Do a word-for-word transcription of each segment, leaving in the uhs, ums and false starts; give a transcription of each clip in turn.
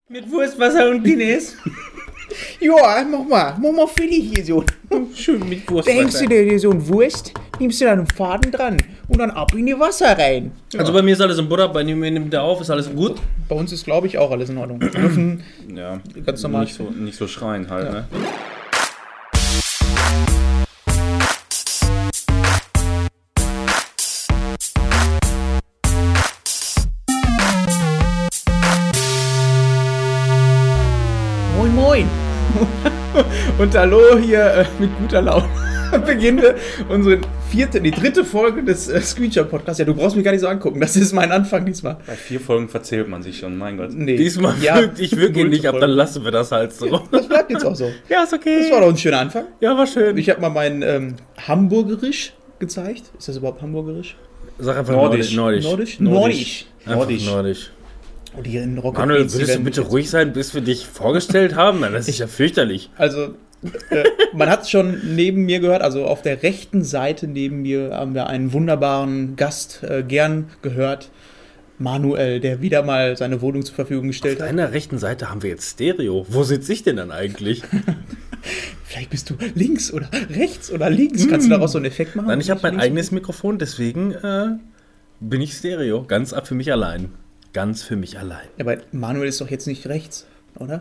Mit Wurstwasser und Guinness. Ja, mach mal, mach mal für dich hier so. Schön mit Da hängst du dir so ein Wurst, nimmst du da einen Faden dran und dann ab in die Wasser rein. Also bei mir ist alles in Butter, bei mir nimmt der auf, ist alles gut. Bei uns ist, glaube ich, auch alles in Ordnung. Wir dürfen Ja, ganz normal. nicht so, nicht so schreien halt, Ja. ne? Moin, moin. Und hallo hier äh, mit guter Laune. Beginnen wir unsere vierte, die dritte Folge des äh, Screenshot-Podcasts. Ja, du brauchst mich gar nicht so angucken. Das ist mein Anfang diesmal. Bei vier Folgen verzählt man sich schon, mein Gott. Nee. Diesmal Ja, wirkt, ich wirke ihn nicht ab, dann lassen wir das halt so. Das bleibt jetzt auch so. Ja, ist okay. Das war doch ein schöner Anfang. Ja, war schön. Ich habe mal mein ähm, Hamburgerisch gezeigt. Ist das überhaupt Hamburgerisch? Sag einfach Nordisch. Nordisch. Nordisch? Nordisch. Einfach Nordisch. Nordisch. Und hier in Rocket Manuel, Beans, die würdest du werden- bitte ruhig sein, bis wir dich vorgestellt haben? Nein, das ist ja fürchterlich. Also, äh, man hat es schon neben mir gehört, also auf der rechten Seite neben mir haben wir einen wunderbaren Gast äh, gern gehört. Manuel, der wieder mal seine Wohnung zur Verfügung gestellt Auf hat. deiner rechten Seite haben wir jetzt Stereo. Wo sitze ich denn dann eigentlich? Vielleicht bist du links oder rechts oder links. Kannst du daraus so einen Effekt machen? Nein, ich habe mein Links- eigenes Mikrofon, deswegen äh, bin ich Stereo. Ganz ab für mich allein. Ganz für mich allein. Ja, aber Manuel ist doch jetzt nicht rechts, oder?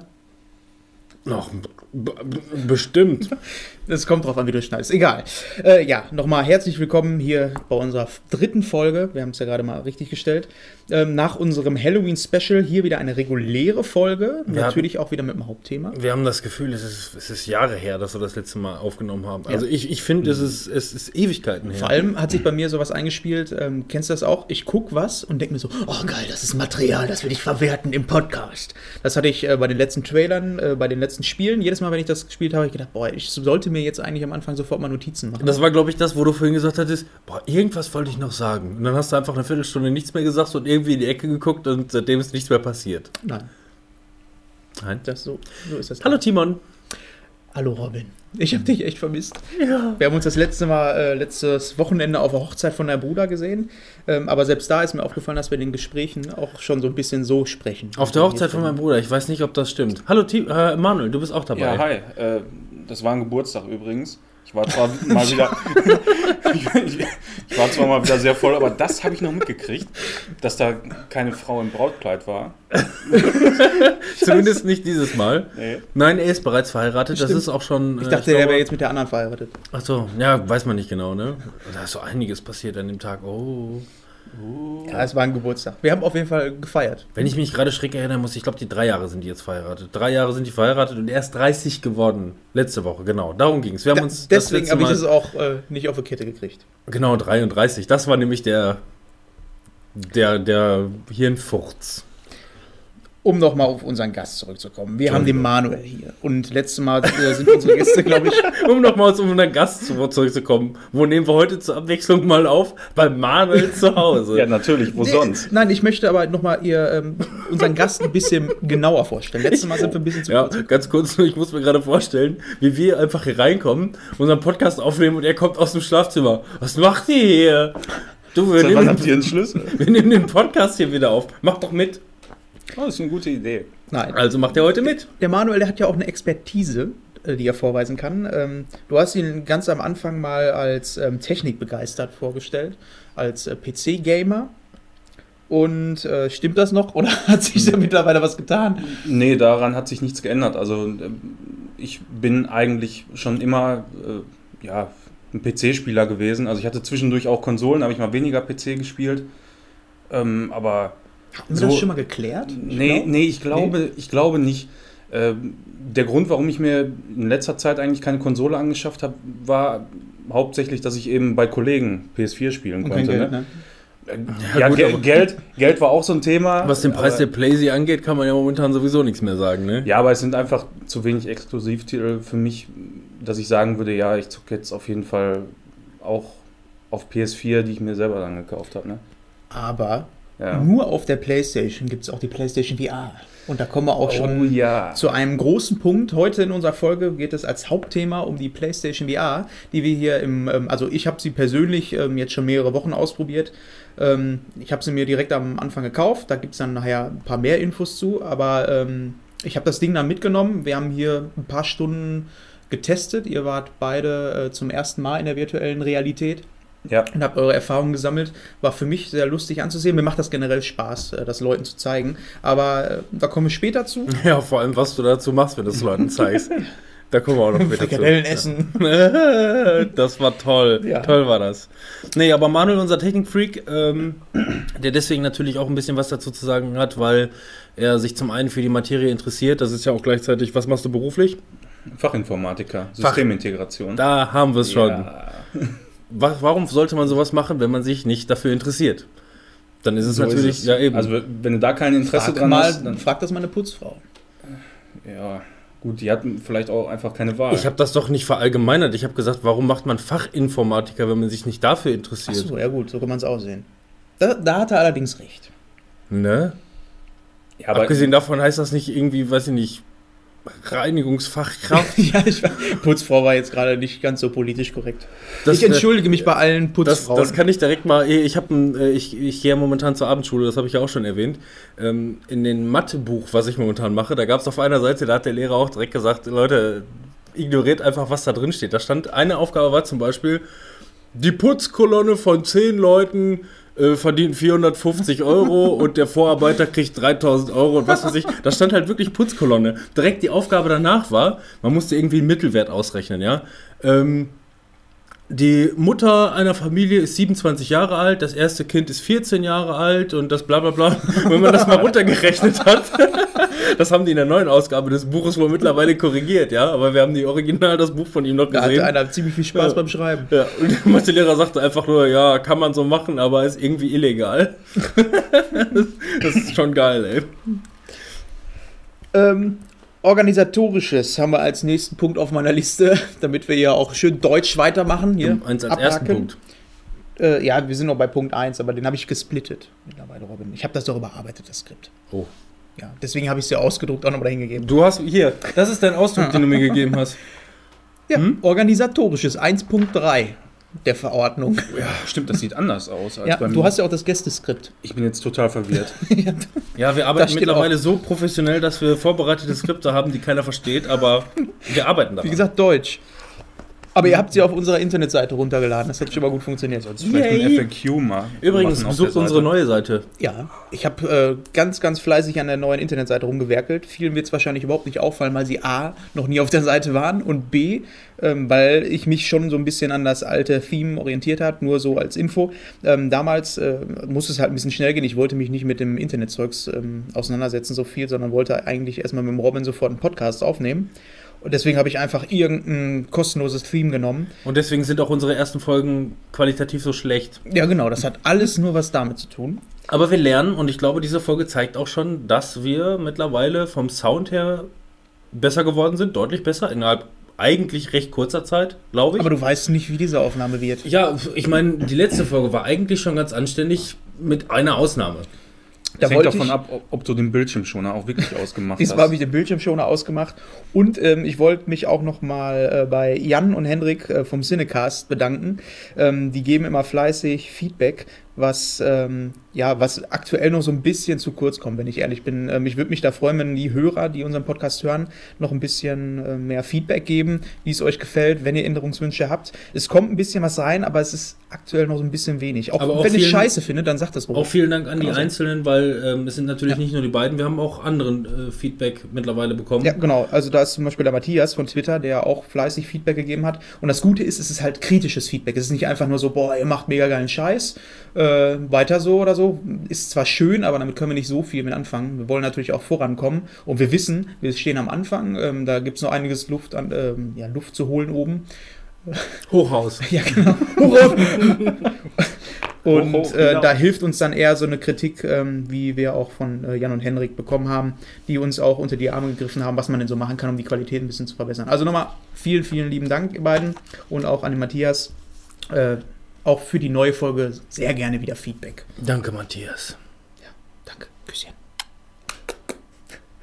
Noch b- b- bestimmt. Das kommt drauf an, wie du schneidest. Egal. Äh, ja, nochmal herzlich willkommen hier bei unserer dritten Folge. Wir haben es ja gerade mal richtig gestellt. Ähm, nach unserem Halloween-Special hier wieder eine reguläre Folge. Wir Natürlich auch wieder mit dem Hauptthema. Wir haben das Gefühl, es ist, es ist Jahre her, dass wir das letzte Mal aufgenommen haben. Also Ja. ich, ich finde, es ist, es ist Ewigkeiten her. Vor allem hat sich bei mir sowas eingespielt, ähm, kennst du das auch? Ich gucke was und denke mir so, oh geil, das ist Material, das will ich verwerten im Podcast. Das hatte ich äh, bei den letzten Trailern, äh, bei den letzten Spielen. Jedes Mal, wenn ich das gespielt habe, habe ich gedacht, boah, ich sollte mir jetzt eigentlich am Anfang sofort mal Notizen machen. Das war, glaube ich, das, wo du vorhin gesagt hattest, boah, irgendwas wollte ich noch sagen. Und dann hast du einfach eine Viertelstunde nichts mehr gesagt und irgendwie in die Ecke geguckt und seitdem ist nichts mehr passiert. Nein, Nein. das, so, so ist das. Hallo Timon. Hallo Robin. Ich habe dich echt vermisst. Ja. Wir haben uns das letzte Mal, äh, letztes Wochenende auf der Hochzeit von deinem Bruder gesehen. Ähm, aber selbst da ist mir aufgefallen, dass wir in den Gesprächen auch schon so ein bisschen so sprechen. Auf der Hochzeit von meinem Bruder, ich weiß nicht, ob das stimmt. Hallo Tim, äh, Manuel, du bist auch dabei. Ja, hi. Äh, das war ein Geburtstag übrigens. Ich war zwar mal wieder. ich, ich, ich war zwar mal wieder sehr voll, aber das habe ich noch mitgekriegt, dass da keine Frau im Brautkleid war. Zumindest nicht dieses Mal. Nee. Nein, er ist bereits verheiratet, das Stimmt. ist auch schon... Ich äh, dachte, der glaube- wäre jetzt mit der anderen verheiratet. Ach so, ja, weiß man nicht genau, ne? Da ist so einiges passiert an dem Tag. Oh. Ja, es war ein Geburtstag. Wir haben auf jeden Fall gefeiert. Wenn ich mich gerade schräg erinnern muss, ich glaube, die drei Jahre sind die jetzt verheiratet. Drei Jahre sind die verheiratet und er ist dreißig geworden. Letzte Woche, genau. Darum ging es. Wir haben Da, uns das deswegen letzte habe ich Mal- das auch äh, nicht auf die Kette gekriegt. Genau, dreiunddreißig. Das war nämlich der, der, der Hirnfurz. Um nochmal auf unseren Gast zurückzukommen. Wir haben den Entschuldigung. Manuel hier. Und letztes Mal äh, sind unsere Gäste, glaube ich, Um nochmal zu unserem Gast zu- zurückzukommen. Wo nehmen wir heute zur Abwechslung mal auf? Bei Manuel zu Hause. Ja, natürlich, wo Nee, sonst? Nein, ich möchte aber nochmal ihr ähm, unseren Gast ein bisschen genauer vorstellen. Letztes Mal sind wir ein bisschen zu Ja, kurz. ganz kurz, ich muss mir gerade vorstellen, wie wir einfach hier reinkommen, unseren Podcast aufnehmen und er kommt aus dem Schlafzimmer. Was macht ihr hier? Du, wir, Seit wann nehmen, habt ihr einen Schlüssel? wir nehmen den Podcast hier wieder auf. Mach doch mit. Oh, das ist eine gute Idee. Nein. Also macht er heute mit. Der Manuel, der hat ja auch eine Expertise, äh, die er vorweisen kann. Ähm, du hast ihn ganz am Anfang mal als ähm, technikbegeistert vorgestellt, als äh, P C-Gamer. Und äh, stimmt das noch oder hat sich da mittlerweile was getan? Nee, daran hat sich nichts geändert. Also ähm, ich bin eigentlich schon immer äh, ja, ein P C-Spieler gewesen. Also ich hatte zwischendurch auch Konsolen, habe ich mal weniger P C gespielt. Ähm, aber Haben wir So- das schon mal geklärt? nee, glaub- nee, ich glaube, ich glaube nicht. Ähm, der Grund, warum ich mir in letzter Zeit eigentlich keine Konsole angeschafft habe, war hauptsächlich, dass ich eben bei Kollegen P S vier spielen Und kein konnte. Geld, ne? ne? Ja, Ja, gut, Ge aber- Geld, Geld war auch so ein Thema. Was den Preis aber, der Playsee angeht, kann man ja momentan sowieso nichts mehr sagen, ne? Ja, aber es sind einfach zu wenig Exklusivtitel für mich, dass ich sagen würde, ja, ich zocke jetzt auf jeden Fall auch auf P S vier, die ich mir selber dann gekauft habe. Ne? Aber Ja. nur auf der PlayStation gibt es auch die PlayStation V R. Und da kommen wir auch schon Oh ja. zu einem großen Punkt. Heute in unserer Folge geht es als Hauptthema um die PlayStation V R, die wir hier im, ähm, also ich habe sie persönlich ähm, jetzt schon mehrere Wochen ausprobiert. Ähm, ich habe sie mir direkt am Anfang gekauft, da gibt es dann nachher ein paar mehr Infos zu, aber ähm, ich habe das Ding dann mitgenommen. Wir haben hier ein paar Stunden getestet. Ihr wart beide äh, zum ersten Mal in der virtuellen Realität. Ja. Und habt eure Erfahrungen gesammelt. War für mich sehr lustig anzusehen. Mir macht das generell Spaß, das Leuten zu zeigen. Aber äh, da kommen wir später zu. Ja, vor allem, was du dazu machst, wenn du es Leuten zeigst. Da kommen wir auch noch später zu. Frikadellen essen. Das war toll. Ja. Toll war das. Nee, aber Manuel, unser Technikfreak, ähm, der deswegen natürlich auch ein bisschen was dazu zu sagen hat, weil er sich zum einen für die Materie interessiert. Das ist ja auch gleichzeitig, was machst du beruflich? Fachinformatiker, Systemintegration. Da haben wir es schon. Ja. Warum sollte man sowas machen, wenn man sich nicht dafür interessiert? Dann ist es So natürlich, ist es. ja eben. Also wenn du da kein Interesse Frag, dran mal, hast, dann frag das mal eine Putzfrau. ja, gut, die hat vielleicht auch einfach keine Wahl. Ich habe das doch nicht verallgemeinert. Ich habe gesagt, warum macht man Fachinformatiker, wenn man sich nicht dafür interessiert? Achso, ja gut, so kann man es auch sehen. Da, da hat er allerdings recht. Ne? ja, aber Abgesehen davon heißt das nicht irgendwie, weiß ich nicht, Reinigungsfachkraft. Ja, ich, Putzfrau war jetzt gerade nicht ganz so politisch korrekt. Das, ich entschuldige mich bei allen Das, Putzfrauen. das kann ich direkt mal. Ich habe ein, ich, ich gehe ja momentan zur Abendschule, das habe ich ja auch schon erwähnt. Ähm, in dem Mathebuch, was ich momentan mache, da gab es auf einer Seite, da hat der Lehrer auch direkt gesagt, Leute, ignoriert einfach, was da drin steht. Da stand, eine Aufgabe war zum Beispiel, die Putzkolonne von zehn Leuten äh, verdient vierhundertfünfzig Euro und der Vorarbeiter kriegt dreitausend Euro und was weiß ich. Da stand halt wirklich Putzkolonne. Direkt die Aufgabe danach war, man musste irgendwie einen Mittelwert ausrechnen, ja. Ähm, Die Mutter einer Familie ist siebenundzwanzig Jahre alt, das erste Kind ist vierzehn Jahre alt und das bla bla bla. Wenn man das mal runtergerechnet hat, das haben die in der neuen Ausgabe des Buches wohl mittlerweile korrigiert, ja, aber wir haben die Original, das Buch von ihm noch da gesehen. hatte einer ziemlich viel Spaß Ja. beim Schreiben. Ja, und der Mathelehrer sagte einfach nur, ja, kann man so machen, aber ist irgendwie illegal. das, das ist schon geil, ey. Ähm, Organisatorisches haben wir als nächsten Punkt auf meiner Liste, damit wir ja auch schön deutsch weitermachen. Hier. Eins als Abhaken. ersten Punkt. Äh, ja, wir sind noch bei Punkt eins, aber den habe ich gesplittet mittlerweile, Robin. Ich habe das doch überarbeitet, das Skript. Oh. Ja, deswegen habe ich es ja ausgedruckt auch nochmal dahin gegeben. Du hast, hier, das ist dein Ausdruck, den du mir gegeben hast. Ja, Hm? Organisatorisches, eins Punkt drei der Verordnung. ja, stimmt, das sieht anders aus als Ja, bei mir. du hast ja auch das Gästeskript. Ich bin jetzt total verwirrt. Ja, wir Da arbeiten steht mittlerweile so professionell, dass wir vorbereitete Skripte haben, die keiner versteht, aber wir arbeiten daran. Wie gesagt, Deutsch. Aber ihr habt sie auf unserer Internetseite runtergeladen. Das hat schon mal gut funktioniert. Vielleicht ein Yay. F A Q mal. Übrigens, machen auf besucht der unsere Seite. neue Seite. Ja, ich habe äh, ganz, ganz fleißig an der neuen Internetseite rumgewerkelt. Vielen wird es wahrscheinlich überhaupt nicht auffallen, weil sie A, noch nie auf der Seite waren und B, ähm, weil ich mich schon so ein bisschen an das alte Theme orientiert habe, nur so als Info. Ähm, damals äh, musste es halt ein bisschen schnell gehen. Ich wollte mich nicht mit dem Internetzeugs ähm, auseinandersetzen so viel, sondern wollte eigentlich erstmal mit dem Robin sofort einen Podcast aufnehmen. Und deswegen habe ich einfach irgendein kostenloses Theme genommen. Und deswegen sind auch unsere ersten Folgen qualitativ so schlecht. Ja, genau, das hat alles nur was damit zu tun. Aber wir lernen und ich glaube, diese Folge zeigt auch schon, dass wir mittlerweile vom Sound her besser geworden sind, deutlich besser, innerhalb eigentlich recht kurzer Zeit, glaube ich. Aber du weißt nicht, wie diese Aufnahme wird. Ja, ich meine, die letzte Folge war eigentlich schon ganz anständig, mit einer Ausnahme. Das Da hängt wollte davon ich- ab, ob, ob du den Bildschirmschoner auch wirklich ausgemacht Diesmal hast. habe ich den Bildschirmschoner ausgemacht und ähm, ich wollte mich auch noch mal äh, bei Jan und Hendrik äh, vom Cinecast bedanken. Ähm, die geben immer fleißig Feedback, was, ähm, ja, was aktuell noch so ein bisschen zu kurz kommt, wenn ich ehrlich bin. Ähm, ich würde mich da freuen, wenn die Hörer, die unseren Podcast hören, noch ein bisschen äh, mehr Feedback geben, wie es euch gefällt, wenn ihr Änderungswünsche habt. Es kommt ein bisschen was rein, aber es ist aktuell noch so ein bisschen wenig. Auch, Aber auch wenn ich vielen- Scheiße finde, dann sagt das Auch ruhig. vielen Dank an die Kann auch sein. Einzelnen, weil ähm, es sind natürlich Ja. nicht nur die beiden, wir haben auch anderen äh, Feedback mittlerweile bekommen. Ja, genau. Also da ist zum Beispiel der Matthias von Twitter, der auch fleißig Feedback gegeben hat. Und das Gute ist, es ist halt kritisches Feedback. Es ist nicht einfach nur so, boah, ihr macht mega geilen Scheiß, äh, weiter so oder so. Ist zwar schön, aber damit können wir nicht so viel mit anfangen. Wir wollen natürlich auch vorankommen. Und wir wissen, wir stehen am Anfang. Ähm, da gibt es noch einiges Luft, an, ähm, ja, Luft zu holen oben. Hochhaus. Ja, genau. Hurra! Und Hoch, hoch, äh, genau. da hilft uns dann eher so eine Kritik, ähm, wie wir auch von äh, Jan und Henrik bekommen haben, die uns auch unter die Arme gegriffen haben, was man denn so machen kann, um die Qualität ein bisschen zu verbessern. Also nochmal vielen, vielen lieben Dank, ihr beiden, und auch an den Matthias. Äh, auch für die neue Folge sehr gerne wieder Feedback. Danke, Matthias. Danke. Küsschen.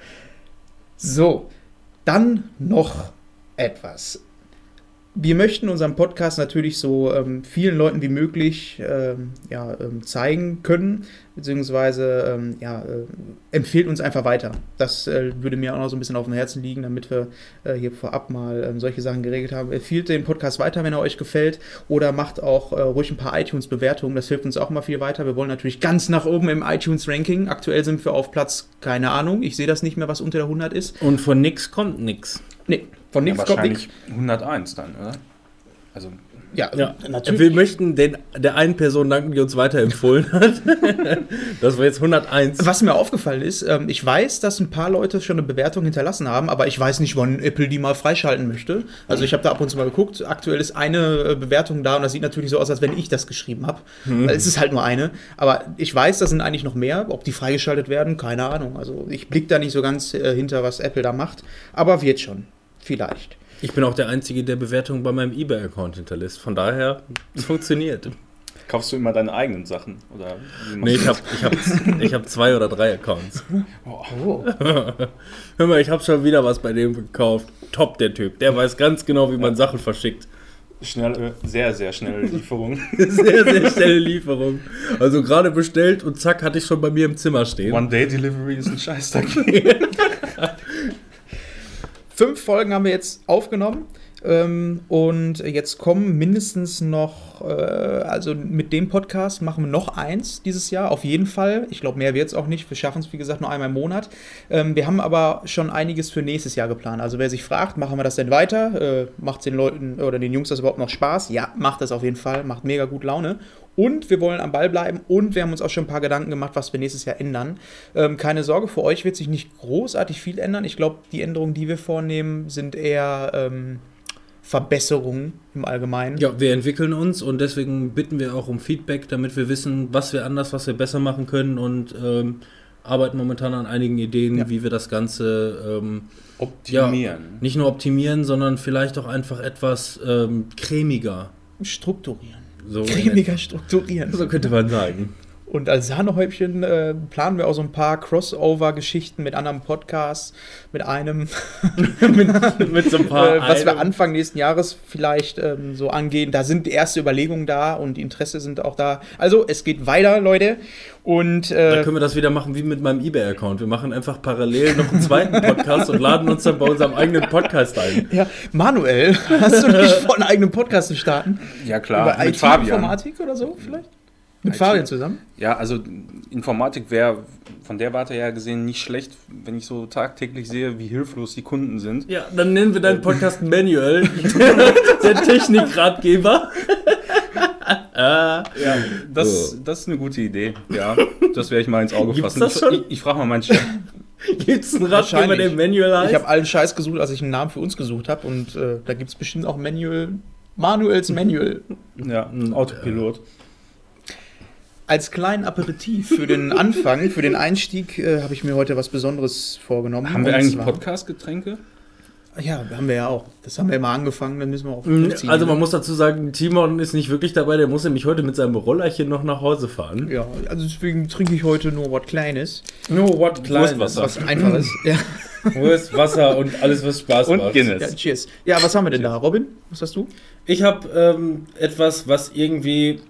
So, dann noch etwas. Wir möchten unseren Podcast natürlich so ähm, vielen Leuten wie möglich ähm, ja, ähm, zeigen können, beziehungsweise ähm, ja, äh, empfehlt uns einfach weiter. Das äh, würde mir auch noch so ein bisschen auf dem Herzen liegen, damit wir äh, hier vorab mal ähm, solche Sachen geregelt haben. Empfehlt den Podcast weiter, wenn er euch gefällt, oder macht auch äh, ruhig ein paar iTunes-Bewertungen, das hilft uns auch mal viel weiter. Wir wollen natürlich ganz nach oben im iTunes-Ranking. Aktuell sind wir auf Platz, keine Ahnung, ich sehe das nicht mehr, was unter der hundert ist. Und von nix kommt nix. Nee, von Ja, nichts kommt wahrscheinlich nichts. hunderteins dann, oder? Also, Ja, Ja, natürlich. wir möchten den, der einen Person danken, die uns weiterempfohlen hat. Das war jetzt hunderteins. Was mir aufgefallen ist, ähm, ich weiß, dass ein paar Leute schon eine Bewertung hinterlassen haben, aber ich weiß nicht, wann Apple die mal freischalten möchte. Also ich habe da ab und zu mal geguckt. Aktuell ist eine äh, Bewertung da und das sieht natürlich so aus, als wenn ich das geschrieben habe. Mhm. Weil es ist halt nur eine. Aber ich weiß, da sind eigentlich noch mehr. Ob die freigeschaltet werden, keine Ahnung. Also ich blicke da nicht so ganz äh, hinter, was Apple da macht. Aber wird schon. Vielleicht. Ich bin auch der Einzige, der Bewertungen bei meinem eBay-Account hinterlässt. Von daher, es funktioniert. kaufst du immer deine eigenen Sachen? Oder wie machst Nee, du ich habe ich hab, ich hab zwei oder drei Accounts. Oh. Hör mal, ich habe schon wieder was bei dem gekauft. Top, der Typ. Der weiß ganz genau, wie man Sachen verschickt. Schnelle, sehr, sehr schnelle Lieferung. Sehr, sehr schnelle Lieferung. Also gerade bestellt und zack, hatte ich schon bei mir im Zimmer stehen. One-Day-Delivery ist ein Scheißtag. Fünf Folgen haben wir jetzt aufgenommen. Ähm, und jetzt kommen mindestens noch, äh, also mit dem Podcast machen wir noch eins dieses Jahr, auf jeden Fall. Ich glaube, mehr wird es auch nicht. Wir schaffen es, wie gesagt, nur einmal im Monat. Ähm, wir haben aber schon einiges für nächstes Jahr geplant. Also wer sich fragt, machen wir das denn weiter? Äh, macht den Leuten oder den Jungs das überhaupt noch Spaß? Ja, macht das auf jeden Fall. Macht mega gut Laune. Und wir wollen am Ball bleiben und wir haben uns auch schon ein paar Gedanken gemacht, was wir nächstes Jahr ändern. Ähm, keine Sorge, für euch wird sich nicht großartig viel ändern. Ich glaube, die Änderungen, die wir vornehmen, sind eher ähm, Verbesserungen im Allgemeinen. Ja, wir entwickeln uns und deswegen bitten wir auch um Feedback, damit wir wissen, was wir anders, was wir besser machen können und ähm, arbeiten momentan an einigen Ideen, Ja. wie wir das Ganze ähm, Optimieren. nicht nur optimieren, sondern vielleicht auch einfach etwas ähm, cremiger. Strukturieren. So, Cremiger strukturieren. so könnte man sagen. Und als Sahnehäubchen äh, planen wir auch so ein paar Crossover-Geschichten mit anderen Podcasts, mit einem, mit, Mit so ein paar äh, was wir einem- Anfang nächsten Jahres vielleicht ähm, so angehen. Da sind die erste Überlegungen da und die Interesse sind auch da. Also es geht weiter, Leute. Und Dann äh, können wir das wieder machen wie mit meinem eBay-Account. Wir machen einfach parallel noch einen zweiten Podcast und laden uns dann bei unserem eigenen Podcast ein. ja, Manuel, hast du nicht vor, einen eigenen Podcast zu starten? Ja, klar. Über Mit Fabian. I T-Informatik oder so vielleicht? Mit I T. Fabian zusammen? Ja, also Informatik wäre von der Warte her gesehen nicht schlecht, wenn ich so tagtäglich sehe, wie hilflos die Kunden sind. Ja, dann nennen wir deinen Podcast Manuel, der Technikratgeber. Ja, das, So. das ist eine gute Idee. Ja, das werde ich mal ins Auge Gibt's fassen. das schon? Ich, ich frage mal meinen Chef. Gibt es einen Ratgeber, Wahrscheinlich. der Manuel heißt? Ich habe allen Scheiß gesucht, als ich einen Namen für uns gesucht habe. Und äh, da gibt es bestimmt auch Manuel, Manuels Manuel. Ja, ein Autopilot. Als kleinen Aperitif für den Anfang, für den Einstieg, äh, habe ich mir heute was Besonderes vorgenommen. Haben wir Und eigentlich zwar- Podcast-Getränke? Ja, haben wir ja auch. Das haben wir immer angefangen, dann müssen wir auch Mhm, durchziehen. Also man muss dazu sagen, Timon ist nicht wirklich dabei, der muss nämlich heute mit seinem Rollerchen noch nach Hause fahren. Ja, also deswegen trinke ich heute nur was Kleines. No, what Wurstwasser. Was Einfaches. ja. Wurst, Wasser und alles, was Spaß Und macht. Guinness. ja, cheers. Ja, was haben wir denn da? Robin, was hast du? Ich habe ähm, etwas, was irgendwie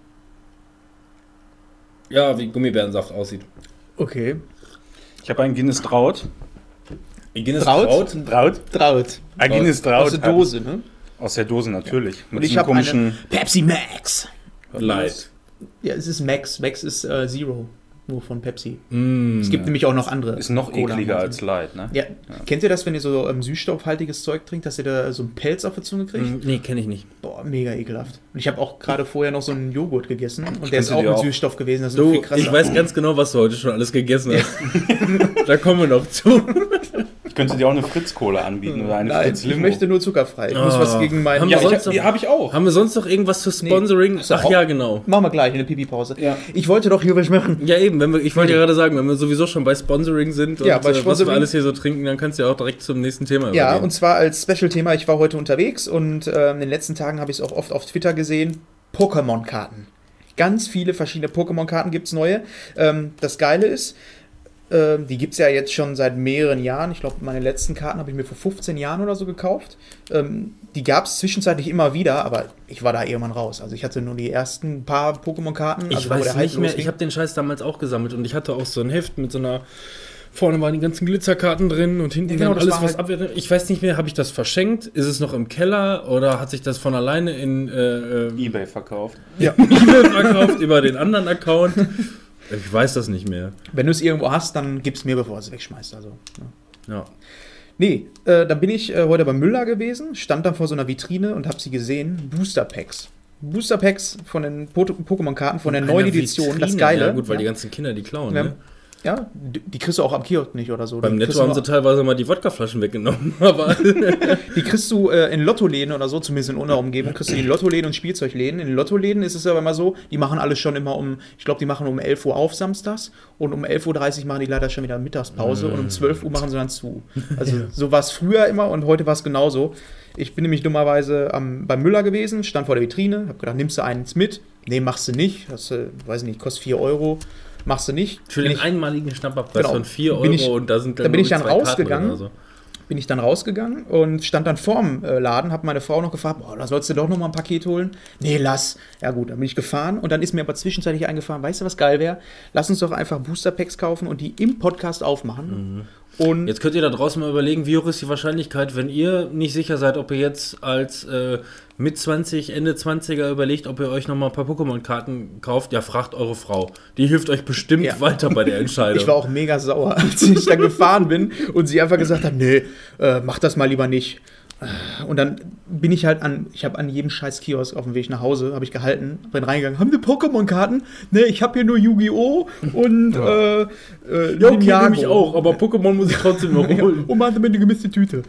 ja, wie Gummibärensaft aussieht. Okay. Ich habe einen Guinness Traut. Guinness Traut? Traut? Traut? Traut. Ein Guinness Traut. Aus der Dose, ne? Aus der Dose, natürlich. Und Mit ich diesem habe komischen. eine Pepsi Max. Light. Ja, es ist Max. Max ist äh, Zero. Nur von Pepsi. Mm. Es gibt nämlich auch noch andere. Ist noch Cola- ekliger als Light, ne? Ja. Kennt ihr das, wenn ihr so ähm, süßstoffhaltiges Zeug trinkt, dass ihr da so einen Pelz auf der Zunge kriegt? Mm, Nee, kenne ich nicht. Boah, mega ekelhaft. Und ich habe auch gerade vorher noch so einen Joghurt gegessen und der ist könnte auch dir mit auch- Süßstoff gewesen. Das ist noch Du, viel krasser. ich weiß ganz genau, was du heute schon alles gegessen hast. Da kommen wir noch zu. Ich könnte dir auch eine Fritz-Cola anbieten oder eine Nein, Fritz ich Limo. möchte nur zuckerfrei. Ich muss Ah. was gegen meinen... Haben ja, wir ich sonst hab, noch- ja, habe ich auch. Haben wir sonst noch irgendwas zu Sponsoring? Hast du Ach auch? ja, genau. Machen wir gleich in der Pipi-Pause. Ja. Ich wollte doch hier was machen. Ja, eben, wenn wir, ich wollte ja gerade sagen, wenn wir sowieso schon bei Sponsoring sind und Ja, bei äh, was wir Sponsoring- alles hier so trinken, dann kannst du ja auch direkt zum nächsten Thema Ja, übergehen. und zwar als Special-Thema, ich war heute unterwegs und äh, in den letzten Tagen habe ich es auch oft auf Twitter gesehen, Pokémon-Karten. Ganz viele verschiedene Pokémon-Karten gibt es neue. Ähm, das Geile ist, Ähm, die gibt es ja jetzt schon seit mehreren Jahren. Ich glaube, meine letzten Karten habe ich mir vor fünfzehn Jahren oder so gekauft. Ähm, die gab es zwischenzeitlich immer wieder, aber ich war da irgendwann raus. Also ich hatte nur die ersten paar Pokémon-Karten. Ich also weiß nicht mehr, ich habe den Scheiß damals auch gesammelt und ich hatte auch so ein Heft mit so einer, vorne waren die ganzen Glitzerkarten drin und hinten ja, genau, alles, was halt abwertet. Ich weiß nicht mehr, habe ich das verschenkt? Ist es noch im Keller oder hat sich das von alleine in äh, äh, eBay verkauft? Ja. eBay verkauft über den anderen Account? Ich weiß das nicht mehr. Wenn du es irgendwo hast, dann gib es mir, bevor du es wegschmeißt. Also, ja. Ja. Nee, äh, da bin ich äh, heute bei Müller gewesen, stand dann vor so einer Vitrine und habe sie gesehen. Booster Packs. Booster Packs von den po- Pokémon-Karten von der neuen Edition. Vitrine. Das Geile. Ja, gut, weil ja. die ganzen Kinder die klauen, Ja. ne? Ja, die, die kriegst du auch am Kiosk nicht oder so. Beim Die Netto kriegst haben du sie nur- teilweise mal die Wodkaflaschen weggenommen, aber Die kriegst du äh, in Lottoläden oder so, zumindest in unserer Umgebung, kriegst du die in Lottoläden und Spielzeugläden. In den Lottoläden ist es aber immer so, die machen alles schon immer um, ich glaube, die machen um elf Uhr auf samstags und um elf Uhr dreißig machen die leider schon wieder Mittagspause Mm. und um zwölf Uhr machen sie dann zu. Also so war es früher immer und heute war es genauso. Ich bin nämlich dummerweise am, beim Müller gewesen, stand vor der Vitrine, hab gedacht, nimmst du eins mit? Nee, machst du nicht. Das, äh, weiß ich nicht, kostet vier Euro. Machst du nicht. für Bin den ich- einmaligen Schnappabpreis Genau. von vier Euro Bin ich- und da sind da bin nur ich dann zwei Karten rausgegangen. drin oder so. bin ich dann rausgegangen und stand dann vorm äh, Laden, habe meine Frau noch gefragt, boah, da sollst du doch noch mal ein Paket holen. Nee, lass. Ja gut, dann bin ich gefahren und dann ist mir aber zwischenzeitlich eingefahren, weißt du, was geil wäre? Lass uns doch einfach Booster Packs kaufen und die im Podcast aufmachen. Mhm. Und Jetzt könnt ihr da draußen mal überlegen, wie hoch ist die Wahrscheinlichkeit, wenn ihr nicht sicher seid, ob ihr jetzt als äh, mit zwanzig, Ende zwanziger überlegt, ob ihr euch nochmal ein paar Pokémon-Karten kauft, ja, fragt eure Frau. Die hilft euch bestimmt Ja. weiter bei der Entscheidung. ich war auch mega sauer, als ich dann gefahren bin und sie einfach gesagt hat, nee, äh, mach das mal lieber nicht. Und dann bin ich halt an, ich habe an jedem scheiß Kiosk auf dem Weg nach Hause, habe ich gehalten, bin reingegangen, haben wir Pokémon-Karten? Nee, ich habe hier nur Yu-Gi-Oh! Und Ja. äh, äh, ja, okay, Ninjago. nehme ich auch, aber Pokémon muss ich trotzdem noch holen. Und machen Sie mir eine gemischte Tüte.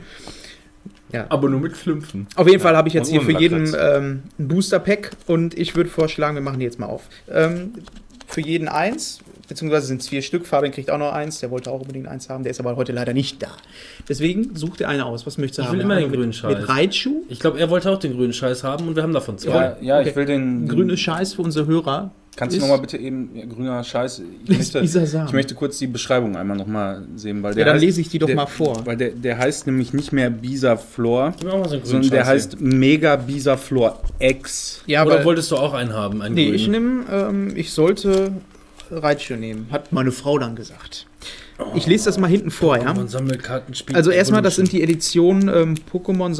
Ja. Aber nur mit Schlümpfen. Auf jeden Fall habe ich jetzt und hier für ohne jeden Lakritz. ähm, ein Booster-Pack und ich würde vorschlagen, wir machen die jetzt mal auf. Ähm, für jeden eins, beziehungsweise sind es vier Stück. Fabian kriegt auch noch eins, der wollte auch unbedingt eins haben, der ist aber heute leider nicht da. Deswegen such dir eine aus. Was möchtest du Ich haben? will immer Eine den mit, grünen Scheiß. Mit Raichu. Ich glaube, er wollte auch den grünen Scheiß haben und wir haben davon zwei. Ja, ja, Okay. ich will den. Grünes Scheiß für unsere Hörer. Kannst du ist- nochmal bitte eben, ja, grüner Scheiß, ich Ist möchte, dieser Samen. ich möchte kurz die Beschreibung einmal nochmal sehen, weil Ja, der dann heißt, lese ich die doch der, mal vor. Weil der, der heißt nämlich nicht mehr Bisaflor, Gib mir auch mal so einen grünen sondern der Scheiß heißt Mega Bisaflor X. Ja, Oder aber wolltest du auch einen haben? Einen nee, grünen? ich nehme, ähm, ich sollte Raichu nehmen, hat meine Frau dann gesagt. Ich lese das mal hinten vor, ja. Pokémon Sammelkartenspiel. Also erstmal, das Evolution. sind die Editionen ähm, Pokémon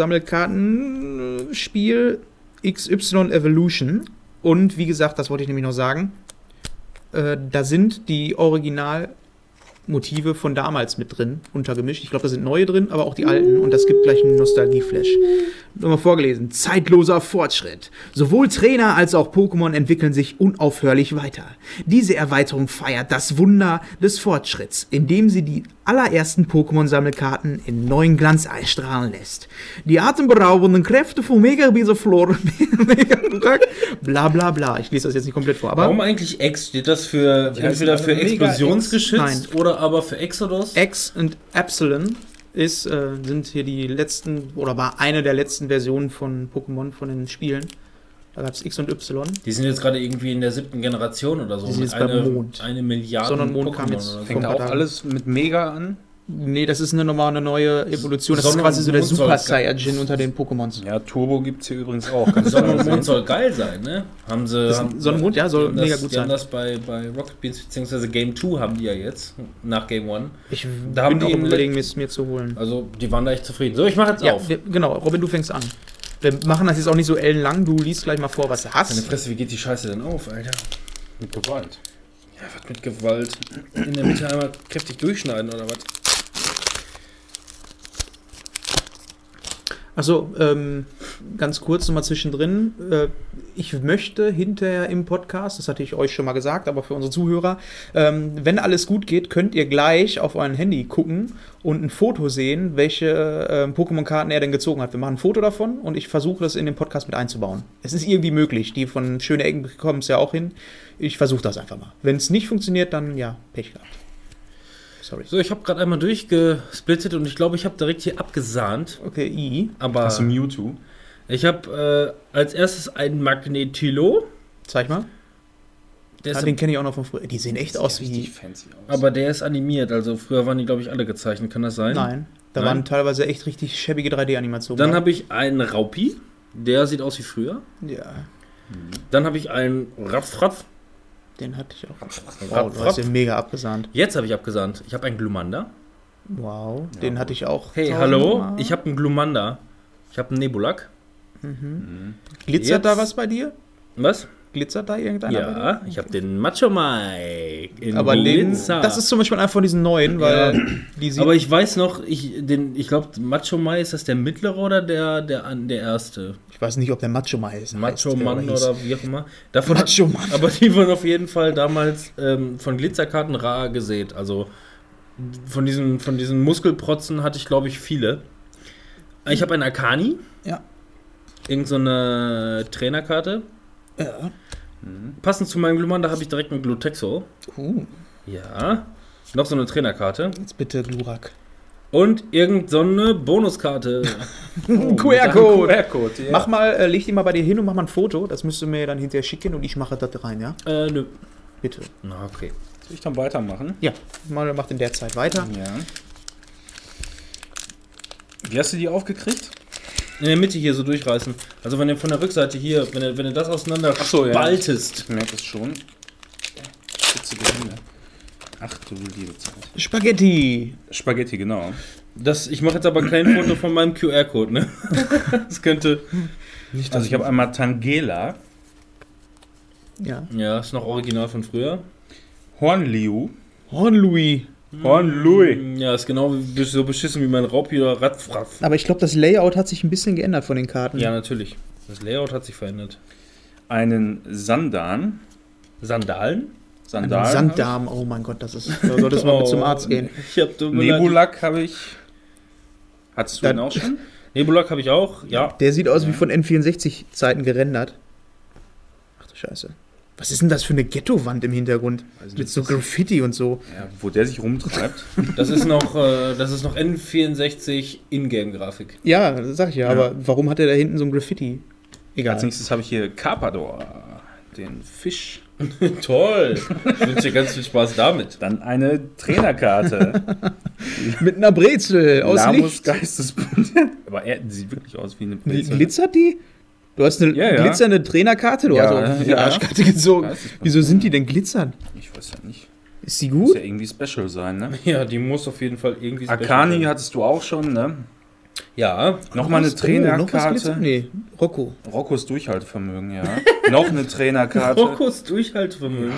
Sammelkartenspiel X Y Evolution. Und wie gesagt, das wollte ich nämlich noch sagen, äh, da sind die Originalmotive von damals mit drin, untergemischt. Ich glaube, da sind neue drin, aber auch die alten. Und das gibt gleich einen Nostalgie-Flash. Nochmal vorgelesen. Zeitloser Fortschritt. Sowohl Trainer als auch Pokémon entwickeln sich unaufhörlich weiter. Diese Erweiterung feiert das Wunder des Fortschritts, indem sie die allerersten Pokémon-Sammelkarten in neuen Glanz einstrahlen lässt. Die atemberaubenden Kräfte von Mega Bisaflor, Mega bla bla bla. Ich lese das jetzt nicht komplett vor, aber Warum eigentlich X? Steht das für Die entweder heißen für alle Mega explosionsgeschützt X. oder aber für Exodus? X und Epsilon ist, äh, sind hier die letzten, oder war eine der letzten Versionen von Pokémon, von den Spielen. Da gab es X und Y. Die sind jetzt gerade irgendwie in der siebten Generation oder so. Die sind mit jetzt beim eine, Mond. Eine Milliarde Sonne und Mond Pokémon kam jetzt oder so. Fängt Vor auch ein paar Tagen. alles mit Mega an? Nee, das ist eine nochmal eine neue Evolution. Das Sonne ist quasi und so der Mond soll Super geil- Saiyajin unter den Pokémons. Ja, Turbo gibt es hier übrigens auch. Kannst du Sonne mal und Mond sehen. soll geil sein, ne? Haben sie. Das haben, Sonne und Mond, ja, soll die haben das, mega gut die haben sein. das bei, bei Rocket Beans bzw. Game zwei haben die ja jetzt, nach Game One. Ich Da haben bin die auch im überlegen, es mir zu holen. Also, die waren da echt zufrieden. So, ich mache jetzt Ja, auf. wir, genau. Robin, du fängst an. Wir machen das jetzt auch nicht so ellenlang. Du liest gleich mal vor, was du Meine hast. Fresse, wie geht die Scheiße denn auf, Alter? Mit Gewalt. Ja, was mit Gewalt? In der Mitte einmal kräftig durchschneiden oder was? Achso, ähm, ganz kurz nochmal zwischendrin. Äh, ich möchte hinterher im Podcast, das hatte ich euch schon mal gesagt, aber für unsere Zuhörer, ähm, wenn alles gut geht, könnt ihr gleich auf euren Handy gucken und ein Foto sehen, welche ähm, Pokémon-Karten er denn gezogen hat. Wir machen ein Foto davon und ich versuche das in den Podcast mit einzubauen. Es ist irgendwie möglich. Die von Schöne Ecken bekommen es ja auch hin. Ich versuche das einfach mal. Wenn es nicht funktioniert, dann ja, Pech gehabt. Sorry. So, ich habe gerade einmal durchgesplittet und ich glaube, ich habe direkt hier abgesahnt. Okay, I. Aber Hast du Mewtwo? ich habe äh, als erstes ein Magnetylo. Zeig mal. Der Ah, ist den kenne ich auch noch von früher. Die sehen echt aus Sieht wie... richtig fancy aus. aber der ist animiert, also früher waren die, glaube ich, alle gezeichnet, kann das sein? Nein, da Nein? waren teilweise echt richtig schäbige drei D-Animationen. Dann ja. habe ich einen Raupi, der sieht aus wie früher. Ja, Dann habe ich einen Rapfratz. den hatte ich auch. Wow, Rapp, du hast rapp. den mega abgesandt. Jetzt habe ich abgesandt. Ich habe einen Glumanda. Wow, Ja, den gut. hatte ich auch. Hey, tausendmal. hallo, ich habe einen Glumanda. Ich habe einen Nebulak. Mhm. Glitzert Jetzt- da was bei dir? Was? Glitzert da irgendeiner bei Ja, dir? ich habe den Macho Mike in Aber den, Glitzer. das ist zum Beispiel einer von diesen neuen, weil die sieht... Aber ich weiß noch, ich, den, ich glaube, Macho Mai, ist das der mittlere oder der, der, der erste? ich weiß nicht, ob der Macho Mai ist. Macho heißt, Mann hieß. oder wie auch immer. Davon Macho Mann. Aber die wurden auf jeden Fall damals ähm, von Glitzerkarten rar gesät. Also von diesen, von diesen Muskelprotzen hatte ich, glaube ich, viele. Ich habe einen Akani. Ja. Irgend so eine Trainerkarte. Ja. Passend zu meinem Glumanda habe ich direkt einen Glutexo. Uh, Ja. Noch so eine Trainerkarte. jetzt bitte Glurak. Und irgend so eine Bonuskarte. Ein Q R-Code. Q R-Code, ja. Mach mal, äh, leg die mal bei dir hin und mach mal ein Foto. Das müsst ihr mir dann hinterher schicken und ich mache das rein, ja? äh, nö. Bitte. Na, okay. Soll ich dann weitermachen? Ja, Manuel macht in der Zeit weiter. Ja. Wie hast du die aufgekriegt? In der Mitte hier so durchreißen. Also wenn du von der Rückseite hier, wenn du, wenn du das auseinander Ach so, ja. baltest. Ich merke es schon. Spitzige Hände. Ach du liebe Zeit. Spaghetti. Spaghetti, genau. Das, ich mache jetzt aber kein Foto von meinem Q R-Code, ne? Das könnte... Nicht, Also ich habe einmal Tangela, Ja. Ja, ist noch original von früher. Hornliu, Horn Louis. Hornlui. Ja, ist genau wie, so beschissen wie mein Raupi oder Radfraff. Aber ich glaube, das Layout hat sich ein bisschen geändert von den Karten. Ja, natürlich. Das Layout hat sich verändert. Einen Sandan. Sandalen? Ein Sandal. Sanddarm, oh mein Gott, das ist. Da solltest du mal mit zum Arzt gehen. Ich hab tut mir leid. Nebulak habe ich. Hattest du Dann- den auch schon? Nebulak habe ich auch, ja. Der sieht aus Ja. wie von N vierundsechzig-Zeiten gerendert. Ach du Scheiße. Was ist denn das für eine Ghetto-Wand im Hintergrund? Weiß Mit nicht, so was- Graffiti und so. Ja, wo der sich rumtreibt. Das ist noch, äh, das ist noch N vierundsechzig Ingame-Grafik. Ja, das sag ich ja, Ja. aber warum hat er da hinten so ein Graffiti? Egal. Als nächstes habe ich hier Carpador, den Fisch. Toll! Ich wünsche dir ganz viel Spaß damit. Dann eine Trainerkarte. Mit einer Brezel aus Lamus Licht. Geistesbund. Aber er sieht wirklich aus wie eine Wie, Brezel. glitzert die? Du hast eine Ja, ja. glitzernde Trainerkarte? Du Ja, hast auch die ja. Arschkarte gezogen. Geistesbund. Wieso sind die denn glitzern? Ich weiß ja nicht. Ist sie Muss gut? ja irgendwie special sein, ne? Ja, die muss auf jeden Fall irgendwie... special Akani sein. hattest du auch schon, ne? Ja. Nochmal eine Was? Oh, noch was Trainerkarte. glitzert? Nee, Rocco. Roccos Durchhaltevermögen, ja. Noch eine Trainerkarte. Rokos Durchhaltevermögen.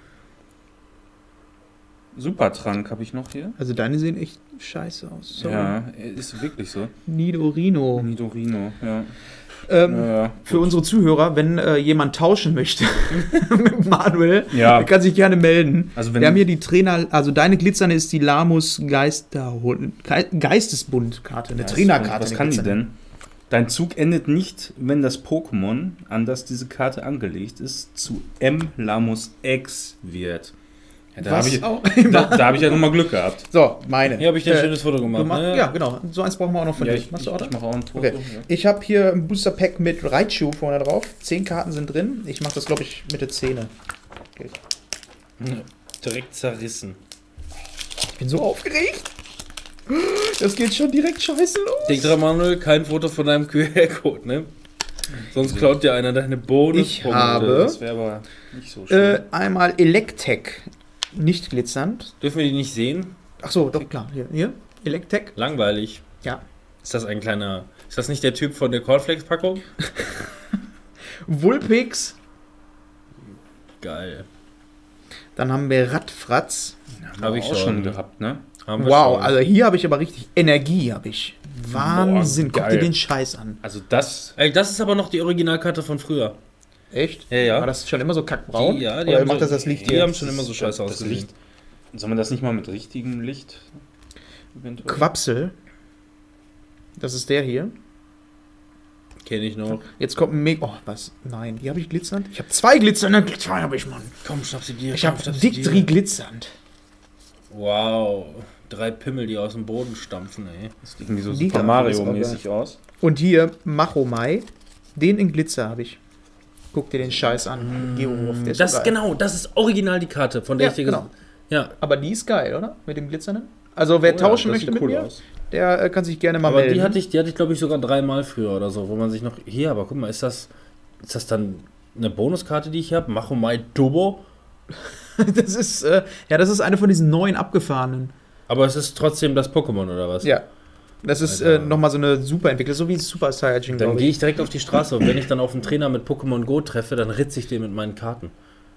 Supertrank habe ich noch hier. Also deine sehen echt scheiße aus. Sorry. Ja, ist wirklich so. Nidorino. Nidorino, ja. Ähm, Ja, ja. Für unsere Zuhörer, wenn äh, jemand tauschen möchte mit Manuel, Ja. der kann sich gerne melden. Also wenn Wir haben hier die Trainer, also deine glitzernde ist die Lamus Geisterhund, Ge Geistesbund-Karte, eine Ja, Trainerkarte. Was eine kann die glitzernde. denn? Dein Zug endet nicht, wenn das Pokémon, an das diese Karte angelegt ist, zu M. Lamus X wird. Ja, da Was habe ich, auch da, immer. da hab ich ja nochmal Glück gehabt. So, meine. Hier habe ich dir ein Äh, schönes Foto du gemacht. mach, Ne? Ja, genau. So eins brauchen wir auch noch von Ja, dir. ich, Machst ich, du, oder? ich mache auch ein Foto. Okay. Ja. Ich habe hier ein Booster-Pack mit Raichu vorne drauf. Zehn Karten sind drin. Ich mache das, glaube ich, mit der Zähne. Okay. Direkt zerrissen. Ich bin so aufgeregt. Das geht schon direkt scheiße los. Denk dran, Manuel, kein Foto von deinem Q R-Code, ne? Sonst klaut dir einer deine Bonus. Ich habe- Das wäre aber nicht so schön. Äh, einmal Electek. Nicht glitzernd. Dürfen wir die nicht sehen? Ach so, doch klar. Hier, hier. Electek. Langweilig. Ja. Ist das ein kleiner... Ist das nicht der Typ von der Cornflakes-Packung? Vulpix. Geil. Dann haben wir Radfratz. Haben hab wir ich auch schon. gehabt, ne? Haben wir Wow, schon. also hier habe ich aber richtig Energie, habe ich. Wahnsinn, Boah, guck dir geil. den Scheiß an. Also das, Ey, das ist aber noch die Originalkarte von früher. Echt? Ja, ja. War das schon immer so kackbraun? Die, ja, die Oder haben macht so, das das Licht Die hier? haben schon immer so scheiße das ausgesehen. Licht. Soll man das nicht mal mit richtigem Licht? Eventuell? Quapsel. Das ist der hier. Kenn ich noch. Jetzt kommt ein Meg... Oh, was? Nein, die habe ich glitzernd? Ich habe zwei glitzernde. Zwei habe ich, Mann. Komm, schnapp sie dir. Ich komm, habe schnapp sie Victory dir. glitzernd. Wow. Drei Pimmel, die aus dem Boden stampfen, ey. Das sieht irgendwie so Die Super Grafik ist Mario-mäßig aus. Und hier Machomai. Den in Glitzer habe ich. Guck dir den Scheiß an. Geowurf, der ist Das so geil. genau, das ist original die Karte, von der Ja, ich dir genau. gesagt Ja, Aber die ist geil, oder? Mit dem Glitzernden. Also wer Oh ja, tauschen das möchte sieht mit cool mir, aus. der äh, kann sich gerne mal aber melden. die hatte ich, die hatte ich glaube ich sogar dreimal früher oder so, wo man sich noch. Hier, aber guck mal, ist das, ist das dann eine Bonuskarte, die ich habe? Machomai Turbo? Das ist, äh, ja, das ist eine von diesen neuen abgefahrenen. Aber es ist trotzdem das Pokémon oder was? Ja. Das ist äh, Alter. nochmal so eine Superentwicklung, so wie Super Saiyajin, Dann glaube gehe ich. ich direkt auf die Straße und wenn ich dann auf einen Trainer mit Pokémon Go treffe, dann ritze ich den mit meinen Karten.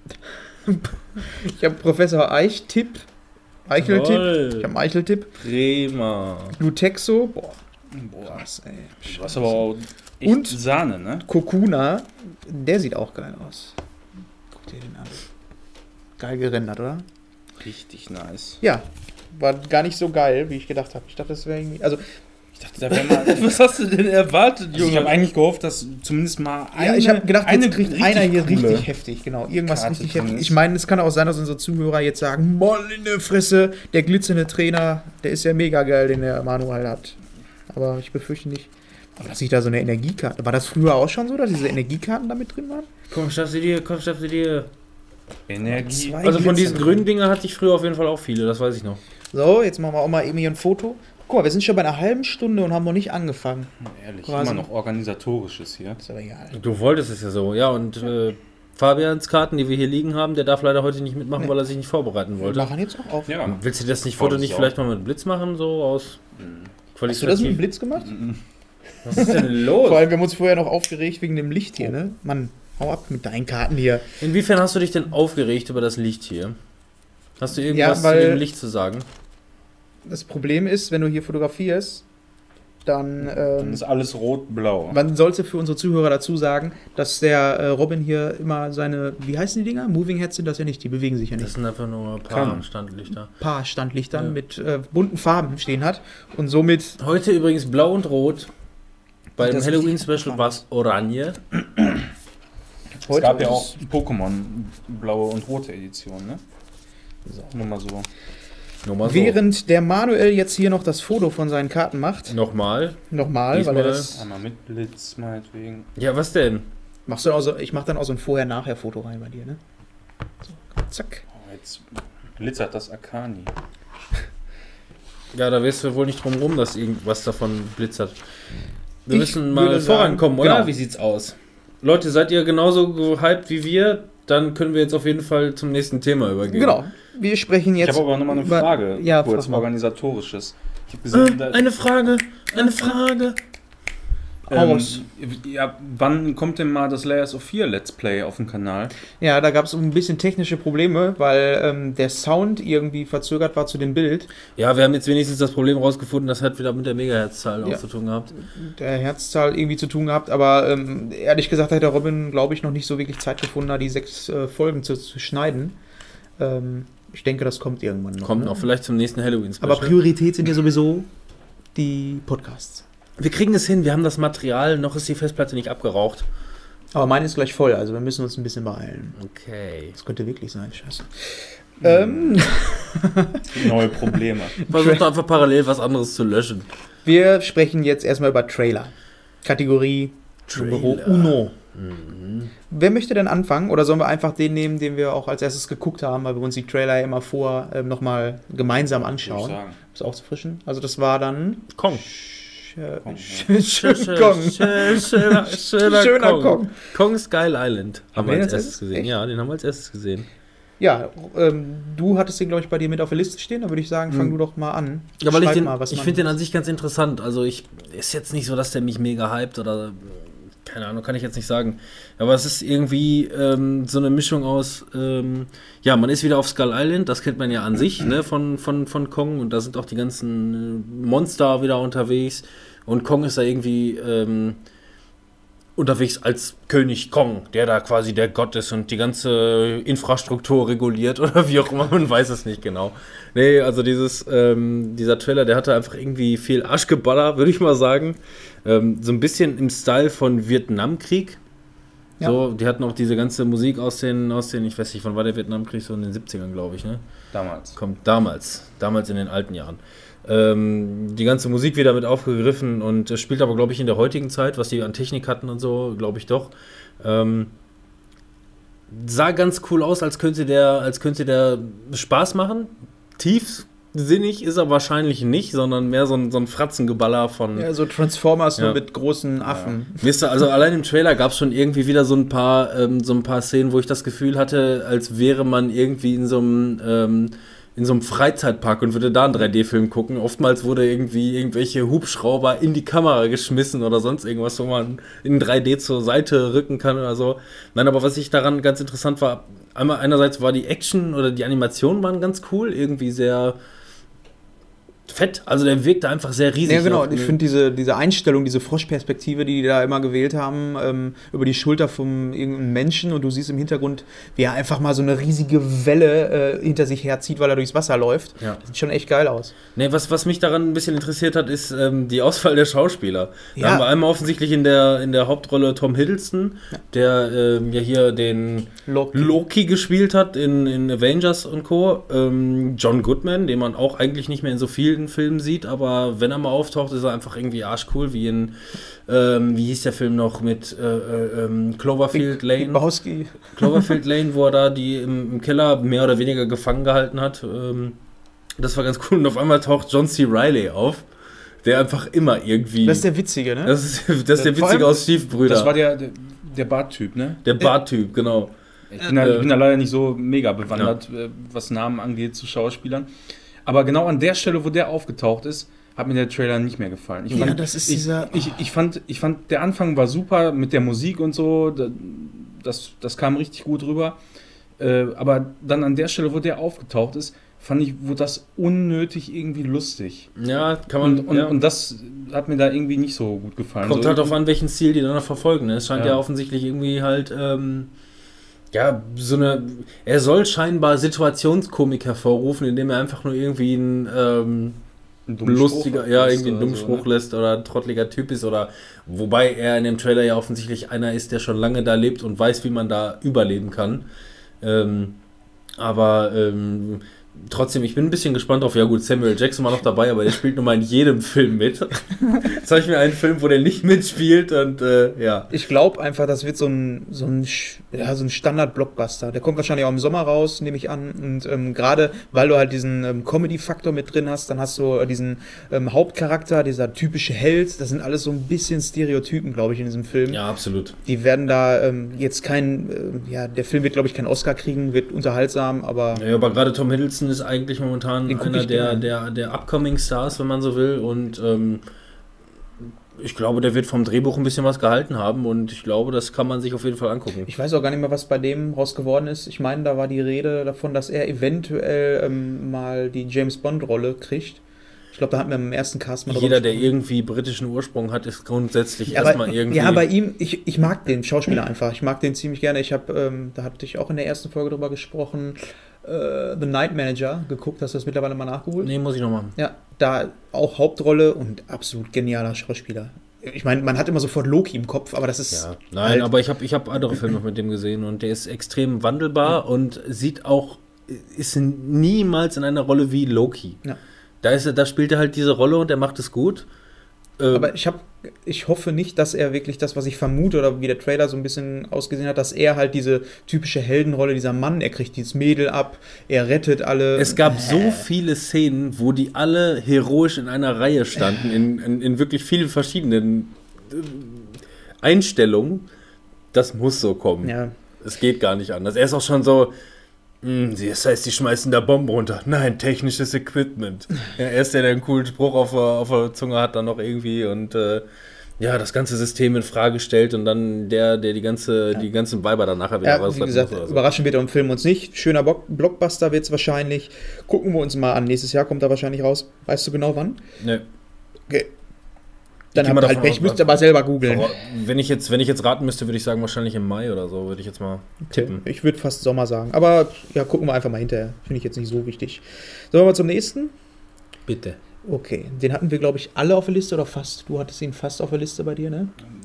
Ich habe Professor Eich-Tipp. Eicheltipp. Toll. Ich habe einen Eicheltipp. Prima. Glutexo. Boah. Boah, Krass, ey. du hast aber auch echt Und- Sahne, ne? Kokuna. Der sieht auch geil aus. Guck dir den an. Geil gerendert, oder? Richtig nice. Ja. War gar nicht so geil, wie ich gedacht habe. Ich dachte, das wäre irgendwie. Also, Ich dachte, da wäre mal. Was hast du denn erwartet, Also ich habe eigentlich gehofft, dass zumindest mal eine. ja, ich habe gedacht, eine jetzt kriegt richtig einer hier coole richtig heftig. Genau, irgendwas Karte richtig drin heftig. ist. Ich meine, es kann auch sein, dass unsere Zuhörer jetzt sagen: Moll in der Fresse, der glitzernde Trainer, der ist ja mega geil, den der Manuel hat. Aber ich befürchte nicht. Aber dass ich da so eine Energiekarte. War das früher auch schon so, dass diese Energiekarten da mit drin waren? Komm, schaff sie dir, komm, schaff sie dir. Energie. Zwei Also von diesen Glitzer- grünen Dinger hatte ich früher auf jeden Fall auch viele, das weiß ich noch. So, jetzt machen wir auch mal eben hier ein Foto. Guck mal, wir sind schon bei einer halben Stunde und haben noch nicht angefangen. Ehrlich, Quasi. immer noch organisatorisches hier. Ist aber egal. Du wolltest es ja so, ja, und äh, Fabians Karten, die wir hier liegen haben, der darf leider heute nicht mitmachen, Nee. weil er sich nicht vorbereiten Wir wollte. machen jetzt auch auf. Ja. Willst du das nicht Oh, Foto das nicht ist vielleicht mal mit Blitz machen, so aus Hast du das qualitativ? mit dem Blitz gemacht? Was ist denn los? Vor allem, wir haben uns vorher noch aufgeregt wegen dem Licht hier, ne? Mann, hau ab mit deinen Karten hier. Inwiefern hast du dich denn aufgeregt über das Licht hier? Hast du irgendwas Ja, weil- zu dem Licht zu sagen? Das Problem ist, wenn du hier fotografierst, dann, Dann ähm, ist alles rot-blau. man sollte für unsere Zuhörer dazu sagen, dass der äh, Robin hier immer seine, wie heißen die Dinger? Moving Heads sind das ja nicht, die bewegen sich ja Das nicht. sind einfach nur ein paar Kann. Standlichter. Paar Standlichtern Ja. mit äh, bunten Farben stehen hat und somit Heute übrigens blau und rot. Bei dem Das Halloween-Special richtig war es Oranje. Es heute gab ja ist- auch Pokémon blaue und rote Edition, ne? So. Nur mal so. Nur mal so. Während der Manuel jetzt hier noch das Foto von seinen Karten macht, Nochmal. nochmal, weil Diesmal- er das. Einmal mit Blitz, meinetwegen. Ja, was denn? Machst du auch so, ich mach dann auch so ein Vorher-Nachher-Foto rein bei dir, ne? So, zack. Oh, jetzt glitzert das Akani. Ja, da wirst du wohl nicht drum rum, dass irgendwas davon blitzert. Wir Ich müssen mal würde vorankommen, sagen, oder? genau. Wie sieht's aus? Leute, seid ihr genauso gehypt wie wir? Dann können wir jetzt auf jeden Fall zum nächsten Thema übergehen. Genau. Wir sprechen Ich jetzt. habe aber nochmal eine über- Frage, Ja, kurz frag mal. organisatorisches. Ich habe gesehen, Äh, da, eine Frage, eine Frage. ähm, Haus. ja, wann kommt denn mal das Layers of Fear Let's Play auf dem Kanal? Ja, da gab es ein bisschen technische Probleme, weil ähm, der Sound irgendwie verzögert war zu dem Bild. Ja, wir haben jetzt wenigstens das Problem rausgefunden, das hat wieder mit der Megahertzzahl Ja. auch zu tun gehabt. Der Herzzahl irgendwie zu tun gehabt, aber ähm, ehrlich gesagt hat der Robin, glaube ich, noch nicht so wirklich Zeit gefunden, da die sechs äh, Folgen zu, zu schneiden. Ähm, ich denke, das kommt irgendwann noch. Kommt ne? noch, vielleicht zum nächsten Halloween-Special. Aber Priorität sind ja sowieso die Podcasts. wir kriegen es hin, wir haben das Material, noch ist die Festplatte nicht abgeraucht. Aber meine ist gleich voll, also wir müssen uns ein bisschen beeilen. Okay. Das könnte wirklich sein, scheiße. Ähm, Neue Probleme. Versucht einfach parallel was anderes zu löschen. wir sprechen jetzt erstmal über Trailer. Kategorie Numero Uno. Mhm. Wer möchte denn anfangen? Oder sollen wir einfach den nehmen, den wir auch als erstes geguckt haben, weil wir uns die Trailer ja immer vor ähm, nochmal gemeinsam Würde ich anschauen, um sagen. es aufzufrischen. Also das war dann Kong. Sch- Kong, Sch- Schön Kong. Schöner, schöner, Schöner Kong. Kong. Kong Skull Island. Haben wir wir den als als erstes erstes? gesehen. Echt? Ja, den haben wir als erstes gesehen. Ja, ähm, du hattest den, glaube ich, bei dir mit auf der Liste stehen. Da würde ich sagen, fang Hm. du doch mal an. Ja, weil ich Schreib den, mal, was ich man- finde den an sich ganz interessant. Also ich ist jetzt nicht so, dass der mich mega hypt oder keine Ahnung, kann ich jetzt nicht sagen. Aber es ist irgendwie ähm, so eine Mischung aus, ähm, ja, man ist wieder auf Skull Island, das kennt man ja an sich, ne, von, von, von Kong und da sind auch die ganzen äh, Monster wieder unterwegs und Kong ist da irgendwie ähm, unterwegs als König Kong, der da quasi der Gott ist und die ganze Infrastruktur reguliert oder wie auch immer, man weiß es nicht genau. Nee, also dieses, ähm, dieser Trailer, der hatte einfach irgendwie viel Arschgeballer, würde ich mal sagen. Ähm, so ein bisschen im Style von Vietnamkrieg. Ja. So, die hatten auch diese ganze Musik aus den, aus den, ich weiß nicht, wann war der Vietnamkrieg, so in den siebzigern, glaube ich, ne? Damals. Kommt damals, damals in den alten Jahren. Ähm, die ganze Musik wieder mit aufgegriffen und es spielt aber, glaube ich, in der heutigen Zeit, was die an Technik hatten und so, glaube ich doch. Ähm, sah ganz cool aus, als könnte der, als könnte der Spaß machen. Tiefsinnig ist er wahrscheinlich nicht, sondern mehr so ein, so ein Fratzengeballer von... Ja, so Transformers Ja. nur mit großen Affen. Wisst ihr, also allein im Trailer gab es schon irgendwie wieder so ein paar ähm, so ein paar Szenen, wo ich das Gefühl hatte, als wäre man irgendwie in so einem ähm, in so einem Freizeitpark und würde da einen drei D-Film gucken. Oftmals wurde irgendwie irgendwelche Hubschrauber in die Kamera geschmissen oder sonst irgendwas, wo man in drei D zur Seite rücken kann oder so. Nein, aber was ich daran ganz interessant war, einmal einerseits war die Action oder die Animationen waren ganz cool, irgendwie sehr fett. Also der wirkte einfach sehr riesig. Ja, genau. auf- Ich finde diese, diese Einstellung, diese Froschperspektive, die die da immer gewählt haben, ähm, über die Schulter vom irgendeinem Menschen und du siehst im Hintergrund, wie er einfach mal so eine riesige Welle äh, hinter sich herzieht, weil er durchs Wasser läuft. Ja. Sieht schon echt geil aus. Nee, was, was mich daran ein bisschen interessiert hat, ist ähm, die Auswahl der Schauspieler. Da Ja. haben wir einmal offensichtlich in der, in der Hauptrolle Tom Hiddleston, der ähm, ja hier den Loki. Loki gespielt hat in, in Avengers und Co. Ähm, John Goodman, den man auch eigentlich nicht mehr in so vielen Filmen sieht, aber wenn er mal auftaucht, ist er einfach irgendwie arschcool, wie in, ähm, wie hieß der Film noch mit äh, äh, ähm, Cloverfield Lane. Lebowski. Cloverfield Lane, wo er da die im, im Keller mehr oder weniger gefangen gehalten hat. Ähm, das war ganz cool. Und auf einmal taucht John C. Reilly auf, der einfach immer irgendwie... Das ist der Witzige, ne? das ist, das ist der Vor Witzige allem- aus Stiefbrüder. Das war der, der, der Barttyp, ne? der Barttyp, genau. Ich bin, da, Äh, ich bin da leider nicht so mega bewandert, äh, was Namen angeht zu Schauspielern. Aber genau an der Stelle, wo der aufgetaucht ist, hat mir der Trailer nicht mehr gefallen. Ich Ja, fand, das ist ich, dieser- Ich, ich, fand, ich fand, der Anfang war super mit der Musik und so. da- Das, das kam richtig gut rüber. Äh, aber dann an der Stelle, wo der aufgetaucht ist, fand ich, wurde das unnötig irgendwie lustig. Ja, kann man... Und, und, ja. und das hat mir da irgendwie nicht so gut gefallen. Kommt so, halt darauf an, welchen Ziel die dann noch verfolgen. Ne? Es scheint ja. Ja. offensichtlich irgendwie halt, ähm, ja, so eine. Er soll scheinbar Situationskomik hervorrufen, indem er einfach nur irgendwie ein ähm, einen dummen lustiger, Spruch ja, lässt irgendwie einen oder dummen so, Spruch ne? lässt oder ein trottliger Typ ist oder. Wobei er in dem Trailer ja offensichtlich einer ist, der schon lange da lebt und weiß, wie man da überleben kann. Ähm, aber ähm, trotzdem, ich bin ein bisschen gespannt drauf. Ja gut, Samuel Jackson war noch dabei, aber der spielt nun mal in jedem Film mit. Jetzt habe ich mir einen Film, wo der nicht mitspielt und äh, ja. Ich glaube einfach, das wird so ein, so ein, Sch- ja, so ein Standard-Blockbuster. Der kommt wahrscheinlich auch im Sommer raus, nehme ich an. Und ähm, gerade, weil du halt diesen ähm, Comedy-Faktor mit drin hast, dann hast du äh, diesen ähm, Hauptcharakter, dieser typische Held. Das sind alles so ein bisschen Stereotypen, glaube ich, in diesem Film. Ja, absolut. Die werden da ähm, jetzt kein, äh, ja, der Film wird, glaube ich, keinen Oscar kriegen, wird unterhaltsam, aber Ja, aber gerade Tom Hiddleston ist eigentlich momentan Den guck einer ich der, gerne. der, der Upcoming Stars, wenn man so will. Und ähm, ich glaube, der wird vom Drehbuch ein bisschen was gehalten haben und ich glaube, das kann man sich auf jeden Fall angucken. ich weiß auch gar nicht mehr, was bei dem raus geworden ist. Ich meine, da war die Rede davon, dass er eventuell ähm, mal die James-Bond-Rolle kriegt. Ich glaube, da hatten wir im ersten Cast mal drüber Jeder, der gesprochen. irgendwie britischen Ursprung hat, ist grundsätzlich Ja, erstmal aber, irgendwie. ja, bei ihm, ich, ich mag den Schauspieler einfach. Ich mag den ziemlich gerne. Ich habe, ähm, da hatte ich auch in der ersten Folge drüber gesprochen, äh, The Night Manager geguckt. Hast du das mittlerweile mal nachgeholt? Nee, muss ich noch machen. Ja, da auch Hauptrolle und absolut genialer Schauspieler. Ich meine, man hat immer sofort Loki im Kopf, aber das ist Ja, nein, halt- aber ich habe ich hab andere Filme mit dem gesehen und der ist extrem wandelbar und sieht auch, ist niemals in einer Rolle wie Loki. Ja. Da, ist er, da spielt er halt diese Rolle und er macht es gut. Ähm, Aber ich habe, ich hoffe nicht, dass er wirklich das, was ich vermute oder wie der Trailer so ein bisschen ausgesehen hat, dass er halt diese typische Heldenrolle, dieser Mann, er kriegt dieses Mädel ab, er rettet alle. Es gab so viele Szenen, wo die alle heroisch in einer Reihe standen, in, in, in wirklich vielen verschiedenen äh, Einstellungen. Das muss so kommen. Ja. Es geht gar nicht anders. Er ist auch schon so, "Hm, das heißt, die schmeißen da Bomben runter. Nein, technisches Equipment. Ja, er ist der, der einen coolen Spruch auf, der- auf der Zunge hat dann noch irgendwie und äh, ja, das ganze System in Frage stellt und dann der, der die ganze, die ganzen Weiber dann nachher wieder Ja, rausretten wie gesagt, muss oder so. überraschen wird er im Film uns nicht. Schöner Bock Blockbuster wird es wahrscheinlich. Gucken wir uns mal an. Nächstes Jahr kommt er wahrscheinlich raus. Weißt du genau wann? Nee. Okay. Dann gehe habt mal ihr halt davon Pech, aus, müsst ihr aber selber googeln. Aber wenn ich jetzt, wenn ich jetzt raten müsste, würde ich sagen, wahrscheinlich im Mai oder so, würde ich jetzt mal tippen. Ich würde fast Sommer sagen. Aber ja, gucken wir einfach mal hinterher. Finde ich jetzt nicht so wichtig. Sollen wir mal zum nächsten? Bitte. Okay, den hatten wir, glaube ich, alle auf der Liste oder fast. Du hattest ihn fast auf der Liste bei dir, ne?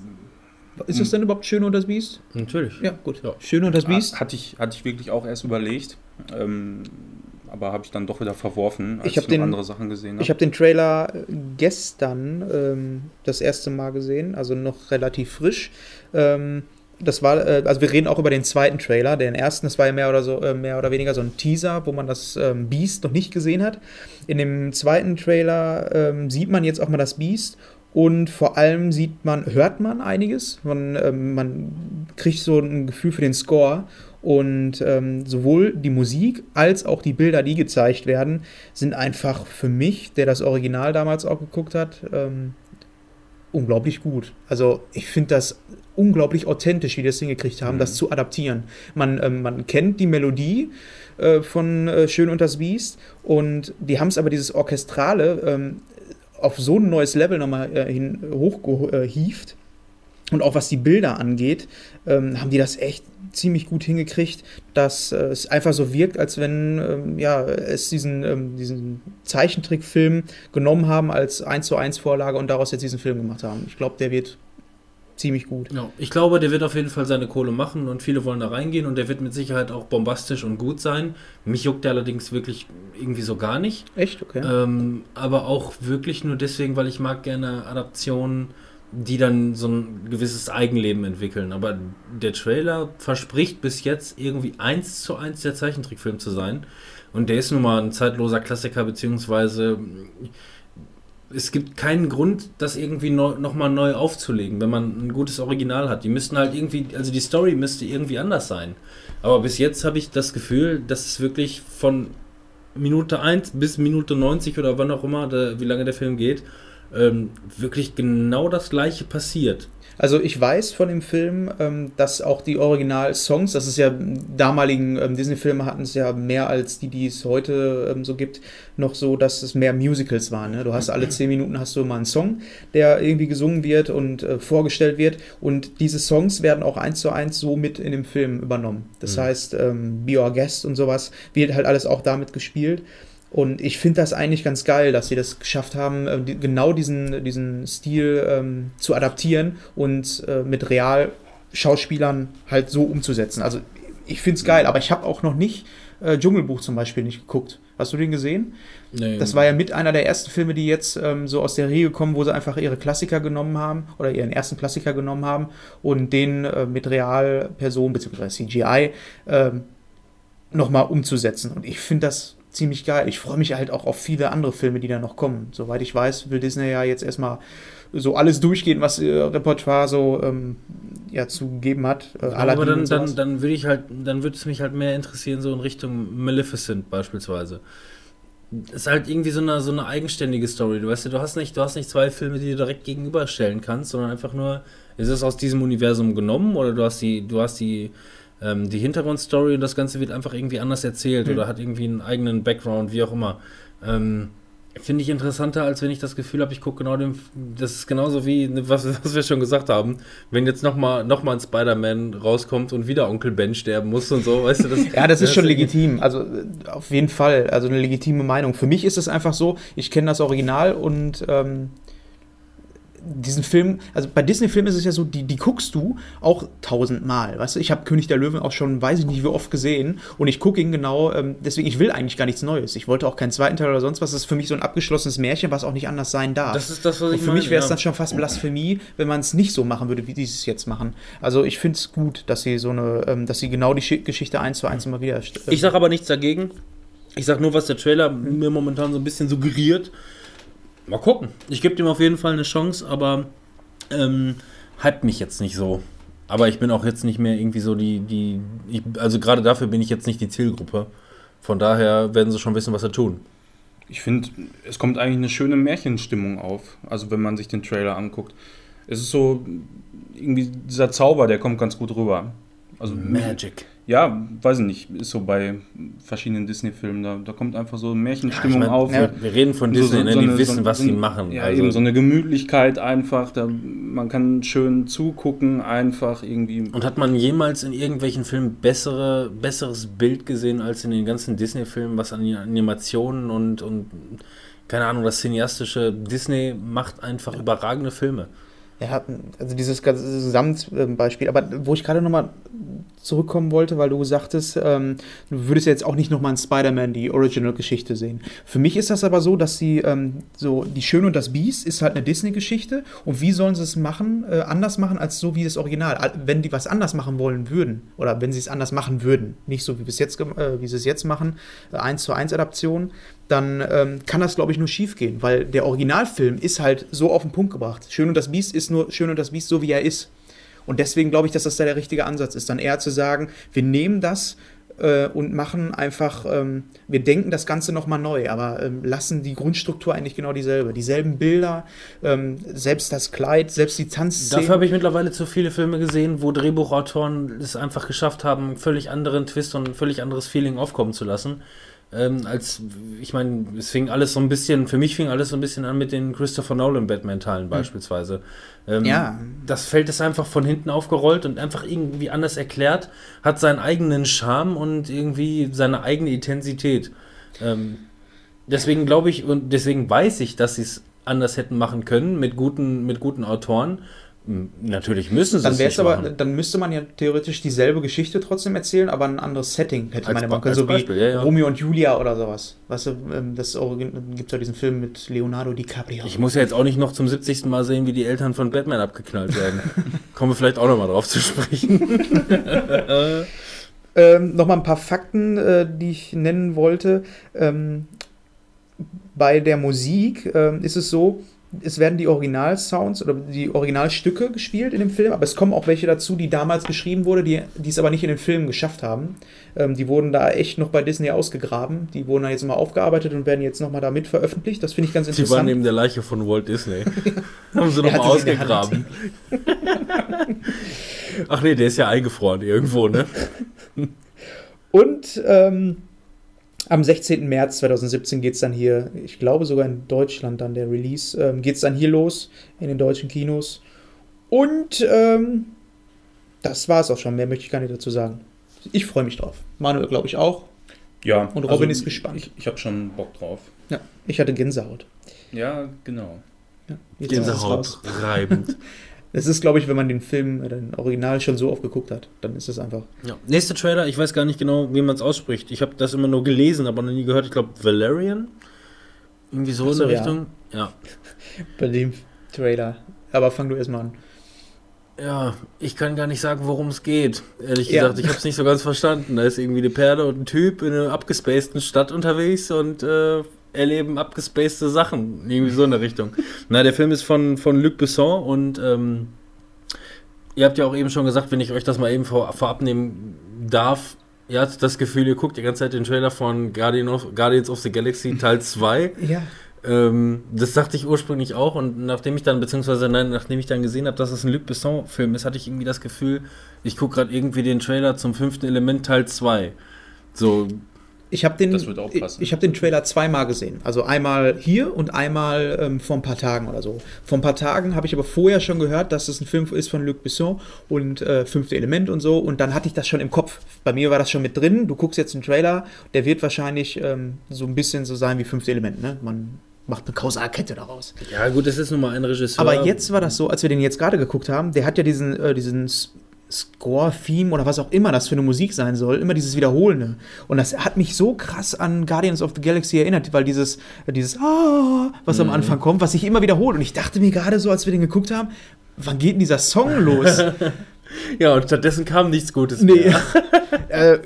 Ist das denn überhaupt Schön und das Biest? Natürlich. Ja, gut. Ja. Schön und das Biest. Hatte ich, hatte ich wirklich auch erst überlegt, ähm, aber habe ich dann doch wieder verworfen, als Ich ich, hab noch den- andere Sachen gesehen habe. Ich habe den Trailer äh, gestern ähm, das erste Mal gesehen, also noch relativ frisch. Ähm, Das war, äh, also wir reden auch über den zweiten Trailer. Den ersten, das war ja mehr oder so, äh, mehr oder weniger so ein Teaser, wo man das ähm, Beast noch nicht gesehen hat. In dem zweiten Trailer ähm, sieht man jetzt auch mal das Beast und vor allem sieht man, hört man einiges. Man, ähm, man kriegt so ein Gefühl für den Score. Und ähm, sowohl die Musik als auch die Bilder, die gezeigt werden, sind einfach für mich, der das Original damals auch geguckt hat, ähm, unglaublich gut. Also ich finde das unglaublich authentisch, wie die das hingekriegt haben, mhm. das zu adaptieren. Man, ähm, man kennt die Melodie äh, von äh, Schön und das Biest und die haben es aber dieses Orchestrale ähm, auf so ein neues Level nochmal äh, hin hochgehievt. Und auch was die Bilder angeht, ähm, haben die das echt ziemlich gut hingekriegt, dass äh, es einfach so wirkt, als wenn ähm, ja, es diesen, ähm, diesen Zeichentrickfilm genommen haben als eins zu eins Vorlage und daraus jetzt diesen Film gemacht haben. Ich glaube, der wird ziemlich gut. Ja, ich glaube, der wird auf jeden Fall seine Kohle machen und viele wollen da reingehen und der wird mit Sicherheit auch bombastisch und gut sein. Mich juckt der allerdings wirklich irgendwie so gar nicht. Echt? Okay. Ähm, aber auch wirklich nur deswegen, weil ich mag gerne Adaptionen, die dann so ein gewisses Eigenleben entwickeln. Aber der Trailer verspricht bis jetzt irgendwie eins zu eins der Zeichentrickfilm zu sein. Und der ist nun mal ein zeitloser Klassiker, beziehungsweise es gibt keinen Grund, das irgendwie neu, nochmal neu aufzulegen, wenn man ein gutes Original hat. Die müssten halt irgendwie, also die Story müsste irgendwie anders sein. Aber bis jetzt habe ich das Gefühl, dass es wirklich von Minute eins bis Minute neunzig oder wann auch immer, der, wie lange der Film geht, Ähm, wirklich genau das Gleiche passiert. Also ich weiß von dem Film, ähm, dass auch die Original-Songs, das ist ja, damaligen ähm, Disney-Filme hatten es ja mehr als die, die es heute ähm, so gibt, noch so, dass es mehr Musicals waren. Ne? Du hast alle zehn Minuten hast du mal einen Song, der irgendwie gesungen wird und äh, vorgestellt wird und diese Songs werden auch eins zu eins so mit in dem Film übernommen. Das mhm. heißt, ähm, Be Our Guest und sowas wird halt alles auch damit gespielt. Und ich finde das eigentlich ganz geil, dass sie das geschafft haben, äh, die, genau diesen, diesen Stil ähm, zu adaptieren und äh, mit Real-Schauspielern halt so umzusetzen. Also ich finde es geil, aber ich habe auch noch nicht äh, Dschungelbuch zum Beispiel nicht geguckt. Hast du den gesehen? Nee. Das war ja mit einer der ersten Filme, die jetzt ähm, so aus der Reihe kommen, wo sie einfach ihre Klassiker genommen haben oder ihren ersten Klassiker genommen haben und den äh, mit Realpersonen bzw. C G I äh, nochmal umzusetzen. Und ich finde das ziemlich geil. Ich freue mich halt auch auf viele andere Filme, die da noch kommen. Soweit ich weiß, will Disney ja jetzt erstmal so alles durchgehen, was ihr Repertoire so ähm, ja, zu geben hat. Äh, ja, aber dann, dann, dann würde ich halt, dann würde es mich halt mehr interessieren, so in Richtung Maleficent beispielsweise. Das ist halt irgendwie so eine, so eine eigenständige Story. Du weißt ja, du hast nicht, du hast nicht zwei Filme, die du direkt gegenüberstellen kannst, sondern einfach nur, ist es aus diesem Universum genommen oder du hast die, du hast die die Hintergrundstory und das Ganze wird einfach irgendwie anders erzählt mhm. oder hat irgendwie einen eigenen Background, wie auch immer. Ähm, finde ich interessanter, als wenn ich das Gefühl habe, ich gucke genau dem, das ist genauso wie, was, was wir schon gesagt haben, wenn jetzt nochmal noch mal ein Spider-Man rauskommt und wieder Onkel Ben sterben muss und so, weißt du, das... Ja, das ist das schon legitim, also auf jeden Fall, also eine legitime Meinung. Für mich ist es einfach so, ich kenne das Original und ähm, diesen Film, also bei Disney-Filmen ist es ja so, die, die guckst du auch tausendmal, weißt du, ich habe König der Löwen auch schon, weiß ich nicht wie oft gesehen und ich gucke ihn genau, ähm, deswegen, ich will eigentlich gar nichts Neues, ich wollte auch keinen zweiten Teil oder sonst was, das ist für mich so ein abgeschlossenes Märchen, was auch nicht anders sein darf. Das ist das, was ich und für meine, mich wäre es ja. dann schon fast Blasphemie, wenn man es nicht so machen würde, wie die es jetzt machen. Also ich finde es gut, dass sie so eine, ähm, dass sie genau die Sch- Geschichte eins zu eins immer wieder... Äh, ich sage aber nichts dagegen, ich sage nur, was der Trailer mhm. mir momentan so ein bisschen suggeriert. Mal gucken, ich gebe dem auf jeden Fall eine Chance, aber Ähm, hypt mich jetzt nicht so. Aber ich bin auch jetzt nicht mehr irgendwie so die, die ich, also gerade dafür bin ich jetzt nicht die Zielgruppe. Von daher werden sie schon wissen, was sie tun. Ich finde, es kommt eigentlich eine schöne Märchenstimmung auf. Also wenn man sich den Trailer anguckt. Es ist so, irgendwie dieser Zauber, der kommt ganz gut rüber. Also Magic. Ja, weiß ich nicht, ist so bei verschiedenen Disney-Filmen, da, da kommt einfach so Märchenstimmung ja, ich mein, auf. Ja, wir reden von Disney, so, so, so die eine, wissen, so, was so, sie machen. Ja, also. eben so eine Gemütlichkeit einfach, da, man kann schön zugucken, einfach irgendwie. Und hat man jemals in irgendwelchen Filmen bessere, besseres Bild gesehen als in den ganzen Disney-Filmen, was an Animationen und, und keine Ahnung, das cineastische Disney macht einfach überragende Filme. Ja, also dieses ganze Gesamtbeispiel. Aber wo ich gerade nochmal zurückkommen wollte, weil du sagtest, ähm, du würdest ja jetzt auch nicht nochmal in Spider-Man die Original-Geschichte sehen. Für mich ist das aber so, dass sie ähm, so, die Schöne und das Biest ist halt eine Disney-Geschichte und wie sollen sie es machen, äh, anders machen als so wie das Original. Wenn die was anders machen wollen würden oder wenn sie es anders machen würden, nicht so wie, bis jetzt, äh, wie sie es jetzt machen, äh, eins zu eins Adaption, dann ähm, kann das, glaube ich, nur schief gehen, weil der Originalfilm ist halt so auf den Punkt gebracht. Schön und das Biest ist nur Schön und das Biest so, wie er ist. Und deswegen glaube ich, dass das da der richtige Ansatz ist, dann eher zu sagen, wir nehmen das äh, und machen einfach, ähm, wir denken das Ganze nochmal neu, aber ähm, lassen die Grundstruktur eigentlich genau dieselbe. Dieselben Bilder, ähm, selbst das Kleid, selbst die Tanzszenen. Dafür habe ich mittlerweile zu viele Filme gesehen, wo Drehbuchautoren es einfach geschafft haben, einen völlig anderen Twist und ein völlig anderes Feeling aufkommen zu lassen. Ähm, als, ich meine, es fing alles so ein bisschen, für mich fing alles so ein bisschen an mit den Christopher Nolan Batman-Teilen beispielsweise. Ähm, Ja. Das Feld ist einfach von hinten aufgerollt und einfach irgendwie anders erklärt, hat seinen eigenen Charme und irgendwie seine eigene Intensität. Ähm, deswegen glaube ich und deswegen weiß ich, dass sie es anders hätten machen können mit guten, mit guten Autoren. M- Natürlich müssen sie Dann es wäre nicht es aber, machen. dann müsste man ja theoretisch dieselbe Geschichte trotzdem erzählen, aber ein anderes Setting hätte Als man ja Ba- machen können, als so Beispiel, wie ja, ja. Romeo und Julia oder sowas. Weißt du, ähm, das gibt es ja diesen Film mit Leonardo DiCaprio. Ich muss ja jetzt auch nicht noch zum siebzigsten Mal sehen, wie die Eltern von Batman abgeknallt werden. Kommen wir vielleicht auch nochmal drauf zu sprechen. Ähm, Nochmal ein paar Fakten, äh, die ich nennen wollte. Ähm, bei der Musik ähm, ist es so, es werden die Originalsounds oder die Originalstücke gespielt in dem Film, aber es kommen auch welche dazu, die damals geschrieben wurden, die, die es aber nicht in den Film geschafft haben. Ähm, die wurden da echt noch bei Disney ausgegraben. Die wurden da jetzt mal aufgearbeitet und werden jetzt nochmal damit veröffentlicht. Das finde ich ganz Die interessant. waren neben der Leiche von Walt Disney. Haben sie Er nochmal hatte sie in der ausgegraben. Ach nee, der ist ja eingefroren irgendwo, ne? Und ähm, am sechzehnten März zweitausendsiebzehn geht es dann hier, ich glaube sogar in Deutschland dann der Release, ähm, geht es dann hier los in den deutschen Kinos. Und ähm, das war es auch schon, mehr möchte ich gar nicht dazu sagen. Ich freue mich drauf. Manuel, glaube ich, auch. Ja. Und Robin ist gespannt. Ich, ich habe schon Bock drauf. Ja, ich hatte Gänsehaut. Ja, genau. Ja, jetzt ist es Gänsehaut raus. reibend. Es ist, glaube ich, wenn man den Film, äh, den Original schon so oft geguckt hat, dann ist es einfach. Ja. Nächster Trailer, ich weiß gar nicht genau, wie man es ausspricht. Ich habe das immer nur gelesen, aber noch nie gehört. Ich glaube, Valerian? Irgendwie so, Ach so, in der ja. Richtung. Ja. Bei dem Trailer. Aber fang du erstmal an. Ja, ich kann gar nicht sagen, worum es geht. Ehrlich Ja. gesagt, ich habe es nicht so ganz verstanden. Da ist irgendwie eine Perle und ein Typ in einer abgespaceden Stadt unterwegs und äh, erleben abgespacede Sachen. Irgendwie so in der Richtung. Na, der Film ist von, von Luc Besson und ähm, ihr habt ja auch eben schon gesagt, wenn ich euch das mal eben vor, vorab nehmen darf, ihr hattet das Gefühl, ihr guckt die ganze Zeit den Trailer von Guardian of, Guardians of the Galaxy Teil zwei. Ja. Ähm, das dachte ich ursprünglich auch und nachdem ich dann, beziehungsweise nein, nachdem ich dann gesehen habe, dass es ein Luc Besson-Film ist, hatte ich irgendwie das Gefühl, ich gucke gerade irgendwie den Trailer zum fünften Element Teil zwei. So, Ich habe den, Das wird auch passen. ich, ich hab den Trailer zweimal gesehen. Also einmal hier und einmal ähm, vor ein paar Tagen oder so. Vor ein paar Tagen habe ich aber vorher schon gehört, dass es ein Film ist von Luc Besson und äh, Fünfte Element und so. Und dann hatte ich das schon im Kopf. Bei mir war das schon mit drin. Du guckst jetzt den Trailer, der wird wahrscheinlich ähm, so ein bisschen so sein wie Fünfte Element. Ne? Man macht eine Kausalkette daraus. ja gut, es ist nun mal ein Regisseur. Aber jetzt war das so, als wir den jetzt gerade geguckt haben, der hat ja diesen, äh, diesen S- Score-Theme oder was auch immer das für eine Musik sein soll, immer dieses Wiederholende. Und das hat mich so krass an Guardians of the Galaxy erinnert, weil dieses, dieses Ah, was am Anfang kommt, was sich immer wiederholt. Und ich dachte mir gerade so, als wir den geguckt haben, wann geht denn dieser Song los? Ja, und stattdessen kam nichts Gutes Nee, mehr. äh,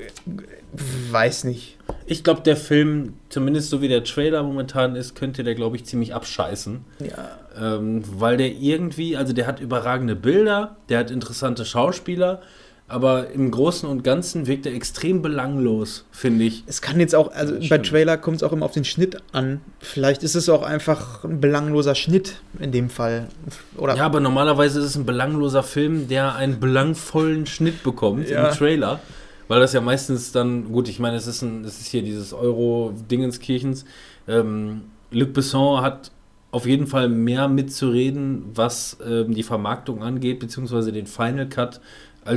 weiß nicht. Ich glaube, der Film, zumindest so wie der Trailer momentan ist, könnte der, glaube ich, ziemlich abscheißen. Ja. Ähm, weil der irgendwie, also der hat überragende Bilder, der hat interessante Schauspieler, aber im Großen und Ganzen wirkt er extrem belanglos, finde ich. Es kann jetzt auch, also Das bei stimmt. Trailer kommt es auch immer auf den Schnitt an. Vielleicht ist es auch einfach ein belangloser Schnitt in dem Fall. Oder Ja, aber normalerweise ist es ein belangloser Film, der einen belangvollen Schnitt bekommt Ja. im Trailer. Weil das ja meistens dann, gut, ich meine, es ist, ein, es ist hier dieses Euro-Dingenskirchens. Ähm, Luc Besson hat auf jeden Fall mehr mitzureden, was ähm, die Vermarktung angeht, beziehungsweise den Final Cut, als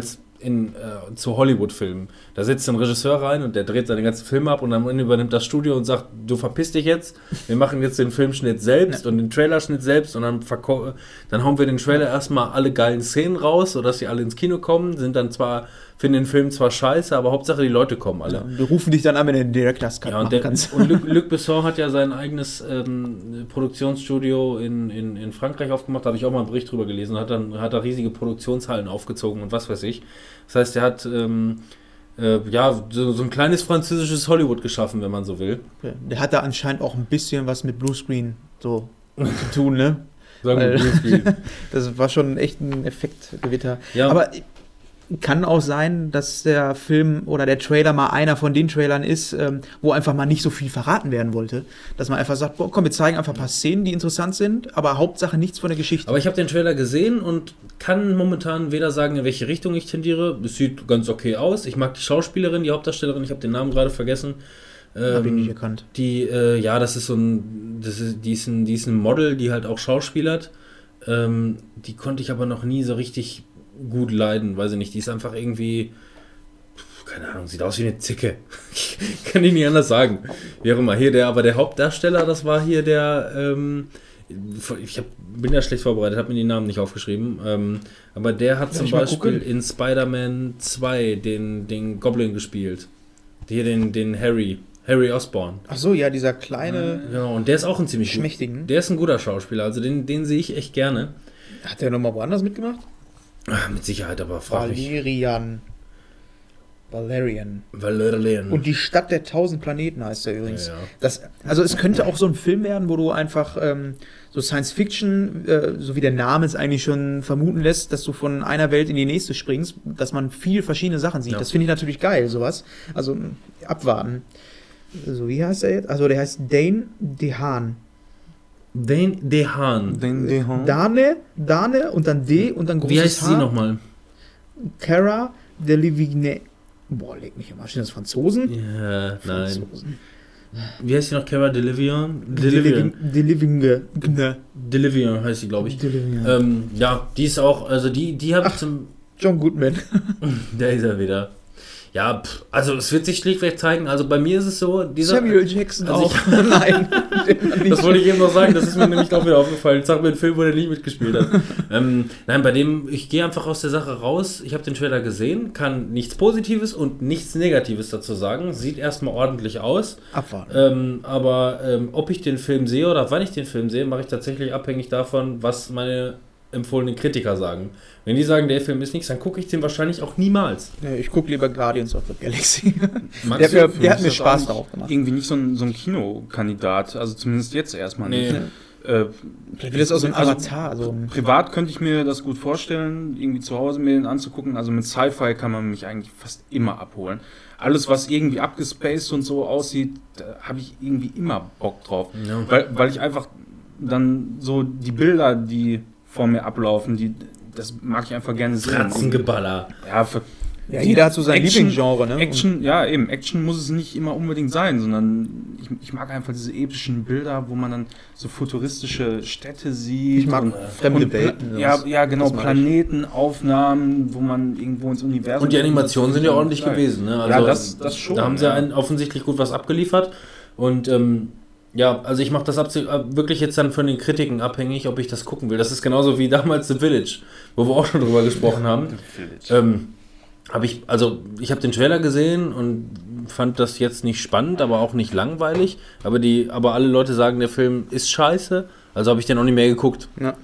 in, äh, zu Hollywood-Filmen. Da setzt ein Regisseur rein und der dreht seine ganzen Filme ab und am Ende übernimmt das Studio und sagt, du verpiss dich jetzt, wir machen jetzt den Filmschnitt selbst ja. und den Trailerschnitt selbst und dann, verko- dann hauen wir den Trailer erstmal alle geilen Szenen raus, sodass sie alle ins Kino kommen, sind dann zwar, finden den Film zwar scheiße, aber Hauptsache die Leute kommen alle. Ja, wir rufen dich dann an, wenn du den Director's Cut ja, und machen der, kannst. Und Luc, Luc Besson hat ja sein eigenes ähm, Produktionsstudio in, in, in Frankreich aufgemacht, da habe ich auch mal einen Bericht drüber gelesen, hat dann hat er riesige Produktionshallen aufgezogen und was weiß ich. Das heißt, er hat ähm, äh, ja, so, so ein kleines französisches Hollywood geschaffen, wenn man so will. Okay. Der hat da anscheinend auch ein bisschen was mit Bluescreen so zu tun, ne? Sagen wir Bluescreen. Das war schon echt ein Effektgewitter. Ja. Aber kann auch sein, dass der Film oder der Trailer mal einer von den Trailern ist, ähm, wo einfach mal nicht so viel verraten werden wollte. Dass man einfach sagt, boah, komm, wir zeigen einfach ein paar Szenen, die interessant sind, aber Hauptsache nichts von der Geschichte. Aber ich habe den Trailer gesehen und kann momentan weder sagen, in welche Richtung ich tendiere. Es sieht ganz okay aus. Ich mag die Schauspielerin, die Hauptdarstellerin, ich habe den Namen gerade vergessen. Ähm, Hab ich nicht erkannt. Die, äh, ja, das ist so ein, das ist, die, ist ein, die ist ein Model, die halt auch schauspielert. Ähm, die konnte ich aber noch nie so richtig gut leiden, weiß ich nicht. Die ist einfach irgendwie, keine Ahnung, sieht aus wie eine Zicke. Kann ich nicht anders sagen. Wie auch immer. Hier der, aber der Hauptdarsteller, das war hier der, ähm, ich hab, bin ja schlecht vorbereitet, habe mir die Namen nicht aufgeschrieben, ähm, aber der hat zum Beispiel in Spider-Man zwei den, den Goblin gespielt. Hier den, den Harry. Harry Osborn. Ach so, ja, dieser kleine. Ja, und der ist auch ein ziemlich schmächtigen. Der ist ein guter Schauspieler, also den, den sehe ich echt gerne. Hat der nochmal woanders mitgemacht? Ach, mit Sicherheit, aber frag mich. Valerian. Valerian. Valerian. Und die Stadt der tausend Planeten heißt er übrigens. Ja, ja. Das, also es könnte auch so ein Film werden, wo du einfach ähm, so Science Fiction, äh, so wie der Name es eigentlich schon vermuten lässt, dass du von einer Welt in die nächste springst, dass man viel verschiedene Sachen sieht. Ja. Das finde ich natürlich geil, sowas. Also abwarten. So, wie heißt er jetzt? Also der heißt Dane DeHaan. Dane DeHaan. Dane DeHaan. Dane, Dane und dann D und dann großes Wie heißt H. sie nochmal? Cara Delevingne. Boah, leg mich am Arsch. Sind das Franzosen? Ja, nein. Franzosen. Wie heißt sie noch? Cara Delevingne? Delevingne. Delevingne. Delevingne heißt sie, glaube ich. Delevingne. Ähm, ja, die ist auch, also die, die habe ich zum... John Goodman. Da ist er wieder. Ja, pff, also es wird sich schlichtweg zeigen. Also bei mir ist es so, dieser... Samuel Jackson also auch. Nein. Das wollte ich eben noch sagen, das ist mir nämlich auch wieder aufgefallen. Sag mir einen Film, wo der nicht mitgespielt hat. ähm, nein, bei dem, ich gehe einfach aus der Sache raus. Ich habe den Trailer gesehen, kann nichts Positives und nichts Negatives dazu sagen. Sieht erstmal ordentlich aus. Abwarten. Ähm, aber ähm, ob ich den Film sehe oder wann ich den Film sehe, mache ich tatsächlich abhängig davon, was meine empfohlenen Kritiker sagen. Wenn die sagen, der Film ist nichts, dann gucke ich den wahrscheinlich auch niemals. Ja, ich gucke lieber Guardians of the Galaxy. Magst der du? der, der hat mir Spaß darauf gemacht. Irgendwie nicht so ein, so ein Kinokandidat, also zumindest jetzt erstmal Nee. nicht. Äh, Vielleicht wird das auch so ein also, Avatar. So ein privat könnte ich mir das gut vorstellen, irgendwie zu Hause mir den anzugucken. Also mit Sci-Fi kann man mich eigentlich fast immer abholen. Alles, was irgendwie abgespaced und so aussieht, da habe ich irgendwie immer Bock drauf. Ja. Weil, weil ich einfach dann so die Bilder, die vor mir ablaufen, die, das mag ich einfach gerne sehen. Fratzengeballer. Ja, für, ja, jeder hat so sein Action- Lieblingsgenre, ne? Action, ja eben, Action muss es nicht immer unbedingt sein, sondern ich, ich mag einfach diese epischen Bilder, wo man dann so futuristische Städte sieht. Ich mag und, fremde und, Welten. Ja, sowas. ja, genau, Das mag ich. Planetenaufnahmen, wo man irgendwo ins Universum... Und die Animationen sind ja ordentlich Ja. gewesen. Ne? Ja, das- das schon, Da haben sie ja. einen offensichtlich gut was abgeliefert. Und ähm, ja, also ich mache das abs- äh, wirklich jetzt dann von den Kritiken abhängig, ob ich das gucken will. Das ist genauso wie damals The Village, wo wir auch schon drüber gesprochen haben. Ähm, habe ich, also ich habe den Trailer gesehen und fand das jetzt nicht spannend, aber auch nicht langweilig. Aber die, aber alle Leute sagen, der Film ist scheiße. Also habe ich den auch nicht mehr geguckt. Ja.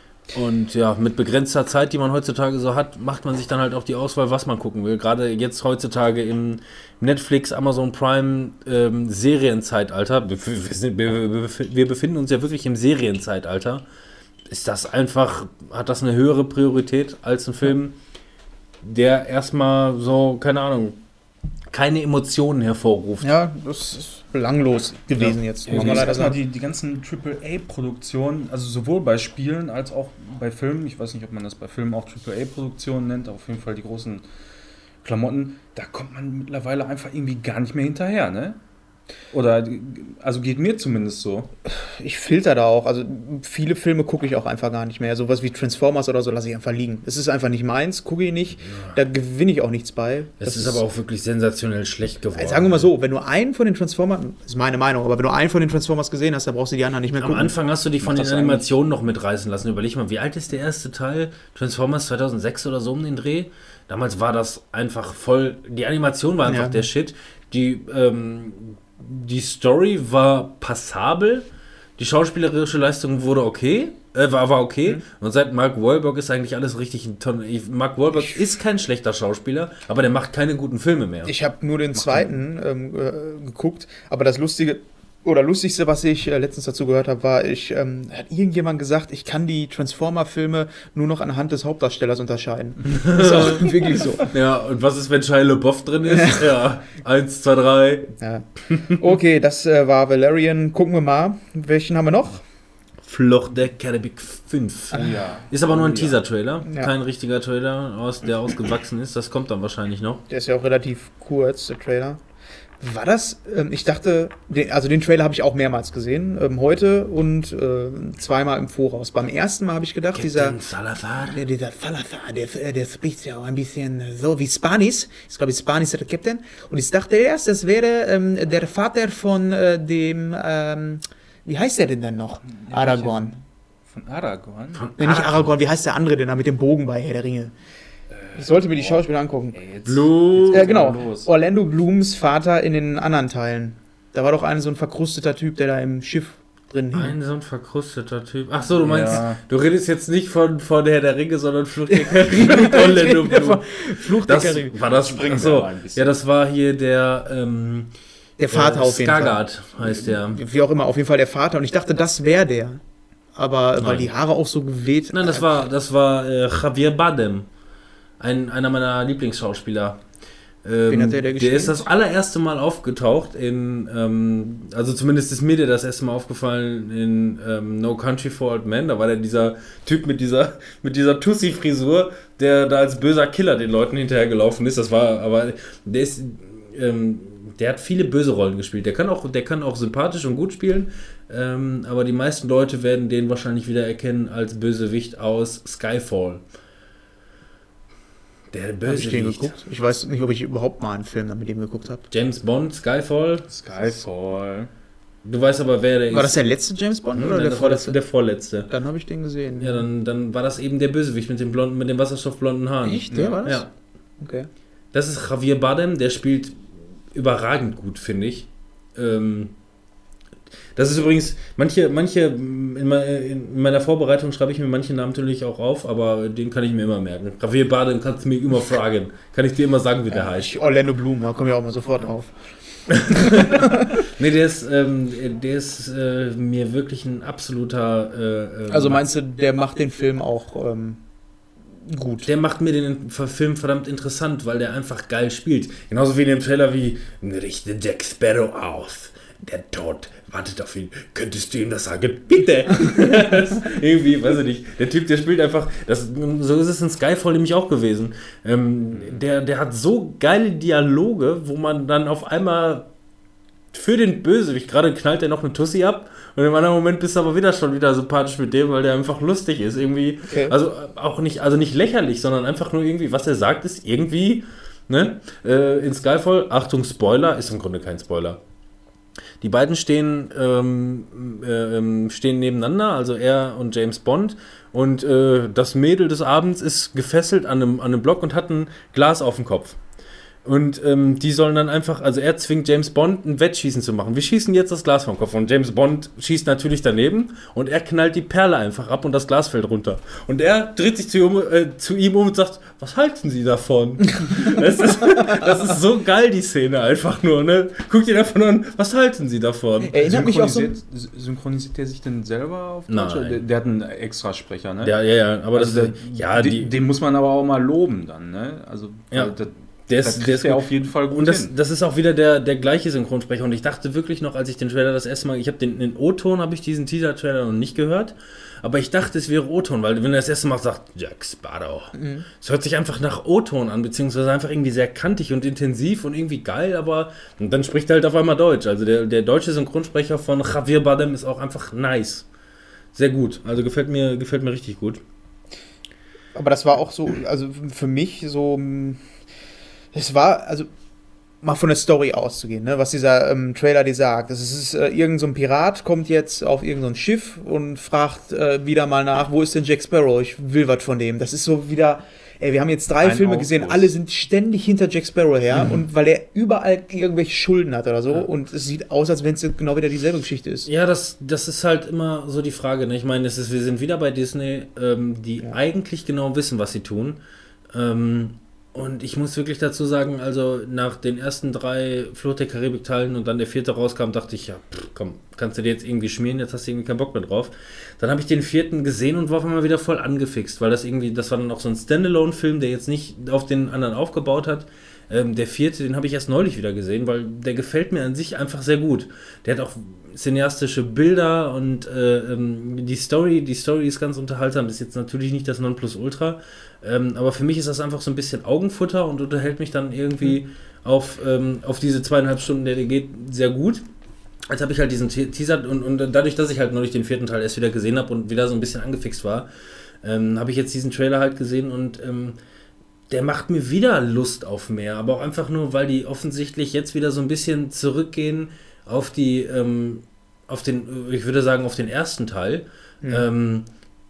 Und ja, mit begrenzter Zeit, die man heutzutage so hat, macht man sich dann halt auch die Auswahl, was man gucken will. Gerade jetzt heutzutage im Netflix, Amazon Prime ähm, Serienzeitalter, wir, wir, sind, wir, wir, wir befinden uns ja wirklich im Serienzeitalter, ist das einfach, hat das eine höhere Priorität als ein Film, der erstmal so, keine Ahnung, keine Emotionen hervorruft. Ja, das ist belanglos gewesen jetzt. Ja, muss ich man muss leider erstmal sagen. die, die ganzen Triple A-Produktionen, also sowohl bei Spielen als auch bei Filmen, ich weiß nicht, ob man das bei Filmen auch Triple A-Produktionen nennt, aber auf jeden Fall die großen Klamotten, da kommt man mittlerweile einfach irgendwie gar nicht mehr hinterher, ne? Oder, also geht mir zumindest so. Ich filter da auch. Also viele Filme gucke ich auch einfach gar nicht mehr. Sowas wie Transformers oder so lasse ich einfach liegen. Das ist einfach nicht meins, gucke ich nicht. Da gewinne ich auch nichts bei. Das, das ist aber auch wirklich sensationell schlecht geworden. Sagen wir mal so, wenn du einen von den Transformers, das ist meine Meinung, aber wenn du einen von den Transformers gesehen hast, dann brauchst du die anderen nicht mehr Am gucken. Anfang hast du dich von Macht den das Animationen noch mitreißen lassen. Überleg mal, wie alt ist der erste Teil? Transformers zweitausendsechs oder so um den Dreh? Damals war das einfach voll, die Animation war einfach Ja. der Shit. Die, ähm, die Story war passabel, die schauspielerische Leistung wurde okay, äh, war, war okay. Mhm. Und seit Mark Wahlberg ist eigentlich alles richtig ein Ton. Mark Wahlberg ich, ist kein schlechter Schauspieler, aber der macht keine guten Filme mehr. Ich habe nur den zweiten ähm, äh, geguckt, aber das Lustige oder lustigste, was ich äh, letztens dazu gehört habe, war, ich ähm, hat irgendjemand gesagt, ich kann die Transformer-Filme nur noch anhand des Hauptdarstellers unterscheiden. Das ist auch wirklich so. Ja, und was ist, wenn Shia LaBeouf drin ist? Ja, eins, zwei, drei. Ja. Okay, das äh, war Valerian. Gucken wir mal. Welchen haben wir noch? Fluch der Karibik fünf. Oh ja. Ist aber nur ein Oh ja. Teaser-Trailer, Ja. kein richtiger Trailer, aus, der ausgewachsen ist. Das kommt dann wahrscheinlich noch. Der ist ja auch relativ kurz, der Trailer. War das? Ähm, ich dachte, den, also den Trailer habe ich auch mehrmals gesehen, ähm, heute und äh, zweimal im Voraus. Beim ersten Mal habe ich gedacht, dieser Salazar. der, dieser Salazar, der, der spricht ja auch ein bisschen so wie Spanis. Ich glaube, Spanis ist der Captain. Und ich dachte erst, das wäre ähm, der Vater von äh, dem, ähm, wie heißt der denn dann noch? Aragorn. Von Aragorn? Von Nee, nicht Aragorn, wie heißt der andere denn da mit dem Bogen bei Herr der Ringe? Ich sollte mir die Schauspieler angucken. Ey, jetzt, Blue. Ja, genau. los. Orlando Blooms Vater in den anderen Teilen. Da war doch ein so ein verkrusteter Typ, der da im Schiff drin hing. Ein so ein verkrusteter Typ. Ach so, du meinst, Ja. du redest jetzt nicht von, von Herr der Ringe, sondern Fluch der Karibik mit Orlando Bloom. Fluch der Das Karibik. war das Springen ach wir so. mal ein bisschen. Ja, das war hier der ähm, Der Vater äh, auf jeden Fall. Skarsgård heißt der. Wie auch immer, auf jeden Fall der Vater. Und ich dachte, das wäre der. Aber weil Nein. die Haare auch so geweht. Nein, das war das war äh, Javier Bardem. Ein, einer meiner Lieblingsschauspieler. Ähm, Wen hat der, der der gespielt? ist das allererste Mal aufgetaucht in, ähm, also zumindest ist mir der das erste Mal aufgefallen in ähm, No Country for Old Men. Da war der dieser Typ mit dieser, mit dieser Tussi-Frisur, der da als böser Killer den Leuten hinterhergelaufen ist. Das war, aber der ist, ähm, der hat viele böse Rollen gespielt. Der kann auch, der kann auch sympathisch und gut spielen, ähm, aber die meisten Leute werden den wahrscheinlich wieder erkennen als Bösewicht aus Skyfall. Der Hab ich den Bösewicht. geguckt? Ich weiß nicht, ob ich überhaupt mal einen Film mit dem geguckt habe. James Bond, Skyfall. Skyfall. Du weißt aber, wer der War ist. das der letzte James Bond Hm, oder nein, der das war das, vorletzte? der vorletzte. Dann habe ich den gesehen. Ja, dann, dann war das eben der Bösewicht mit dem blonden, mit dem wasserstoffblonden Haaren. Echt? Der war das? Ja. Okay. Das ist Javier Bardem, der spielt überragend gut, finde ich. Ähm, das ist übrigens, manche, manche, in me- in meiner Vorbereitung schreibe ich mir manche Namen natürlich auch auf, aber den kann ich mir immer merken. Javier Bardem kannst du mir immer fragen. Kann ich dir immer sagen, wie der heißt. Ich, Orlando Bloom, da komme ich auch mal sofort drauf. Nee, der ist, ähm, der ist äh, mir wirklich ein absoluter. Äh, ähm, Also meinst du, der macht den Film auch ähm, gut? Der macht mir den Film verdammt interessant, weil der einfach geil spielt. Genauso wie in dem Trailer wie richte Jack Sparrow aus. Der Tod wartet auf ihn. Könntest du ihm das sagen? Bitte! Das irgendwie, weiß ich nicht. Der Typ, der spielt einfach. Das, so ist es in Skyfall nämlich auch gewesen. Ähm, der, der hat so geile Dialoge, wo man dann auf einmal für den Bösewicht, gerade knallt er noch eine Tussi ab und im anderen Moment bist du aber wieder schon wieder sympathisch mit dem, weil der einfach lustig ist. Irgendwie. Okay. Also auch nicht, also nicht lächerlich, sondern einfach nur irgendwie, was er sagt, ist irgendwie. Ne? Äh, in Skyfall, Achtung, Spoiler, ist im Grunde kein Spoiler. Die beiden stehen, ähm, äh, stehen nebeneinander, also er und James Bond. Und äh, das Mädel des Abends ist gefesselt an einem, an einem Block und hat ein Glas auf dem Kopf. Und ähm, die sollen dann einfach, also er zwingt James Bond ein Wettschießen zu machen. Wir schießen jetzt das Glas vom Kopf. Und James Bond schießt natürlich daneben und er knallt die Perle einfach ab und das Glas fällt runter. Und er dreht sich zu, ihm, äh, zu ihm um und sagt, was halten Sie davon? das, ist, das ist so geil, die Szene einfach nur. Ne? Guckt ihr davon an, was halten Sie davon? Erinnert mich auch so. Synchronisiert, synchronisiert der sich denn selber auf Deutsch? Nein. Der, der hat einen Extrasprecher, ne? Ja, ja, ja, aber also das der, ist, ja, den, die, den muss man aber auch mal loben dann, ne? Also, Ja. weil das, Der Das ist, der ist ja gut. auf jeden Fall gut Und das, hin. das ist auch wieder der, der gleiche Synchronsprecher. Und ich dachte wirklich noch, als ich den Trailer das erste Mal, ich habe den, den O-Ton, habe ich diesen Teaser-Trailer noch nicht gehört, aber ich dachte, es wäre O-Ton, weil wenn er das erste Mal sagt, Jack Sparrow, Mhm. es hört sich einfach nach O-Ton an, beziehungsweise einfach irgendwie sehr kantig und intensiv und irgendwie geil, aber und dann spricht er halt auf einmal Deutsch. Also der, der deutsche Synchronsprecher von Javier Bardem ist auch einfach nice. Sehr gut. Also gefällt mir, gefällt mir richtig gut. Aber das war auch so, also für mich so, es war, also mal von der Story auszugehen, ne, was dieser ähm, Trailer dir sagt. Das ist, äh, irgend so ein Pirat kommt jetzt auf irgendein so Schiff und fragt äh, wieder mal nach, wo ist denn Jack Sparrow? Ich will was von dem. Das ist so wieder, ey, wir haben jetzt drei Ein Filme gesehen, Aufguss. alle sind ständig hinter Jack Sparrow her Mhm. und weil er überall irgendwelche Schulden hat oder so Ja. und es sieht aus, als wenn es genau wieder dieselbe Geschichte ist. Ja, das, das ist halt immer so die Frage. Ne? Ich meine, es ist, wir sind wieder bei Disney, ähm, die Ja. eigentlich genau wissen, was sie tun. Ähm, und ich muss wirklich dazu sagen, also nach den ersten drei Flucht der Karibik-Teilen und dann der vierte rauskam, dachte ich, ja, pff, komm, kannst du dir jetzt irgendwie schmieren, jetzt hast du irgendwie keinen Bock mehr drauf. Dann habe ich den vierten gesehen und war auf einmal wieder voll angefixt, weil das irgendwie, das war dann auch so ein Standalone-Film, der jetzt nicht auf den anderen aufgebaut hat. Ähm, der vierte, den habe ich erst neulich wieder gesehen, weil der gefällt mir an sich einfach sehr gut. Der hat auch cineastische Bilder und äh, ähm, die Story, die Story ist ganz unterhaltsam, ist jetzt natürlich nicht das Nonplusultra, ähm, aber für mich ist das einfach so ein bisschen Augenfutter und unterhält mich dann irgendwie mhm. auf, ähm, auf diese zweieinhalb Stunden, der der geht, sehr gut. Jetzt habe ich halt diesen Te- Teaser und, und dadurch, dass ich halt neulich den vierten Teil erst wieder gesehen habe und wieder so ein bisschen angefixt war, ähm, habe ich jetzt diesen Trailer halt gesehen und ähm, der macht mir wieder Lust auf mehr, aber auch einfach nur, weil die offensichtlich jetzt wieder so ein bisschen zurückgehen auf die, ähm, auf den, ich würde sagen, auf den ersten Teil. Mhm. Ähm,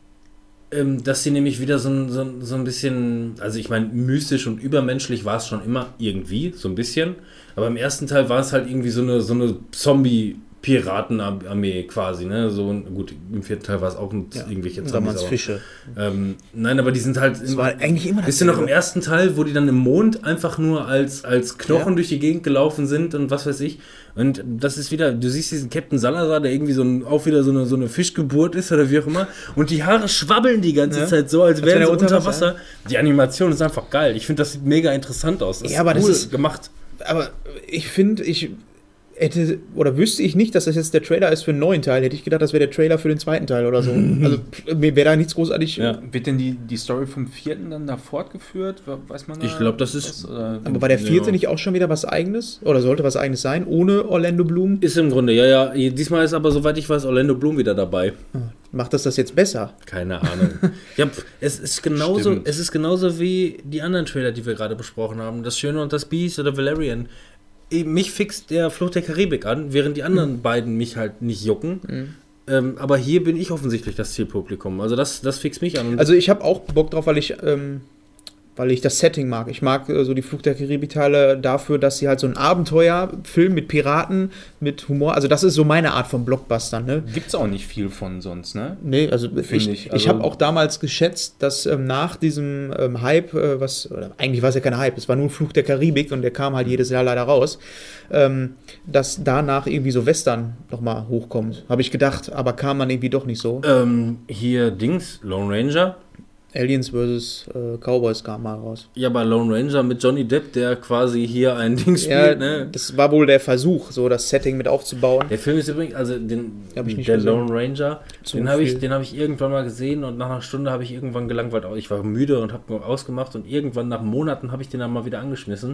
ähm, dass sie nämlich wieder so ein, so, so ein bisschen, also ich meine, mystisch und übermenschlich war es schon immer irgendwie, so ein bisschen, aber im ersten Teil war es halt irgendwie so eine, so eine Zombie- Piratenarmee quasi, ne? So, gut, im vierten Teil war es auch ein, ja, irgendwelche Zombies. Fische. Ähm, nein, aber die sind halt. Das war eigentlich immer das. Wisst ihr noch im ersten Teil, wo die dann im Mond einfach nur als, als Knochen ja. durch die Gegend gelaufen sind und was weiß ich. Und das ist wieder, du siehst diesen Captain Salazar, der irgendwie so ein, auch wieder so eine, so eine Fischgeburt ist oder wie auch immer. Und die Haare schwabbeln die ganze ja. Zeit so, als wären sie unter Wasser. Wasser. Die Animation ist einfach geil. Ich finde, das sieht mega interessant aus. Das ja, aber ist cool das ist gemacht. Aber ich finde, ich. Hätte, oder wüsste ich nicht, dass das jetzt der Trailer ist für einen neuen Teil, hätte ich gedacht, das wäre der Trailer für den zweiten Teil oder so. Also mir wäre da nichts großartig. Ja. Wird denn die, die Story vom vierten dann da fortgeführt? Weiß man da? Ich glaube, das ist. Was, oder? Aber war der vierte ja. nicht auch schon wieder was Eigenes? Oder sollte was Eigenes sein, ohne Orlando Bloom? Ist im Grunde, ja, ja. Diesmal ist aber, soweit ich weiß, Orlando Bloom wieder dabei. Macht das das jetzt besser? Keine Ahnung. ja, es ist genauso, es ist genauso wie die anderen Trailer, die wir gerade besprochen haben. Das Schöne und das Biest oder Valerian. Mich fixt der Flucht der Karibik an, während die anderen mhm. beiden mich halt nicht jucken. Mhm. Ähm, aber hier bin ich offensichtlich das Zielpublikum. Also das, das fixt mich an. Und also ich habe auch Bock drauf, weil ich, ähm, weil ich das Setting mag. Ich mag äh, so die Flucht der Karibik-Teile dafür, dass sie halt so ein Abenteuerfilm mit Piraten, mit Humor, also das ist so meine Art von Blockbuster. Ne? Gibt's auch nicht viel von sonst, ne? Nee, also ich, ich, also ich habe auch damals geschätzt, dass ähm, nach diesem ähm, Hype, äh, was, oder eigentlich war es ja kein Hype, es war nur Fluch der Karibik und der kam halt jedes Jahr leider raus, ähm, dass danach irgendwie so Western nochmal hochkommt. Habe ich gedacht, aber kam dann irgendwie doch nicht so. Ähm, hier Dings, Lone Ranger. Aliens versus äh, Cowboys kam mal raus. Ja, bei Lone Ranger mit Johnny Depp, der quasi hier ein Ding spielt. Ja, ne? Das war wohl der Versuch, so das Setting mit aufzubauen. Der Film ist übrigens, also den, hab ich nicht der gesehen. Lone Ranger, Zu den habe viel. ich, den hab ich irgendwann mal gesehen und nach einer Stunde habe ich irgendwann gelangweilt. Ich war müde und habe ausgemacht und irgendwann nach Monaten habe ich den dann mal wieder angeschmissen.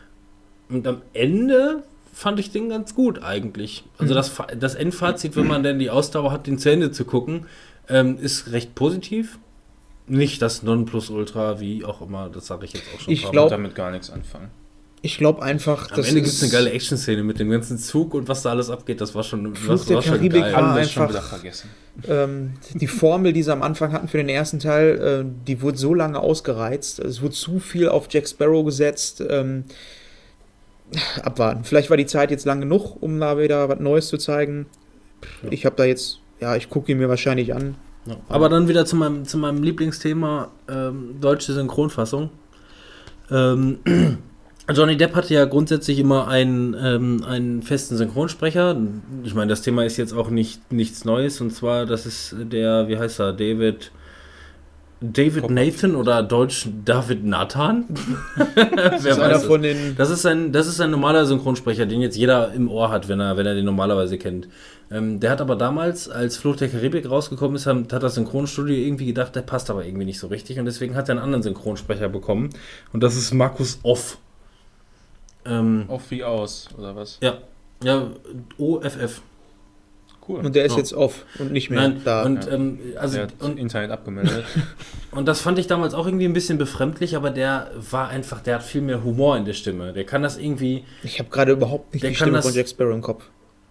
Und am Ende fand ich den ganz gut eigentlich. Also das, das Endfazit, wenn man denn die Ausdauer hat, den zu Ende zu gucken, ähm, ist recht positiv. Nicht das Nonplusultra, wie auch immer, das sage ich jetzt auch schon. Ich Ich glaub- glaube damit gar nichts anfangen. Ich glaube einfach, Am das Ende gibt es ist eine geile Action-Szene mit dem ganzen Zug und was da alles abgeht, das war schon, Fluch das der war schon Karibik geil. war- Alles schon einfach- wieder vergessen. ähm, die Formel, die sie am Anfang hatten für den ersten Teil, äh, die wurde so lange ausgereizt. Es wurde zu viel auf Jack Sparrow gesetzt. Ähm, abwarten. Vielleicht war die Zeit jetzt lang genug, um da wieder was Neues zu zeigen. Ja. Ich habe da jetzt, ja, ich gucke ihn mir wahrscheinlich an. Ja. Aber dann wieder zu meinem, zu meinem Lieblingsthema, ähm, deutsche Synchronfassung. Ähm, Johnny Depp hatte ja grundsätzlich immer einen, ähm, einen festen Synchronsprecher. Ich meine, das Thema ist jetzt auch nicht nichts Neues. Und zwar, das ist der, wie heißt er, David... David Kopf. Nathan oder deutsch David Nathan? Das ist einer von den. Das ist ein, das ist ein normaler Synchronsprecher, den jetzt jeder im Ohr hat, wenn er, wenn er den normalerweise kennt. Ähm, der hat aber damals, als Fluch der Karibik rausgekommen ist, hat, hat das Synchronstudio irgendwie gedacht, der passt aber irgendwie nicht so richtig und deswegen hat er einen anderen Synchronsprecher bekommen und das ist Markus Off. Ähm, Off wie aus, oder was? ja, ja, O F F. Cool. Und der ist Ja. jetzt off und nicht mehr Nein, da. und, Ja. ähm, also, Der hat und, Internet abgemeldet. und das fand ich damals auch irgendwie ein bisschen befremdlich, aber der war einfach, der hat viel mehr Humor in der Stimme. Der kann das irgendwie, Ich habe gerade überhaupt nicht Der die kann Stimme das- von Jack Sparrow im Kopf.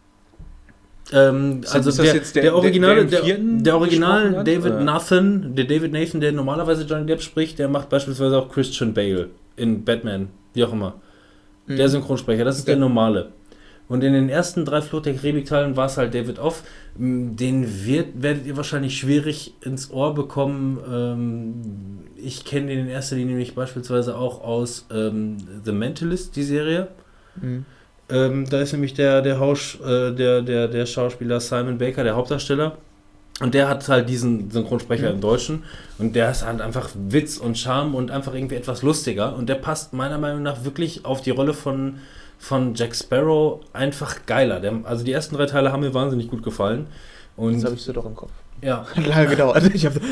ähm, Ist also das der, jetzt der- der Originale, der- der, der im vierten der Original gesprochen hat, David oder? Nathan, der David Nathan, der normalerweise Johnny Depp spricht, der macht beispielsweise auch Christian Bale in Batman, wie auch immer. Der Mhm. Synchronsprecher, das ist Okay. der normale. Und in den ersten drei Fluch der Karibik-Teilen war es halt David Off. M, Den wird, werdet ihr wahrscheinlich schwierig ins Ohr bekommen. Ähm, ich kenne den in erster Linie nämlich beispielsweise auch aus ähm, The Mentalist, die Serie. Mhm. Ähm, da ist nämlich der, der, Haus, äh, der, der, der Schauspieler Simon Baker, der Hauptdarsteller. Und der hat halt diesen Synchronsprecher Mhm. im Deutschen. Und der ist halt einfach Witz und Charme und einfach irgendwie etwas lustiger. Und der passt meiner Meinung nach wirklich auf die Rolle von, von Jack Sparrow einfach geiler. Der, also die ersten drei Teile haben mir wahnsinnig gut gefallen. Und Jetzt habe ich sie doch im Kopf. ja. Hat lange gedauert. Ich hab,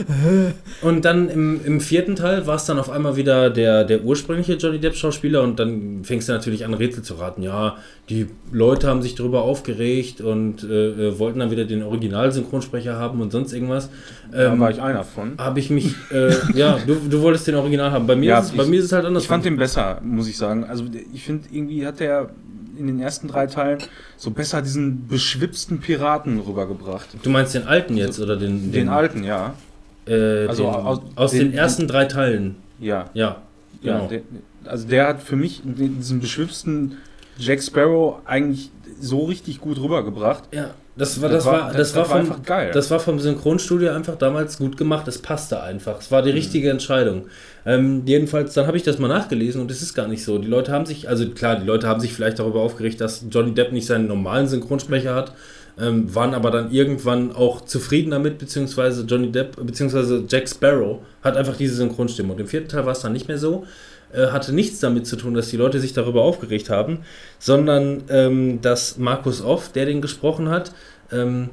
Und dann im, im vierten Teil war es dann auf einmal wieder der, der ursprüngliche Johnny Depp Schauspieler und dann fängst du natürlich an, Rätsel zu raten. Ja, die Leute haben sich darüber aufgeregt und äh, äh, wollten dann wieder den Original-Synchronsprecher haben und sonst irgendwas. Da Ähm, war ich einer von. Habe ich mich, äh, ja, du, du wolltest den Original haben. Bei mir, Ja, ist, es, bei ich- mir ist es halt anders. Ich fand den besser, muss ich sagen. Also ich finde, irgendwie hat er in den ersten drei Teilen so besser diesen beschwipsten Piraten rübergebracht. Du meinst den alten jetzt oder den, Den alten, ja. Äh, Also den, aus- aus den- den ersten drei Teilen. Ja. Ja, Ja, genau. der, also der hat für mich diesen beschwipsten Jack Sparrow eigentlich so richtig gut rübergebracht. Ja, das war, das war, das war, vom, einfach geil. das war vom Synchronstudio einfach damals gut gemacht. Es passte einfach. Es war die richtige Entscheidung. Ähm, jedenfalls, dann habe ich das mal nachgelesen und es ist gar nicht so. Die Leute haben sich, also klar, die Leute haben sich vielleicht darüber aufgeregt, dass Johnny Depp nicht seinen normalen Synchronsprecher hat, ähm, waren aber dann irgendwann auch zufrieden damit, beziehungsweise Johnny Depp, beziehungsweise Jack Sparrow hat einfach diese Synchronstimme. Und im vierten Teil war es dann nicht mehr so. Äh, hatte nichts damit zu tun, dass die Leute sich darüber aufgeregt haben, sondern ähm, dass Markus Off, der den gesprochen hat, ähm,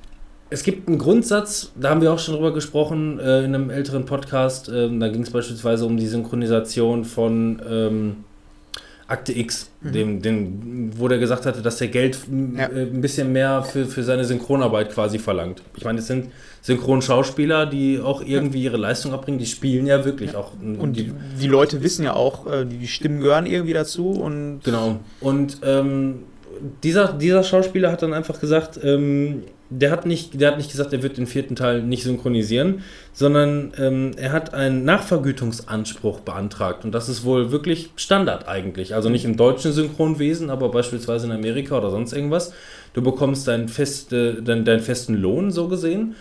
es gibt einen Grundsatz, da haben wir auch schon drüber gesprochen äh, in einem älteren Podcast, ähm, da ging es beispielsweise um die Synchronisation von ähm, Akte X, Mhm. dem, dem, wo der gesagt hatte, dass der Geld m, Ja. äh, ein bisschen mehr für, für seine Synchronarbeit quasi verlangt. Ich meine, es sind Synchronschauspieler, die auch irgendwie ihre Leistung abbringen, die spielen ja wirklich auch. und die, die, die Leute wissen ja auch, äh, die Stimmen gehören irgendwie dazu und Genau. Und ähm, dieser, dieser Schauspieler hat dann einfach gesagt, ähm, der hat nicht, der hat nicht gesagt, er wird den vierten Teil nicht synchronisieren, sondern ähm, er hat einen Nachvergütungsanspruch beantragt. Und das ist wohl wirklich Standard eigentlich. Also nicht im deutschen Synchronwesen, aber beispielsweise in Amerika oder sonst irgendwas. Du bekommst deinen, feste, deinen, deinen festen Lohn, so gesehen.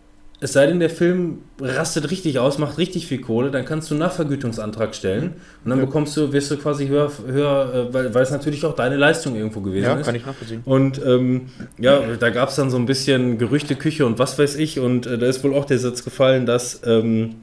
Es sei denn, der Film rastet richtig aus, macht richtig viel Kohle, dann kannst du einen Nachvergütungsantrag stellen und dann Ja. bekommst du, wirst du quasi höher, höher äh, weil, weil es natürlich auch deine Leistung irgendwo gewesen ja, ist. kann ich nachvollziehen. Und ähm, ja, da gab es dann so ein bisschen Gerüchteküche und was weiß ich und äh, da ist wohl auch der Satz gefallen, dass ähm,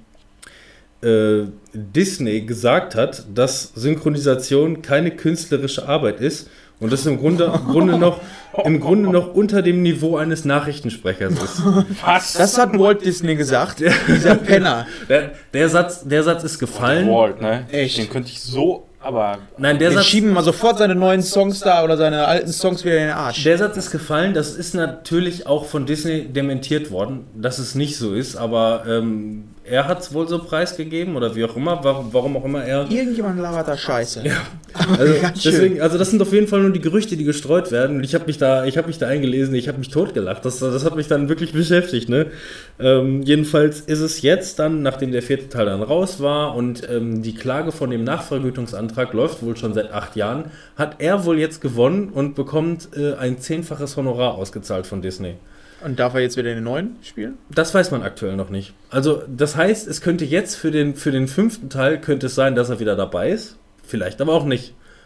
äh, Disney gesagt hat, dass Synchronisation keine künstlerische Arbeit ist und das im Grunde, im Grunde noch im Grunde noch unter dem Niveau eines Nachrichtensprechers ist. Was? Das hat Walt Disney gesagt, dieser Penner. Der, der, Satz, der Satz ist gefallen. Walt, ne? Echt? Den könnte ich so, aber Nein, der Wir Satz, schieben mal sofort seine neuen Songs da oder seine alten Songs wieder in den Arsch. der Satz ist gefallen. Das ist natürlich auch von Disney dementiert worden, dass es nicht so ist, aber ähm, er hat es wohl so preisgegeben oder wie auch immer, warum, warum auch immer er. Irgendjemand labert da Scheiße. Also, Ganz schön. deswegen, also das sind auf jeden Fall nur die Gerüchte, die gestreut werden. Und ich habe mich da, ich habe mich da eingelesen, ich habe mich totgelacht. Das, das hat mich dann wirklich beschäftigt. Ne? Ähm, jedenfalls ist es jetzt dann, nachdem der vierte Teil dann raus war und ähm, die Klage von dem Nachvergütungsantrag läuft wohl schon seit acht Jahren, hat er wohl jetzt gewonnen und bekommt äh, ein zehnfaches Honorar ausgezahlt von Disney. Und darf er jetzt wieder den neuen spielen? Das weiß man aktuell noch nicht. Also das heißt, es könnte jetzt für den, für den fünften Teil könnte es sein, dass er wieder dabei ist. Vielleicht aber auch nicht.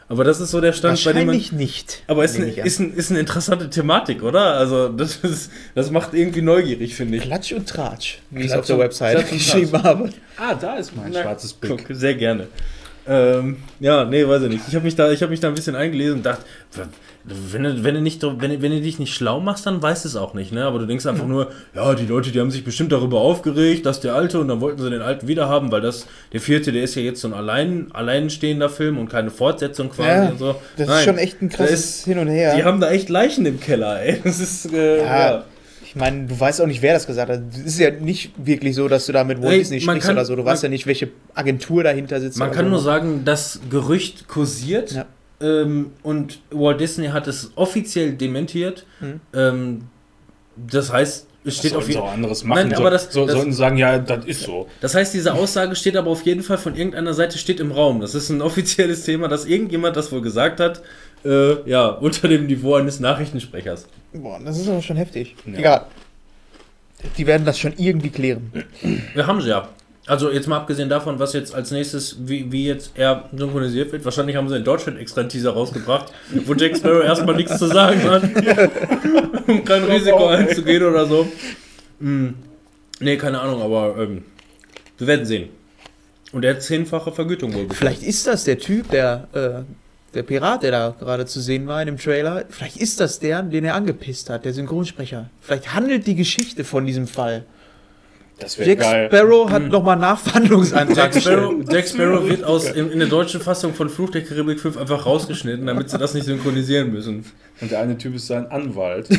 Aber das ist so der Stand, bei dem man... Wahrscheinlich nicht. Aber es ist, nehme ein, ich an. ist, ein, ist eine interessante Thematik, oder? Also das, ist, das macht irgendwie neugierig, finde ich. Klatsch und Tratsch, wie ich es Klatsch auf der und- Website Klatsch und geschrieben habe. Ah, da ist mein Na, schwarzes Bild. Guck, sehr gerne. Ähm, ja, nee, weiß ich nicht. Ich habe mich, da- ich hab mich da ein bisschen eingelesen und dachte, wenn du, wenn, du nicht, wenn, du- wenn du dich nicht schlau machst, dann weißt du es auch nicht. Ne? Aber du denkst einfach nur, ja, die Leute, die haben sich bestimmt darüber aufgeregt, dass der Alte, und dann wollten sie den Alten wieder haben, weil das, der Vierte, der ist ja jetzt so ein allein, alleinstehender Film und keine Fortsetzung quasi Ja, und so. Das Nein, ist schon echt ein da krasses ist- Hin und Her. Die haben da echt Leichen im Keller, ey. Das ist, äh, Ja. ja. Ich meine, du weißt auch nicht, wer das gesagt hat. Es ist ja nicht wirklich so, dass du da mit Walt Nee, Disney man sprichst kann- oder so. Du man- weißt ja nicht, welche Agentur dahinter sitzt. Man oder kann so. nur sagen, das Gerücht kursiert. Ja. Ähm, und Walt Disney hat es offiziell dementiert. Mhm. Ähm, das heißt, es steht auf Sollen sie jeden auch anderes machen. Nein, so, aber das- so, das- sollten sie sagen, ja, das ist so. Das heißt, diese Aussage steht aber auf jeden Fall von irgendeiner Seite steht im Raum. Das ist ein offizielles Thema, dass irgendjemand das wohl gesagt hat. Äh, ja, unter dem Niveau eines Nachrichtensprechers. Boah, das ist aber schon heftig. Ja. Egal. Die werden das schon irgendwie klären. Wir haben sie ja. Also jetzt mal abgesehen davon, was jetzt als nächstes, wie, wie jetzt er synchronisiert wird. Wahrscheinlich haben sie in Deutschland extra einen Teaser rausgebracht, wo Jack Sparrow erstmal nichts zu sagen hat, um kein Risiko einzugehen oder so. Hm. Nee, keine Ahnung, aber ähm, wir werden sehen. Und er hat zehnfache Vergütung wohl bekommen. Vielleicht ist das der Typ, der, äh, der Pirat, der da gerade zu sehen war in dem Trailer. Vielleicht ist das der, den er angepisst hat, der Synchronsprecher. Vielleicht handelt die Geschichte von diesem Fall. Das wäre Jack geil. Sparrow hat nochmal Nachverhandlungsantrag Jack gestellt. Sparrow, Jack Sparrow wird aus, in, in der deutschen Fassung von Fluch der Karibik fünf einfach rausgeschnitten, damit sie das nicht synchronisieren müssen. Und der eine Typ ist sein Anwalt.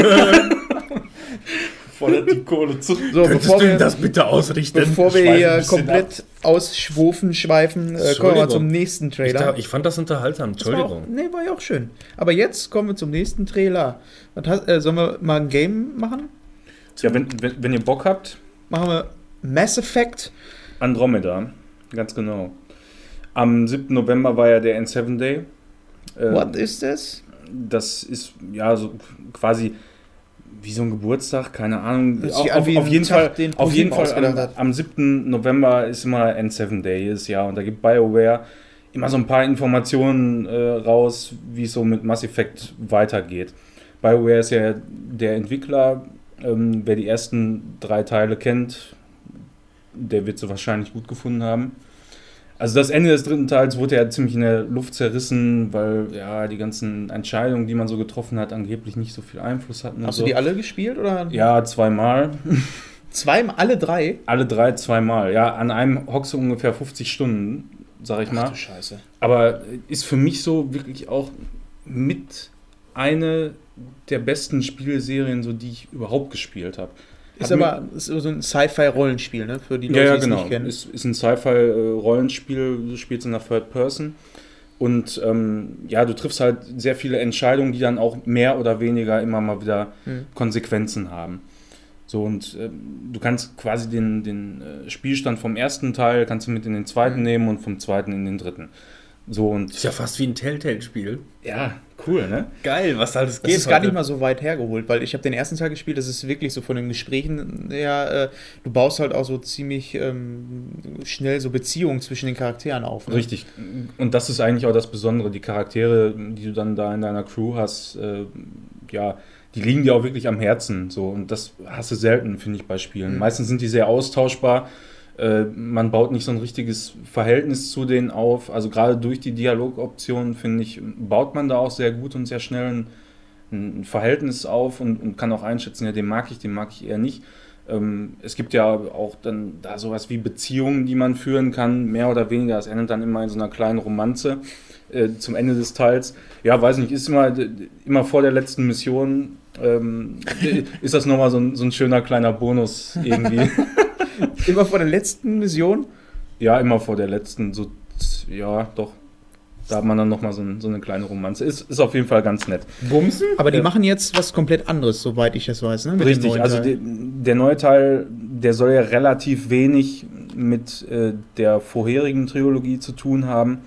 Fordert die Kohle zu. So, bevor wir, bitte ausrichten? bevor wir schweifen ein hier bisschen komplett ausschwufen, schweifen, äh, kommen wir mal zum nächsten Ich, Trailer. da, ich fand das unterhaltsam, Das war auch, Entschuldigung. nee, war ja auch schön. Aber jetzt kommen wir zum nächsten Trailer. Was hast, äh, sollen wir mal ein Game machen? Ja, wenn, wenn, wenn ihr Bock habt, Machen wir Mass Effect. Andromeda, ganz genau. Am siebten November war ja der N sieben Day. Ähm, What is this? Das ist ja so quasi wie so ein Geburtstag, keine Ahnung. Hört Auf, sich an auf, wie auf ein jeden Tag, Fall, den auf jeden ProSieben Fall am, ausgedacht hat. am siebten November ist immer N sieben Day jedes Jahr und da gibt BioWare immer so ein paar Informationen äh, raus, wie es so mit Mass Effect weitergeht. BioWare ist ja der Entwickler. Ähm, wer die ersten drei Teile kennt, der wird sie wahrscheinlich gut gefunden haben. Also das Ende des dritten Teils wurde ja ziemlich in der Luft zerrissen, weil ja die ganzen Entscheidungen, die man so getroffen hat, angeblich nicht so viel Einfluss hatten. und Hast so. du die alle gespielt? Oder? Ja, zweimal. Zweimal, alle drei? Alle drei zweimal. Ja, an einem hockst du ungefähr fünfzig Stunden, sag ich mal. Scheiße. Aber ist für mich so wirklich auch mit eine der besten Spielserien, so die ich überhaupt gespielt habe. Ist Hat aber ist so ein Sci-Fi-Rollenspiel, ne? Für die Ja, Leute, ja, die es genau. nicht kennen. Ist, ist ein Sci-Fi-Rollenspiel, du spielst in der Third Person. Und ähm, ja, du triffst halt sehr viele Entscheidungen, die dann auch mehr oder weniger immer mal wieder Hm. Konsequenzen haben. So, und ähm, du kannst quasi den, den äh, Spielstand vom ersten Teil kannst du mit in den zweiten Mhm. nehmen und vom zweiten in den dritten. So und Ist ja fast wie ein Telltale-Spiel. ja, cool, ne? Geil, was da alles Das ist gar nicht mal so weit hergeholt, weil ich habe den ersten Teil gespielt, das ist wirklich so von den Gesprächen her, äh, du baust halt auch so ziemlich ähm, schnell so Beziehungen zwischen den Charakteren auf. Ne? Richtig. Und das ist eigentlich auch das Besondere. Die Charaktere, die du dann da in deiner Crew hast, äh, ja, die liegen dir auch wirklich am Herzen. So. Und das hast du selten, finde ich, bei Spielen. Mhm. Meistens sind die sehr austauschbar. Äh, man baut nicht so ein richtiges Verhältnis zu denen auf. Also gerade durch die Dialogoptionen, finde ich, baut man da auch sehr gut und sehr schnell ein, ein Verhältnis auf und, und kann auch einschätzen, ja, den mag ich, den mag ich eher nicht. Ähm, es gibt ja auch dann da sowas wie Beziehungen, die man führen kann, mehr oder weniger. Es endet dann immer in so einer kleinen Romanze äh, zum Ende des Teils. Ja, weiß nicht, ist immer, immer vor der letzten Mission, ähm, ist das nochmal so ein, so ein schöner kleiner Bonus irgendwie. Immer vor der letzten Mission. Ja, immer vor der letzten, so, ja, doch. Da hat man dann nochmal so, ein, so eine kleine Romanze. Ist, ist auf jeden Fall ganz nett. Bumsen? Aber die Ja. machen jetzt was komplett anderes, soweit ich das weiß. Ne? Mit dem Richtig, neuen also Teil. de, der neue Teil, der soll ja relativ wenig mit äh, der vorherigen Trilogie zu tun haben.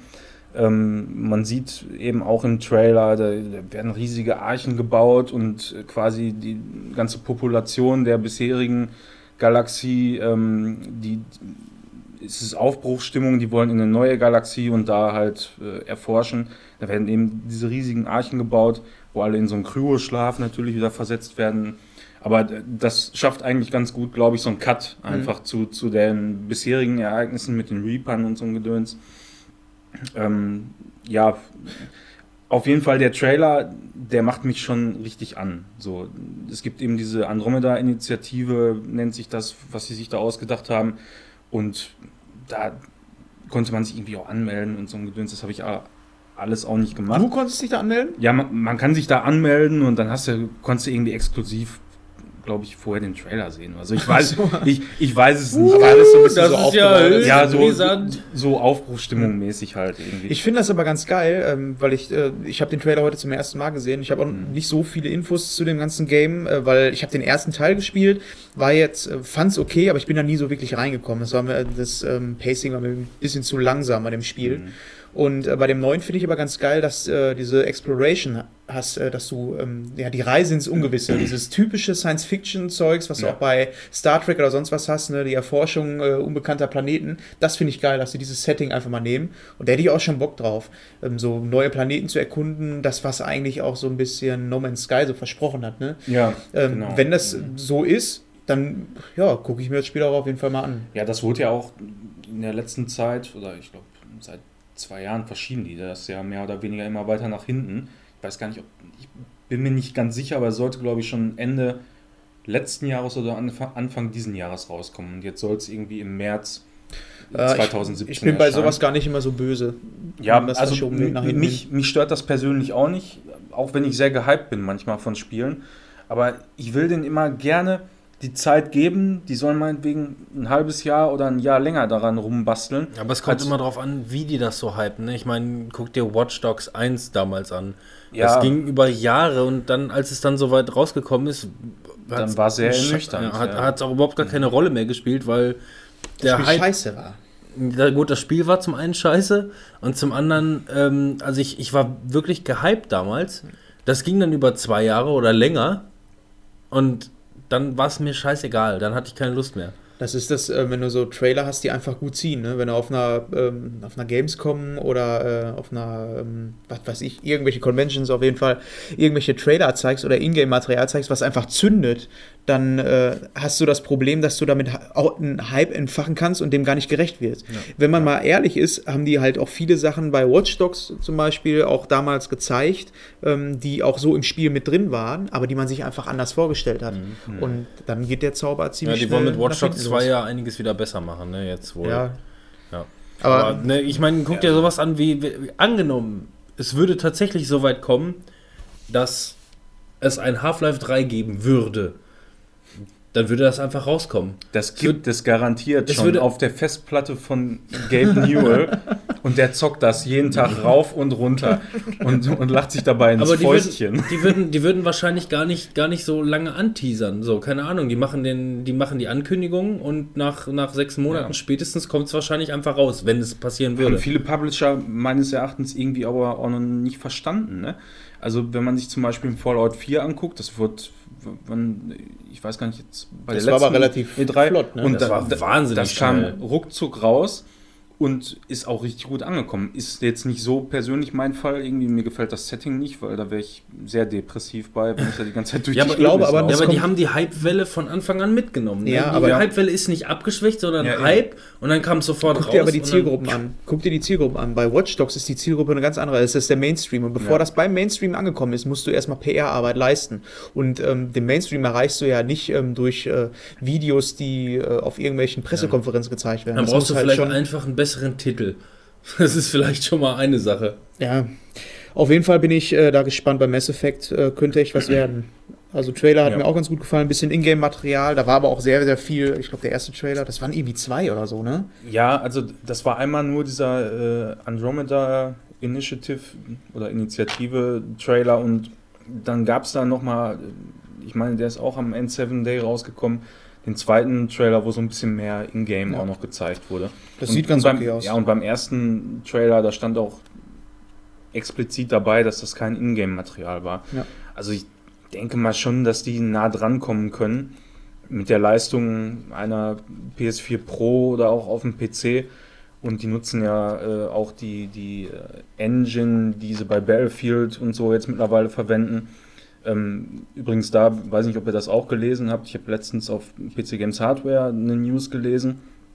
Ähm, man sieht eben auch im Trailer, da, da werden riesige Archen gebaut und äh, quasi die ganze Population der bisherigen Galaxie, ähm, die es ist Aufbruchsstimmung, die wollen in eine neue Galaxie und da halt äh, erforschen. Da werden eben diese riesigen Archen gebaut, wo alle in so einen Kryoschlaf natürlich wieder versetzt werden. Aber das schafft eigentlich ganz gut, glaube ich, so einen Cut einfach mhm. zu, zu den bisherigen Ereignissen mit den Reapern und so ein Gedöns. Ähm, ja, auf jeden Fall der Trailer, der macht mich schon richtig an. So, es gibt eben diese Andromeda-Initiative, nennt sich das, was sie sich da ausgedacht haben. Und da konnte man sich irgendwie auch anmelden und so ein Gedöns. Das habe ich alles auch nicht gemacht. Du konntest dich da anmelden? Ja, man, man kann sich da anmelden und dann hast du, konntest du irgendwie exklusiv, glaube ich, vorher den Trailer sehen. Also ich weiß, ich, ich weiß es nicht. Uh, alles so ein bisschen das so ist ja, ja so, so Aufbruchstimmung mäßig halt irgendwie. Ich finde das aber ganz geil, ähm, weil ich äh, ich habe den Trailer heute zum ersten Mal gesehen. Ich habe auch mhm. nicht so viele Infos zu dem ganzen Game, äh, weil ich habe den ersten Teil gespielt, war jetzt äh, fand's okay, aber ich bin da nie so wirklich reingekommen. Das war mir das ähm, Pacing war mir ein bisschen zu langsam bei dem Spiel. Mhm. Und äh, bei dem neuen finde ich aber ganz geil, dass äh, diese Exploration hast, äh, dass du ähm, ja die Reise ins Ungewisse, dieses typische Science-Fiction-Zeugs, was ja. du auch bei Star Trek oder sonst was hast, ne, die Erforschung äh, unbekannter Planeten, das finde ich geil, dass sie dieses Setting einfach mal nehmen. Und da hätte ich auch schon Bock drauf, ähm, so neue Planeten zu erkunden, das was eigentlich auch so ein bisschen No Man's Sky so versprochen hat. Ne? Ja, ähm, genau. Wenn das so ist, dann ja, gucke ich mir das Spiel auch auf jeden Fall mal an. Ja, das wurde ja auch in der letzten Zeit, oder ich glaube seit zwei Jahren verschieben die das ja mehr oder weniger immer weiter nach hinten. Ich weiß gar nicht, ob, ich bin mir nicht ganz sicher, aber es sollte, glaube ich, schon Ende letzten Jahres oder Anfang, Anfang diesen Jahres rauskommen. Und jetzt soll es irgendwie im März zwanzig siebzehn äh, ich, ich bin bei erscheinen. Sowas gar nicht immer so böse. Ja, also mich, mich stört das persönlich auch nicht, auch wenn ich sehr gehypt bin manchmal von Spielen. Aber ich will denen immer gerne die Zeit geben, die sollen meinetwegen ein halbes Jahr oder ein Jahr länger daran rumbasteln. Aber es kommt also immer darauf an, wie die das so hypen. Ne? Ich meine, guck dir Watch Dogs eins damals an. Ja. Das ging über Jahre und dann, als es dann so weit rausgekommen ist, dann war es sehr ernüchternd. Ja, hat es ja. auch überhaupt gar keine Rolle mehr gespielt, weil der das Spiel Hype scheiße war. Ja, gut, das Spiel war zum einen scheiße und zum anderen, ähm, also ich, ich war wirklich gehypt damals. Das ging dann über zwei Jahre oder länger und dann war es mir scheißegal, dann hatte ich keine Lust mehr. Das ist das, äh, wenn du so Trailer hast, die einfach gut ziehen, ne? Wenn du auf einer, ähm, auf einer Gamescom oder äh, auf einer, ähm, was weiß ich, irgendwelche Conventions auf jeden Fall, irgendwelche Trailer zeigst oder Ingame-Material zeigst, was einfach zündet, dann äh, hast du das Problem, dass du damit auch einen Hype entfachen kannst und dem gar nicht gerecht wirst. Ja. Wenn man ja. mal ehrlich ist, haben die halt auch viele Sachen bei Watch Dogs zum Beispiel auch damals gezeigt, ähm, die auch so im Spiel mit drin waren, aber die man sich einfach anders vorgestellt hat. Mhm. Und dann geht der Zauber ziemlich schnell. Ja, die wollen mit Watch Dogs zwei ja einiges wieder besser machen, ne, jetzt wohl. Ja. ja. Aber, aber ne, ich meine, guck dir sowas an, wie, wie angenommen, es würde tatsächlich so weit kommen, dass es ein Half-Life drei geben würde. Dann würde das einfach rauskommen. Das gibt es garantiert schon auf der Festplatte von Gabe Newell und der zockt das jeden Tag rauf und runter und, und lacht sich dabei ins Aber die Fäustchen. Würden, die, würden, die würden wahrscheinlich gar nicht, gar nicht so lange anteasern. So, keine Ahnung, die machen, den, die machen die Ankündigung und nach, nach sechs Monaten ja. spätestens kommt es wahrscheinlich einfach raus, wenn es passieren würde. Haben viele Publisher meines Erachtens irgendwie aber auch noch nicht verstanden, ne? Also wenn man sich zum Beispiel Fallout vier anguckt, das wird, ich weiß gar nicht, jetzt bei das der letzten war aber relativ E drei, flott, ne? Und das da, war wahnsinnig Das kam schnell. ruckzuck raus und ist auch richtig gut angekommen. Ist jetzt nicht so persönlich mein Fall, irgendwie mir gefällt das Setting nicht, weil da wäre ich sehr depressiv bei, wenn ich da die ganze Zeit durch ja, die aber, glaube, aber, laufe. ja, aber die haben die Hype-Welle von Anfang an mitgenommen. Ja, ne? Die aber Hype-Welle ist nicht abgeschwächt, sondern ja, Hype und dann kam es sofort Guck raus. Guck dir aber die und Zielgruppen an. Guck dir die Zielgruppen an. Bei Watch Dogs ist die Zielgruppe eine ganz andere. Es ist der Mainstream. Und bevor ja. das beim Mainstream angekommen ist, musst du erstmal P R-Arbeit leisten. Und ähm, den Mainstream erreichst du ja nicht ähm, durch äh, Videos, die äh, auf irgendwelchen Pressekonferenzen ja. gezeigt werden. Dann das brauchst du halt vielleicht schon einfach einen besseren Titel. Das ist vielleicht schon mal eine Sache. Ja, auf jeden Fall bin ich äh, da gespannt. Bei Mass Effect äh, könnte echt was werden. Also Trailer hat ja. mir auch ganz gut gefallen, ein bisschen Ingame-Material, da war aber auch sehr, sehr viel, ich glaube der erste Trailer, das waren irgendwie zwei oder so, ne? Ja, also das war einmal nur dieser äh, Andromeda Initiative oder Initiative Trailer und dann gab es da nochmal, ich meine, der ist auch am N sieben Day rausgekommen, den zweiten Trailer, wo so ein bisschen mehr Ingame ja. auch noch gezeigt wurde. Das und, sieht ganz beim, okay aus. Ja, und beim ersten Trailer, da stand auch explizit dabei, dass das kein Ingame-Material war. Ja. Also ich denke mal schon, dass die nah dran kommen können. mit der Leistung einer P S vier Pro oder auch auf dem P C. Und die nutzen ja äh, auch die, die äh, Engine, die sie bei Battlefield und so jetzt mittlerweile verwenden. Ähm, übrigens da, weiß nicht, ob ihr das auch gelesen habt, ich habe letztens auf P C Games Hardware eine News gelesen,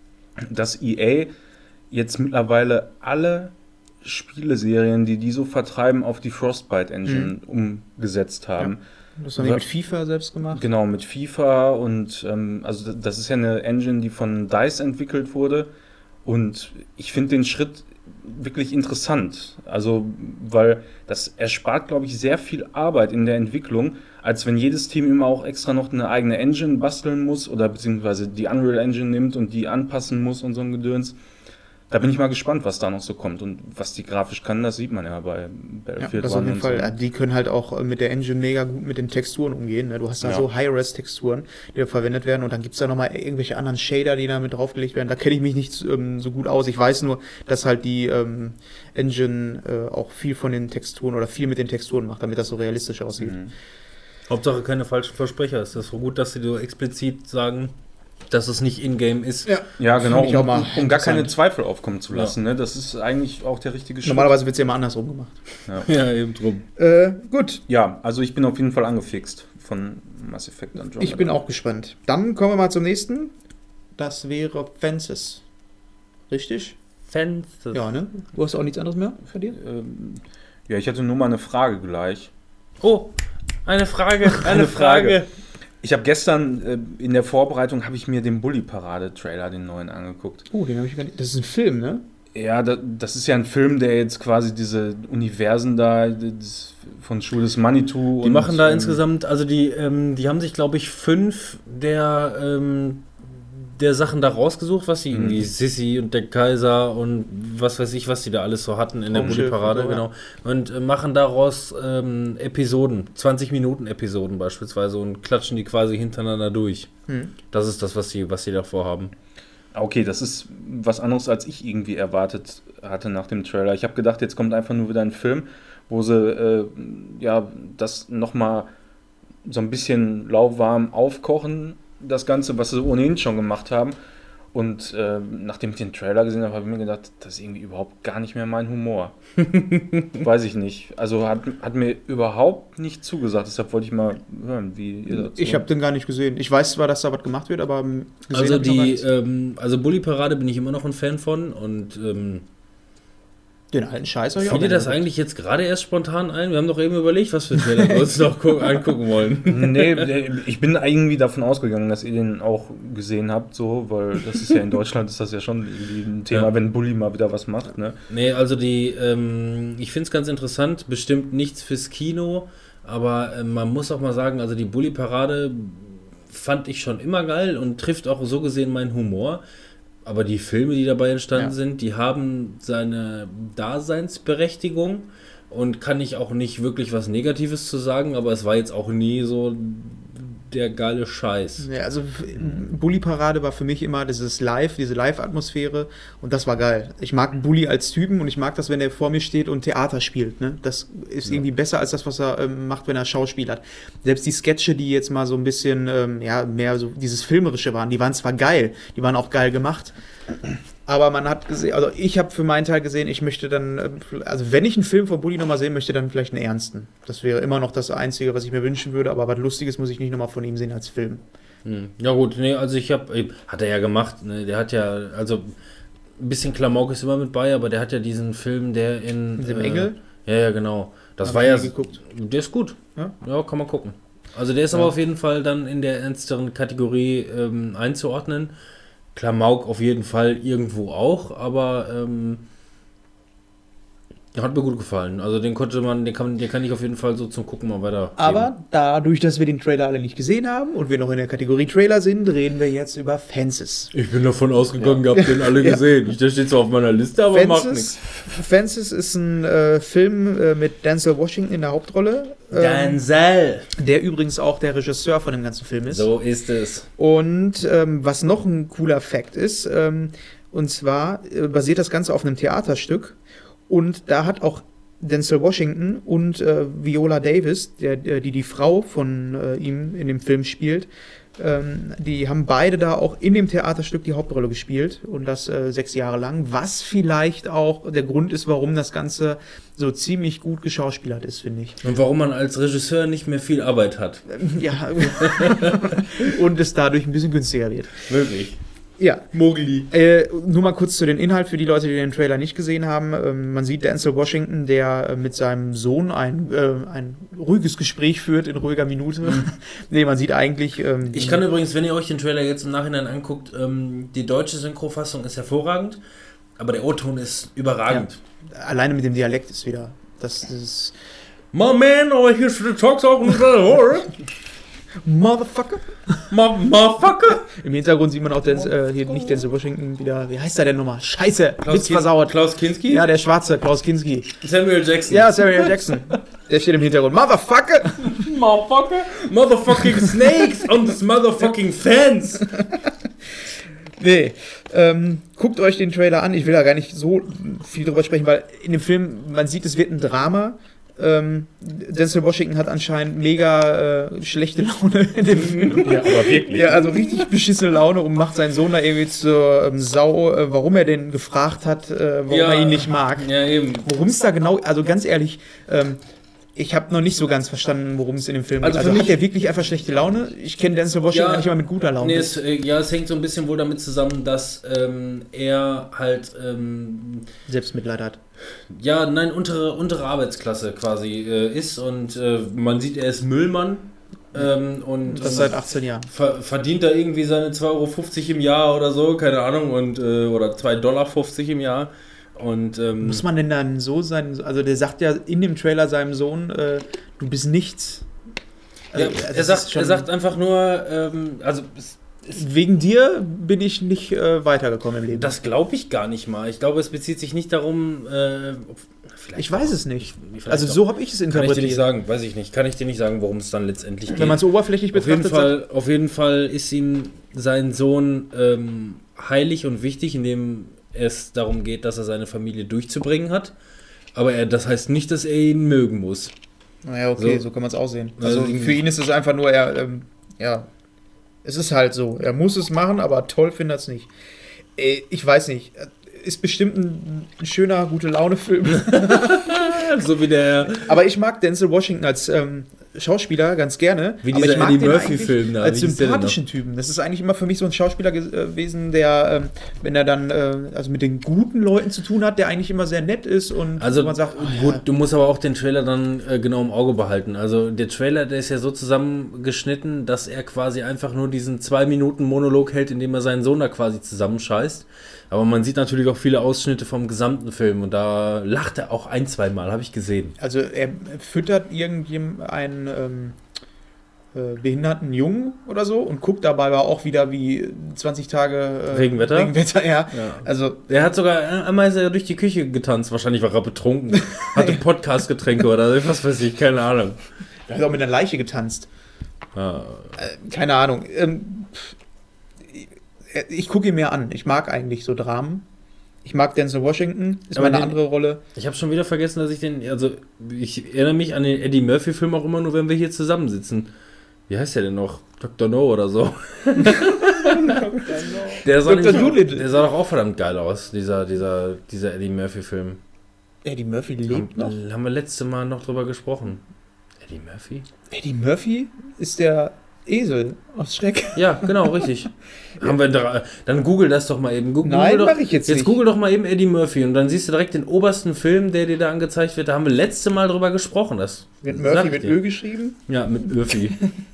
dass E A jetzt mittlerweile alle Spieleserien, die die so vertreiben, auf die Frostbite Engine mhm. umgesetzt haben. Ja. Das haben die mit FIFA selbst gemacht? Genau, mit FIFA und ähm, also das ist ja eine Engine, die von DICE entwickelt wurde und ich finde den Schritt wirklich interessant, also weil das erspart, glaube ich, sehr viel Arbeit in der Entwicklung, als wenn jedes Team immer auch extra noch eine eigene Engine basteln muss oder beziehungsweise die Unreal Engine nimmt und die anpassen muss und so ein Gedöns. Da bin ich mal gespannt, was da noch so kommt und was die grafisch kann, das sieht man ja bei Battlefield. Ja, das auf jeden Fall. So. Die können halt auch mit der Engine mega gut mit den Texturen umgehen. Du hast da ja. so High-Res-Texturen, die da verwendet werden und dann gibt es da nochmal irgendwelche anderen Shader, die da mit draufgelegt werden. Da kenne ich mich nicht ähm, so gut aus. Ich weiß nur, dass halt die ähm, Engine äh, auch viel von den Texturen oder viel mit den Texturen macht, damit das so realistisch aussieht. Mhm. Hauptsache keine falschen Versprecher. Es ist so gut, dass sie so explizit sagen, dass es nicht in-game ist. Ja, ja genau, um, um, um gar keine Zweifel aufkommen zu lassen. Ja. Ne? Das ist eigentlich auch der richtige Schritt. Normalerweise wird es ja immer andersrum gemacht. Ja, ja eben drum. Äh, gut. Ja, also ich bin auf jeden Fall angefixt von Mass Effect Andromeda. Ich bin auch gespannt. Dann kommen wir mal zum nächsten. Das wäre Fences. Richtig? Fences. Ja, ne? Du hast auch nichts anderes mehr für dir? Ähm, ja, ich hatte nur mal eine Frage gleich. Oh, eine Frage, eine, eine Frage. Frage. Ich habe gestern äh, in der Vorbereitung habe ich mir den Bully-Parade-Trailer, den neuen, angeguckt. Oh, den habe ich gar nicht. Das ist ein Film, ne? Ja, da, das ist ja ein Film, der jetzt quasi diese Universen da das, von Schuh des Manitou. Die und, machen da ähm, insgesamt, also die, ähm, die haben sich, glaube ich, fünf der ähm, der Sachen da rausgesucht, was sie mhm. irgendwie Sissi und der Kaiser und was weiß ich, was die da alles so hatten in der Bully-Parade, so, genau. Ja. Und äh, machen daraus ähm, Episoden, zwanzig Minuten Episoden beispielsweise und klatschen die quasi hintereinander durch. Mhm. Das ist das, was sie, was sie da vorhaben. Okay, das ist was anderes, als ich irgendwie erwartet hatte nach dem Trailer. Ich habe gedacht, jetzt kommt einfach nur wieder ein Film, wo sie äh, ja das nochmal so ein bisschen lauwarm aufkochen, das Ganze, was sie ohnehin schon gemacht haben. Und äh, nachdem ich den Trailer gesehen habe, habe ich mir gedacht, das ist irgendwie überhaupt gar nicht mehr mein Humor. Weiß ich nicht. Also hat, hat mir überhaupt nicht zugesagt. Deshalb wollte ich mal hören, wie ihr dazu... Ich habe den gar nicht gesehen. Ich weiß zwar, dass da was gemacht wird, aber gesehen also die, ähm, also Bully-Parade bin ich immer noch ein Fan von und ähm, den alten Scheiß habe ich auch. Fiel dir das eigentlich jetzt gerade erst spontan ein? Wir haben doch eben überlegt, was für Trailer wir uns noch angucken wollen. Nee, ich bin irgendwie davon ausgegangen, dass ihr den auch gesehen habt, so, weil das ist ja in Deutschland ist das ja schon irgendwie ein Thema, ja. wenn Bully mal wieder was macht. Ne? Nee, also die, ähm, ich finde es ganz interessant, bestimmt nichts fürs Kino, aber äh, man muss auch mal sagen, also die Bully-Parade fand ich schon immer geil und trifft auch so gesehen meinen Humor. Aber die Filme, die dabei entstanden ja. sind, die haben seine Daseinsberechtigung und kann ich auch nicht wirklich was Negatives zu sagen, aber es war jetzt auch nie so der geile Scheiß. Ja, also Bully-Parade war für mich immer dieses Live, diese Live-Atmosphäre und das war geil. Ich mag Bully als Typen und ich mag das, wenn er vor mir steht und Theater spielt. Ne? Das ist ja. irgendwie besser als das, was er ähm, macht, wenn er Schauspiel hat. Selbst die Sketche, die jetzt mal so ein bisschen ähm, ja, mehr so dieses Filmerische waren, die waren zwar geil, die waren auch geil gemacht, aber man hat gesehen, also ich habe für meinen Teil gesehen, ich möchte dann, also wenn ich einen Film von Bully nochmal sehen möchte, dann vielleicht einen ernsten. Das wäre immer noch das Einzige, was ich mir wünschen würde, aber was Lustiges muss ich nicht nochmal von ihm sehen als Film. Hm. Ja gut, nee, also ich habe, hat er ja gemacht, ne, der hat ja, also ein bisschen Klamauk ist immer mit bei, aber der hat ja diesen Film, der in... Mit dem äh, Engel? Ja, ja, genau. Das hab war ja, geguckt. Der ist gut, ja? Ja, kann man gucken. Also der ist ja. aber auf jeden Fall dann in der ernsteren Kategorie ähm, einzuordnen. Klamauk auf jeden Fall irgendwo auch, aber ähm, hat mir gut gefallen. Also den konnte man, den kann, den kann ich auf jeden Fall so zum Gucken mal weiter. Aber geben. Dadurch, dass wir den Trailer alle nicht gesehen haben und wir noch in der Kategorie Trailer sind, reden wir jetzt über Fences. Ich bin davon ausgegangen, ja. ihr habt den alle gesehen. ja. Der steht zwar auf meiner Liste, aber Fences, macht nichts. Fences ist ein äh, Film äh, mit Denzel Washington in der Hauptrolle. Ähm, Denzel! Der übrigens auch der Regisseur von dem ganzen Film ist. So ist es. Und ähm, was noch ein cooler Fact ist, ähm, und zwar äh, basiert das Ganze auf einem Theaterstück. Und da hat auch Denzel Washington und äh, Viola Davis, der, der, die die Frau von äh, ihm in dem Film spielt, Ähm, die haben beide da auch in dem Theaterstück die Hauptrolle gespielt und das äh, sechs Jahre lang, was vielleicht auch der Grund ist, warum das Ganze so ziemlich gut geschauspielert ist, finde ich. Und warum man als Regisseur nicht mehr viel Arbeit hat. Ja, und es dadurch ein bisschen günstiger wird. Wirklich. Ja. Mowgli. Äh, nur mal kurz zu den Inhalt für die Leute, die den Trailer nicht gesehen haben. Ähm, man sieht Denzel Washington, der äh, mit seinem Sohn ein, äh, ein ruhiges Gespräch führt in ruhiger Minute. Nee, man sieht eigentlich... Ähm, Ich kann übrigens, wenn ihr euch den Trailer jetzt im Nachhinein anguckt, ähm, die deutsche Synchrofassung ist hervorragend, aber der O-Ton ist überragend. Ja, alleine mit dem Dialekt ist wieder... Das, das ist... My man, oh, here should the talks auch mit der Horror. Motherfucker. Ma Motherfucker. Im Hintergrund sieht man auch den, äh, hier nicht Denzel Washington wieder. Wie heißt der denn nochmal? Scheiße, Witz versauert. Klaus Kinski? Ja, der Schwarze, Klaus Kinski. Samuel Jackson. Ja, Samuel Jackson. Der steht im Hintergrund. Motherfucker. Motherfucker. Motherfucking snakes on this motherfucking fence. Nee, ähm, guckt euch den Trailer an. Ich will da gar nicht so viel drüber sprechen, weil in dem Film, man sieht, es wird ein Drama. Ähm, Denzel Washington hat anscheinend mega äh, schlechte Laune in dem Film. Ja, aber wirklich. Ja, also richtig beschissene Laune und macht seinen Sohn da irgendwie zur ähm, Sau, äh, warum er den gefragt hat, äh, warum Ja. er ihn nicht mag. Ja, eben. Worum es da genau, also ganz ehrlich, ähm, ich habe noch nicht so ganz verstanden, worum es in dem Film Also geht. für Also hat mich- er wirklich einfach schlechte Laune? Ich kenne Denzel Washington Ja. eigentlich immer mit guter Laune. Nee, es, äh, ja, es hängt so ein bisschen wohl damit zusammen, dass ähm, er halt, ähm, Selbstmitleid hat. ja, nein, untere, untere Arbeitsklasse quasi äh, ist und äh, man sieht, er ist Müllmann ähm, und Das seit achtzehn Jahren. ver verdient da irgendwie seine zwei Euro fünfzig im Jahr oder so, keine Ahnung, und äh, oder zwei Dollar fünfzig im Jahr. Und ähm, Muss man denn dann so sein? Also der sagt ja in dem Trailer seinem Sohn, äh, du bist nichts. ja, Also, er, das sagt, ist schon- er sagt einfach nur, ähm, also es, wegen dir bin ich nicht äh, weitergekommen im Leben. das glaube ich gar nicht mal. Ich glaube, es bezieht sich nicht darum, äh, ob- vielleicht ich weiß es nicht. vielleicht Also doch. so habe ich es Kann ich dir interpretiert. nicht sagen, weiß ich nicht. Kann ich dir nicht sagen, worum es dann letztendlich geht. Wenn man es oberflächlich auf jeden, betrachtet, sagt, Fall, auf jeden Fall ist ihm sein Sohn ähm, heilig und wichtig, indem es darum geht, dass er seine Familie durchzubringen hat. Aber er, das heißt nicht, dass er ihn mögen muss. naja, okay, so- so, kann man es auch sehen. Also Also irgendwie- für ihn ist es einfach nur, er, ähm, ja, es ist halt so. Er muss es machen, aber toll findet er es nicht. Äh, Ich weiß nicht. Ist bestimmt ein, ein schöner, gute Laune-Film. So wie der, Aber ich mag Denzel Washington als ähm, Schauspieler ganz gerne. Wie aber dieser ich mag Eddie den Murphy-Film eigentlich da. als Wie hieß der denn sympathischen Typen. Das ist eigentlich immer für mich so ein Schauspieler ge- äh, gewesen, der, ähm, wenn er dann äh, also mit den guten Leuten zu tun hat, der eigentlich immer sehr nett ist und Also wo man sagt, oh, gut, ja, du musst aber auch den Trailer dann äh, genau im Auge behalten. Also der Trailer, der ist ja so zusammengeschnitten, dass er quasi einfach nur diesen zwei Minuten Monolog hält, in dem er seinen Sohn da quasi zusammenscheißt. Aber man sieht natürlich auch viele Ausschnitte vom gesamten Film und da lacht er auch ein, zwei Mal, habe ich gesehen. also er füttert irgendjemand einen ähm, äh, behinderten Jungen oder so und guckt dabei aber auch wieder wie zwanzig Tage äh, Regenwetter? Regenwetter, ja. Ja. Also Er hat sogar einmal ist er durch die Küche getanzt, wahrscheinlich war er betrunken, hatte Podcast-Getränke oder was weiß ich, keine Ahnung. er hat auch mit einer Leiche getanzt. Ja. Äh, keine Ahnung. Ähm, pff, ich ich gucke ihn mir an. Ich mag eigentlich so Dramen. Ich mag Denzel Washington, ist Aber meine den- andere Rolle. Ich habe schon wieder vergessen, dass ich den, also ich erinnere mich an den Eddie Murphy-Film auch immer nur, wenn wir hier zusammensitzen. Wie heißt der denn noch? Doktor No oder so. der, sah Doktor nämlich- Dolittle. der sah doch auch verdammt geil aus, dieser, dieser, dieser Eddie Murphy-Film. Eddie Murphy Haben, lebt noch. haben wir letzte Mal noch drüber gesprochen. Eddie Murphy? Eddie Murphy ist der Esel aus Schreck. Ja, genau, richtig. Haben wir da, dann google das doch mal eben. Gu- Nein, google doch, mach ich jetzt Jetzt nicht. google doch mal eben Eddie Murphy und dann siehst du direkt den obersten Film, der dir da angezeigt wird. Da haben wir letzte Mal drüber gesprochen. Das Mit sag Murphy ich mit dir. Ö geschrieben. Ja, mit Murphy.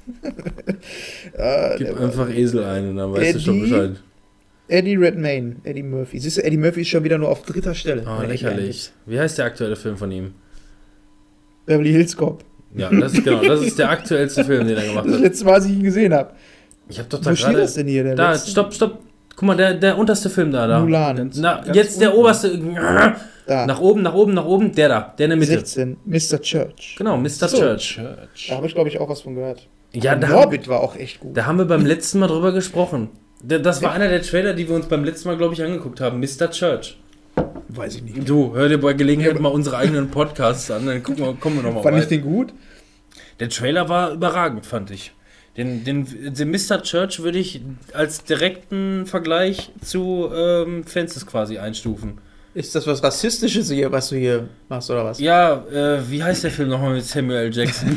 Äh, Gib der- einfach Esel ein und dann weißt du schon Eddie? Bescheid. Eddie Redmayne, Eddie Murphy. Siehst du, Eddie Murphy ist schon wieder nur auf dritter Stelle. Oh, Wenn er Eddie lächerlich. eingibt. Wie heißt der aktuelle Film von ihm? Beverly Hills Cop. Ja, das ist genau, das ist der aktuellste Film, den er gemacht Das hat. letzte Mal, als ich ihn gesehen habe. Ich hab doch da Wo steht gerade. das denn hier? Der Da, letzte? stopp, stopp. Guck mal, der, der unterste Film da, da. Mulan. Na, Ganz jetzt der unten. oberste. Da. Nach oben, nach oben, nach oben. Der da, der in der Mitte. sechzehn. Mister Church. Genau, Mister So. Church. Da habe ich, glaube ich, auch was von gehört. Ja, Und da, haben- Norbit war auch echt gut. da haben wir beim letzten Mal drüber gesprochen. Der- Das war einer der Trailer, die wir uns beim letzten Mal, glaube ich, angeguckt haben. Mister Church. Weiß ich nicht. Du, hör dir bei Gelegenheit Ja, mal unsere eigenen Podcasts an, dann gucken wir, kommen wir nochmal Fand ich weiter. den gut? Der Trailer war überragend, fand ich. Den, den, den Mister Church würde ich als direkten Vergleich zu ähm, Fences quasi einstufen. Ist das was Rassistisches hier, was du hier machst, oder was? Ja, äh, wie heißt der Film nochmal mit Samuel L. Jackson?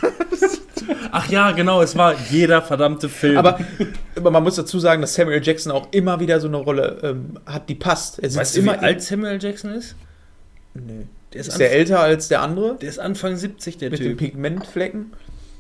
Ach ja, genau, es war jeder verdammte Film. Aber, aber man muss dazu sagen, dass Samuel L. Jackson auch immer wieder so eine Rolle ähm, hat, die passt. Er weißt du, immer wie alt Samuel L. Jackson ist? Nee. Der ist, ist der älter als der andere? Der ist Anfang siebzig, der Mit Typ. den Pigmentflecken?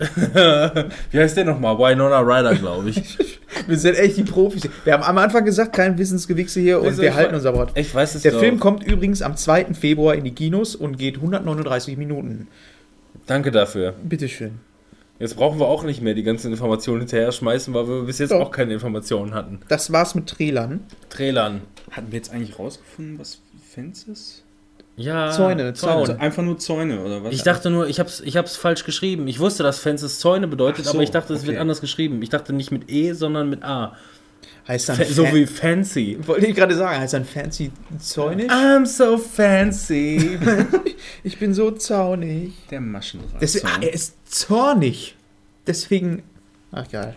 Wie heißt der nochmal? Winona Ryder, glaube ich. Wir sind echt die Profis. Wir haben am Anfang gesagt, kein Wissensgewichse hier und Also wir ich halten we- unser Wort. Ich weiß es Der doch. Film kommt übrigens am zweiten Februar in die Kinos und geht hundertneununddreißig Minuten. Danke dafür. Bitteschön. Jetzt brauchen wir auch nicht mehr die ganzen Informationen hinterher schmeißen, weil wir bis jetzt Doch. auch keine Informationen hatten. Das war's mit Trailern. Trailern. Hatten wir jetzt eigentlich rausgefunden, was Fence ist? Ja. Zäune, Zaun. Also einfach nur Zäune, oder was? Ich dachte nur, ich hab's, ich hab's falsch geschrieben. Ich wusste, dass Fences Zäune bedeutet, Ach so, aber ich dachte, es wird okay. anders geschrieben. Ich dachte nicht mit E, sondern mit A. Heißt dann Fa- so Fan- wie fancy. Wollte ich gerade sagen, heißt dann fancy zäunig? I'm so fancy. Ich bin so zaunig. Der Maschendraht. Deswegen, ah, er ist zornig. Deswegen. Ach geil.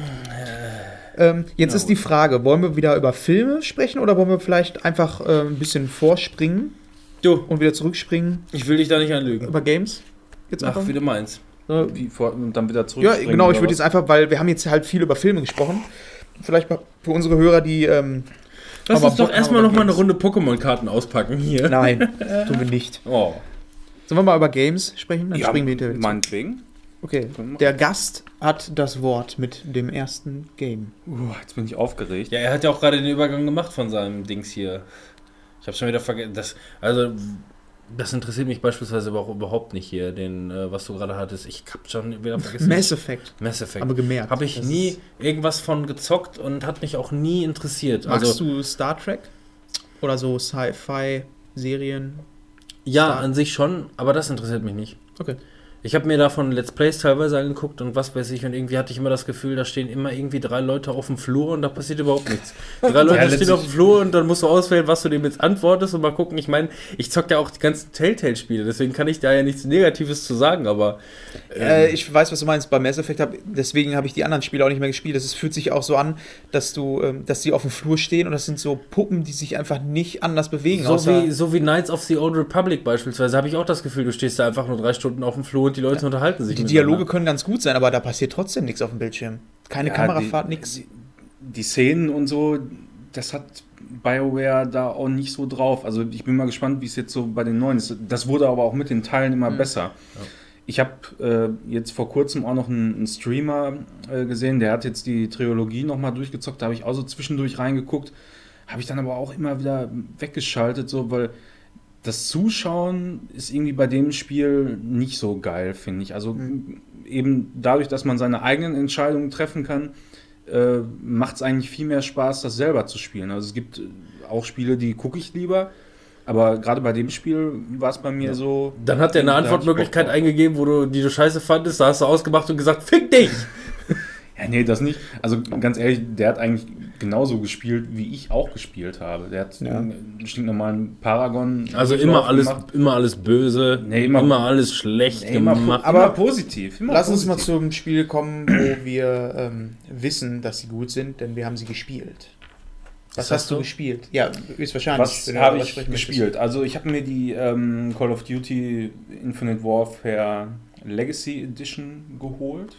Ähm, jetzt Na ist die gut. Frage, wollen wir wieder über Filme sprechen oder wollen wir vielleicht einfach äh, ein bisschen vorspringen Du, und wieder zurückspringen ich will dich da nicht anlügen. über Games? Jetzt Ach, wie du meinst. Äh, Wie vor, und dann wieder zurück. ja, genau, ich würde jetzt einfach, weil wir haben jetzt halt viel über Filme gesprochen. Vielleicht mal für unsere Hörer, die. Ähm, Lass aber uns doch Bock erstmal haben noch mal eine über Runde Pokémon-Karten auspacken hier. Nein, tun wir nicht. Oh. Sollen wir mal über Games sprechen? Dann Ja, springen wir hinterher. zu. meinetwegen. Okay, Können wir machen. der Gast hat das Wort mit dem ersten Game. Uh, jetzt bin ich aufgeregt. Ja, er hat ja auch gerade den Übergang gemacht von seinem Dings hier. Ich habe schon wieder vergessen. Das, also, das interessiert mich beispielsweise aber auch überhaupt nicht hier, den, äh, was du gerade hattest. Ich habe schon wieder vergessen. Mass Effect. Mass Effect. Haben wir gemerkt. Habe ich Das nie ist- irgendwas von gezockt und hat mich auch nie interessiert. Magst Also, du Star Trek? Oder so Sci-Fi-Serien? ja, Star- an sich schon, aber das interessiert mich nicht. Okay. Ich habe mir davon Let's Plays teilweise angeguckt und was weiß ich, und irgendwie hatte ich immer das Gefühl, da stehen immer irgendwie drei Leute auf dem Flur und da passiert überhaupt nichts. Drei Leute stehen letztlich- auf dem Flur und dann musst du auswählen, was du dem jetzt antwortest und mal gucken. Ich meine, ich zock ja auch die ganzen Telltale-Spiele, deswegen kann ich da ja nichts Negatives zu sagen, aber Äh, ich weiß, was du meinst. Bei Mass Effect, hab, deswegen habe ich die anderen Spiele auch nicht mehr gespielt. Es fühlt sich auch so an, dass du, ähm, dass die auf dem Flur stehen und das sind so Puppen, die sich einfach nicht anders bewegen. so außer- wie, so wie Knights of the Old Republic beispielsweise, habe ich auch das Gefühl, du stehst da einfach nur drei Stunden auf dem Flur und die Leute unterhalten sich die miteinander. Dialoge können ganz gut sein, aber da passiert trotzdem nichts auf dem Bildschirm. Keine Ja, Kamerafahrt, die- nichts. Die, die Szenen und so, das hat BioWare da auch nicht so drauf. Also ich bin mal gespannt, wie es jetzt so bei den neuen ist. Das wurde aber auch mit den Teilen immer Mhm. besser. Ich habe äh, jetzt vor kurzem auch noch einen, einen Streamer äh, gesehen, der hat jetzt die Trilogie nochmal durchgezockt. Da habe ich auch so zwischendurch reingeguckt. Habe ich dann aber auch immer wieder weggeschaltet, so, weil das Zuschauen ist irgendwie bei dem Spiel nicht so geil, finde ich. Also Mhm. eben dadurch, dass man seine eigenen Entscheidungen treffen kann, äh, macht es eigentlich viel mehr Spaß, das selber zu spielen. Also es gibt äh, auch Spiele, die gucke ich lieber, aber gerade bei dem Spiel war es bei mir Ja. so... Dann hat er eine da hab ich Antwortmöglichkeit Bock drauf. eingegeben, wo du, die du scheiße fandest, da hast du ausgemacht und gesagt, fick dich! Ja, nee, das nicht. Also ganz ehrlich, der hat eigentlich genauso gespielt, wie ich auch gespielt habe. Der hat Ja. einen stinknormalen Paragon. Also Durchlauf immer alles, gemacht. immer alles böse, Nee, immer- immer, alles schlecht Nee, immer, gemacht. aber Aber positiv. Immer Lass uns mal positiv. zum Spiel kommen, wo wir ähm, wissen, dass sie gut sind, denn wir haben sie gespielt. Was Ist das hast du so? gespielt? Ja, ist wahrscheinlich. Was wenn du habe darüber ich sprechen möchtest. gespielt? Also ich habe mir die ähm, Call of Duty Infinite Warfare Legacy Edition geholt.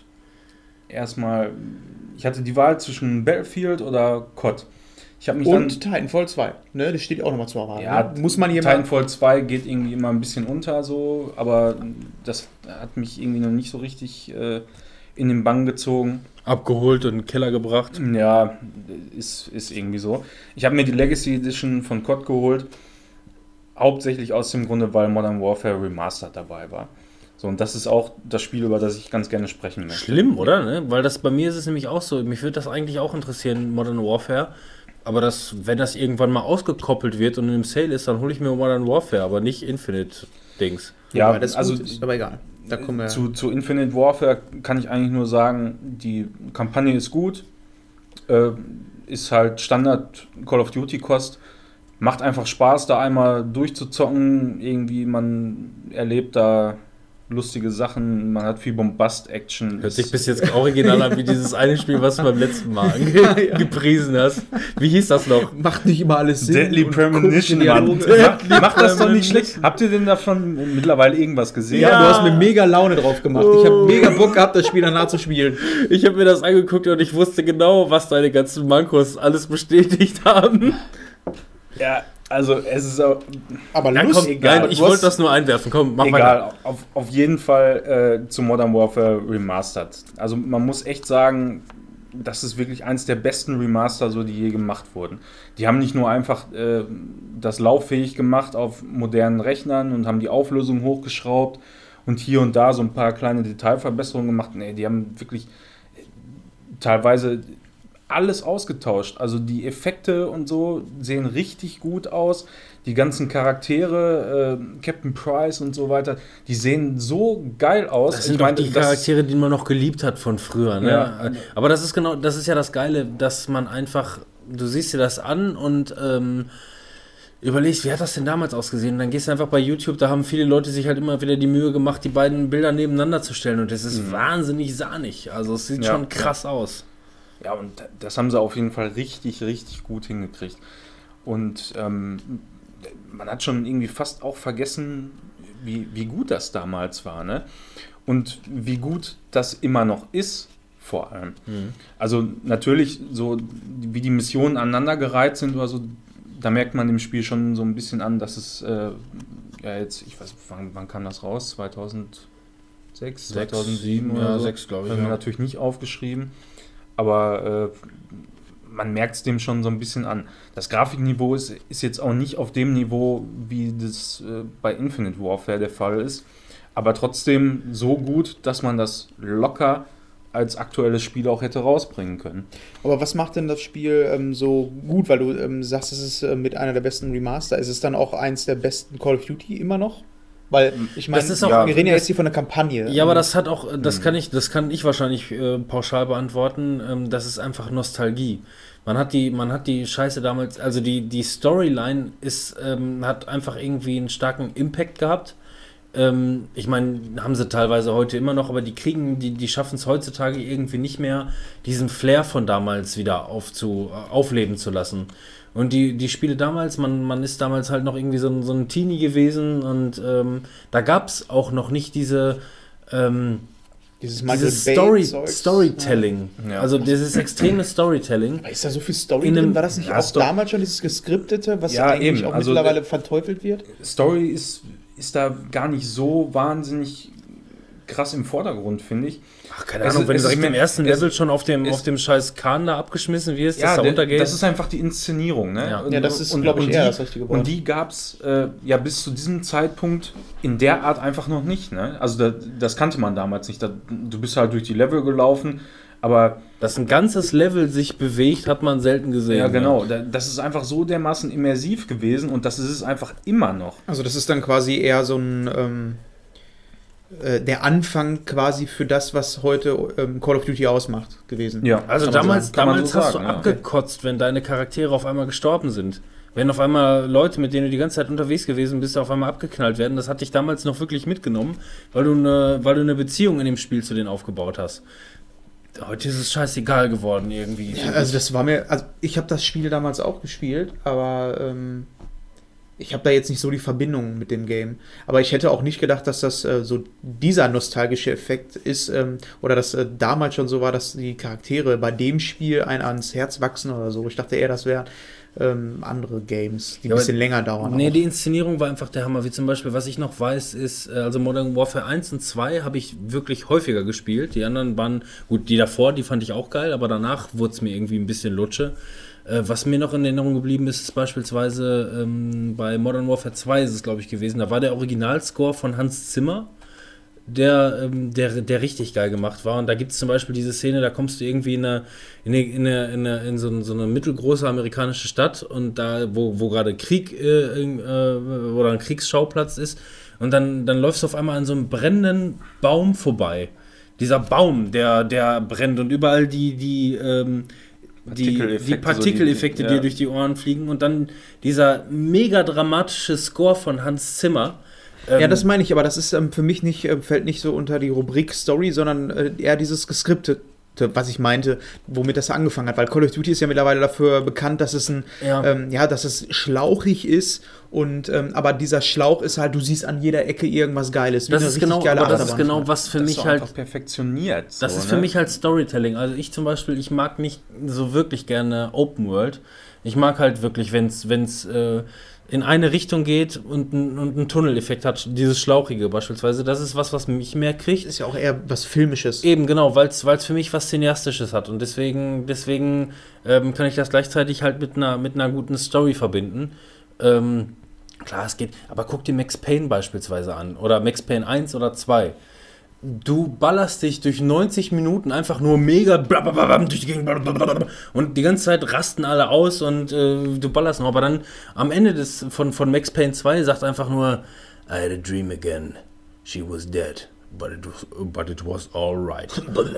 Erstmal, ich hatte die Wahl zwischen Battlefield oder C O D. Ich habe mich Und Titanfall zwei, ne? Das steht auch nochmal zur Wahl. dann, ja, ne? Muss man hier mal. Titanfall zwei geht irgendwie immer ein bisschen unter so, aber das hat mich irgendwie noch nicht so richtig äh, in den Bann gezogen. Abgeholt und in den Keller gebracht. Ja, ist, ist irgendwie so. Ich habe mir die Legacy Edition von C O D geholt, hauptsächlich aus dem Grunde, weil Modern Warfare Remastered dabei war. So, und das ist auch das Spiel, über das ich ganz gerne sprechen möchte. Schlimm, oder? Ne? Weil das bei mir ist es nämlich auch so. Mich würde das eigentlich auch interessieren, Modern Warfare. Aber das, wenn das irgendwann mal ausgekoppelt wird und im Sale ist, dann hole ich mir Modern Warfare, aber nicht Infinite-Dings. Ja, das also gut ist, aber egal. Da kommen wir. zu, zu Infinite Warfare kann ich eigentlich nur sagen, die Kampagne ist gut, äh, ist halt Standard Call of Duty Kost, macht einfach Spaß, da einmal durchzuzocken, irgendwie man erlebt da lustige Sachen, man hat viel Bombast-Action. Hört sich bis jetzt original an wie dieses eine Spiel, was du beim letzten Mal ange- gepriesen hast. Wie hieß das noch? Macht nicht immer alles Sinn. Deadly Premonition, Mann. Mach, mach das doch nicht schlecht. Habt ihr denn davon mittlerweile irgendwas gesehen? Ja, du hast mir mega Laune drauf gemacht. Ich habe mega Bock gehabt, das Spiel danach zu spielen. Ich habe mir das angeguckt und ich wusste genau, was deine ganzen Mankos alles bestätigt haben. Ja, also es ist auch... Aber Ja, komm, lustig. egal. nein, ich Du hast- wollte das nur einwerfen. Komm, mach Egal, weiter. auf, auf jeden Fall äh, zu Modern Warfare Remastered. Also man muss echt sagen, das ist wirklich eins der besten Remaster, so die je gemacht wurden. Die haben nicht nur einfach äh, das lauffähig gemacht auf modernen Rechnern und haben die Auflösung hochgeschraubt und hier und da so ein paar kleine Detailverbesserungen gemacht. Nee, die haben wirklich äh, teilweise alles ausgetauscht. Also die Effekte und so sehen richtig gut aus. Die ganzen Charaktere, äh, Captain Price und so weiter, die sehen so geil aus. Das sind Ich doch meine, die das- Charaktere, die man noch geliebt hat von früher. Ne? Ja. Aber das ist genau, das ist ja das Geile, dass man einfach, du siehst dir das an und ähm, überlegst, wie hat das denn damals ausgesehen? Und dann gehst du einfach bei YouTube, da haben viele Leute sich halt immer wieder die Mühe gemacht, die beiden Bilder nebeneinander zu stellen. Und das ist Mhm. wahnsinnig sahnig. Also es sieht Ja, schon krass aus. Ja, und das haben sie auf jeden Fall richtig, richtig gut hingekriegt. Und ähm, man hat schon irgendwie fast auch vergessen, wie, wie gut das damals war, ne? Und wie gut das immer noch ist, vor allem. Mhm. Also natürlich, so wie die Missionen aneinandergereiht sind oder so, da merkt man dem Spiel schon so ein bisschen an, dass es, äh, ja jetzt, ich weiß, wann, wann kam das raus? zweitausendsechs, zweitausendsieben oder ja, so? sechs, glaube ich. Haben wir Ja. natürlich nicht aufgeschrieben. Aber äh, man merkt es dem schon so ein bisschen an. Das Grafikniveau ist, ist jetzt auch nicht auf dem Niveau, wie das äh, bei Infinite Warfare der Fall ist. Aber trotzdem so gut, dass man das locker als aktuelles Spiel auch hätte rausbringen können. Aber was macht denn das Spiel ähm, so gut? Weil du ähm, sagst, es ist äh, mit einer der besten Remaster. Ist es dann auch eins der besten Call of Duty immer noch? Weil, ich meine, Das ist auch- wir reden ja jetzt hier von der Kampagne. Ja, aber das hat auch, das Mhm. kann ich, das kann ich wahrscheinlich äh, pauschal beantworten. Ähm, das ist einfach Nostalgie. Man hat die, man hat die Scheiße damals, also die, die Storyline ist, ähm, hat einfach irgendwie einen starken Impact gehabt. Ähm, ich meine, haben sie teilweise heute immer noch, aber die kriegen, die, die schaffen es heutzutage irgendwie nicht mehr, diesen Flair von damals wieder aufzu, aufleben zu lassen. Und die, die Spiele damals, man, man ist damals halt noch irgendwie so ein, so ein Teenie gewesen und ähm, da gab es auch noch nicht diese, ähm, Dieses dieses Michael Story, Bay-Zeugs. Storytelling. Ja. Also dieses extreme Storytelling. Aber ist da so viel Story In einem- drin? War das nicht Ja, auch Sto- damals schon dieses Geskriptete, was Ja, eigentlich eben. auch Also, mittlerweile verteufelt wird? Story ist, ist da gar nicht so wahnsinnig krass im Vordergrund, finde ich. Ach, keine Es Ahnung, ist- wenn es du ist direkt im mir- ersten es- Level schon auf dem, es- auf dem scheiß Kahn da abgeschmissen wirst, dass Ja, da der, runtergeht. das ist einfach die Inszenierung, ne? Ja. Und- Ja, das ist, und- glaube ich, und eher die- das richtige Wort. Und die gab es äh, ja bis zu diesem Zeitpunkt in der Art einfach noch nicht, ne? Also da, das kannte man damals nicht. Da, du bist halt durch die Level gelaufen, aber Dass ein ganzes Level sich bewegt, hat man selten gesehen. ja genau, da, das ist einfach so dermaßen immersiv gewesen und das ist es einfach immer noch. Also das ist dann quasi eher so ein ähm, äh, der Anfang quasi für das, was heute ähm, Call of Duty ausmacht, gewesen. Ja, Also kann man damals, sagen. Kann man damals so hast sagen, du ja. abgekotzt, wenn deine Charaktere auf einmal gestorben sind. Wenn auf einmal Leute, mit denen du die ganze Zeit unterwegs gewesen bist, auf einmal abgeknallt werden, das hat dich damals noch wirklich mitgenommen, weil du eine, weil du eine Beziehung in dem Spiel zu denen aufgebaut hast. Heute ist es scheißegal geworden irgendwie. Ja, also das war mir, also ich habe das Spiel damals auch gespielt, aber ähm, ich habe da jetzt nicht so die Verbindung mit dem Game. Aber ich hätte auch nicht gedacht, dass das äh, so dieser nostalgische Effekt ist ähm, oder dass äh, damals schon so war, dass die Charaktere bei dem Spiel ein ans Herz wachsen oder so. Ich dachte eher, das wären ähm, andere Games, die Ja, ein bisschen aber- länger dauern. Nee, auch. die Inszenierung war einfach der Hammer. Wie zum Beispiel, was ich noch weiß, ist, äh, also Modern Warfare eins und zwei habe ich wirklich häufiger gespielt. Die anderen waren, gut, die davor, die fand ich auch geil, aber danach wurde es mir irgendwie ein bisschen lutsche. Äh, was mir noch in Erinnerung geblieben ist, ist beispielsweise ähm, bei Modern Warfare zwei ist es, glaube ich, gewesen. Da war der Originalscore von Hans Zimmer, der, ähm, der, der richtig geil gemacht war. Und da gibt es zum Beispiel diese Szene, da kommst du irgendwie in eine, in eine, in eine, in eine, in so, eine, so eine mittelgroße amerikanische Stadt und da, wo, wo gerade Krieg äh, in, äh, oder ein Kriegsschauplatz ist. Und dann, dann läufst du auf einmal an so einem brennenden Baum vorbei. Dieser Baum, der, der brennt und überall die, die, ähm, die, Partikeleffekte, die Partikeleffekte, so die- die ja. dir durch die Ohren fliegen und dann dieser mega dramatische Score von Hans Zimmer, Ja, das meine ich, aber das ist ähm, für mich nicht, äh, fällt nicht so unter die Rubrik Story, sondern äh, eher dieses Geskriptete, was ich meinte, womit das angefangen hat, weil Call of Duty ist ja mittlerweile dafür bekannt, dass es ein, Ja. ähm, ja, dass es schlauchig ist und, ähm, aber dieser Schlauch ist halt, du siehst an jeder Ecke irgendwas Geiles. wie Das eine ist richtig genau, geile aber das ist Achterbahn. genau was für Das ist mich doch halt. einfach perfektioniert. Das so, ist für ne? mich halt Storytelling. Also ich zum Beispiel, ich mag nicht so wirklich gerne Open World. Ich mag halt wirklich, wenn es äh, in eine Richtung geht und, ein- und einen Tunneleffekt hat, dieses Schlauchige beispielsweise. Das ist was, was mich mehr kriegt. Ist ja auch eher was Filmisches. Eben, genau, weil es für mich was Cineastisches hat. Und deswegen, deswegen ähm, kann ich das gleichzeitig halt mit einer, mit einer guten Story verbinden. Ähm, klar, es geht, aber guck dir Max Payne beispielsweise an. Oder Max Payne eins oder zwei. Du ballerst dich durch neunzig Minuten einfach nur mega blablabla durch die Gegend blablabla und die ganze Zeit rasten alle aus und äh, du ballerst noch. Aber dann am Ende des, von, von Max Payne zwei sagt einfach nur I had a dream again. She was dead. But it was, but it was alright.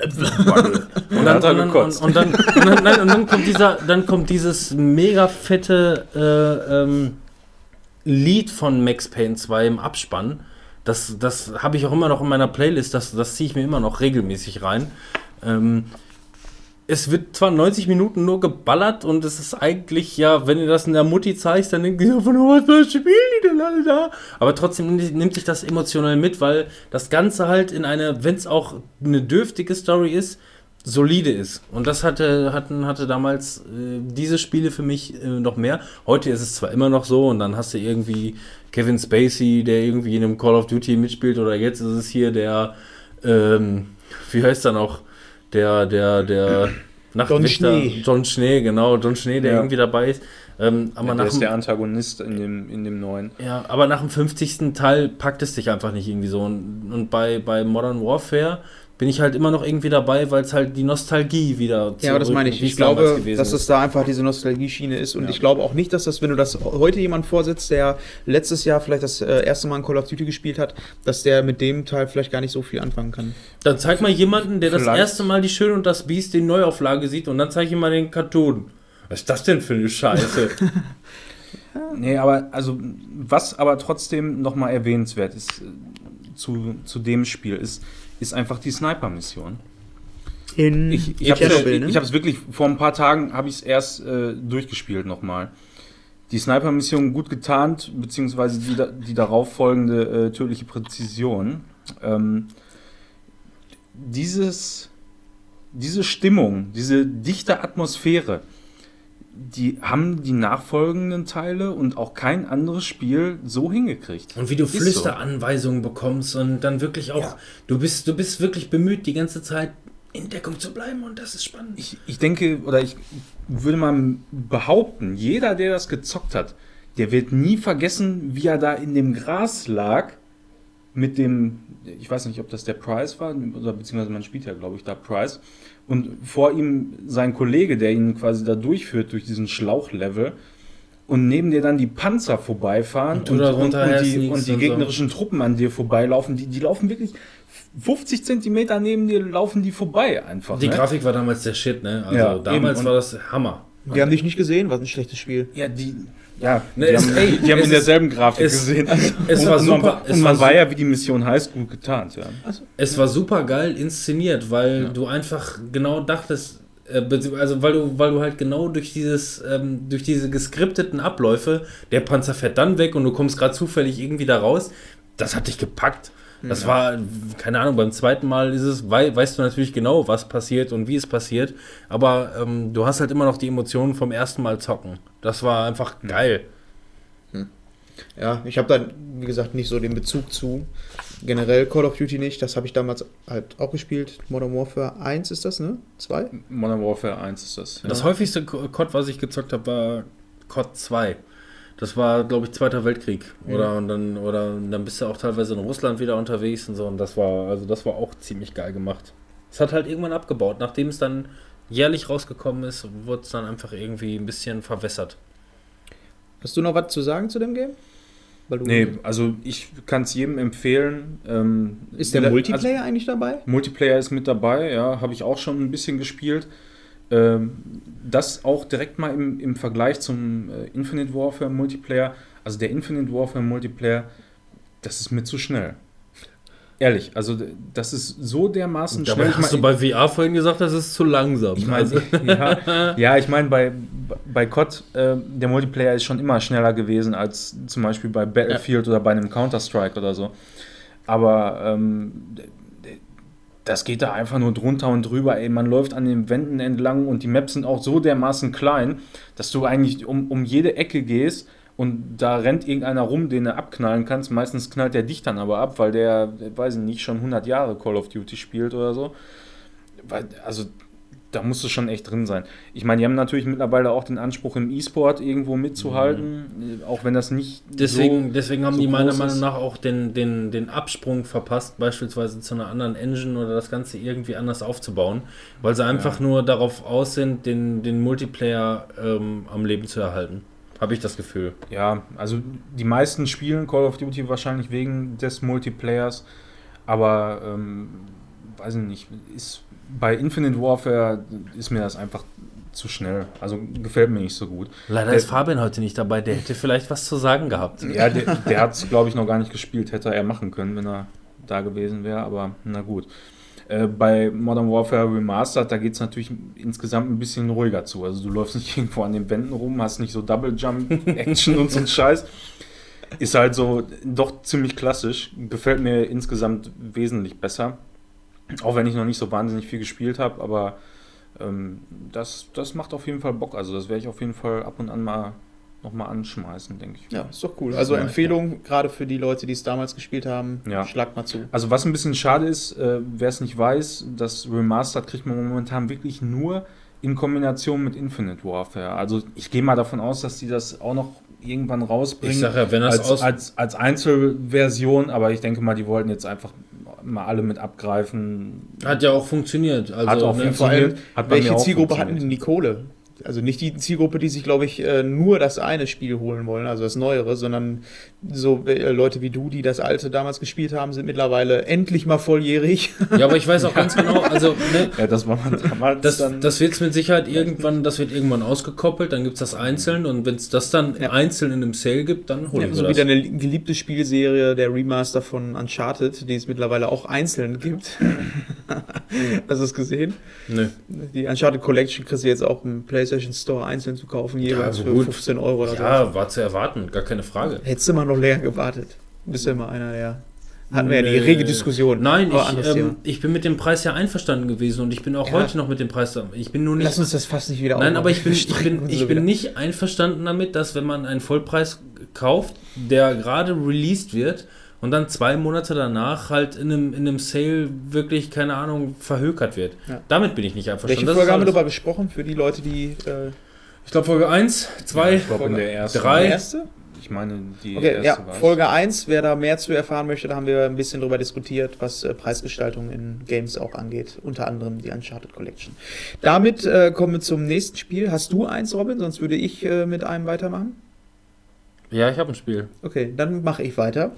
Und dann, hat er und, dann, und, gekotzt. und, dann, und, dann, nein, und dann kommt dieser, dann kommt dieses mega fette äh, ähm, Lied von Max Payne zwei im Abspann. Das, das habe ich auch immer noch in meiner Playlist, das, das ziehe ich mir immer noch regelmäßig rein. Ähm, es wird zwar neunzig Minuten nur geballert und es ist eigentlich, ja, wenn ihr das in der Mutti zeigst, dann denkt ihr von, oh, was spielen die denn alle da? Aber trotzdem nimmt, nimmt sich das emotional mit, weil das Ganze halt in eine, wenn es auch eine dürftige Story ist, solide ist. Und das hatte, hatten, hatte damals äh, diese Spiele für mich äh, noch mehr. Heute ist es zwar immer noch so und dann hast du irgendwie Kevin Spacey, der irgendwie in einem Call of Duty mitspielt, oder jetzt ist es hier der, ähm, wie heißt er noch? Der, der, der Nachtwächter. Schnee. John Schnee, genau, John Schnee, der Ja. irgendwie dabei ist. Ähm, aber Ja, nach der ist dem, der Antagonist in dem, in dem neuen. ja, aber nach dem fünfzigsten Teil packt es dich einfach nicht irgendwie so. Und, und bei, bei Modern Warfare bin ich halt immer noch irgendwie dabei, weil es halt die Nostalgie wieder Ja, aber das meine ich. wie Ich es damals glaube, gewesen dass ist. es da einfach diese Nostalgie-Schiene ist. Und Ja. ich glaube auch nicht, dass das, wenn du das heute jemand vorsetzt, der letztes Jahr vielleicht das äh, erste Mal in Call of Duty gespielt hat, dass der mit dem Teil vielleicht gar nicht so viel anfangen kann. Dann zeig mal jemanden, der das Vielleicht. erste Mal die Schön und das Biest in Neuauflage sieht, und dann zeig ihm mal den Cartoon. Was ist das denn für eine Scheiße? Nee, aber also was aber trotzdem nochmal erwähnenswert ist äh, zu, zu dem Spiel, ist, ist einfach die Sniper-Mission. In Ich, ich habe Chernobyl, es ne? ich wirklich, vor ein paar Tagen habe ich es erst äh, durchgespielt nochmal. Die Sniper-Mission gut getarnt, beziehungsweise die, da- die darauf folgende äh, tödliche Präzision. Ähm, dieses, diese Stimmung, diese dichte Atmosphäre, die haben die nachfolgenden Teile und auch kein anderes Spiel so hingekriegt. Und wie du Ist so. Flüsteranweisungen bekommst und dann wirklich auch, Ja. du bist, du bist wirklich bemüht, die ganze Zeit in Deckung zu bleiben, und das ist spannend. Ich, ich denke, oder ich würde mal behaupten, jeder, der das gezockt hat, der wird nie vergessen, wie er da in dem Gras lag mit dem, ich weiß nicht, ob das der Price war, oder beziehungsweise man spielt ja, glaube ich, da Price, und vor ihm sein Kollege, der ihn quasi da durchführt durch diesen Schlauchlevel, und neben dir dann die Panzer vorbeifahren Und und, du da und, und, runterher die, sneakst und die und so. gegnerischen Truppen an dir vorbeilaufen, die, die laufen wirklich fünfzig Zentimeter neben dir, laufen die vorbei einfach. Die ne? Grafik war damals der Shit, ne? Also Ja, damals eben. war das Hammer. Wir haben dich nicht gesehen, was ein schlechtes Spiel. Ja, die, ja, Ne, die, es- haben, ey, die haben es in ist- derselben Grafik es- gesehen. Also, es und, war und super, Man, es und man war war su- ja, wie die Mission heißt, gut getarnt. Ja. Es war super geil inszeniert, weil Ja. du einfach genau dachtest, äh, bezieh- also weil du, weil du halt genau durch dieses, ähm, durch diese geskripteten Abläufe, der Panzer fährt dann weg und du kommst gerade zufällig irgendwie da raus, das hat dich gepackt. Das Ja. war, keine Ahnung, beim zweiten Mal ist es, wei weißt du natürlich genau, was passiert und wie es passiert, aber ähm, du hast halt immer noch die Emotionen vom ersten Mal zocken. Das war einfach geil. Ja, ich habe da, wie gesagt, nicht so den Bezug zu. Generell Call of Duty nicht. Das habe ich damals halt auch gespielt. Modern Warfare eins ist das, ne? zwei? Modern Warfare eins ist das. Ja. Das häufigste Co- C O D, was ich gezockt habe, war C O D zwei. Das war, glaube ich, Zweiter Weltkrieg. Oder, und dann, oder und dann bist du auch teilweise in Russland wieder unterwegs und so. Und das war, also das war auch ziemlich geil gemacht. Es hat halt irgendwann abgebaut. Nachdem es dann jährlich rausgekommen ist, wurde es dann einfach irgendwie ein bisschen verwässert. Hast du noch was zu sagen zu dem Game? Weil du Nee, also ich kann es jedem empfehlen. Ähm, Ist der also, Multiplayer eigentlich dabei? Multiplayer ist mit dabei, ja, habe ich auch schon ein bisschen gespielt. Ähm, das auch direkt mal im, im Vergleich zum äh, Infinite Warfare Multiplayer. Also der Infinite Warfare Multiplayer das ist mir zu schnell. Ehrlich, also das ist so dermaßen Dabei schnell. hast ich du mein, bei V R vorhin gesagt, das ist zu langsam. Ich meine, also. ja, ja, ich meine, bei, bei C O D, äh, der Multiplayer ist schon immer schneller gewesen als zum Beispiel bei Battlefield ja. oder bei einem Counter-Strike oder so. Aber ähm, das geht da einfach nur drunter und drüber. Ey, man läuft an den Wänden entlang und die Maps sind auch so dermaßen klein, dass du eigentlich um, um jede Ecke gehst und da rennt irgendeiner rum, den du abknallen kannst. Meistens knallt der dich dann aber ab, weil der, der weiß ich nicht, schon hundert Jahre Call of Duty spielt oder so. Weil, also da musst du schon echt drin sein. Ich meine, die haben natürlich mittlerweile auch den Anspruch, im E-Sport irgendwo mitzuhalten, mhm. auch wenn das nicht deswegen, so Deswegen haben so die meiner ist. Meinung nach auch den, den, den Absprung verpasst, beispielsweise zu einer anderen Engine oder das Ganze irgendwie anders aufzubauen, weil sie einfach ja. nur darauf aus sind, den, den Multiplayer ähm, am Leben zu erhalten. Habe ich das Gefühl. Ja, also die meisten spielen Call of Duty wahrscheinlich wegen des Multiplayers, aber ähm, weiß ich nicht, ist bei Infinite Warfare ist mir das einfach zu schnell. Also gefällt mir nicht so gut. Leider der, ist Fabian heute nicht dabei, der hätte vielleicht was zu sagen gehabt. Ja, der, der hat es, glaube ich, noch gar nicht gespielt. Hätte er machen können, wenn er da gewesen wäre, aber na gut. Äh, bei Modern Warfare Remastered, da geht es natürlich insgesamt ein bisschen ruhiger zu. Also du läufst nicht irgendwo an den Wänden rum, hast nicht so Double Jump Action und so ein Scheiß. Ist halt so doch ziemlich klassisch. Gefällt mir insgesamt wesentlich besser. Auch wenn ich noch nicht so wahnsinnig viel gespielt habe, aber ähm, das, das macht auf jeden Fall Bock. Also das werde ich auf jeden Fall ab und an mal nochmal anschmeißen, denke ich. Ja, ist doch cool. Also ja, Empfehlung, ja. gerade für die Leute, die es damals gespielt haben, ja. schlagt mal zu. Also was ein bisschen schade ist, äh, wer es nicht weiß, das Remastered kriegt man momentan wirklich nur in Kombination mit Infinite Warfare. Also ich gehe mal davon aus, dass die das auch noch irgendwann rausbringen. Ich sag ja, wenn das als, aus als, als Einzelversion, aber ich denke mal, die wollten jetzt einfach mal alle mit abgreifen. Hat ja auch funktioniert. Also, hat auch ne, funktioniert. Vor allem, hat bei welche mir auch Zielgruppe hatten funktioniert. denn die Kohle? Also nicht die Zielgruppe, die sich, glaube ich, äh, nur das eine Spiel holen wollen, also das Neuere, sondern so äh, Leute wie du, die das alte damals gespielt haben, sind mittlerweile endlich mal volljährig. Ja, aber ich weiß auch ja. ganz genau, also ne, ja, das war man damals das, dann das wird mit Sicherheit irgendwann, das wird irgendwann ausgekoppelt, dann gibt es das einzeln und wenn es das dann ja. einzeln in einem Sale gibt, dann holen ja, wir so das. So wie deine geliebte Spielserie, der Remaster von Uncharted, die es mittlerweile auch einzeln gibt. Hast du es gesehen? Nö. Die Uncharted Collection kriegst du jetzt auch im PlayStation Store einzeln zu kaufen, jeweils ja, für gut. fünfzehn Euro oder so. Ja, war zu erwarten, gar keine Frage. Hättest du mal noch länger gewartet. Bist ja immer einer, der... Hatten wir ja die rege Diskussion. Nein, ich, ähm, ich bin mit dem Preis ja einverstanden gewesen und ich bin auch ja. heute noch mit dem Preis. Ich bin nur nicht. Lass uns das fast nicht wieder Nein, aber ich bin, ich bin, ich bin nicht einverstanden damit, dass wenn man einen Vollpreis kauft, der gerade released wird und dann zwei Monate danach halt in einem, in einem Sale wirklich, keine Ahnung, verhökert wird. Ja. Damit bin ich nicht einverstanden. Welche Folge haben wir darüber besprochen für die Leute, die... Äh ich glaube Folge eins, zwei, ich glaube in der ersten. drei. Erste? Ich meine, die okay, erste ja, war Folge eins, wer da mehr zu erfahren möchte, da haben wir ein bisschen drüber diskutiert, was äh, Preisgestaltung in Games auch angeht. Unter anderem die Uncharted Collection. Damit äh, kommen wir zum nächsten Spiel. Hast du eins, Robin? Sonst würde ich äh, mit einem weitermachen. Ja, ich habe ein Spiel. Okay, dann mache ich weiter.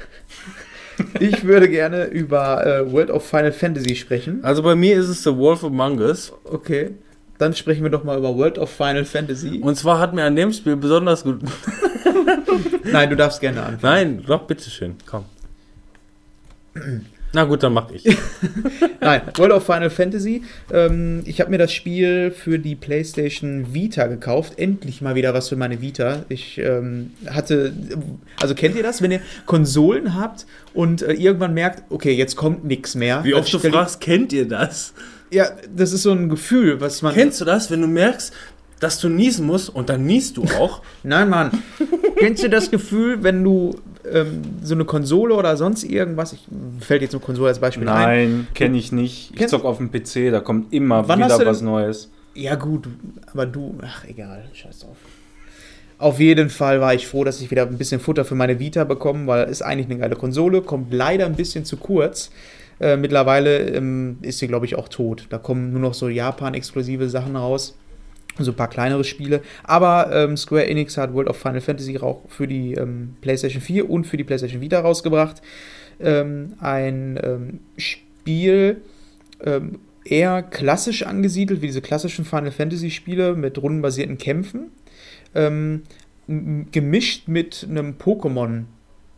Ich würde gerne über äh, World of Final Fantasy sprechen. Also bei mir ist es The Wolf Among Us. Okay, dann sprechen wir doch mal über World of Final Fantasy. Und zwar hat mir an dem Spiel besonders gut... Nein, du darfst gerne anfangen. Nein, doch, bitteschön, komm. Na gut, dann mach ich. Nein, World of Final Fantasy. Ähm, ich habe mir das Spiel für die PlayStation Vita gekauft. Endlich mal wieder was für meine Vita. Ich ähm, hatte, also kennt ihr das, wenn ihr Konsolen habt und äh, irgendwann merkt, okay, jetzt kommt nichts mehr. Wie oft du fragst, kennt ihr das? Ja, das ist so ein Gefühl, was man... Kennst du das, wenn du merkst, dass du niesen musst und dann niest du auch? Nein, Mann. Kennst du das Gefühl, wenn du ähm, so eine Konsole oder sonst irgendwas, ich fällt jetzt eine Konsole als Beispiel Nein, ein. Nein, kenne ich nicht. Ich zock auf dem P C, da kommt immer Wann wieder denn, was Neues. Ja gut, aber du, ach egal, scheiß drauf. Auf jeden Fall war ich froh, dass ich wieder ein bisschen Futter für meine Vita bekomme, weil ist eigentlich eine geile Konsole, kommt leider ein bisschen zu kurz. Äh, mittlerweile ähm, ist sie, glaube ich, auch tot. Da kommen nur noch so Japan-exklusive Sachen raus. So ein paar kleinere Spiele. Aber ähm, Square Enix hat World of Final Fantasy auch für die ähm, PlayStation vier und für die PlayStation Vita rausgebracht. Ähm, ein ähm, Spiel ähm, eher klassisch angesiedelt, wie diese klassischen Final Fantasy Spiele mit rundenbasierten Kämpfen. Ähm, m- gemischt mit einem Pokémon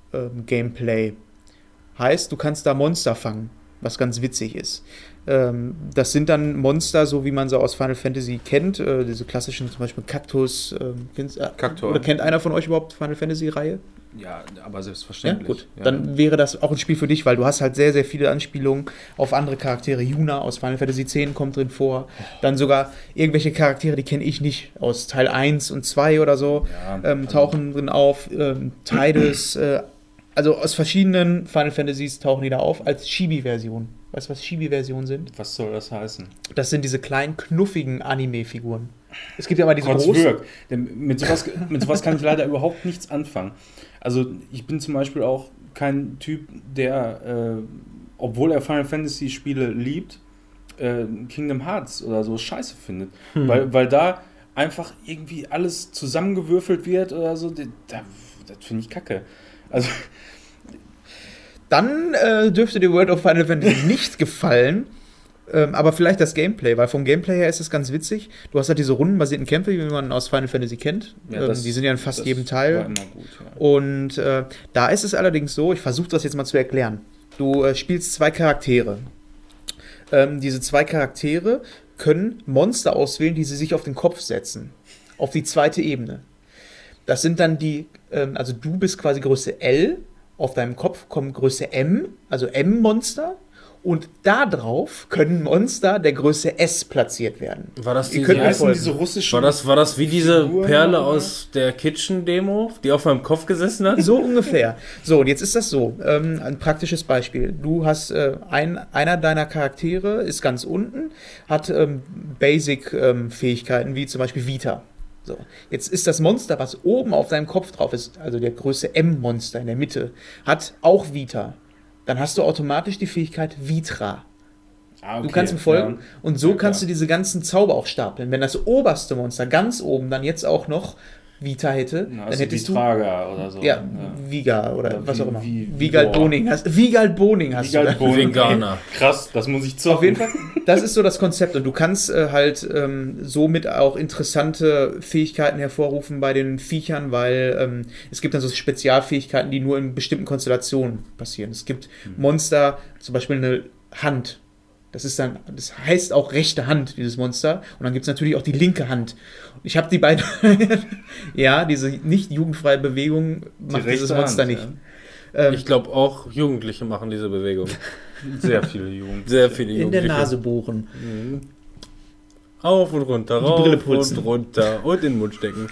ähm, Gameplay. Heißt, du kannst da Monster fangen, was ganz witzig ist. Ähm, das sind dann Monster, so wie man sie aus Final Fantasy kennt, äh, diese klassischen, zum Beispiel Kaktus. Ähm, kennt, äh, Kaktor. Oder kennt einer von euch überhaupt Final Fantasy-Reihe? Ja, aber Ja, selbstverständlich. gut. Ja. Dann wäre das auch ein Spiel für dich, weil du hast halt sehr, sehr viele Anspielungen auf andere Charaktere. Yuna aus Final Fantasy X kommt drin vor. Dann sogar irgendwelche Charaktere, die kenne ich nicht, aus Teil eins und zwei oder so, Ja, ähm, also- tauchen drin auf. Ähm, Tidus, äh, also aus verschiedenen Final Fantasies tauchen die da auf als Chibi-Version. Weißt du, was Chibi-Versionen sind? Was soll das heißen? Das sind diese kleinen, knuffigen Anime-Figuren. Es gibt ja mal diese Trotz großen. Wirk. Denn mit sowas, mit sowas kann ich leider überhaupt nichts anfangen. Also ich bin zum Beispiel auch kein Typ, der, äh, obwohl er Final Fantasy Spiele liebt, äh, Kingdom Hearts oder so scheiße findet. Hm. Weil, weil da einfach irgendwie alles zusammengewürfelt wird oder so. Da, das finde ich kacke. Also Dann äh, dürfte dir World of Final Fantasy nicht gefallen. Ähm, aber vielleicht das Gameplay, weil vom Gameplay her ist es ganz witzig. Du hast halt diese rundenbasierten Kämpfe, wie man aus Final Fantasy kennt. Ja, ähm, das- die sind ja in fast das jedem war Teil. immer gut, ja. Und äh, da ist es allerdings so, ich versuche das jetzt mal zu erklären. Du äh, spielst zwei Charaktere. Ähm, diese zwei Charaktere können Monster auswählen, die sie sich auf den Kopf setzen. Auf die zweite Ebene. Das sind dann die, ähm, also du bist quasi Größe L, auf deinem Kopf kommen Größe M, also M-Monster. Und da drauf können Monster der Größe S platziert werden. War das Ihr diese, könnt Wie mir heißen folgen. diese russischen... war das, war das wie diese Figuren Perle oder? aus der Kitchen-Demo, die auf meinem Kopf gesessen hat? So ungefähr. So, und jetzt ist das so. Ähm, ein praktisches Beispiel. Du hast äh, ein, einer deiner Charaktere ist ganz unten, hat ähm, Basic-Fähigkeiten, wie zum Beispiel Vita. So, jetzt ist das Monster, was oben auf deinem Kopf drauf ist, also der Größe M-Monster in der Mitte, hat auch Vita. Dann hast du automatisch die Fähigkeit Vitra. Ah, okay, Du kannst mir folgen. ja. Und so Ja, kannst du klar. diese ganzen Zauber auch stapeln. Wenn das oberste Monster ganz oben dann jetzt auch noch Vita hätte, Na, dann also hättest du. Trager oder so. Ja, Viga oder, Oder was wie- auch immer. wie- Vigald boah. Boning hast Vigald Boning hast Vigald du. da. Boning. Veganer. Krass, das muss ich zocken. Auf jeden Fall, das ist so das Konzept. Und du kannst äh, halt ähm, somit auch interessante Fähigkeiten hervorrufen bei den Viechern, weil ähm, es gibt dann so Spezialfähigkeiten, die nur in bestimmten Konstellationen passieren. Es gibt Monster, zum Beispiel eine Hand. Das ist dann, das heißt auch rechte Hand, dieses Monster. Und dann gibt es natürlich auch die linke Hand. Ich habe die beiden, ja, diese nicht jugendfreie Bewegung macht rechte dieses Monster Hand, nicht. Ähm, Ich glaube auch Jugendliche machen diese Bewegung. Sehr viele Jugend. Sehr viele in der Jugendliche. Nase bohren. Mhm. Auf und runter, Die rauf Brille und putzen. runter und in den Mund stecken.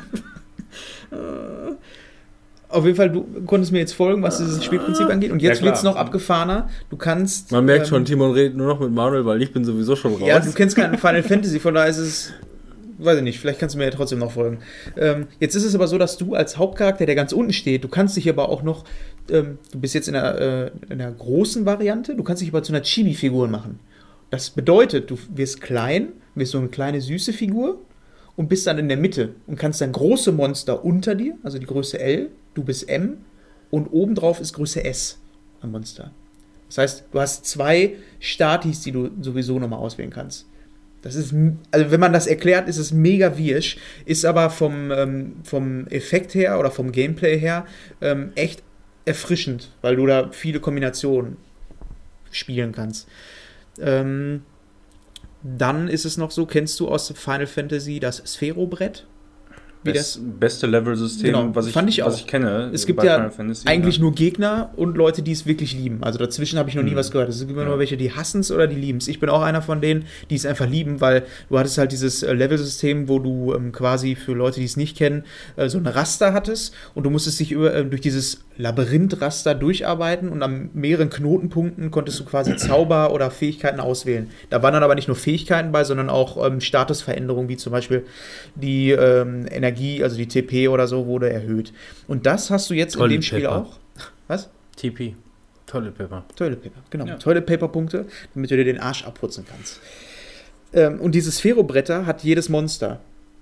Auf jeden Fall, du konntest mir jetzt folgen, was dieses Spielprinzip angeht. Und jetzt Ja, klar. wird es noch abgefahrener. Du kannst. Man merkt ähm, schon, Timon redet nur noch mit Manuel, weil ich bin sowieso schon raus. Ja, du kennst keinen Final Fantasy, von daher ist es. Weiß ich nicht, vielleicht kannst du mir ja trotzdem noch folgen. Ähm, jetzt ist es aber so, dass du als Hauptcharakter, der ganz unten steht, du kannst dich aber auch noch. Ähm, du bist jetzt in einer, äh, in einer großen Variante, du kannst dich aber zu einer Chibi-Figur machen. Das bedeutet, du wirst klein, wirst so eine kleine süße Figur und bist dann in der Mitte und kannst dann große Monster unter dir, also die Größe L, du bist M und obendrauf ist Größe S am Monster. Das heißt, du hast zwei Statis, die du sowieso nochmal auswählen kannst. Das ist, m- also wenn man das erklärt, ist es mega wirsch, ist aber vom, ähm, vom Effekt her oder vom Gameplay her ähm, echt erfrischend, weil du da viele Kombinationen spielen kannst. Ähm, dann ist es noch so, kennst du aus Final Fantasy das Sphärobrett? Wie Best, das beste Level-System, Genau, was, ich, fand ich was auch. ich kenne. Es gibt bei ja Final Fantasy, eigentlich ja. nur Gegner und Leute, die es wirklich lieben. Also dazwischen habe ich noch nie Mhm. was gehört. Es gibt immer Ja. nur welche, die hassen es oder die lieben es. Ich bin auch einer von denen, die es einfach lieben, weil du hattest halt dieses äh, Level-System, wo du ähm, quasi für Leute, die es nicht kennen, äh, so ein Raster hattest und du musstest dich über, äh, durch dieses Labyrinth-Raster durcharbeiten und an mehreren Knotenpunkten konntest du quasi Zauber oder Fähigkeiten auswählen. Da waren dann aber nicht nur Fähigkeiten bei, sondern auch ähm, Statusveränderungen, wie zum Beispiel die ähm, Energie, also die T P oder so, wurde erhöht. Und das hast du jetzt in Toilet dem Spiel Paper. auch. Was? T P. Toilet Paper. Toilet Paper, genau. Ja. Toilet Paper Punkte, damit du dir den Arsch abputzen kannst. Ähm, und diese Sphärobretter hat jedes Monster.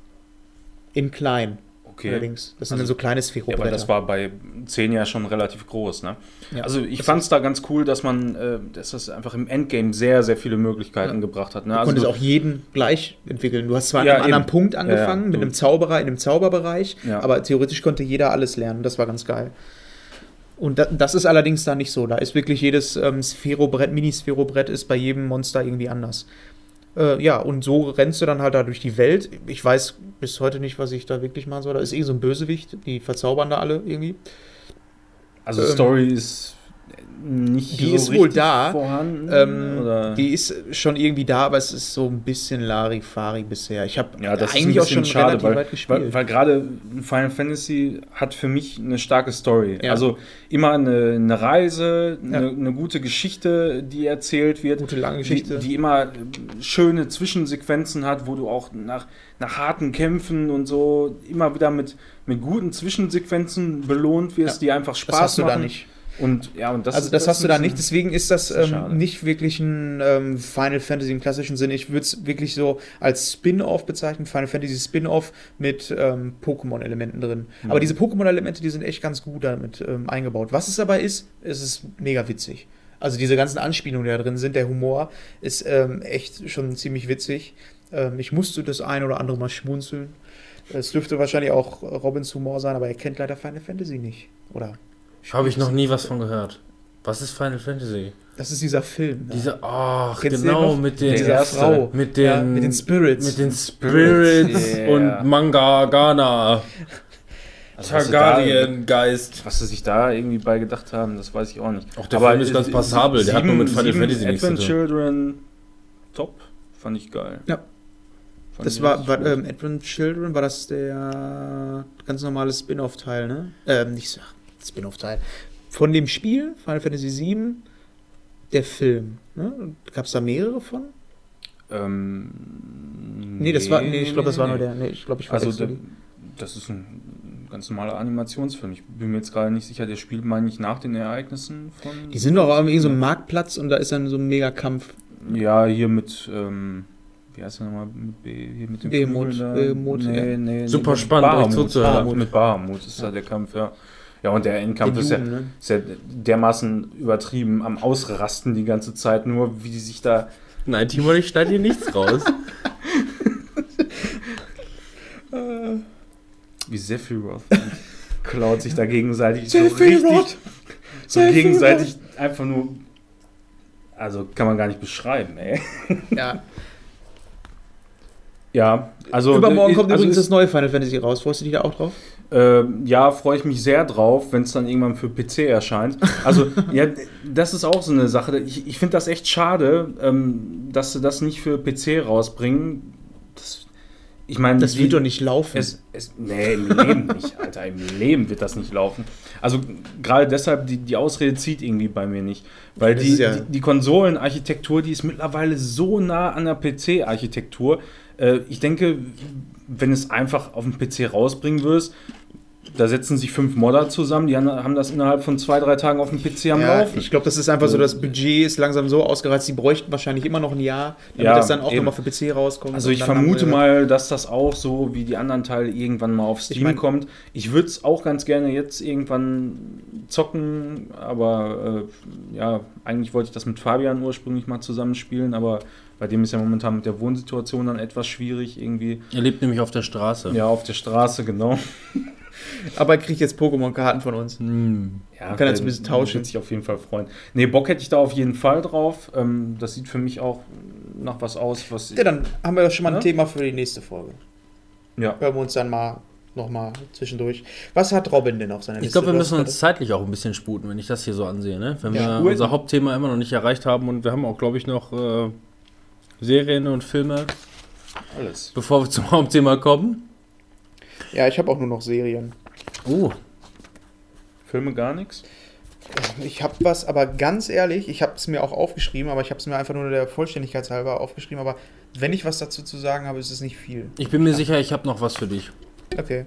In klein. Okay. Allerdings. Das sind Also- dann so kleine Ja, Sphärobretter. aber das war bei zehn ja schon relativ groß, ne? Ja. Also ich fand es da ganz cool, dass man, äh, dass das einfach im Endgame sehr, sehr viele Möglichkeiten Ja. gebracht hat. Ne? Du Also konntest auch jeden gleich entwickeln. Du hast zwar Ja, an einem anderen eben. Punkt angefangen, Ja, ja. mit Du- einem Zauberer in einem Zauberbereich, Ja. aber theoretisch konnte jeder alles lernen. Das war ganz geil. Und da, das ist allerdings da nicht so. Da ist wirklich jedes ähm, Sphärobrett, Mini-Sphärobrett ist bei jedem Monster irgendwie anders. Äh, ja, und so rennst du dann halt da durch die Welt. Ich weiß bis heute nicht, was ich da wirklich machen soll. Da ist eh so ein Bösewicht, die verzaubern da alle irgendwie. Also Ähm, Story ist nicht die so ist wohl richtig da. vorhanden, Ähm, oder? Die ist schon irgendwie da, aber es ist so ein bisschen Larifari bisher. Ich habe Ja, das eigentlich ist auch ein schon bisschen schade, relativ weil, weit gespielt. weil, weil gerade Final Fantasy hat für mich eine starke Story. Ja. Also immer eine, eine Reise, eine, Ja. eine gute Geschichte, die erzählt wird. Gute lange Geschichte. Die, die immer schöne Zwischensequenzen hat, wo du auch nach, nach harten Kämpfen und so immer wieder mit, mit guten Zwischensequenzen belohnt wirst, Ja. die einfach Spaß das hast du machen. da nicht. Und, ja, und das, Also das, das hast du ist da ein nicht, deswegen ist das bisschen ähm, schade. nicht wirklich ein ähm, Final Fantasy im klassischen Sinne. Ich würde es wirklich so als Spin-Off bezeichnen, Final Fantasy Spin-Off mit ähm, Pokémon-Elementen drin. Mhm. Aber diese Pokémon-Elemente, die sind echt ganz gut damit ähm, eingebaut. Was es aber ist, es ist mega witzig. Also diese ganzen Anspielungen, die da drin sind, der Humor ist ähm, echt schon ziemlich witzig. Ähm, ich musste das ein oder andere Mal schmunzeln. Es dürfte wahrscheinlich auch Robins Humor sein, aber er kennt leider Final Fantasy nicht. Oder? Habe ich noch nie was von gehört. Was ist Final Fantasy? Das ist dieser Film. ja. Diese, ach, Kennst du den genau, noch? mit Mit den, dieser erste. Frau. mit den, Ja, mit den Spirits. mit den Spirits Yeah. und Manga Ghana, Also, was sie da- Targaryen Geist. Was sie sich da irgendwie bei gedacht haben, das weiß ich auch nicht. Auch der Film ist ganz passabel, der hat nur mit Final Fantasy nichts zu Advent tun. Children, top, fand ich geil. Ja. Fand Das ich war, richtig war gut. ähm, Advent Children, war das der ganz normale Spin-Off-Teil, ne? Ähm, nicht so, ach, Spin-Off-Teil. Von dem Spiel, Final Fantasy sieben, der Film. Ne? Gab es da mehrere von? Ähm, Nee, das war, nee, ich glaube, das war nur der. Nee, ich glaube, ich Also, verwechsel der, die. das ist ein ganz normaler Animationsfilm. Ich bin mir jetzt gerade nicht sicher, der spielt, meine ich, nach den Ereignissen von. Die sind doch irgendwie so ein Marktplatz und da ist dann so ein Mega-Kampf. Ja, hier mit. Ähm, wie heißt der nochmal? Mit, B, hier mit dem Behemoth, Vögel da? Behemoth, nee, ja. nee, Super nee, spannend, euch Bahamut. zuzuhören. Bahamut. Mit Bahamut ist da der Kampf, ja. Ja, und der Endkampf Den ist ja, Juden, ne? ist ja dermaßen übertrieben am Ausrasten die ganze Zeit, nur wie die sich da. Nein, Timo, ich schneide hier nichts raus. Wie Sephiroth und Cloud sich da gegenseitig so Sephiroth! richtig so Sephiroth! gegenseitig einfach nur. Also kann man gar nicht beschreiben, ey. Ja. Ja, also. Übermorgen kommt also übrigens ist, das neue Final Fantasy raus. Freust du dich da auch drauf? äh, ja, freue ich mich sehr drauf, wenn es dann irgendwann für P C erscheint. Also, ja, das ist auch so eine Sache. Ich, ich finde das echt schade, ähm, dass sie das nicht für P C rausbringen. Das, ich meine, Das wird doch nicht laufen. Es, es, nee, im Leben nicht, Alter. Im Leben wird das nicht laufen. Also gerade deshalb, die, die Ausrede zieht irgendwie bei mir nicht. Weil Das die, ist ja- die, die Konsolenarchitektur, die ist mittlerweile so nah an der P C-Architektur. Äh, ich denke, wenn es einfach auf dem P C rausbringen wirst, da setzen sich fünf Modder zusammen, die haben, haben das innerhalb von zwei, drei Tagen auf dem P C am ja, Laufen. ich glaube, das ist einfach so, das Budget ist langsam so ausgereizt, die bräuchten wahrscheinlich immer noch ein Jahr, damit Ja, das dann auch eben. nochmal für P C rauskommt. Also Und ich dann vermute haben wir- mal, dass das auch so wie die anderen Teile irgendwann mal auf Steam Ich mein- kommt. Ich würde es auch ganz gerne jetzt irgendwann zocken, aber äh, ja, eigentlich wollte ich das mit Fabian ursprünglich mal zusammenspielen, aber bei dem ist ja momentan mit der Wohnsituation dann etwas schwierig irgendwie. Er lebt nämlich auf der Straße. Ja, auf der Straße, genau. Aber er kriegt jetzt Pokémon-Karten von uns. Hm. Ja, Kann er der- zumindest der tauschen. Wird sich auf jeden Fall freuen. Nee, Bock hätte ich da auf jeden Fall drauf. Ähm, das sieht für mich auch nach was aus, was... Ja, dann haben wir schon mal ein Ja? Thema für die nächste Folge. Ja. Hören wir uns dann mal nochmal zwischendurch. Was hat Robin denn auf seiner Ich Liste? glaube, wir Du müssen hast uns zeitlich auch ein bisschen sputen, wenn ich das hier so ansehe. Ne? Wenn Ja. wir unser Hauptthema immer noch nicht erreicht haben und wir haben auch, glaube ich, noch äh, Serien und Filme, Alles. bevor wir zum Hauptthema kommen. gerade- Ja, ich habe auch nur noch Serien. Oh, Filme gar nichts? Ich habe was, aber ganz ehrlich, ich habe es mir auch aufgeschrieben, aber ich habe es mir einfach nur der Vollständigkeit halber aufgeschrieben. Aber wenn ich was dazu zu sagen habe, ist es nicht viel. ich bin mir sicher, ich habe noch was für dich. Okay.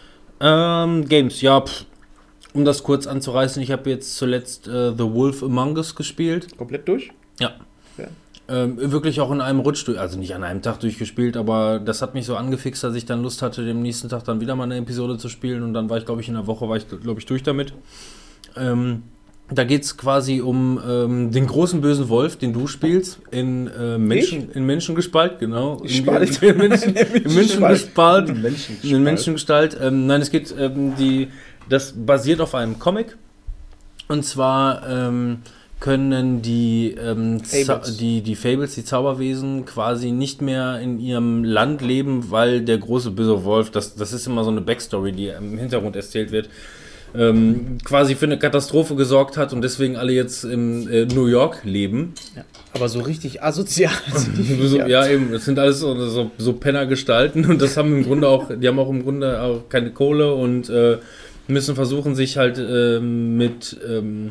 Ähm, Games, ja, pff. Um das kurz anzureißen, ich habe jetzt zuletzt äh, The Wolf Among Us gespielt. Komplett durch? Ja. Okay. Ähm, wirklich auch in einem Rutsch durch, also nicht an einem Tag durchgespielt, aber das hat mich so angefixt, dass ich dann Lust hatte, dem nächsten Tag dann wieder mal eine Episode zu spielen und dann war ich, glaube ich, in der Woche, war ich, glaube ich, durch damit. Ähm, da geht es quasi um ähm, den großen bösen Wolf, den du spielst, in, äh, Menschen, in Menschengestalt, genau. In, Spalt. in, Menschen, in Menschengestalt. In Menschengestalt. In Menschengestalt. Ähm, nein, es geht, ähm, die, das basiert auf einem Comic. Und zwar ähm, können die, ähm, Fables. die, die Fables, die Zauberwesen, quasi nicht mehr in ihrem Land leben, weil der große böse Wolf, das, das ist immer so eine Backstory, die im Hintergrund erzählt wird, ähm, quasi für eine Katastrophe gesorgt hat und deswegen alle jetzt in äh, New York leben. Ja. Aber so richtig asozial sind die so, Viecher. ja, eben, das sind alles so, so, so Pennergestalten und das haben im Grunde auch, die haben auch im Grunde auch keine Kohle und äh, müssen versuchen, sich halt äh, mit ähm,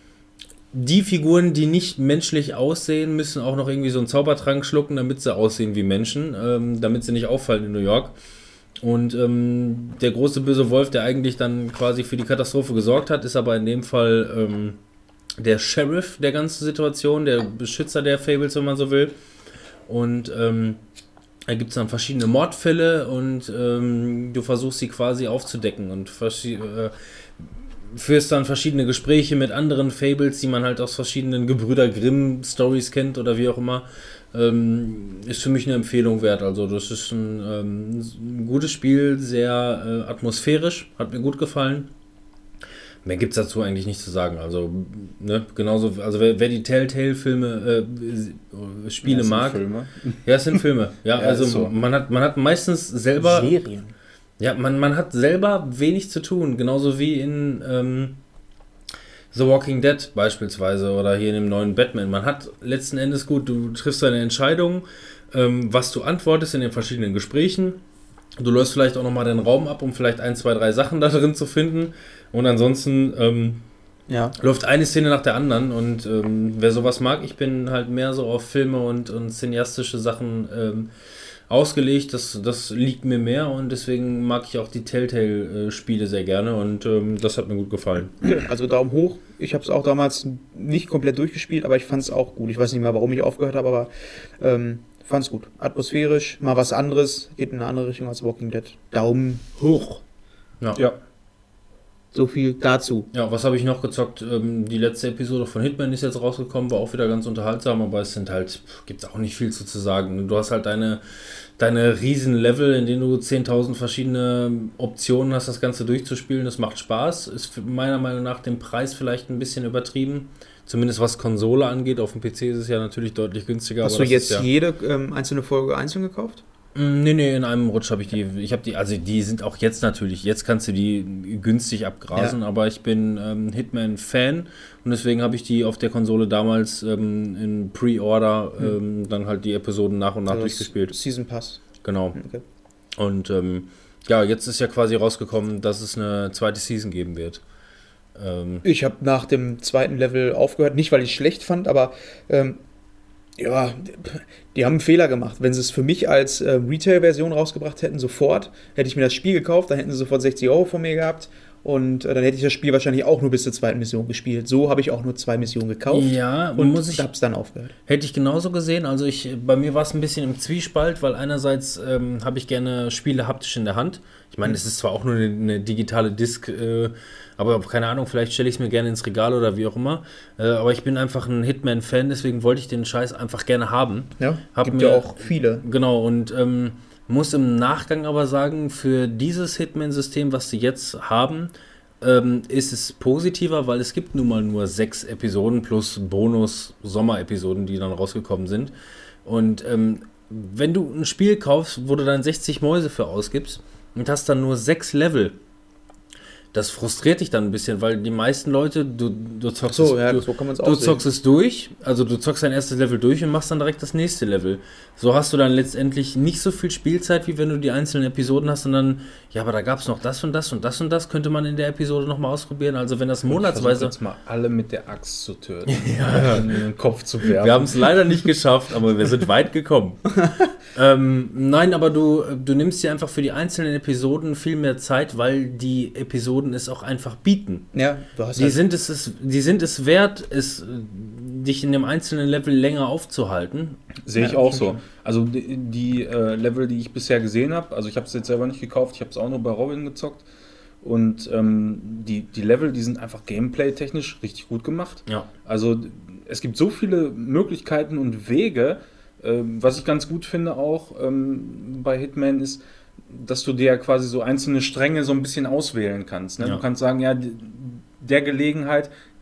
die Figuren, die nicht menschlich aussehen, müssen auch noch irgendwie so einen Zaubertrank schlucken, damit sie aussehen wie Menschen, ähm, damit sie nicht auffallen in New York. Und ähm, der große böse Wolf, der eigentlich dann quasi für die Katastrophe gesorgt hat, ist aber in dem Fall ähm, der Sheriff der ganzen Situation, der Beschützer der Fables, wenn man so will. Und ähm, da gibt es dann verschiedene Mordfälle und ähm, du versuchst sie quasi aufzudecken und verschi- äh, führst dann verschiedene Gespräche mit anderen Fables, die man halt aus verschiedenen Gebrüder Grimm-Stories kennt oder wie auch immer. Ähm, ist für mich eine Empfehlung wert. Also das ist ein, ähm, ein gutes Spiel, sehr äh, atmosphärisch, hat mir gut gefallen. Mehr gibt es dazu eigentlich nicht zu sagen. Also, ne, genauso, also wer, wer die Telltale-Filme, äh, Spiele Ja, mag. Filme. Ja, es sind Filme. Ja, Ja, also ist so. man hat, man hat meistens selber. Serien. Ja, man, man hat selber wenig zu tun. Genauso wie in ähm, The Walking Dead beispielsweise oder hier in dem neuen Batman. Man hat letzten Endes gut, du triffst deine Entscheidung, ähm, was du antwortest in den verschiedenen Gesprächen. Du läufst vielleicht auch nochmal den Raum ab, um vielleicht ein, zwei, drei Sachen da drin zu finden. Und ansonsten ähm, Ja. läuft eine Szene nach der anderen. Und ähm, wer sowas mag, ich bin halt mehr so auf Filme und, und cineastische Sachen ähm, ausgelegt. Das, das liegt mir mehr und deswegen mag ich auch die Telltale-Spiele sehr gerne. Und ähm, das hat mir gut gefallen. Also Daumen hoch. Ich habe es auch damals nicht komplett durchgespielt, aber ich fand es auch gut. Ich weiß nicht mehr, warum ich aufgehört habe, aber ähm, fand es gut. Atmosphärisch, mal was anderes, geht in eine andere Richtung als Walking Dead. Daumen hoch. Ja. Ja. So viel dazu. Ja, was habe ich noch gezockt? Ähm, die letzte Episode von Hitman ist jetzt rausgekommen, war auch wieder ganz unterhaltsam, aber es sind halt, gibt es auch nicht viel zu, zu sagen. Du hast halt deine, deine riesen Level, in denen du zehntausend verschiedene Optionen hast, das Ganze durchzuspielen. Das macht Spaß. Ist für meiner Meinung nach den Preis vielleicht ein bisschen übertrieben. Zumindest was Konsole angeht. Auf dem P C ist es ja natürlich deutlich günstiger. Hast aber du das jetzt ist ja jede ähm, einzelne Folge einzeln gekauft? Mm, Nee, nee, in einem Rutsch habe ich die, ich habe die, also die sind auch jetzt natürlich, jetzt kannst du die günstig abgrasen, Ja. aber ich bin ähm, Hitman-Fan und deswegen habe ich die auf der Konsole damals ähm, in Pre-Order ähm, dann halt die Episoden nach und nach Also durchgespielt. Season Pass. Genau. Okay. Und ähm, ja, jetzt ist ja quasi rausgekommen, dass es eine zweite Season geben wird. Ähm, Ich habe nach dem zweiten Level aufgehört, nicht weil ich es schlecht fand, aber ähm, ja, die haben einen Fehler gemacht. Wenn sie es für mich als äh, Retail-Version rausgebracht hätten, sofort, hätte ich mir das Spiel gekauft, dann hätten sie sofort sechzig Euro von mir gehabt und äh, dann hätte ich das Spiel wahrscheinlich auch nur bis zur zweiten Mission gespielt. So habe ich auch nur zwei Missionen gekauft ja, und muss ich, habe es dann aufgehört. Hätte ich genauso gesehen. Also ich, bei mir war es ein bisschen im Zwiespalt, weil einerseits ähm, habe ich gerne Spiele haptisch in der Hand. Ich meine, es ist zwar auch nur eine, eine digitale Disc, äh, aber keine Ahnung, vielleicht stelle ich es mir gerne ins Regal oder wie auch immer. Äh, aber ich bin einfach ein Hitman-Fan, deswegen wollte ich den Scheiß einfach gerne haben. Ja, Hab gibt mir- ja auch viele. Genau, und ähm, muss im Nachgang aber sagen, für dieses Hitman-System, was sie jetzt haben, ähm, ist es positiver, weil es gibt nun mal nur sechs Episoden plus Bonus-Sommer-Episoden, die dann rausgekommen sind. Und ähm, wenn du ein Spiel kaufst, wo du dann sechzig Mäuse für ausgibst und hast dann nur sechs Level, das frustriert dich dann ein bisschen, weil die meisten Leute, du, du zockst So, es- ja, du, so kann man es auch Du sehen. zockst es durch, also du zockst dein erstes Level durch und machst dann direkt das nächste Level. So hast du dann letztendlich nicht so viel Spielzeit, wie wenn du die einzelnen Episoden hast und dann, ja, aber da gab es noch das und das und das und das, könnte man in der Episode nochmal ausprobieren. Also wenn das Ich monatsweise... versuche jetzt mal alle mit der Axt zu töten. Ja. In den Kopf zu werfen. Wir haben es leider nicht geschafft, aber wir sind weit gekommen. ähm, nein, aber du, du nimmst dir einfach für die einzelnen Episoden viel mehr Zeit, weil die Episoden es auch einfach bieten. Ja, du hast Die halt, sind es, es, die sind es wert, es, äh, dich in dem einzelnen Level länger aufzuhalten. Sehe ich Ja, auch stimmt so. Also die, die äh, Level, die ich bisher gesehen habe, also ich habe es jetzt selber nicht gekauft, ich habe es auch nur bei Robin gezockt. Und ähm, die, die Level, die sind einfach gameplay-technisch richtig gut gemacht. Ja. Also es gibt so viele Möglichkeiten und Wege. Ähm, was ich ganz gut finde auch ähm, bei Hitman ist, dass du dir quasi so einzelne Stränge so ein bisschen auswählen kannst. Ne? Ja. Du kannst sagen, ja, die- der Gelegenheit,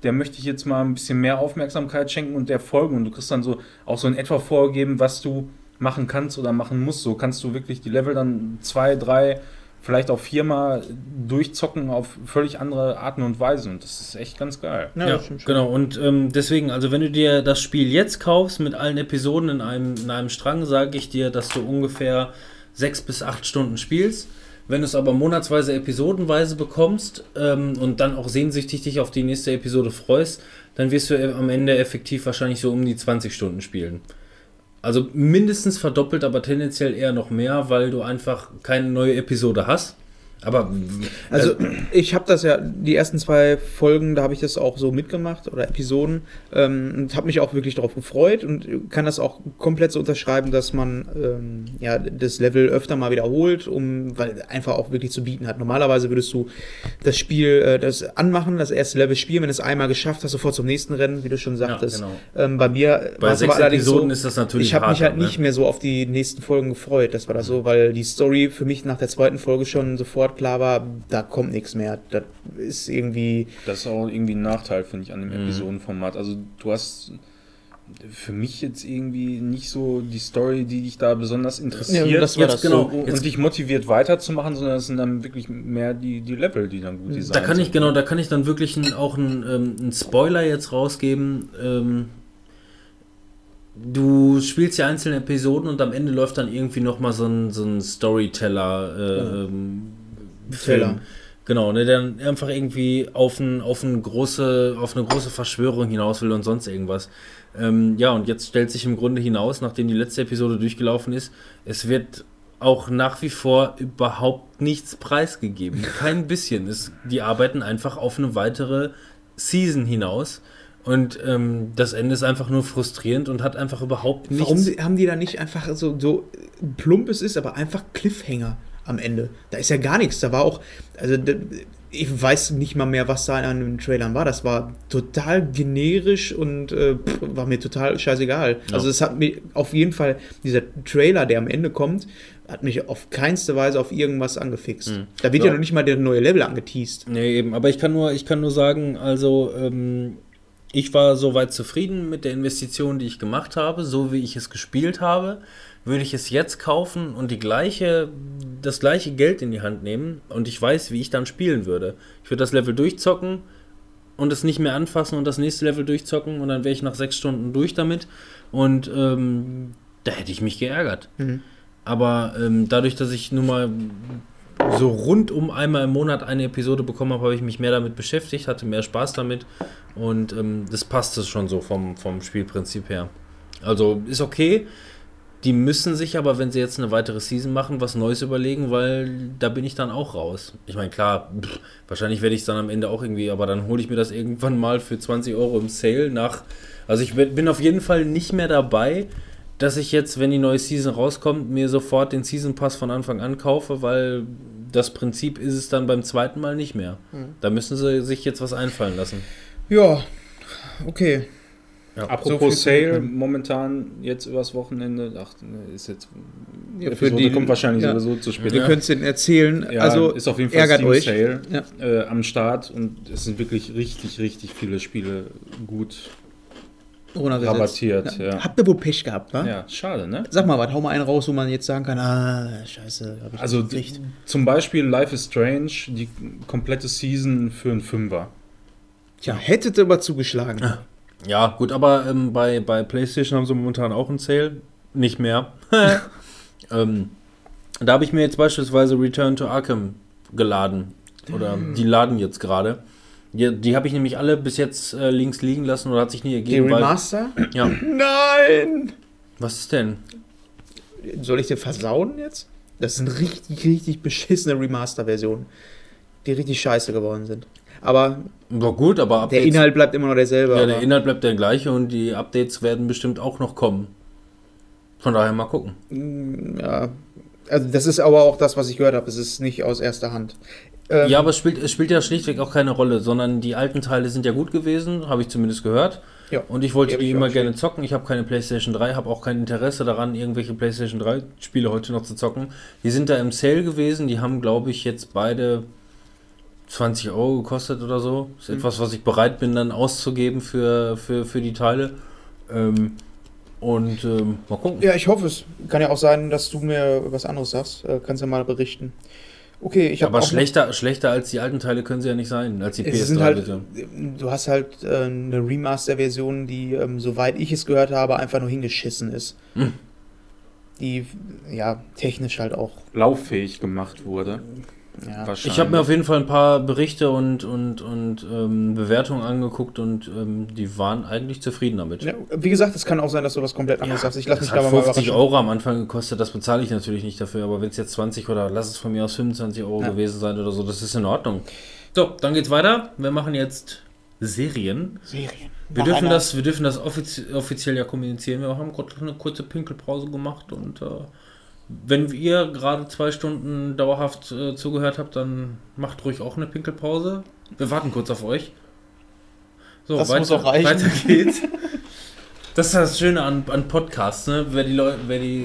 der möchte ich jetzt mal ein bisschen mehr Aufmerksamkeit schenken und der folgen. Und du kriegst dann so auch so in etwa vorgegeben, was du machen kannst oder machen musst. So kannst du wirklich die Level dann zwei, drei, vielleicht auch viermal durchzocken auf völlig andere Arten und Weisen. Und das ist echt ganz geil. Ja, ja genau. Und ähm, deswegen, also wenn du dir das Spiel jetzt kaufst mit allen Episoden in einem, in einem Strang, sage ich dir, dass du ungefähr sechs bis acht Stunden spielst. Wenn du es aber monatsweise, episodenweise bekommst ähm, und dann auch sehnsüchtig dich auf die nächste Episode freust, dann wirst du am Ende effektiv wahrscheinlich so um die zwanzig Stunden spielen. Also mindestens verdoppelt, aber tendenziell eher noch mehr, weil du einfach keine neue Episode hast. Aber äh, also ich habe das ja, die ersten zwei Folgen, da habe ich das auch so mitgemacht oder Episoden ähm, und habe mich auch wirklich darauf gefreut und kann das auch komplett so unterschreiben, dass man ähm, ja das Level öfter mal wiederholt, um weil einfach auch wirklich zu bieten hat. Normalerweise würdest du das Spiel, äh, das anmachen, das erste Level spielen, wenn du es einmal geschafft hast, sofort zum nächsten Rennen, wie du schon sagtest. Ja, genau. ähm, bei mir bei sechs Episoden so, ist das natürlich ich habe mich halt ne? nicht mehr so auf die nächsten Folgen gefreut. Das war das so, weil die Story für mich nach der zweiten Folge schon sofort klar war, da kommt nichts mehr. Das ist irgendwie... Das ist auch irgendwie ein Nachteil, finde ich, an dem mhm. Episodenformat. Also du hast für mich jetzt irgendwie nicht so die Story, die dich da besonders interessiert. Ja, das war jetzt das genau. So. Und dich motiviert weiterzumachen, sondern es sind dann wirklich mehr die, die Level, die dann gut designt sind. Da kann ich, genau, da kann ich dann wirklich ein, auch einen, ähm, einen Spoiler jetzt rausgeben. Ähm, Du spielst die einzelnen Episoden und am Ende läuft dann irgendwie nochmal so ein, so ein Storyteller äh, ähm, Film. Genau, ne, der dann einfach irgendwie auf, ein, auf, ein große, auf eine große Verschwörung hinaus will und sonst irgendwas. Ähm, ja, und jetzt stellt sich im Grunde hinaus, nachdem die letzte Episode durchgelaufen ist, es wird auch nach wie vor überhaupt nichts preisgegeben. Kein bisschen. Es, die arbeiten einfach auf eine weitere Season hinaus. Und ähm, das Ende ist einfach nur frustrierend und hat einfach überhaupt nichts. Warum haben die da nicht einfach so, so plump es ist, aber einfach Cliffhanger am Ende? Da ist ja gar nichts. Da war auch, also ich weiß nicht mal mehr, was da in einem Trailern war. Das war total generisch und äh, pff, war mir total scheißegal. Ja. Also es hat mir auf jeden Fall, dieser Trailer, der am Ende kommt, hat mich auf keinste Weise auf irgendwas angefixt. Mhm. Da wird ja. ja noch nicht mal der neue Level angeteased. Nee, eben. Aber ich kann nur, ich kann nur sagen, also ähm, ich war soweit zufrieden mit der Investition, die ich gemacht habe, so wie ich es gespielt habe. Würde ich es jetzt kaufen und die gleiche, das gleiche Geld in die Hand nehmen und ich weiß, wie ich dann spielen würde. Ich würde das Level durchzocken und es nicht mehr anfassen und das nächste Level durchzocken und dann wäre ich nach sechs Stunden durch damit und ähm, da hätte ich mich geärgert. Mhm. Aber ähm, dadurch, dass ich nun mal so rundum einmal im Monat eine Episode bekommen habe, habe ich mich mehr damit beschäftigt, hatte mehr Spaß damit und ähm, das passte schon so vom, vom Spielprinzip her. Also ist okay. Die müssen sich aber, wenn sie jetzt eine weitere Season machen, was Neues überlegen, weil da bin ich dann auch raus. Ich meine, klar, pff, wahrscheinlich werde ich es dann am Ende auch irgendwie, aber dann hole ich mir das irgendwann mal für zwanzig Euro im Sale nach. Also ich bin auf jeden Fall nicht mehr dabei, dass ich jetzt, wenn die neue Season rauskommt, mir sofort den Season Pass von Anfang an kaufe, weil das Prinzip ist es dann beim zweiten Mal nicht mehr. Mhm. Da müssen sie sich jetzt was einfallen lassen. Ja, okay. Ja. Apropos so Sale, momentan jetzt übers Wochenende, ach, ist jetzt, ja, für die kommt wahrscheinlich ja. sowieso zu spät. Wir ja. können es denen erzählen, ja, also ist auf jeden Fall ärgert Steam euch. Sale ja. äh, am Start und es sind wirklich richtig, richtig viele Spiele gut rabattiert. Ja. Ja. Habt ihr wohl Pech gehabt, wa? Ja, schade, ne? Sag mal, was, hau mal einen raus, wo man jetzt sagen kann, ah, scheiße, hab ich also gekriegt. Zum Beispiel Life is Strange, die komplette Season für einen Fünfer. Tja, hättet ihr aber zugeschlagen. Ja. Ja, gut, aber ähm, bei, bei PlayStation haben sie momentan auch einen Sale. Nicht mehr. ähm, da habe ich mir jetzt beispielsweise Return to Arkham geladen. Oder die laden jetzt gerade. Die, die habe ich nämlich alle bis jetzt äh, links liegen lassen oder hat sich nie ergeben. Die Remaster? Weil, ja. Nein! Was ist denn? Soll ich dir versauen jetzt? Das sind richtig, richtig beschissene Remaster-Versionen, die richtig scheiße geworden sind. Aber war gut, aber Updates, der Inhalt bleibt immer noch derselbe. Ja, der Inhalt bleibt der gleiche und die Updates werden bestimmt auch noch kommen. Von daher mal gucken. Ja, also das ist aber auch das, was ich gehört habe. Es ist nicht aus erster Hand. Ähm, ja, aber es spielt, es spielt ja schlichtweg auch keine Rolle, sondern die alten Teile sind ja gut gewesen, habe ich zumindest gehört. Ja, und ich wollte die, die immer gerne zocken. Ich habe keine PlayStation drei, habe auch kein Interesse daran, irgendwelche PlayStation drei Spiele heute noch zu zocken. Die sind da im Sale gewesen, die haben, glaube ich, jetzt beide zwanzig Euro gekostet oder so. Ist Mhm. etwas, was ich bereit bin dann auszugeben für, für, für die Teile. Ähm, und ähm, mal gucken. Ja, ich hoffe es. Kann ja auch sein, dass du mir was anderes sagst. Äh, kannst ja mal berichten. Okay, ich habe Aber auch schlechter, schlechter als die alten Teile können sie ja nicht sein, als die Es P S sind halt, drei-Version. du hast halt äh, eine Remaster-Version, die, ähm, soweit ich es gehört habe, einfach nur hingeschissen ist. Hm. Die, ja, technisch halt auch. Lauffähig gemacht wurde. Ja. Wahrscheinlich. Ich habe mir auf jeden Fall ein paar Berichte und, und, und ähm, Bewertungen angeguckt und ähm, die waren eigentlich zufrieden damit. Ja, wie gesagt, es kann auch sein, dass du was komplett anderes sagst. Ich lasse Das mich da hat mal fünfzig überraschen. Euro am Anfang gekostet, das bezahle ich natürlich nicht dafür, aber wenn es jetzt zwanzig oder lass es von mir aus fünfundzwanzig Euro Ja. gewesen sein oder so, das ist in Ordnung. So, dann geht's weiter. Wir machen jetzt Serien. Serien. Wir Nach dürfen, einer- das, wir dürfen das offizie offiziell ja kommunizieren. Wir haben gerade eine kurze Pinkelpause gemacht und äh, wenn ihr gerade zwei Stunden dauerhaft äh, zugehört habt, dann macht ruhig auch eine Pinkelpause. Wir warten kurz auf euch. So, Das muss auch reichen. weiter geht's. Das ist das Schöne an, an Podcasts, ne? Wer die Leute, wer die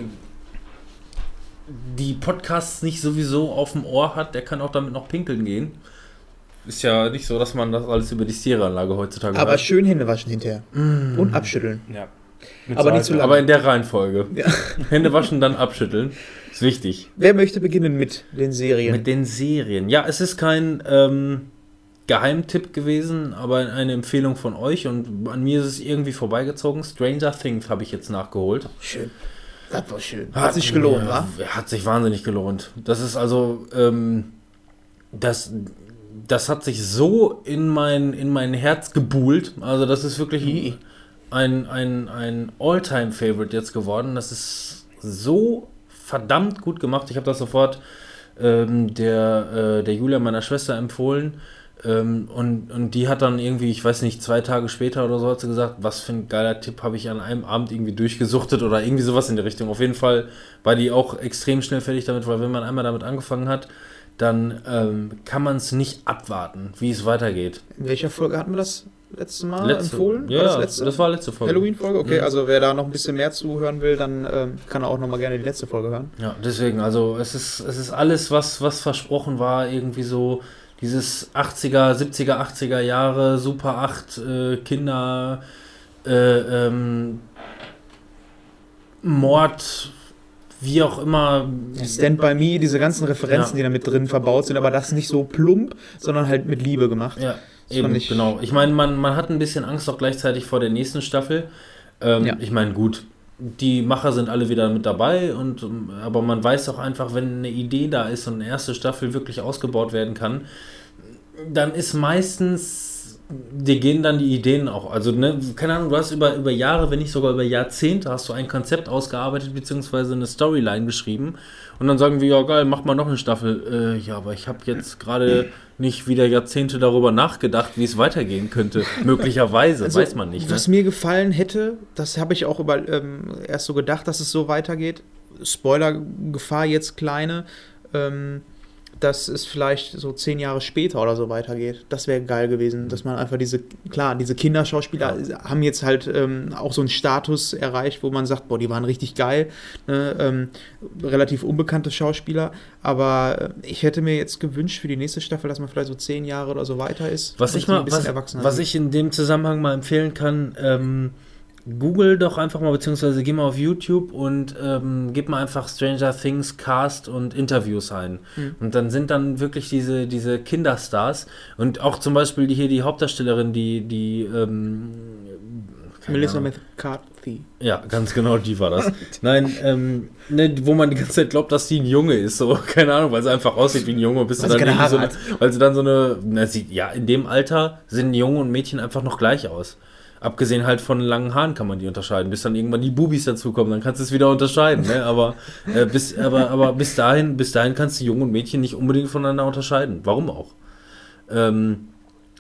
die Podcasts nicht sowieso auf dem Ohr hat, der kann auch damit noch pinkeln gehen. Ist ja nicht so, dass man das alles über die Stereoanlage heutzutage Aber hört. schön Hände waschen hinterher. Mm. Und abschütteln. Ja. Mit Aber nicht Seife. zu lange. Aber in der Reihenfolge. Ja. Hände waschen, dann abschütteln. Ist wichtig. Wer möchte beginnen mit den Serien? Mit den Serien. Ja, es ist kein ähm, Geheimtipp gewesen, aber eine Empfehlung von euch und an mir ist es irgendwie vorbeigezogen. Stranger Things habe ich jetzt nachgeholt. Schön. Das war schön. Hat sich gelohnt, ja, wa? Hat sich wahnsinnig gelohnt. Das ist also, ähm, das, das hat sich so in mein, in mein Herz gebuhlt. Also das ist wirklich I. ein, ein, ein All-Time-Favorite jetzt geworden. Das ist so verdammt gut gemacht. Ich habe das sofort ähm, der, äh, der Julia, meiner Schwester, empfohlen. Ähm, und, und die hat dann irgendwie, ich weiß nicht, zwei Tage später oder so hat sie gesagt, was für ein geiler Tipp, habe ich an einem Abend irgendwie durchgesuchtet oder irgendwie sowas in der Richtung. Auf jeden Fall war die auch extrem schnell fertig damit, weil wenn man einmal damit angefangen hat, dann ähm, kann man es nicht abwarten, wie es weitergeht. In welcher Folge hatten wir das letzte Mal empfohlen? Ja, war das das, letzte? das war letzte Folge. Halloween-Folge? Okay, Mhm. also wer da noch ein bisschen mehr zuhören will, dann ähm, kann er auch nochmal gerne die letzte Folge hören. Ja, deswegen, also es ist, es ist alles, was, was versprochen war, irgendwie so dieses achtziger, siebziger, achtziger Jahre, Super acht, äh, Kinder, äh, ähm, Mord, wie auch immer. Stand By Me, diese ganzen Referenzen, Ja. die da mit drin verbaut sind, aber das nicht so plump, sondern halt mit Liebe gemacht. Ja, Das eben, fand ich- genau. Ich meine, man, man hat ein bisschen Angst auch gleichzeitig vor der nächsten Staffel. Ähm, Ja. Ich meine, gut, die Macher sind alle wieder mit dabei, und ähm, aber man weiß auch einfach, wenn eine Idee da ist und eine erste Staffel wirklich ausgebaut werden kann, dann ist meistens, dir gehen dann die Ideen auch. Also, ne, keine Ahnung, du hast über, über Jahre, wenn nicht sogar über Jahrzehnte, hast du ein Konzept ausgearbeitet, beziehungsweise eine Storyline geschrieben. Und dann sagen wir, ja geil, mach mal noch eine Staffel. Äh, ja, aber ich habe jetzt gerade nicht wieder Jahrzehnte darüber nachgedacht, wie es weitergehen könnte. Möglicherweise, Also, weiß man nicht. Ne? Was mir gefallen hätte, das habe ich auch über, ähm, erst so gedacht, dass es so weitergeht. Spoiler-Gefahr jetzt kleine. Ähm, dass es vielleicht so zehn Jahre später oder so weitergeht. Das wäre geil gewesen, dass man einfach diese, klar, diese Kinderschauspieler haben jetzt halt ähm, auch so einen Status erreicht, wo man sagt, boah, die waren richtig geil, ne? ähm, relativ unbekannte Schauspieler, aber äh, ich hätte mir jetzt gewünscht für die nächste Staffel, dass man vielleicht so zehn Jahre oder so weiter ist. Was und ich so mal, ein bisschen was, erwachsener was sind. ich in dem Zusammenhang mal empfehlen kann, ähm, Google doch einfach mal, beziehungsweise geh mal auf YouTube und ähm, gib mal einfach Stranger Things Cast und Interviews ein. Mhm. Und dann sind dann wirklich diese, diese Kinderstars und auch zum Beispiel die hier die Hauptdarstellerin, die, die ähm, keine Melissa Ahnung. McCarthy. Ja, ganz genau, die war das. Nein, ähm, ne, wo man die ganze Zeit glaubt, dass die ein Junge ist, so, keine Ahnung, weil sie einfach aussieht wie ein Junge, bis Weil sie sie dann keine irgendwie so Haare eine, weil sie dann so eine, na, sie, ja, in dem Alter sehen Junge und Mädchen einfach noch gleich aus. Abgesehen halt von langen Haaren kann man die unterscheiden, bis dann irgendwann die Bubis dazukommen, dann kannst du es wieder unterscheiden, ne? Aber, äh, bis, aber, aber bis dahin, bis dahin kannst du Junge und Mädchen nicht unbedingt voneinander unterscheiden. Warum auch? Ähm,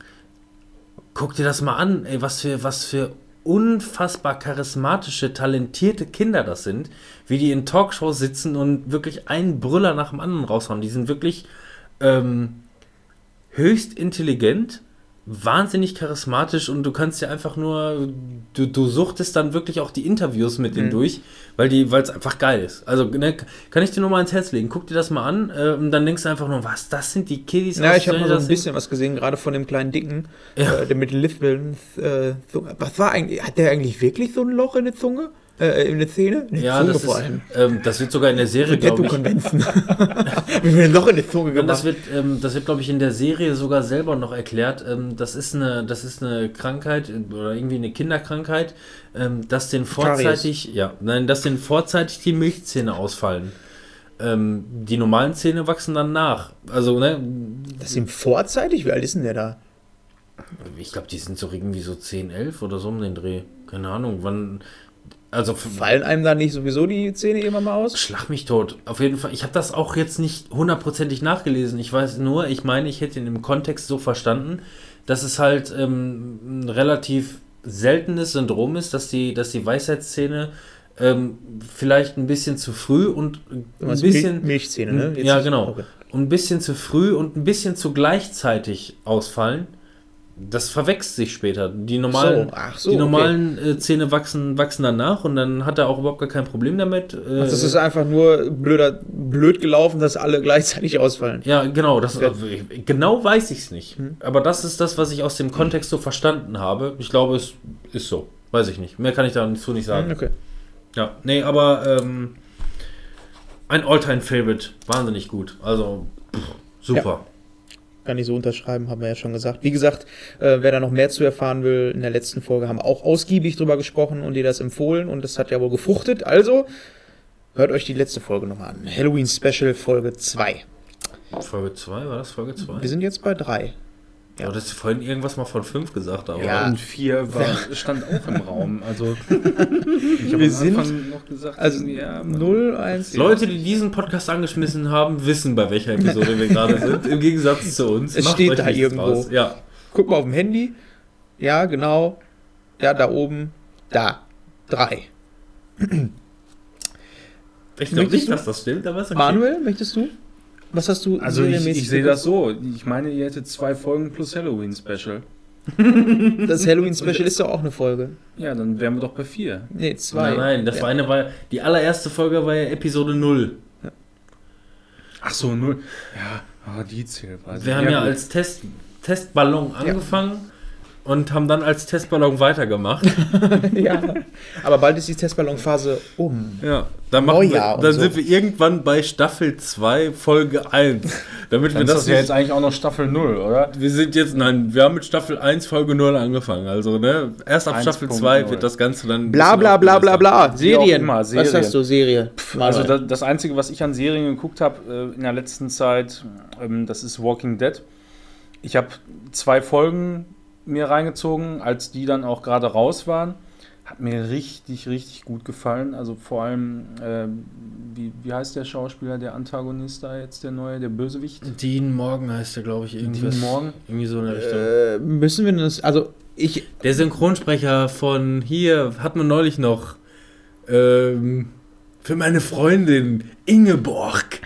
guck dir das mal an, ey, was für, was für unfassbar charismatische, talentierte Kinder das sind, wie die in Talkshows sitzen und wirklich einen Brüller nach dem anderen raushauen. Die sind wirklich ähm, höchst intelligent wahnsinnig charismatisch und du kannst ja einfach nur, du, du suchtest dann wirklich auch die Interviews mit denen Mhm. durch, weil die, weil es einfach geil ist. Also ne, kann ich dir nur mal ins Herz legen. Guck dir das mal an äh, und dann denkst du einfach nur, was, das sind die Kiddies Ja, aus ich habe mal Stranger so ein Things? bisschen was gesehen, gerade von dem kleinen Dicken, Ja. äh, der mit Lispeln. Äh, Zunge. Was war eigentlich, hat der eigentlich wirklich so ein Loch in der Zunge? Äh, in der Zähne? In der Ja, Zunge das, vor ist, allem. ähm, das wird sogar in der Serie, glaube ich. Tattoo-Konvenzen. Wie viel ein Loch in der Zunge Und gemacht? das wird, ähm, das wird, glaube ich, in der Serie sogar selber noch erklärt. Ähm, das ist eine, das ist eine Krankheit äh, oder irgendwie eine Kinderkrankheit, ähm, dass den vorzeitig, ja, nein, dass den vorzeitig die Milchzähne ausfallen. Ähm, die normalen Zähne wachsen dann nach. Also, ne, Das ist ihm vorzeitig? Wie alt ist denn der da? ich glaube, die sind so irgendwie so zehn, elf oder so um den Dreh. Keine Ahnung, wann. Also Fallen einem da nicht sowieso die Zähne immer mal aus? Schlag mich tot. Auf jeden Fall. Ich habe das auch jetzt nicht hundertprozentig nachgelesen. Ich weiß nur, ich meine, ich hätte ihn im Kontext so verstanden, dass es halt ähm, ein relativ seltenes Syndrom ist, dass die, dass die Weisheitszähne ähm, vielleicht ein bisschen zu früh und Du ein meinst bisschen. Mil- Milchzähne, ne? Jetzt Ja, ist- genau. okay. Und ein bisschen zu früh und ein bisschen zu gleichzeitig ausfallen. Das verwechselt sich später. Die normalen, So, ach so, die okay. normalen äh, Zähne wachsen, wachsen danach und dann hat er auch überhaupt gar kein Problem damit. Äh, Ach, das ist einfach nur blöder, blöd gelaufen, dass alle gleichzeitig ausfallen. Ja, genau, das, Ja. äh, genau weiß ich es nicht. Hm. Aber das ist das, was ich aus dem Kontext so verstanden habe. Ich glaube, es ist so. Weiß ich nicht. Mehr kann ich dazu nicht sagen. Okay. Ja, nee, aber ähm, ein All-Time-Favorite. Wahnsinnig gut. Also, pff, super. Kann ich so unterschreiben, haben wir ja schon gesagt. Wie gesagt, äh, wer da noch mehr zu erfahren will, in der letzten Folge haben wir auch ausgiebig drüber gesprochen und dir das empfohlen und das hat ja wohl gefruchtet. Also, hört euch die letzte Folge nochmal an. Halloween Special Folge zwei. Folge zwei, war das Folge zwei? Wir sind jetzt bei drei. Ja, du hast vorhin irgendwas mal von fünf gesagt, aber. Ja. Und vier war, stand auch im Raum. Also ich habe Wir am sind- Anfang noch gesagt, Also ja, null, eins. Leute, die diesen Podcast angeschmissen haben, wissen, bei welcher Episode wir gerade sind. Im Gegensatz zu uns. Es Macht steht euch da nichts irgendwo. draus. Ja. Guck mal auf dem Handy. Ja, genau. Ja, da oben. Da. Drei. Ich glaube Möchtest nicht, du? dass das stimmt, aber ist okay. Manuel, möchtest du? Was hast du Also ich, serienmäßig ich sehe geguckt? das so. Ich meine, ihr hättet zwei Folgen plus Halloween-Special. Das Halloween-Special ist doch auch eine Folge. Ja, dann wären wir doch bei vier. Nee, zwei. Nein, nein, das ja. war eine, war, die allererste Folge war ja Episode null. Ach so, null. Ja, ah, die Zählweise. Wir haben ja, gut. als Test, Testballon angefangen und haben dann als Testballon weitergemacht. Ja. Aber bald ist die Testballonphase um. Ja, dann, machen wir, Neujahr und dann so. sind wir irgendwann bei Staffel zwei, Folge eins. Damit Dann wir ist das das ja nicht, jetzt eigentlich auch noch Staffel null, oder? wir sind jetzt, nein, wir haben mit Staffel eins, Folge null angefangen. Also, ne, erst ab eins Staffel Punkt zwei null. wird das Ganze dann. ein Bla bisschen bla bla bla aufgelöster. bla. Wie auch Serien. immer, Was Serien. hast du, Serie? Also Manuel. das, das Einzige, was ich an Serien geguckt habe äh, in der letzten Zeit, ähm, das ist Walking Dead. Ich habe zwei Folgen mir reingezogen, als die dann auch gerade raus waren. Hat mir richtig, richtig gut gefallen. Also vor allem, äh, wie, wie heißt der Schauspieler, der Antagonist da jetzt, der neue, der Bösewicht? Dean Morgan heißt der, glaube ich, irgendwas. Dean Morgan? Irgendwie so in der Richtung. äh, müssen wir das, also ich, Der Synchronsprecher von hier hat man neulich noch ähm, für meine Freundin Ingeborg.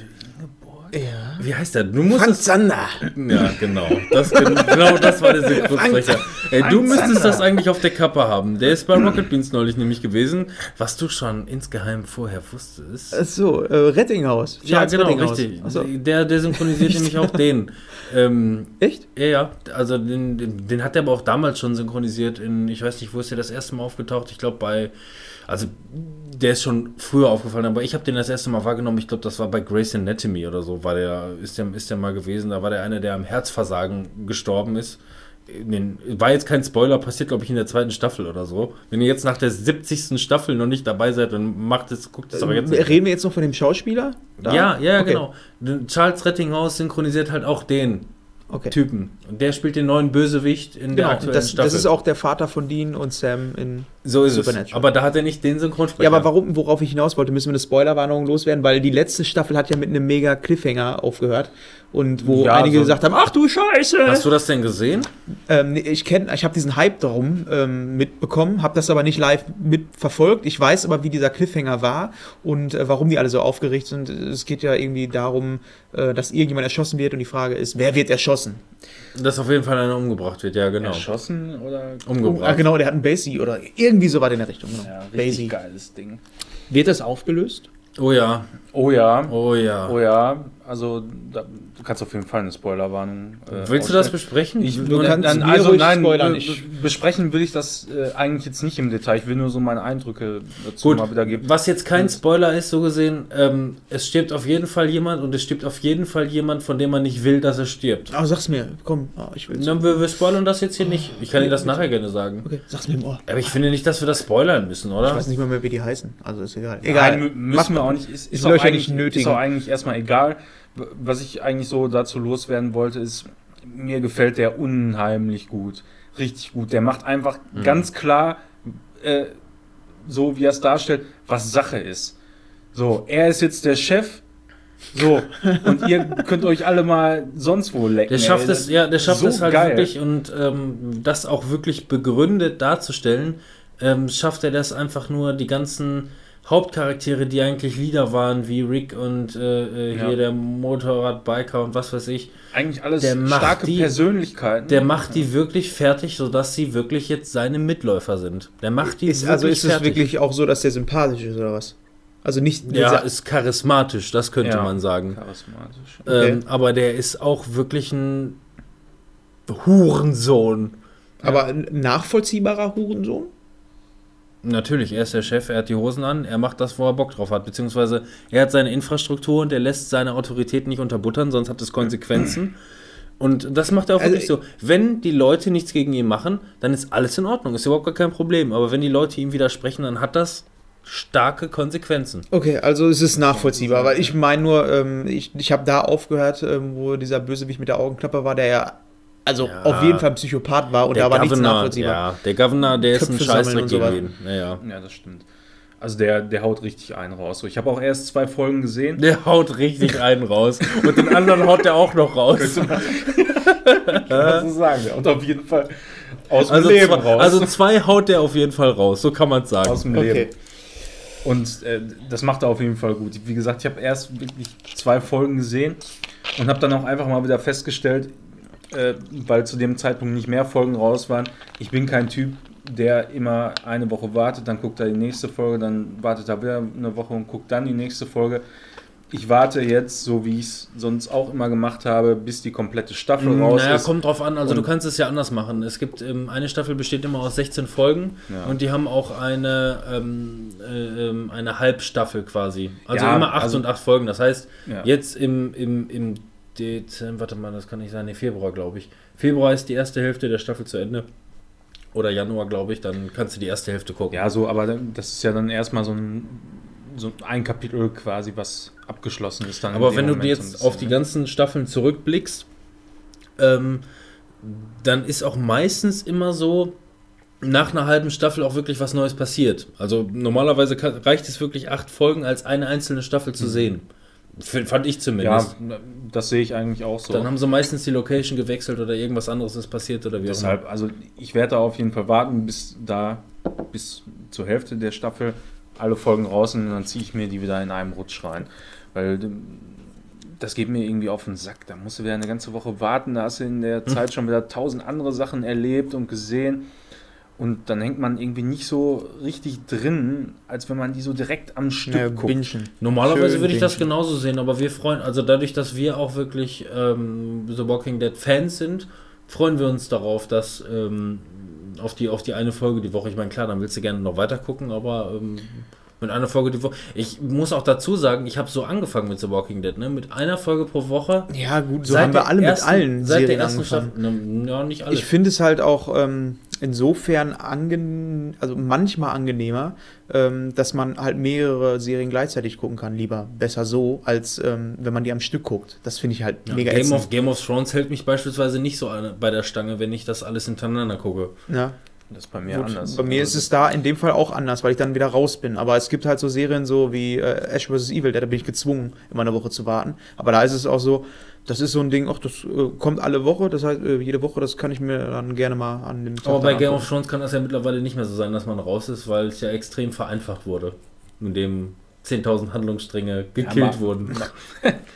ja. Wie heißt der? Du musst Franz es. Sander. Ja, genau. Das, genau das war der Synchronsprecher. Ey, du müsstest das eigentlich auf der Kappe haben. Der ist bei Rocket Beans neulich nämlich gewesen. Was du schon insgeheim vorher wusstest. Ach so, äh, Rettinghaus. Ja, Charles genau, Rettinghaus. richtig. Ach so. Der, der synchronisiert nämlich auch den. Ähm, Echt? Ja, ja, also den, den, den hat er aber auch damals schon synchronisiert in, ich weiß nicht, wo ist der das erste Mal aufgetaucht? Ich glaube bei, also der ist schon früher aufgefallen, aber ich habe den das erste Mal wahrgenommen, ich glaube, das war bei Grey's Anatomy oder so, war der, ist der, ist der mal gewesen, da war der eine, der am Herzversagen gestorben ist. In den, war jetzt kein Spoiler, passiert glaube ich in der zweiten Staffel oder so. Wenn ihr jetzt nach der siebzigsten Staffel noch nicht dabei seid, dann macht es, guckt es aber jetzt nicht. Reden wir jetzt noch von dem Schauspieler? Da? Ja, ja, Okay. genau. Charles Rettinghaus synchronisiert halt auch den Okay. Typen. Und der spielt den neuen Bösewicht in der Genau, aktuellen das, Staffel. das ist auch der Vater von Dean und Sam in so ist es. Supernatural. Aber da hat er nicht den Synchronsprecher. Ja, aber warum, worauf ich hinaus wollte, müssen wir eine Spoilerwarnung loswerden, weil die letzte Staffel hat ja mit einem mega Cliffhanger aufgehört und wo Ja, einige so- gesagt haben, ach du Scheiße! Hast du das denn gesehen? Ähm, nee, ich kenne, ich habe diesen Hype darum ähm, mitbekommen, habe das aber nicht live mitverfolgt. Ich weiß aber, wie dieser Cliffhanger war und äh, warum die alle so aufgeregt sind. Es geht ja irgendwie darum, äh, dass irgendjemand erschossen wird und die Frage ist, wer wird erschossen? erschossen. Dass auf jeden Fall einer umgebracht wird, ja, genau. Erschossen oder Umgebracht. Ah, genau, der hat einen Basie oder irgendwie so was in der Richtung. Genau. Ja, richtig Basie. geiles Ding. Wird das aufgelöst? Oh ja, Oh ja, oh ja. oh ja. Also da, du kannst auf jeden Fall eine Spoilerwarnung. Äh, Willst du das ausstellen. besprechen? Ich, Du dann, kannst dann, mir also ruhig nein, spoilern, be- ich- be- besprechen will ich das äh, eigentlich jetzt nicht im Detail. Ich will nur so meine Eindrücke dazu Gut, mal wiedergeben. was jetzt kein Und- Spoiler ist, so gesehen, ähm, es stirbt auf jeden Fall jemand und es stirbt auf jeden Fall jemand, von dem man nicht will, dass er stirbt. Ah, sag's mir, komm, ah, ich will's. Na, wir, wir spoilern das jetzt hier nicht. Ich kann Ihnen das nachher gerne sagen. Okay, sag's mir im Ohr. Aber ich finde nicht, dass wir das spoilern müssen, oder? Ich weiß nicht mal mehr, wie die heißen. Also ist egal. Nein, mü- müssen wir auch nicht. Ist, Ich ist, will auch euch ja eigentlich, nicht nötigen. ist auch eigentlich erstmal egal. W- Was ich eigentlich so dazu loswerden wollte, ist, mir gefällt der unheimlich gut. Richtig gut. Der macht einfach Mhm. ganz klar, äh, so wie er es darstellt, was Sache ist. So, er ist jetzt der Chef. So, und ihr könnt euch alle mal sonst wo lecken. Der schafft ey. es, ja, der schafft So es halt geil. wirklich und ähm, das auch wirklich begründet darzustellen, ähm, schafft er das einfach nur die ganzen Hauptcharaktere, die eigentlich Lieder waren, wie Rick und äh, äh, hier Ja. der Motorradbiker und was weiß ich, Eigentlich alles Der macht starke die- Persönlichkeiten. der macht die wirklich fertig, sodass sie wirklich jetzt seine Mitläufer sind. Der macht die Ist, wirklich also ist es fertig. wirklich auch so, dass der sympathisch ist oder was? Also nicht Ja, dieser- ist charismatisch, das könnte Ja. man sagen. charismatisch. Okay. Ähm, aber der ist auch wirklich ein Hurensohn. aber ein nachvollziehbarer Hurensohn? Natürlich, er ist der Chef, er hat die Hosen an, er macht das, wo er Bock drauf hat, beziehungsweise er hat seine Infrastruktur und er lässt seine Autorität nicht unterbuttern, sonst hat es Konsequenzen. Und das macht er auch Also wirklich so. Wenn die Leute nichts gegen ihn machen, dann ist alles in Ordnung, ist überhaupt gar kein Problem. Aber wenn die Leute ihm widersprechen, dann hat das starke Konsequenzen. Okay, also es ist nachvollziehbar, weil ich meine nur, ähm, ich, ich habe da aufgehört, ähm, wo dieser Bösewicht mit der Augenklappe war, der ja also Ja. auf jeden Fall ein Psychopath war und da war nichts nachvollziehbar. ja, der Governor, der ist ein Köpfe sammeln Scheißdreck und so gegen ihn. Naja. Ja, das stimmt. Also der, der haut richtig einen raus. So, ich habe auch erst zwei Folgen gesehen. Der haut richtig einen raus und den anderen haut der auch noch raus. Kannst du sagen. Der haut auf jeden Fall aus dem Also, Leben zwei, raus. also zwei haut der auf jeden Fall raus, so kann man es sagen. aus dem Okay. Leben. Und äh, das macht er auf jeden Fall gut. Wie gesagt, ich habe erst wirklich zwei Folgen gesehen und habe dann auch einfach mal wieder festgestellt, äh, weil zu dem Zeitpunkt nicht mehr Folgen raus waren, ich bin kein Typ, der immer eine Woche wartet, dann guckt er die nächste Folge, dann wartet er wieder eine Woche und guckt dann die nächste Folge. Ich warte jetzt, so wie ich es sonst auch immer gemacht habe, bis die komplette Staffel raus Naja, ist. kommt drauf an. Also Und- du kannst es ja anders machen. Es gibt, ähm, eine Staffel besteht immer aus sechzehn Folgen Ja. und die haben auch eine, ähm, äh, ähm, eine Halbstaffel quasi. Also Ja, immer acht also- und acht Folgen. Das heißt, Ja. jetzt im, im, im Dezember, warte mal, das kann nicht sein, nee, Februar, glaube ich. Februar ist die erste Hälfte der Staffel zu Ende. Oder Januar, glaube ich, dann kannst du die erste Hälfte gucken. Ja, so, aber dann- das ist ja dann erstmal so ein, so ein Kapitel quasi, was abgeschlossen ist. Dann in Aber dem wenn du Moment dir so ein jetzt bisschen, auf die ne? ganzen Staffeln zurückblickst, ähm, dann ist auch meistens immer so, nach einer halben Staffel auch wirklich was Neues passiert. Also normalerweise kann, reicht es wirklich acht Folgen als eine einzelne Staffel zu sehen. F- Fand ich Ja, zumindest. das sehe ich eigentlich auch so. Dann haben sie meistens die Location gewechselt oder irgendwas anderes ist passiert oder wie auch Deshalb, also ich werde da auf jeden Fall warten, bis da, bis zur Hälfte der Staffel alle Folgen raus sind und dann ziehe ich mir die wieder in einem Rutsch rein. Weil ähm, das geht mir irgendwie auf den Sack. Da musst du wieder eine ganze Woche warten, da hast du in der Zeit schon wieder tausend andere Sachen erlebt und gesehen. Und dann hängt man irgendwie nicht so richtig drin, als wenn man die so direkt am Stück Ja, guckt. bingen. Normalerweise Schön würde ich das bingen. genauso sehen, aber wir freuen, also dadurch, dass wir auch wirklich ähm, The Walking Dead Fans sind, freuen wir uns darauf, dass ähm, auf, die, auf die eine Folge die Woche, ich meine, klar, dann willst du gerne noch weiter gucken, aber ähm, mit einer Folge die Woche. Ich muss auch dazu sagen, ich habe so angefangen mit The Walking Dead, ne? Mit einer Folge pro Woche. Ja, gut, so Seit haben wir der alle ersten- mit allen seit der Serien ersten angefangen. Staffel. Ne, ja, nicht alle. Ich finde es halt auch ähm, insofern angen also manchmal angenehmer, ähm, dass man halt mehrere Serien gleichzeitig gucken kann. Lieber besser so, als ähm, wenn man die am Stück guckt. Das finde ich halt ja, mega Game, ätzend. of, Game of Thrones hält mich beispielsweise nicht so an, bei der Stange, wenn ich das alles hintereinander gucke. Ja. Das ist bei mir Gut, anders. bei mir ist es da in dem Fall auch anders, weil ich dann wieder raus bin. Aber es gibt halt so Serien so wie äh, Ash versus. Evil, da bin ich gezwungen, immer eine Woche zu warten. Aber da ist es auch so, das ist so ein Ding, ach, das äh, kommt alle Woche, das heißt, äh, jede Woche, das kann ich mir dann gerne mal an dem Tag Aber bei dann Game of angucken. Thrones kann das ja mittlerweile nicht mehr so sein, dass man raus ist, weil es ja extrem vereinfacht wurde, indem zehntausend Handlungsstränge gekillt ma- wurden.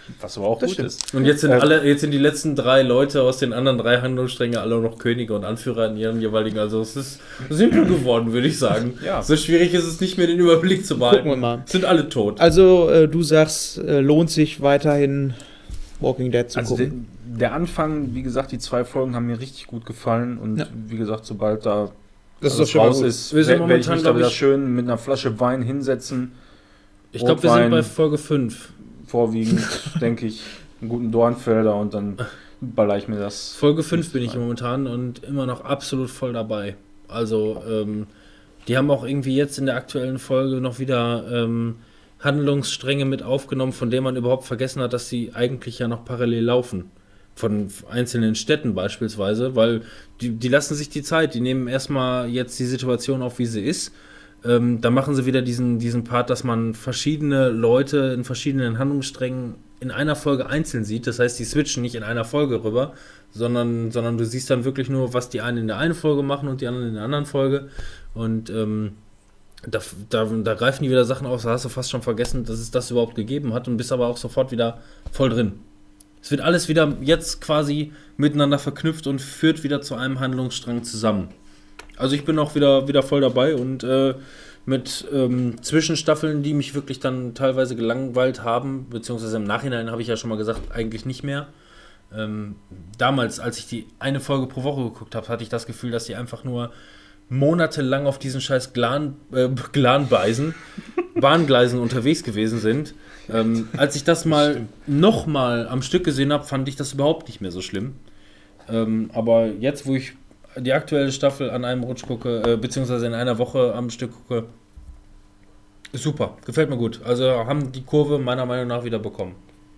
Was aber auch Das gut stimmt. ist. Und jetzt sind Äh, alle, jetzt sind die letzten drei Leute aus den anderen drei Handlungssträngen alle noch Könige und Anführer in ihren jeweiligen. Also es ist simpel geworden, würde ich sagen. Ja. So schwierig ist es nicht mehr, den Überblick zu Gucken wir behalten. mal. Sind alle tot. Also, äh, du sagst, äh, lohnt sich weiterhin Walking Dead zu Also der, gucken. der Anfang, wie gesagt, die zwei Folgen haben mir richtig gut gefallen und Ja. wie gesagt, sobald da Das alles raus ist, Wir sind werde ich momentan, mich da glaub wieder ich- schön mit einer Flasche Wein hinsetzen. Ich glaube, wir sind Rotwein. bei Folge fünf. Vorwiegend, denke ich, einen guten Dornfelder und dann baller ich mir das. Folge fünf bin ich momentan und immer noch absolut voll dabei. Also, ähm, die haben auch irgendwie jetzt in der aktuellen Folge noch wieder ähm, Handlungsstränge mit aufgenommen, von denen man überhaupt vergessen hat, dass sie eigentlich ja noch parallel laufen. Von einzelnen Städten beispielsweise, weil die, die lassen sich die Zeit, die nehmen erstmal jetzt die Situation auf, wie sie ist. Ähm, da machen sie wieder diesen, diesen Part, dass man verschiedene Leute in verschiedenen Handlungssträngen in einer Folge einzeln sieht. Das heißt, die switchen nicht in einer Folge rüber, sondern, sondern du siehst dann wirklich nur, was die einen in der einen Folge machen und die anderen in der anderen Folge. Und ähm, da, da, da greifen die wieder Sachen auf, da hast du fast schon vergessen, dass es das überhaupt gegeben hat und bist aber auch sofort wieder voll drin. Es wird alles wieder jetzt quasi miteinander verknüpft und führt wieder zu einem Handlungsstrang zusammen. Also ich bin auch wieder, wieder voll dabei und äh, mit ähm, Zwischenstaffeln, die mich wirklich dann teilweise gelangweilt haben, beziehungsweise im Nachhinein habe ich ja schon mal gesagt, eigentlich nicht mehr. Ähm, damals, als ich die eine Folge pro Woche geguckt habe, hatte ich das Gefühl, dass die einfach nur monatelang auf diesen scheiß Glan, äh, Glanbeisen, Bahngleisen unterwegs gewesen sind. Ähm, als ich das mal nochmal am Stück gesehen habe, fand ich das überhaupt nicht mehr so schlimm. Ähm, aber jetzt, wo ich die aktuelle Staffel an einem Rutsch gucke, äh, beziehungsweise in einer Woche am Stück gucke, ist super, gefällt mir gut. Also haben die Kurve meiner Meinung nach wieder bekommen.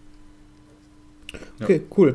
Ja. Okay, cool.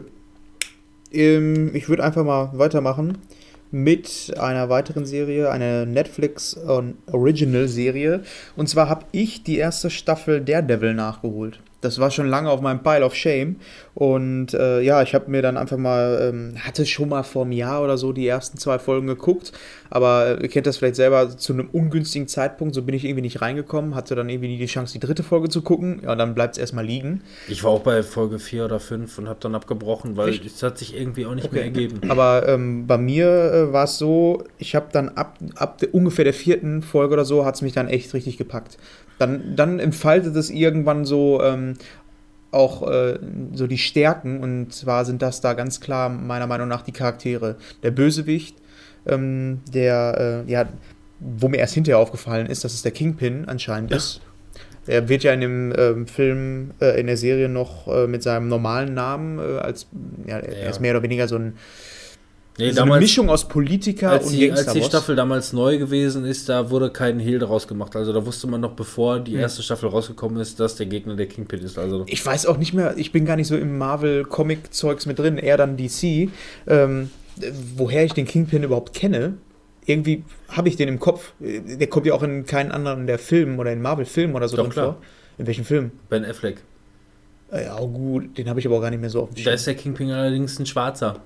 Ähm, ich würde einfach mal weitermachen mit einer weiteren Serie, eine Netflix Original Serie. Und zwar habe ich die erste Staffel Daredevil nachgeholt. Das war schon lange auf meinem Pile of Shame. Und äh, ja, ich habe mir dann einfach mal, ähm, hatte schon mal vor einem Jahr oder so die ersten zwei Folgen geguckt. Aber äh, ihr kennt das vielleicht selber, zu einem ungünstigen Zeitpunkt, so bin ich irgendwie nicht reingekommen. Hatte dann irgendwie nie die Chance, die dritte Folge zu gucken. Ja, dann bleibt es erstmal liegen. Ich war auch bei Folge vier oder fünf und habe dann abgebrochen, weil Echt? es hat sich irgendwie auch nicht Okay. mehr ergeben. Aber ähm, bei mir äh, war es so, ich habe dann ab, ab der, ungefähr der vierten Folge oder so, hat es mich dann echt richtig gepackt. Dann, dann entfaltet es irgendwann so ähm, auch äh, so die Stärken, und zwar sind das da ganz klar meiner Meinung nach die Charaktere. Der Bösewicht, ähm, der, äh, ja, wo mir erst hinterher aufgefallen ist, dass es der Kingpin anscheinend Ja. ist. Er wird ja in dem ähm, Film, äh, in der Serie noch äh, mit seinem normalen Namen äh, als, ja, er Ja. ist mehr oder weniger so ein Nee, so eine damals, Mischung aus Politiker als und die, als die Gangsterboss. Staffel damals neu gewesen ist, da wurde kein Hehl draus gemacht. Also da wusste man noch, bevor die Hm. erste Staffel rausgekommen ist, dass der Gegner der Kingpin ist. Also Ich weiß auch nicht mehr, ich bin gar nicht so im Marvel-Comic-Zeugs mit drin, eher dann D C. Ähm, woher ich den Kingpin überhaupt kenne, irgendwie habe ich den im Kopf. Der kommt ja auch in keinen anderen der Filmen oder in Marvel-Filmen oder so Doch, drin klar. vor. In welchen Filmen? Ben Affleck. Äh, Ja, gut, den habe ich aber auch gar nicht mehr so auf dem Da Schirm. ist der Kingpin allerdings ein Schwarzer.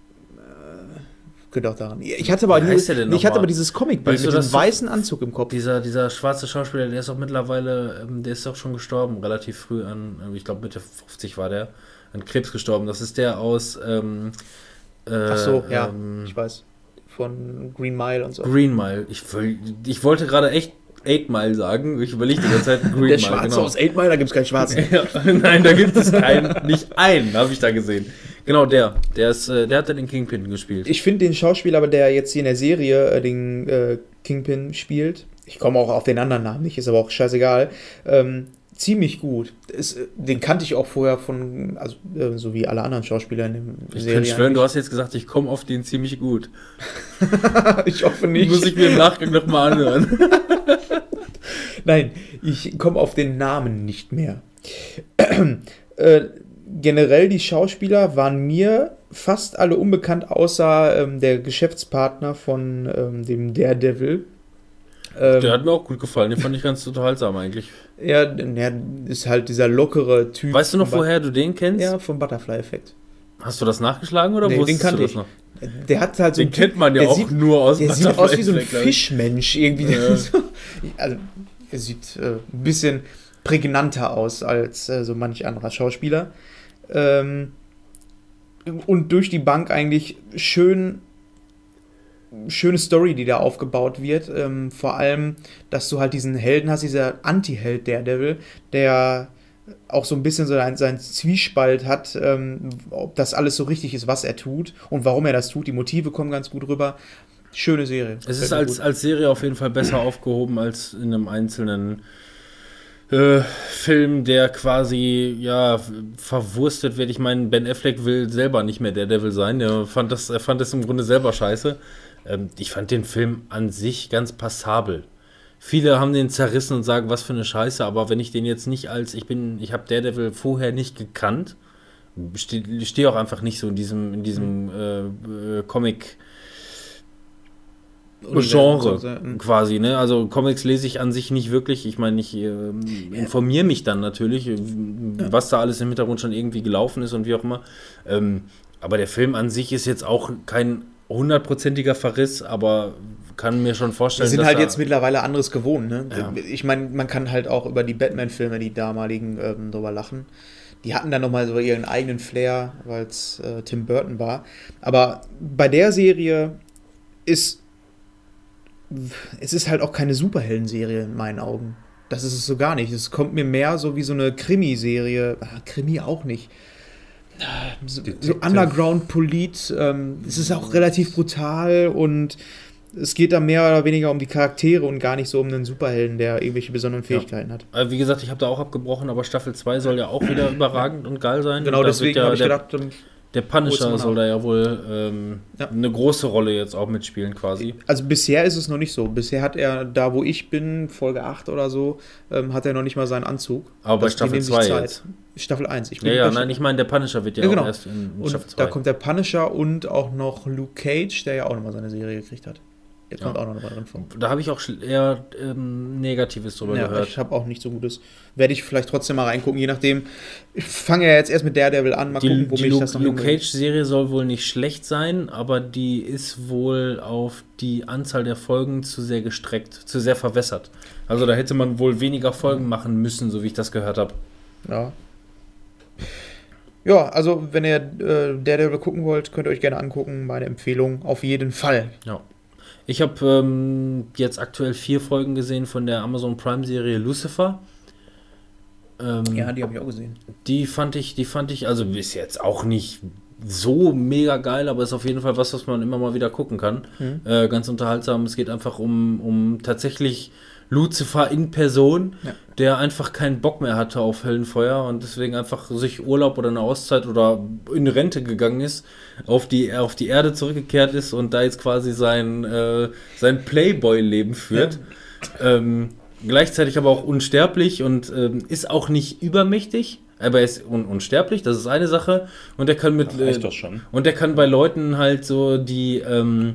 Könnte auch daran. Ich hatte aber, Wie heißt dieses, der denn ich hatte nochmal? aber dieses Comicbild Weißt du, mit dem dass- weißen Anzug im Kopf. Dieser, dieser schwarze Schauspieler, der ist auch mittlerweile, ähm, der ist auch schon gestorben, relativ früh an, äh, ich glaube Mitte fünfzig war der, an Krebs gestorben. Das ist der aus ähm, äh, Ach so, ja, ähm, ich weiß. Von Green Mile und so. Green Mile. Ich, will- ich wollte gerade echt Eight Mile sagen. Ich überlege die ganze Zeit Green Der Mile. Schwarze Genau. aus Eight Mile, da gibt es keinen Schwarzen. Ja, nein, da gibt es keinen, nicht einen, habe ich da gesehen. Genau, der. Der, ist, äh, der hat dann den Kingpin gespielt. Ich finde den Schauspieler, aber der jetzt hier in der Serie äh, den äh, Kingpin spielt, ich komme auch auf den anderen Namen nicht, ist aber auch scheißegal, ähm, ziemlich gut. Ist, äh, den kannte ich auch vorher von, also äh, so wie alle anderen Schauspieler in dem Ich Serie. kann schwören, du hast jetzt gesagt, ich komme auf den ziemlich gut. ich hoffe nicht. Muss ich mir im Nachgang nochmal anhören. Nein, ich komme auf den Namen nicht mehr. äh, generell die Schauspieler waren mir fast alle unbekannt, außer ähm, der Geschäftspartner von ähm, dem Daredevil. Ähm, Der hat mir auch gut gefallen, den fand ich ganz unterhaltsam eigentlich. Ja, der ist halt dieser lockere Typ. Weißt du noch, vom But- woher du den kennst? Ja, vom Butterfly-Effekt. Hast du das nachgeschlagen oder Nee, wusstest den kannte du das ich. noch? Der hat halt so Den einen Typ- kennt man ja der auch sieht, nur aus Der sieht aus wie so ein Butterfly-Effekt, glaub ich. Fischmensch irgendwie. Ja. So, also, er sieht äh, ein bisschen prägnanter aus als äh, so manch anderer Schauspieler. Ähm, und durch die Bank eigentlich schön schöne Story, die da aufgebaut wird. Ähm, vor allem, dass du halt diesen Helden hast, dieser Anti-Held Daredevil, der auch so ein bisschen so seinen sein Zwiespalt hat, ähm, ob das alles so richtig ist, was er tut und warum er das tut. Die Motive kommen ganz gut rüber. Schöne Serie. Es ist als, als Serie auf jeden Fall besser aufgehoben als in einem einzelnen äh, Film, der quasi ja verwurstet wird. Ich meine, Ben Affleck will selber nicht mehr Daredevil sein. Er fand das, er fand das im Grunde selber scheiße. Ähm, ich fand den Film an sich ganz passabel. Viele haben den zerrissen und sagen, was für eine Scheiße, aber wenn ich den jetzt nicht als, ich bin, ich habe Daredevil vorher nicht gekannt, stehe steh auch einfach nicht so in diesem, in diesem äh, äh, Comic- Genre so, quasi, ne? Also Comics lese ich an sich nicht wirklich. Ich meine, ich äh, informiere mich dann natürlich, was da alles im Hintergrund schon irgendwie gelaufen ist und wie auch immer. Ähm, aber der Film an sich ist jetzt auch kein hundertprozentiger Verriss, aber kann mir schon vorstellen, wir sind dass halt da, jetzt mittlerweile anderes gewohnt, ne? Ja. Ich meine, man kann halt auch über die Batman-Filme, die damaligen, ähm, drüber lachen. Die hatten dann nochmal so ihren eigenen Flair, weil es äh, Tim Burton war. Aber bei der Serie ist es ist halt auch keine Superhelden-Serie in meinen Augen. Das ist es so gar nicht. Es kommt mir mehr so wie so eine Krimi-Serie. Ah, Krimi auch nicht. So, so Underground-Polit. Ähm, es ist auch relativ brutal und es geht da mehr oder weniger um die Charaktere und gar nicht so um einen Superhelden, der irgendwelche besonderen Fähigkeiten ja. hat. Wie gesagt, ich habe da auch abgebrochen, aber Staffel zwei soll ja auch wieder überragend und geil sein. Genau, da deswegen ja habe ich der, gedacht... Ähm, Der Punisher soll da ja wohl ähm, ja. eine große Rolle jetzt auch mitspielen quasi. Also bisher ist es noch nicht so. Bisher hat er, da wo ich bin, Folge acht oder so, ähm, hat er noch nicht mal seinen Anzug. Aber bei Staffel zwei jetzt. Staffel eins. Ich bin ja, ja, nein, ich meine, der Punisher wird ja, ja genau. auch erst in, in und Staffel zwei. Da kommt der Punisher und auch noch Luke Cage, der ja auch nochmal seine Serie gekriegt hat. Jetzt kommt ja. auch noch mal drin vor. Da habe ich auch eher ähm, Negatives drüber ja, gehört. Ich habe auch nicht so Gutes. Werde ich vielleicht trotzdem mal reingucken, je nachdem. Ich fange ja jetzt erst mit Daredevil an, mal die, gucken, wo die mich Luke, das noch Luke Cage-Serie soll wohl nicht schlecht sein, aber die ist wohl auf die Anzahl der Folgen zu sehr gestreckt, zu sehr verwässert. Also da hätte man wohl weniger Folgen machen müssen, so wie ich das gehört habe. Ja. Ja, also wenn ihr äh, Daredevil gucken wollt, könnt ihr euch gerne angucken. Meine Empfehlung auf jeden Fall. Ja. Ich habe ähm, jetzt aktuell vier Folgen gesehen von der Amazon Prime-Serie Lucifer. Ähm, ja, die habe ich auch gesehen. Die fand ich, die fand ich, also ist jetzt auch nicht so mega geil, aber ist auf jeden Fall was, was man immer mal wieder gucken kann. Mhm. Äh, ganz unterhaltsam. Es geht einfach um, um tatsächlich Lucifer in Person, ja. der einfach keinen Bock mehr hatte auf Höllenfeuer und deswegen einfach sich Urlaub oder eine Auszeit oder in Rente gegangen ist, auf die, auf die Erde zurückgekehrt ist und da jetzt quasi sein, äh, sein Playboy-Leben führt. Ja. Ähm, gleichzeitig aber auch unsterblich und ähm, ist auch nicht übermächtig. Aber er ist un- unsterblich, das ist eine Sache. Und er kann mit. Das reicht doch schon. Und er kann bei Leuten halt so die. Ähm,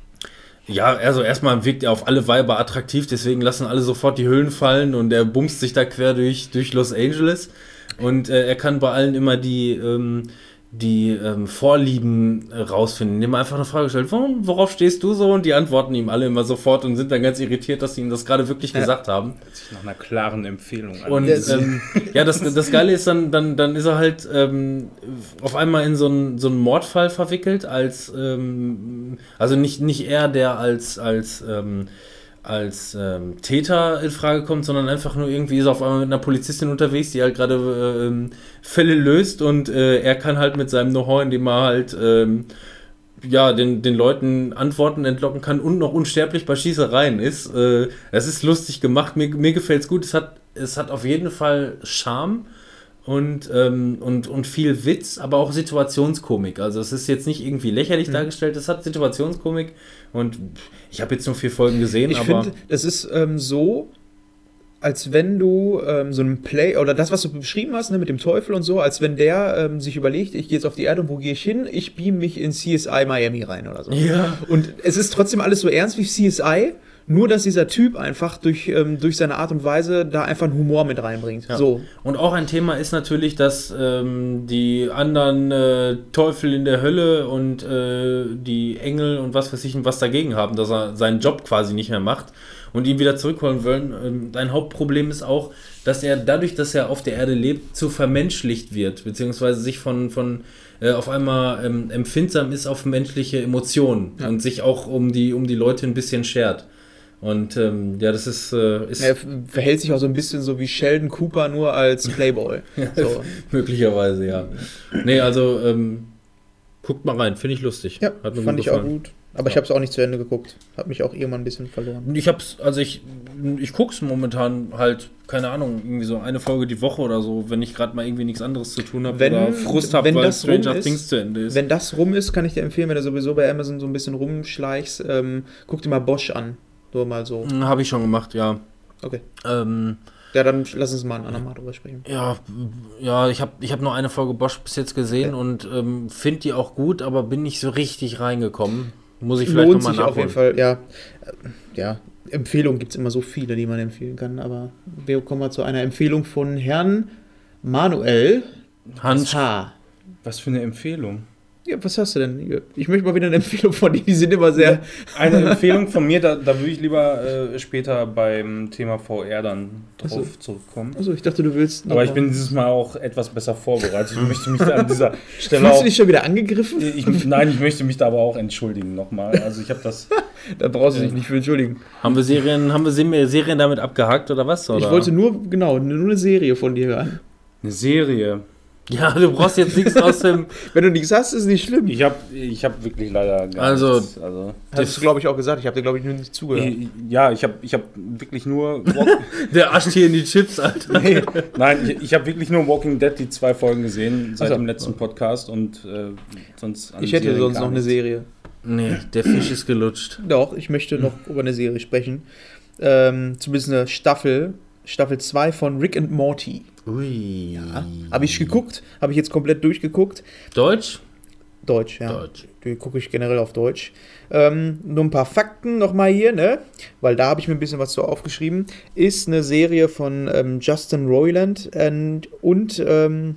ja, also erstmal wirkt er auf alle Weiber attraktiv, deswegen lassen alle sofort die Hüllen fallen und er bumst sich da quer durch, durch Los Angeles. Und äh, er kann bei allen immer die. Ähm, die ähm, Vorlieben äh, rausfinden, indem er einfach eine Frage stellt, worauf, worauf stehst du so? Und die antworten ihm alle immer sofort und sind dann ganz irritiert, dass sie ihm das gerade wirklich ja. gesagt haben. Hört sich nach einer klaren Empfehlung an. Und ähm, ja, das, das Geile ist dann, dann, dann ist er halt ähm, auf einmal in so einen, so einen Mordfall verwickelt, als ähm, also nicht, nicht er, der als, als ähm, als ähm, Täter in Frage kommt, sondern einfach nur irgendwie ist er auf einmal mit einer Polizistin unterwegs, die halt gerade ähm, Fälle löst und äh, er kann halt mit seinem Know-how, indem er halt ähm, ja, den, den Leuten Antworten entlocken kann und noch unsterblich bei Schießereien ist. Äh, es ist lustig gemacht, mir, mir gefällt es gut, es hat, es hat auf jeden Fall Charme und, ähm, und, und viel Witz, aber auch Situationskomik. Also es ist jetzt nicht irgendwie lächerlich mhm. dargestellt, es hat Situationskomik und ich habe jetzt nur vier Folgen gesehen, ich aber... Ich finde, das ist ähm, so, als wenn du ähm, so einen Play, oder das, was du beschrieben hast, ne, mit dem Teufel und so, als wenn der ähm, sich überlegt, ich gehe jetzt auf die Erde und wo gehe ich hin? Ich beam mich in C S I Miami rein oder so. Ja. Und es ist trotzdem alles so ernst wie C S I, Nur, dass dieser Typ einfach durch, ähm, durch seine Art und Weise da einfach einen Humor mit reinbringt. Ja. So. Und auch ein Thema ist natürlich, dass ähm, die anderen äh, Teufel in der Hölle und äh, die Engel und was weiß ich was dagegen haben, dass er seinen Job quasi nicht mehr macht und ihn wieder zurückholen wollen. Ähm, ein Hauptproblem ist auch, dass er dadurch, dass er auf der Erde lebt, zu vermenschlicht wird, beziehungsweise sich von, von äh, auf einmal ähm, empfindsam ist auf menschliche Emotionen ja. und sich auch um die, um die Leute ein bisschen schert. Und ähm, ja, das ist... Äh, ist er verhält sich auch so ein bisschen so wie Sheldon Cooper, nur als Playboy. So. Möglicherweise, ja. Nee, also ähm, guckt mal rein, finde ich lustig. Ja, Hat mir fand ich gefallen. Auch gut. Aber ja. ich habe es auch nicht zu Ende geguckt. Habe mich auch irgendwann ein bisschen verloren. Ich hab's, also ich, ich gucke es momentan halt, keine Ahnung, irgendwie so eine Folge die Woche oder so, wenn ich gerade mal irgendwie nichts anderes zu tun habe oder Frust habe, weil Stranger ist, Things zu Ende ist. Wenn das rum ist, kann ich dir empfehlen, wenn du sowieso bei Amazon so ein bisschen rumschleichst, ähm, guck dir mal Bosch an. Nur mal so. Habe ich schon gemacht, ja. Okay. Ähm, ja, dann lass uns mal ein andermal drüber sprechen. Ja, ja ich habe ich hab nur eine Folge Bosch bis jetzt gesehen okay. und ähm, finde die auch gut, aber bin nicht so richtig reingekommen. Muss ich vielleicht nochmal nachholen. Lohnt sich auf jeden Fall, ja. Ja, Empfehlungen gibt es immer so viele, die man empfehlen kann, aber wir kommen mal zu einer Empfehlung von Herrn Manuel Hans H. Was für eine Empfehlung? Ja, was hast du denn? Ich möchte mal wieder eine Empfehlung von dir, die sind immer sehr... Eine Empfehlung von mir, da, da würde ich lieber äh, später beim Thema V R dann drauf Achso. zurückkommen. Also ich dachte, du willst... Aber ich bin dieses Mal auch etwas besser vorbereitet. Ich möchte mich da an dieser Stelle Fühlst auch... du dich schon wieder angegriffen? Ich, nein, ich möchte mich da aber auch entschuldigen nochmal. Also ich habe das... Da brauchst du dich nicht für entschuldigen. Haben wir Serien, haben wir Serien damit abgehakt oder was? Oder? Ich wollte nur, genau, nur eine Serie von dir hören. Eine Serie? Ja, du brauchst jetzt nichts aus dem... Wenn du nichts hast, ist nicht schlimm. Ich habe ich hab wirklich leider gar also, nichts. Also, hast du, glaube ich, auch gesagt. Ich habe dir, glaube ich, nur nicht zugehört. Ich, ja, ich habe ich hab wirklich nur... Der ascht hier in die Chips, Alter. Nee. Nein, ich, ich habe wirklich nur Walking Dead, die zwei Folgen gesehen, seit also, dem letzten Podcast und äh, sonst... Ich hätte sonst noch eine Serie. Nee, der Fisch ist gelutscht. Doch, ich möchte noch über eine Serie sprechen. Ähm, zumindest eine Staffel. Staffel zwei von Rick and Morty. Ui. Ja. Habe ich geguckt, habe ich jetzt komplett durchgeguckt. Deutsch? Deutsch, ja. Deutsch. Die gucke ich generell auf Deutsch. Ähm, nur ein paar Fakten nochmal hier, ne? Weil da habe ich mir ein bisschen was so aufgeschrieben. Ist eine Serie von ähm, Justin Roiland und, und ähm,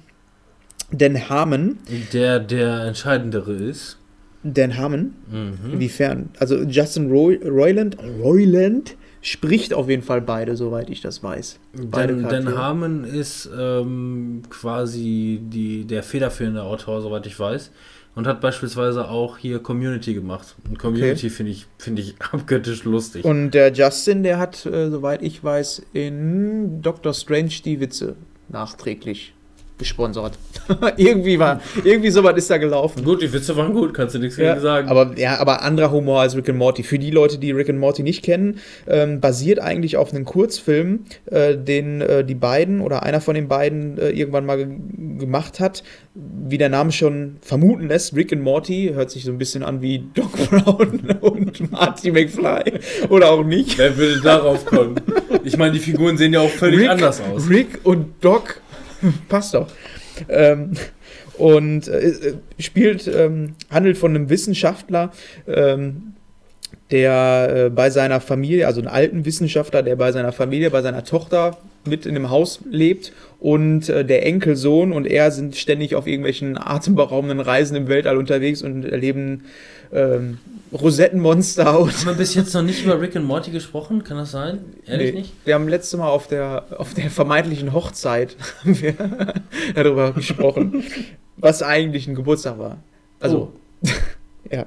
Dan Harmon. Der der Entscheidendere ist. Dan Harmon? Mhm. Inwiefern? Also Justin Roy, Roiland, Roiland spricht auf jeden Fall beide, soweit ich das weiß. Beide Dan, Dan Harmon ist ähm, quasi die, der federführende Autor, soweit ich weiß. Und hat beispielsweise auch hier Community gemacht. Und Community okay. finde ich, find ich abgöttisch lustig. Und der Justin, der hat, äh, soweit ich weiß, in Doctor Strange die Witze nachträglich gesponsert. irgendwie war, irgendwie sowas ist da gelaufen. Gut, die Witze waren gut, kannst du nichts ja, gegen sagen. Aber, ja, aber anderer Humor als Rick and Morty. Für die Leute, die Rick and Morty nicht kennen, ähm, basiert eigentlich auf einem Kurzfilm, äh, den äh, die beiden oder einer von den beiden äh, irgendwann mal ge- gemacht hat. Wie der Name schon vermuten lässt, Rick and Morty hört sich so ein bisschen an wie Doc Brown und Marty McFly. Oder auch nicht. Wer würde darauf kommen? Ich meine, die Figuren sehen ja auch völlig Rick, anders aus. Rick und Doc passt doch. Ähm, und äh, spielt, ähm, handelt von einem Wissenschaftler, ähm, der äh, bei seiner Familie, also einen alten Wissenschaftler, der bei seiner Familie, bei seiner Tochter mit in einem Haus lebt und äh, der Enkelsohn und er sind ständig auf irgendwelchen atemberaubenden Reisen im Weltall unterwegs und erleben ähm, Rosettenmonster. Und haben wir bis jetzt noch nicht über Rick and Morty gesprochen? Kann das sein? Ehrlich nee, nicht? Wir haben letztes Mal auf der, auf der vermeintlichen Hochzeit haben wir darüber gesprochen, was eigentlich ein Geburtstag war. Also, oh. ja.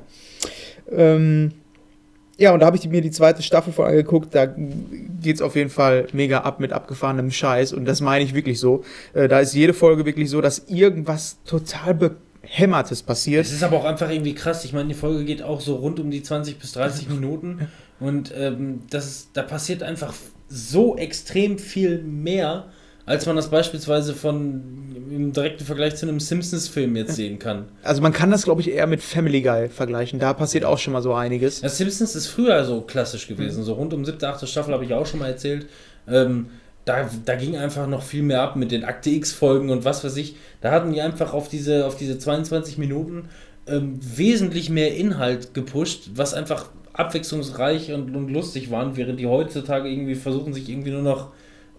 Ähm, ja, und da habe ich mir die zweite Staffel von angeguckt. Da geht es auf jeden Fall mega ab mit abgefahrenem Scheiß. Und das meine ich wirklich so. Äh, da ist jede Folge wirklich so, dass irgendwas total Behämmertes passiert. Es ist aber auch einfach irgendwie krass. Ich meine, die Folge geht auch so rund um die zwanzig bis dreißig Minuten. Und ähm, das ist, da passiert einfach so extrem viel mehr, als man das beispielsweise von im direkten Vergleich zu einem Simpsons-Film jetzt sehen kann. Also man kann das, glaube ich, eher mit Family Guy vergleichen. Da passiert auch schon mal so einiges. Ja, Simpsons ist früher so klassisch gewesen. Mhm. So rund um siebte, achte Staffel habe ich auch schon mal erzählt. Ähm, da, da ging einfach noch viel mehr ab mit den Akte X-Folgen und was weiß ich. Da hatten die einfach auf diese, auf diese zweiundzwanzig Minuten ähm, wesentlich mehr Inhalt gepusht, was einfach abwechslungsreich und, und lustig waren, während die heutzutage irgendwie versuchen, sich irgendwie nur noch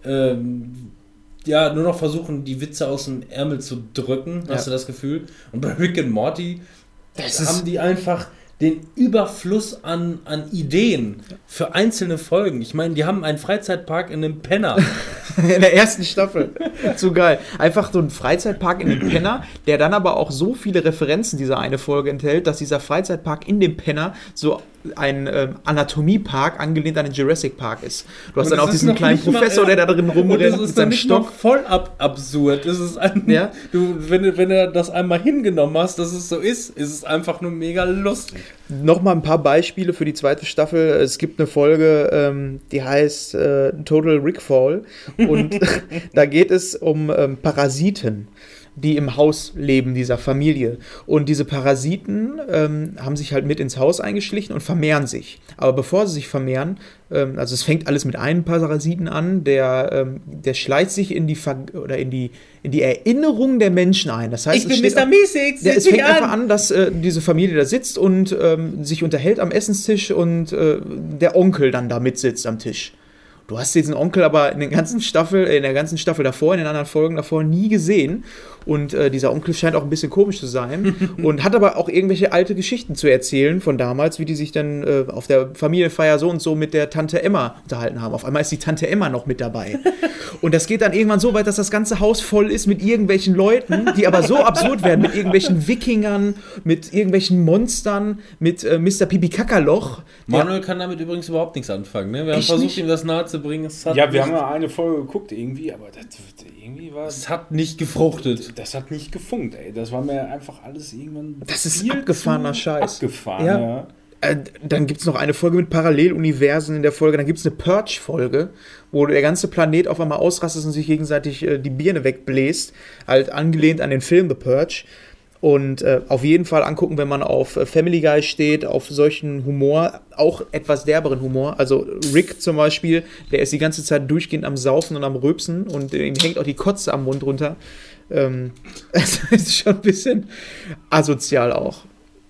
ähm, ja, nur noch versuchen, die Witze aus dem Ärmel zu drücken, hast ja. du das Gefühl? Und bei Rick and Morty das haben die einfach den Überfluss an, an Ideen für einzelne Folgen. Ich meine, die haben einen Freizeitpark in einem Penner. In der ersten Staffel. So geil. Einfach so ein Freizeitpark in dem Penner, der dann aber auch so viele Referenzen dieser eine Folge enthält, dass dieser Freizeitpark in dem Penner so ein ähm, Anatomiepark angelehnt an den Jurassic Park ist. Du hast und dann auch diesen kleinen Professor, mal, der da drin rumrennt mit seinem Stock. Voll ab absurd. Das ist ein, ja? du, wenn, wenn du das einmal hingenommen hast, dass es so ist, ist es einfach nur mega lustig. Nochmal ein paar Beispiele für die zweite Staffel. Es gibt eine Folge, ähm, die heißt äh, Total Rickfall und da geht es um ähm, Parasiten, die im Haus leben, dieser Familie. Und diese Parasiten ähm, haben sich halt mit ins Haus eingeschlichen und vermehren sich. Aber bevor sie sich vermehren, ähm, also es fängt alles mit einem Parasiten an, der, ähm, der schleicht sich in die, Ver- oder in, die, in die Erinnerung der Menschen ein. Das heißt, ich bin Mister Miesig, der, es fängt an. einfach an, dass äh, diese Familie da sitzt und ähm, sich unterhält am Essenstisch und äh, der Onkel dann da mitsitzt am Tisch. Du hast diesen Onkel aber in der ganzen Staffel, in der ganzen Staffel davor, in den anderen Folgen davor nie gesehen. Und äh, dieser Onkel scheint auch ein bisschen komisch zu sein und hat aber auch irgendwelche alte Geschichten zu erzählen von damals, wie die sich dann äh, auf der Familienfeier so und so mit der Tante Emma unterhalten haben. Auf einmal ist die Tante Emma noch mit dabei. Und das geht dann irgendwann so weit, dass das ganze Haus voll ist mit irgendwelchen Leuten, die aber so absurd werden, mit irgendwelchen Wikingern, mit irgendwelchen Monstern, mit äh, Mister Pipi Kakaloch. Manuel kann damit übrigens überhaupt nichts anfangen. Ne? Wir haben versucht, nicht? ihm das nahe zu bringen. Es hat ja, wir haben ja eine Folge geguckt irgendwie, aber das, irgendwie war es hat nicht gefruchtet. Das hat nicht gefunkt, ey. Das war mir einfach alles irgendwann. Das ist abgefahrener Scheiß. Abgefahren, ja. ja. Äh, dann gibt es noch eine Folge mit Paralleluniversen in der Folge. Dann gibt es eine Purge-Folge, wo der ganze Planet auf einmal ausrastet und sich gegenseitig äh, die Birne wegbläst. Halt angelehnt an den Film The Purge. Und äh, auf jeden Fall angucken, wenn man auf äh, Family Guy steht, auf solchen Humor, auch etwas derberen Humor. Also Rick zum Beispiel, der ist die ganze Zeit durchgehend am Saufen und am Rülpsen und äh, ihm hängt auch die Kotze am Mund runter. Ähm, das ist schon ein bisschen asozial auch.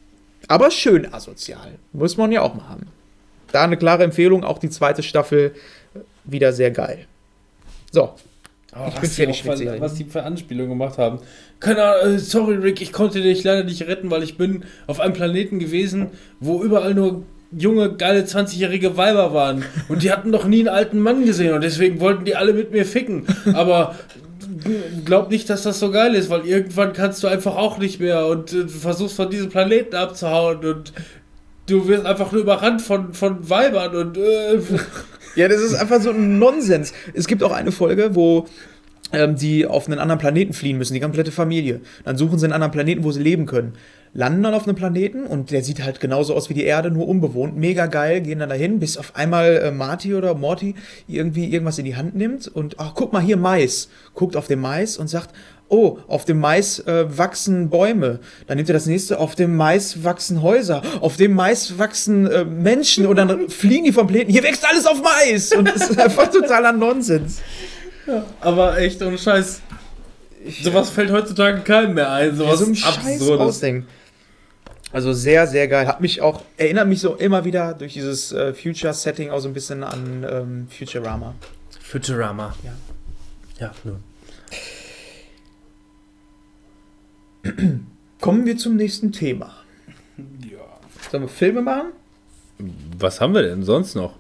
Aber schön asozial. Muss man ja auch mal haben. Da eine klare Empfehlung, auch die zweite Staffel wieder sehr geil. So. Oh, ich bin fertig mit Serien. Was die für Anspielungen gemacht haben. Keine Ahnung, äh, sorry Rick, ich konnte dich leider nicht retten, weil ich bin auf einem Planeten gewesen, wo überall nur junge, geile, zwanzigjährige Weiber waren. Und die hatten noch nie einen alten Mann gesehen und deswegen wollten die alle mit mir ficken. Aber glaub nicht, dass das so geil ist, weil irgendwann kannst du einfach auch nicht mehr und äh, versuchst von diesem Planeten abzuhauen und du wirst einfach nur überrannt von, von Weibern und äh, ja, das ist einfach so ein Nonsens. Es gibt auch eine Folge, wo ähm, die auf einen anderen Planeten fliehen müssen, die komplette Familie. Dann suchen sie einen anderen Planeten, wo sie leben können. Landen dann auf einem Planeten und der sieht halt genauso aus wie die Erde, nur unbewohnt. Mega geil, gehen dann dahin, bis auf einmal äh, Marty oder Morty irgendwie irgendwas in die Hand nimmt und ach, guck mal hier, Mais. Guckt auf den Mais und sagt, oh, auf dem Mais äh, wachsen Bäume. Dann nimmt er das nächste, auf dem Mais wachsen Häuser. Auf dem Mais wachsen äh, Menschen. Und dann fliegen die vom Planeten. Hier wächst alles auf Mais. Und das ist einfach totaler Nonsens. Ja, aber echt, ohne Scheiß. Sowas fällt heutzutage keinem mehr ein. Sowas so ein Scheiß Ausdenken. Also sehr, sehr geil. Hat mich auch, erinnert mich so immer wieder durch dieses äh, Future-Setting auch so ein bisschen an ähm, Futurama. Futurama. Ja. Ja, nun. Kommen wir zum nächsten Thema. Ja. Sollen wir Filme machen? Was haben wir denn sonst noch?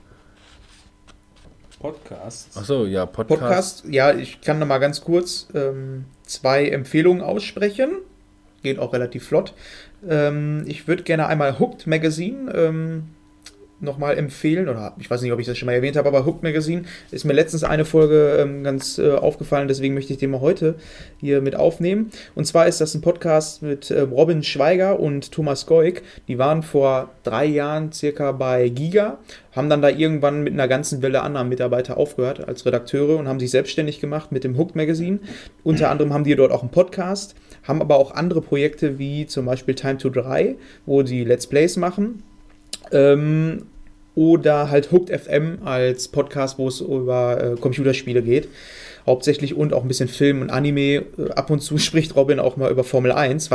Podcasts. Achso, ja, Podcast. Podcast, ja, ich kann noch mal ganz kurz ähm, zwei Empfehlungen aussprechen. Geht auch relativ flott. Ähm, ich würde gerne einmal Hooked Magazine ähm, nochmal empfehlen, oder ich weiß nicht, ob ich das schon mal erwähnt habe, aber Hooked Magazine ist mir letztens eine Folge ähm, ganz äh, aufgefallen, deswegen möchte ich den mal heute hier mit aufnehmen. Und zwar ist das ein Podcast mit äh, Robin Schweiger und Thomas Goik. Die waren vor drei Jahren circa bei Giga, haben dann da irgendwann mit einer ganzen Welle anderer Mitarbeiter aufgehört als Redakteure und haben sich selbstständig gemacht mit dem Hooked Magazine. Unter anderem haben die dort auch einen Podcast, haben aber auch andere Projekte wie zum Beispiel Time to drei, wo die Let's Plays machen. Ähm, oder halt Hooked F M als Podcast, wo es über äh, Computerspiele geht, hauptsächlich und auch ein bisschen Film und Anime. Äh, ab und zu spricht Robin auch mal über Formel eins, was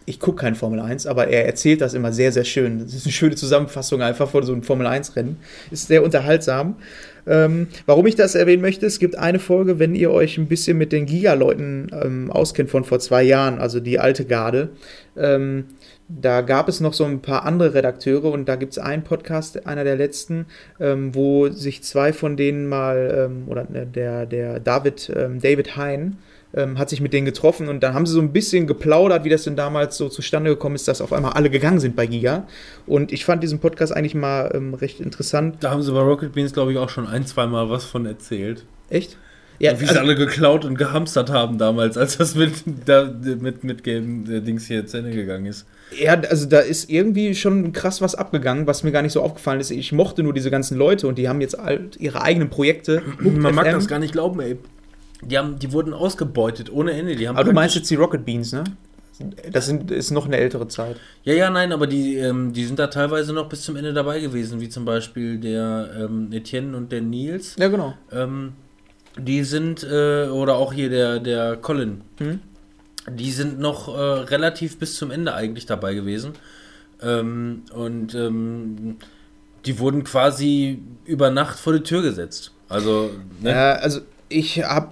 ich gucke kein Formel eins, aber er erzählt das immer sehr, sehr schön. Das ist eine schöne Zusammenfassung einfach von so einem Formel eins Rennen. Ist sehr unterhaltsam. Ähm, warum ich das erwähnen möchte, es gibt eine Folge, wenn ihr euch ein bisschen mit den Giga-Leuten ähm, auskennt von vor zwei Jahren, also die alte Garde. Ähm, da gab es noch so ein paar andere Redakteure und da gibt es einen Podcast, einer der letzten, ähm, wo sich zwei von denen mal, ähm, oder der, der David, ähm, David Hein, ähm, hat sich mit denen getroffen und dann haben sie so ein bisschen geplaudert, wie das denn damals so zustande gekommen ist, dass auf einmal alle gegangen sind bei Giga. Und ich fand diesen Podcast eigentlich mal ähm, recht interessant. Da haben sie bei Rocket Beans, glaube ich, auch schon ein, zwei Mal was von erzählt. Echt? Ja, wie also, sie alle geklaut und gehamstert haben damals, als das mit, da, mit, mit Game äh, Dings hier zu Ende gegangen ist. Ja, also da ist irgendwie schon krass was abgegangen, was mir gar nicht so aufgefallen ist. Ich mochte nur diese ganzen Leute und die haben jetzt halt ihre eigenen Projekte. Man mag das gar nicht glauben, ey. Die, haben, die wurden ausgebeutet ohne Ende. Die haben aber du meinst jetzt die Rocket Beans, ne? Das sind, ist noch eine ältere Zeit. Ja, ja, nein, aber die, ähm, die sind da teilweise noch bis zum Ende dabei gewesen, wie zum Beispiel der ähm, Etienne und der Nils. Ja, genau. Ähm, die sind, äh, oder auch hier der, der Colin, hm? Die sind noch äh, relativ bis zum Ende eigentlich dabei gewesen. Ähm, und ähm, die wurden quasi über Nacht vor die Tür gesetzt. Also, ne? Ja, also ich habe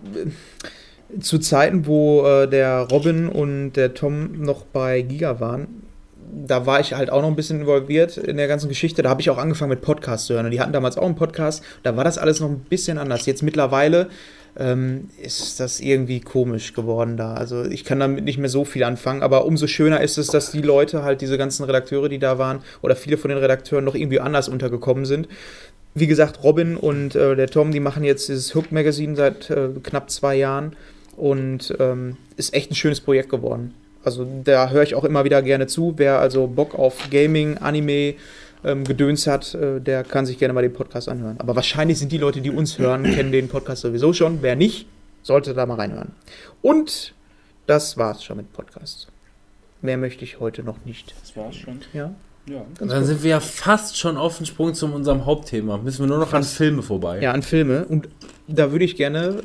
äh, zu Zeiten, wo äh, der Robin und der Tom noch bei Giga waren, da war ich halt auch noch ein bisschen involviert in der ganzen Geschichte. Da habe ich auch angefangen mit Podcasts zu hören. Und die hatten damals auch einen Podcast. Da war das alles noch ein bisschen anders. Jetzt mittlerweile ähm, ist das irgendwie komisch geworden da. Also ich kann damit nicht mehr so viel anfangen. Aber umso schöner ist es, dass die Leute halt, diese ganzen Redakteure, die da waren, oder viele von den Redakteuren noch irgendwie anders untergekommen sind. Wie gesagt, Robin und äh, der Tom, die machen jetzt dieses Hook Magazine seit äh, knapp zwei Jahren und ähm, ist echt ein schönes Projekt geworden. Also da höre ich auch immer wieder gerne zu. Wer also Bock auf Gaming, Anime, ähm, Gedöns hat, äh, der kann sich gerne mal den Podcast anhören. Aber wahrscheinlich sind die Leute, die uns hören, kennen den Podcast sowieso schon. Wer nicht, sollte da mal reinhören. Und das war's schon mit Podcast. Mehr möchte ich heute noch nicht. Das war's schon. Ja. Ja, dann gut. Sind wir ja fast schon auf den Sprung zu unserem Hauptthema. Müssen wir nur noch fast. an Filme vorbei. Ja, an Filme. Und da würde ich gerne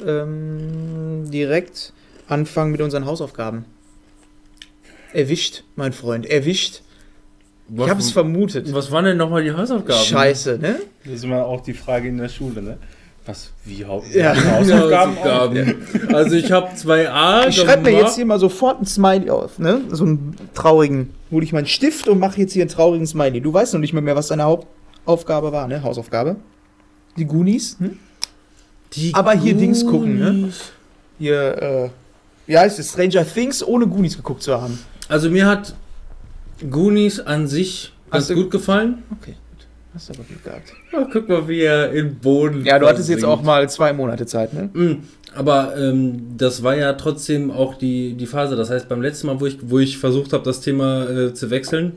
ähm, direkt anfangen mit unseren Hausaufgaben. Erwischt, mein Freund, erwischt. Was, ich habe es vermutet. Was waren denn nochmal die Hausaufgaben? Scheiße, ne? Das ist immer auch die Frage in der Schule, ne? Was, wie Haupt ja. Hausaufgaben? Hausaufgaben. Also ich habe zwei A. Ich schreibe mir jetzt hier mal sofort ein Smiley auf, ne? So einen traurigen. Hol ich meinen Stift und mache jetzt hier einen traurigen Smiley. Du weißt noch nicht mehr, mehr was deine Hauptaufgabe war, ne? Hausaufgabe. Die Goonies. Hm? Die Aber Goonies. Hier Dings gucken, ne? Hier, äh, wie heißt es? Stranger Things ohne Goonies geguckt zu haben. Also mir hat Goonies an sich ganz gut gefallen. Okay, gut. Hast du aber gut gehabt. Oh, guck mal, wie er in Boden. Ja, du hattest jetzt auch mal zwei Monate Zeit, ne? Mm, aber ähm, das war ja trotzdem auch die, die Phase. Das heißt, beim letzten Mal, wo ich, wo ich versucht habe, das Thema äh, zu wechseln,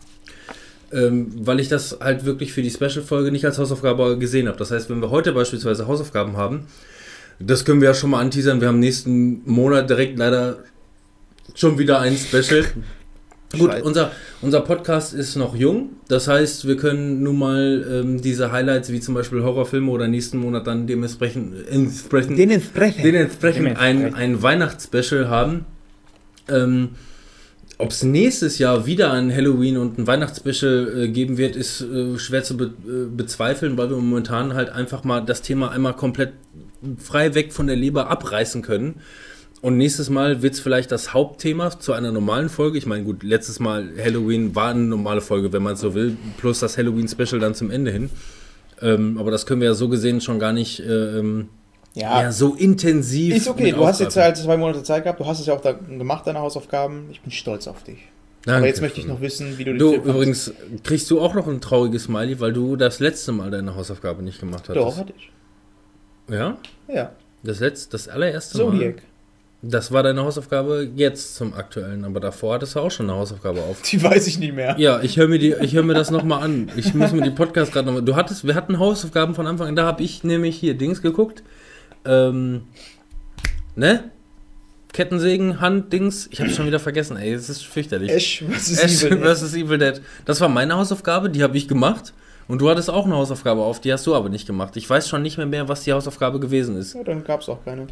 ähm, weil ich das halt wirklich für die Special-Folge nicht als Hausaufgabe gesehen habe. Das heißt, wenn wir heute beispielsweise Hausaufgaben haben, das können wir ja schon mal anteasern. Wir haben nächsten Monat direkt leider schon wieder ein Special. Gut, unser, unser Podcast ist noch jung. Das heißt, wir können nun mal ähm, diese Highlights, wie zum Beispiel Horrorfilme oder nächsten Monat dann dementsprechend, entsprechend, den entsprechend, den entsprechend ein, ein Weihnachtsspecial haben. Ähm, Ob es nächstes Jahr wieder ein Halloween und ein Weihnachtsspecial äh, geben wird, ist äh, schwer zu be äh, bezweifeln, weil wir momentan halt einfach mal das Thema einmal komplett frei weg von der Leber abreißen können. Und nächstes Mal wird es vielleicht das Hauptthema zu einer normalen Folge. Ich meine, gut, letztes Mal Halloween war eine normale Folge, wenn man es so will, plus das Halloween-Special dann zum Ende hin. Ähm, aber das können wir ja so gesehen schon gar nicht ähm, ja. ja, so intensiv. Ist okay, du hast jetzt halt zwei Monate Zeit gehabt, du hast es ja auch da gemacht, deine Hausaufgaben. Ich bin stolz auf dich. Danke. Aber jetzt möchte ich noch wissen, wie du Du, übrigens, kriegst du auch noch ein trauriges Smiley, weil du das letzte Mal deine Hausaufgabe nicht gemacht hattest. Doch, hatte ich. Ja? Ja. Das letzte, das allererste Zodiac. Mal? Zodiac. Das war deine Hausaufgabe jetzt zum aktuellen, aber davor hattest du auch schon eine Hausaufgabe auf. Die weiß ich nicht mehr. Ja, ich höre mir, die, ich hör mir das nochmal an. Ich muss mir die Podcast gerade nochmal... Du hattest, wir hatten Hausaufgaben von Anfang an, da habe ich nämlich hier Dings geguckt. Ähm, ne? Kettensägen, Hand, Dings. Ich habe es schon wieder vergessen, ey, das ist fürchterlich. Ash versus. Evil, versus Evil Dead. Das war meine Hausaufgabe, die habe ich gemacht. Und du hattest auch eine Hausaufgabe auf, die hast du aber nicht gemacht. Ich weiß schon nicht mehr mehr, was die Hausaufgabe gewesen ist. Ja, dann gab es auch keine.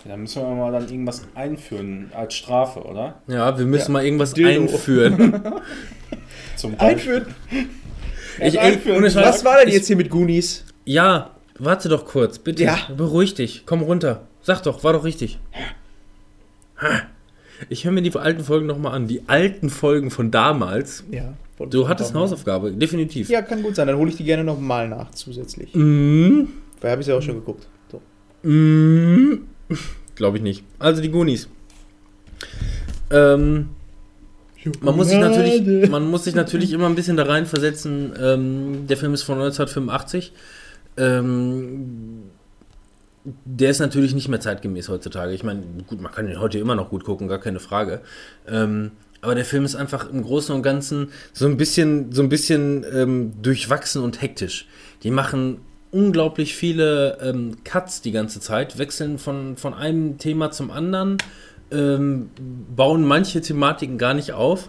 Da müssen wir mal dann irgendwas einführen als Strafe, oder? Ja, wir müssen Ja. mal irgendwas Dildo. einführen. Zum Einführen. Ich, ey, einführen. ohne Scheiß, Was war denn ich- jetzt hier mit Goonies? Ja, warte doch kurz, bitte. Ja. Beruhig dich, komm runter. Sag doch, war doch richtig. Ich höre mir die alten Folgen nochmal an. Die alten Folgen von damals. Ja. Du hattest eine Hausaufgabe, definitiv. Ja, kann gut sein. Dann hole ich die gerne nochmal nach zusätzlich. Mm, Weil habe ich ja auch schon geguckt. So. mm, Glaube ich nicht. Also die Goonies. Ähm, man, muss sich natürlich, man muss sich natürlich immer ein bisschen da reinversetzen. Ähm, der Film ist von neunzehnhundertfünfundachtzig. Ähm, der ist natürlich nicht mehr zeitgemäß heutzutage. Ich meine, gut, man kann den heute immer noch gut gucken, gar keine Frage. Ähm, aber der Film ist einfach im Großen und Ganzen so ein bisschen, so ein bisschen ähm, durchwachsen und hektisch. Die machen unglaublich viele ähm, Cuts die ganze Zeit, wechseln von, von einem Thema zum anderen, ähm, bauen manche Thematiken gar nicht auf.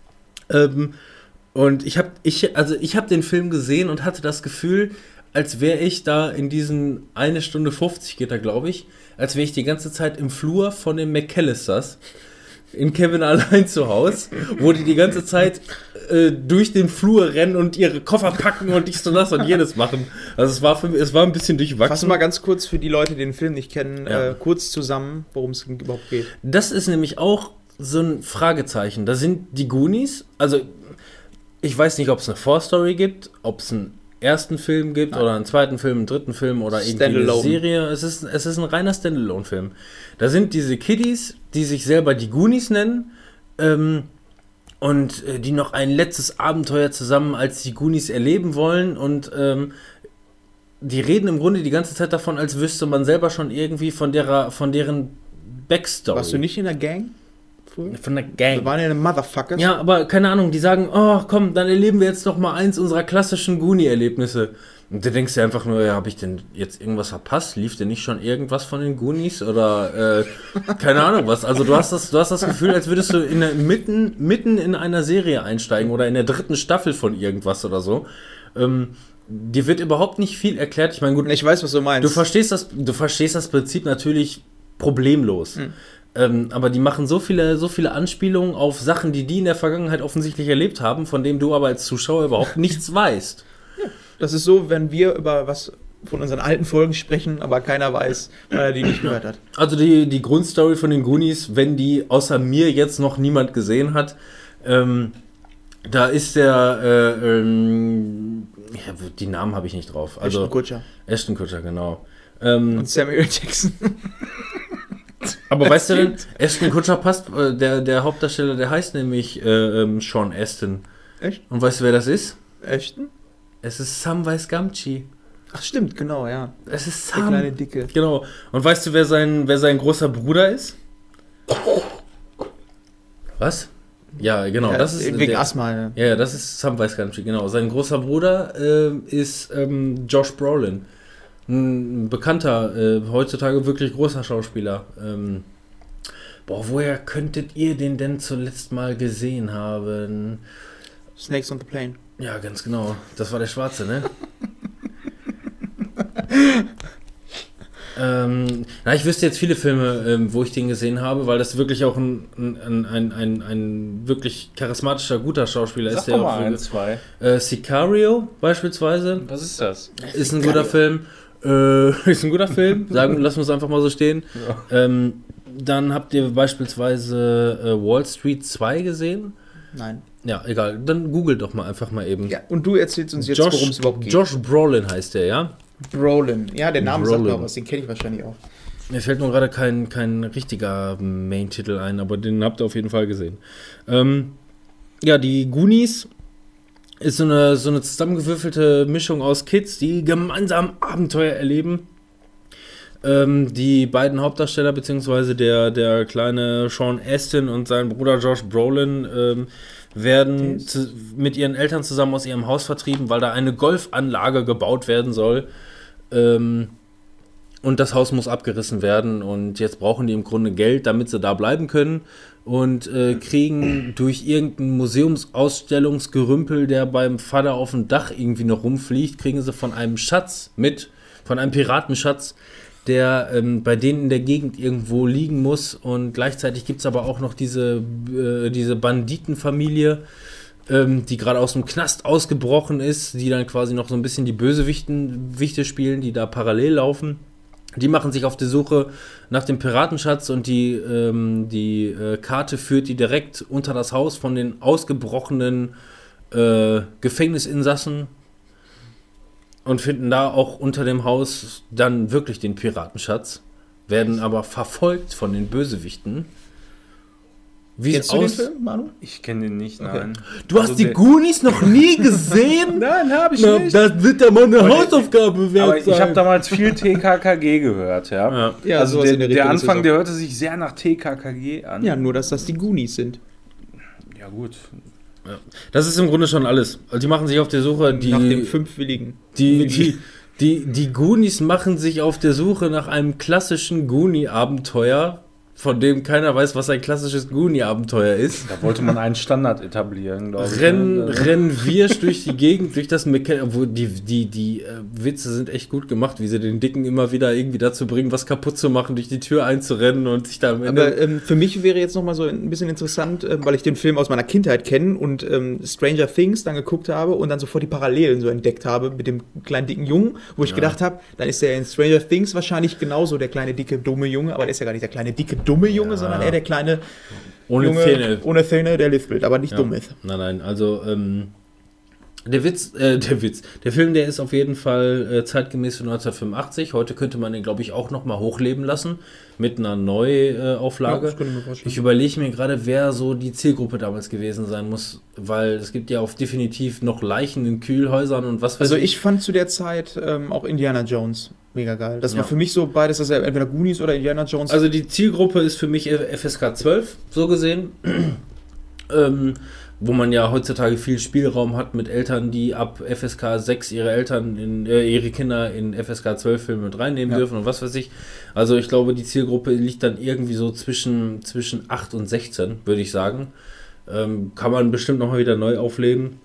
Ähm, und ich habe ich, also ich hab den Film gesehen und hatte das Gefühl, als wäre ich da in diesen eine Stunde fünfzig geht er, glaube ich, als wäre ich die ganze Zeit im Flur von den McAllisters in Kevin allein zu Haus, wo die die ganze Zeit äh, durch den Flur rennen und ihre Koffer packen und dies und das und jenes machen. Also es war für mich, es war ein bisschen Fass durchwachsen. mal ganz kurz für die Leute, die den Film nicht kennen, Ja. äh, kurz zusammen, worum es überhaupt geht. Das ist nämlich auch so ein Fragezeichen. Da sind die Goonies, also ich weiß nicht, ob es eine Vorstory gibt, ob es einen ersten Film gibt Nein. oder einen zweiten Film, einen dritten Film oder irgendwie eine Standalone. Serie. Es ist, es ist ein reiner Standalone-Film. Da sind diese Kiddies, die sich selber die Goonies nennen, ähm, und äh, die noch ein letztes Abenteuer zusammen als die Goonies erleben wollen und ähm, die reden im Grunde die ganze Zeit davon, als wüsste man selber schon irgendwie von derer, von deren Backstory. Warst du nicht in der Gang? Früher? Von der Wir Gang. waren ja eine Motherfuckers. Ja, aber keine Ahnung, die sagen, oh komm, dann erleben wir jetzt noch mal eins unserer klassischen Goonie-Erlebnisse. Und du denkst dir einfach nur, ja, habe ich denn jetzt irgendwas verpasst? Lief denn nicht schon irgendwas von den Goonies? Oder äh, keine Ahnung was. Also du hast das, du hast das Gefühl, als würdest du in der, mitten, mitten in einer Serie einsteigen oder in der dritten Staffel von irgendwas oder so. Ähm, dir wird überhaupt nicht viel erklärt. Ich meine, gut, Ich weiß, was du meinst. Du verstehst das, du verstehst das Prinzip natürlich problemlos. Hm. Ähm, aber die machen so viele, so viele Anspielungen auf Sachen, die die in der Vergangenheit offensichtlich erlebt haben, von dem du aber als Zuschauer überhaupt nichts weißt. Das ist so, wenn wir über was von unseren alten Folgen sprechen, aber keiner weiß, weil er die nicht gehört hat. Also die, die Grundstory von den Goonies, wenn die außer mir jetzt noch niemand gesehen hat, ähm, da ist der, äh, ähm, ja, die Namen habe ich nicht drauf. Also Ashton Kutcher Ashton Kutcher, genau. Ähm, und Samuel Jackson. Aber weißt du denn, Ashton Kutcher passt, äh, der, der Hauptdarsteller, der heißt nämlich äh, ähm, Sean Astin. Echt? Und weißt du, wer das ist? Ashton? Es ist Samwise Gamgee. Ach stimmt, genau, ja. Es ist Der Sam. kleine Dicke. Genau. Und weißt du, wer sein, wer sein großer Bruder ist? Was? Ja, genau. Ja, das ist wegen der, Asthma. Ja. Ja, ja, das ist Samwise Gamgee, genau. Sein großer Bruder äh, ist ähm, Josh Brolin. Ein bekannter, äh, heutzutage wirklich großer Schauspieler. Ähm, boah, woher könntet ihr den denn zuletzt mal gesehen haben? Snakes on the Plane. Ja, ganz genau. Das war der Schwarze, ne? ähm, na, ich wüsste jetzt viele Filme, ähm, wo ich den gesehen habe, weil das wirklich auch ein, ein, ein, ein, ein wirklich charismatischer, guter Schauspieler Sag ist. doch Der mal auch, ein, zwei. äh, Sicario beispielsweise Was ist das? ist ein guter Film. Äh, ist ein guter Film. Sagen, lassen wir es einfach mal so stehen. Ja. Ähm, dann habt ihr beispielsweise äh, Wall Street zwei gesehen. Nein. Ja, egal. Dann googelt doch mal einfach mal eben. Ja, und du erzählst uns jetzt, worum es überhaupt geht. Josh Brolin heißt der, ja? Brolin. Ja, der Name sagt Brolin. mir was, den kenne ich wahrscheinlich auch. Mir fällt nur gerade kein, kein richtiger Main-Titel ein, aber den habt ihr auf jeden Fall gesehen. Ähm, ja, die Goonies ist so eine, so eine zusammengewürfelte Mischung aus Kids, die gemeinsam Abenteuer erleben. Ähm, die beiden Hauptdarsteller, beziehungsweise der, der kleine Sean Astin und sein Bruder Josh Brolin, ähm, werden zu, mit ihren Eltern zusammen aus ihrem Haus vertrieben, weil da eine Golfanlage gebaut werden soll. Ähm, und das Haus muss abgerissen werden. Und jetzt brauchen die im Grunde Geld, damit sie da bleiben können. Und äh, kriegen durch irgendein Museumsausstellungsgerümpel, der beim Vater auf dem Dach irgendwie noch rumfliegt, kriegen sie von einem Schatz mit, von einem Piratenschatz, der ähm, bei denen in der Gegend irgendwo liegen muss und gleichzeitig gibt es aber auch noch diese, äh, diese Banditenfamilie, ähm, die gerade aus dem Knast ausgebrochen ist, die dann quasi noch so ein bisschen die Bösewichten Wichte spielen, die da parallel laufen. Die machen sich auf die Suche nach dem Piratenschatz und die, ähm, die äh, Karte führt die direkt unter das Haus von den ausgebrochenen äh, Gefängnisinsassen und finden da auch unter dem Haus dann wirklich den Piratenschatz, werden aber verfolgt von den Bösewichten. Wie es Kennst du den aus... Film, Manu? Ich kenne den nicht, Okay. nein. Du Also hast die der- Goonies noch nie gesehen? Nein, habe ich Na, nicht. das wird ja mal eine Aber der- Hausaufgabe wert Aber ich sein. habe damals viel T K K G gehört, ja. Ja. Ja, also sowas der, in der der Richtung ist es Anfang, auch. der hörte sich sehr nach T K K G an. Ja, nur dass das die Goonies sind. Ja, gut. Das ist im Grunde schon alles. Also die machen sich auf der Suche, die, Nach dem fünfwilligen. die, die, die, die Goonies machen sich auf der Suche nach einem klassischen Goonie-Abenteuer, von dem keiner weiß, was ein klassisches Goonie-Abenteuer ist. Da wollte man einen Standard etablieren, glaube ich. Rennen, ne? rennen Wirsch durch die Gegend, durch das Mechanismus, obwohl die, die, die äh, Witze sind echt gut gemacht, wie sie den Dicken immer wieder irgendwie dazu bringen, was kaputt zu machen, durch die Tür einzurennen und sich da am Ende... Aber ähm, für mich wäre jetzt nochmal so ein bisschen interessant, ähm, weil ich den Film aus meiner Kindheit kenne und ähm, Stranger Things dann geguckt habe und dann sofort die Parallelen so entdeckt habe mit dem kleinen dicken Jungen, wo ich Ja. gedacht habe, dann ist der in Stranger Things wahrscheinlich genauso der kleine dicke dumme Junge, aber der ist ja gar nicht der kleine dicke dumme Junge, Ja. sondern eher der kleine ohne Junge Zähne. ohne Zähne, der lispelt, aber nicht Ja. dumm ist. Nein, nein, also ähm, der Witz, äh, der Witz, der Film, der ist auf jeden Fall äh, zeitgemäß für neunzehnhundertfünfundachtzig. Heute könnte man den, glaube ich, auch nochmal hochleben lassen mit einer Neuauflage. das könnte ich mir vorstellen. Ich überlege mir gerade, wer so die Zielgruppe damals gewesen sein muss, weil es gibt ja auch definitiv noch Leichen in Kühlhäusern und was weiß Also ich fand zu der Zeit ähm, auch Indiana Jones mega geil. Das Ja. war für mich so beides, das entweder Goonies oder Indiana Jones. Also die Zielgruppe ist für mich F S K zwölf, so gesehen. ähm, wo man ja heutzutage viel Spielraum hat mit Eltern, die ab F S K sechs ihre Eltern in äh, ihre Kinder in F S K zwölf Filme mit reinnehmen Ja. dürfen und was weiß ich. Also ich glaube, die Zielgruppe liegt dann irgendwie so zwischen, zwischen acht und sechzehn, würde ich sagen. Ähm, kann man bestimmt nochmal wieder neu aufleben.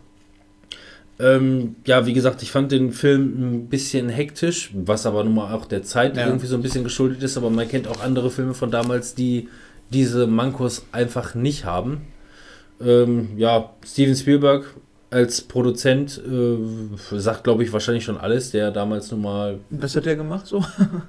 Ähm, ja, wie gesagt, ich fand den Film ein bisschen hektisch, was aber nun mal auch der Zeit Ja. irgendwie so ein bisschen geschuldet ist, aber man kennt auch andere Filme von damals, die diese Mankos einfach nicht haben. Ähm, ja, Steven Spielberg als Produzent äh, sagt, glaube ich, wahrscheinlich schon alles, der damals nun mal, Was hat der gemacht so?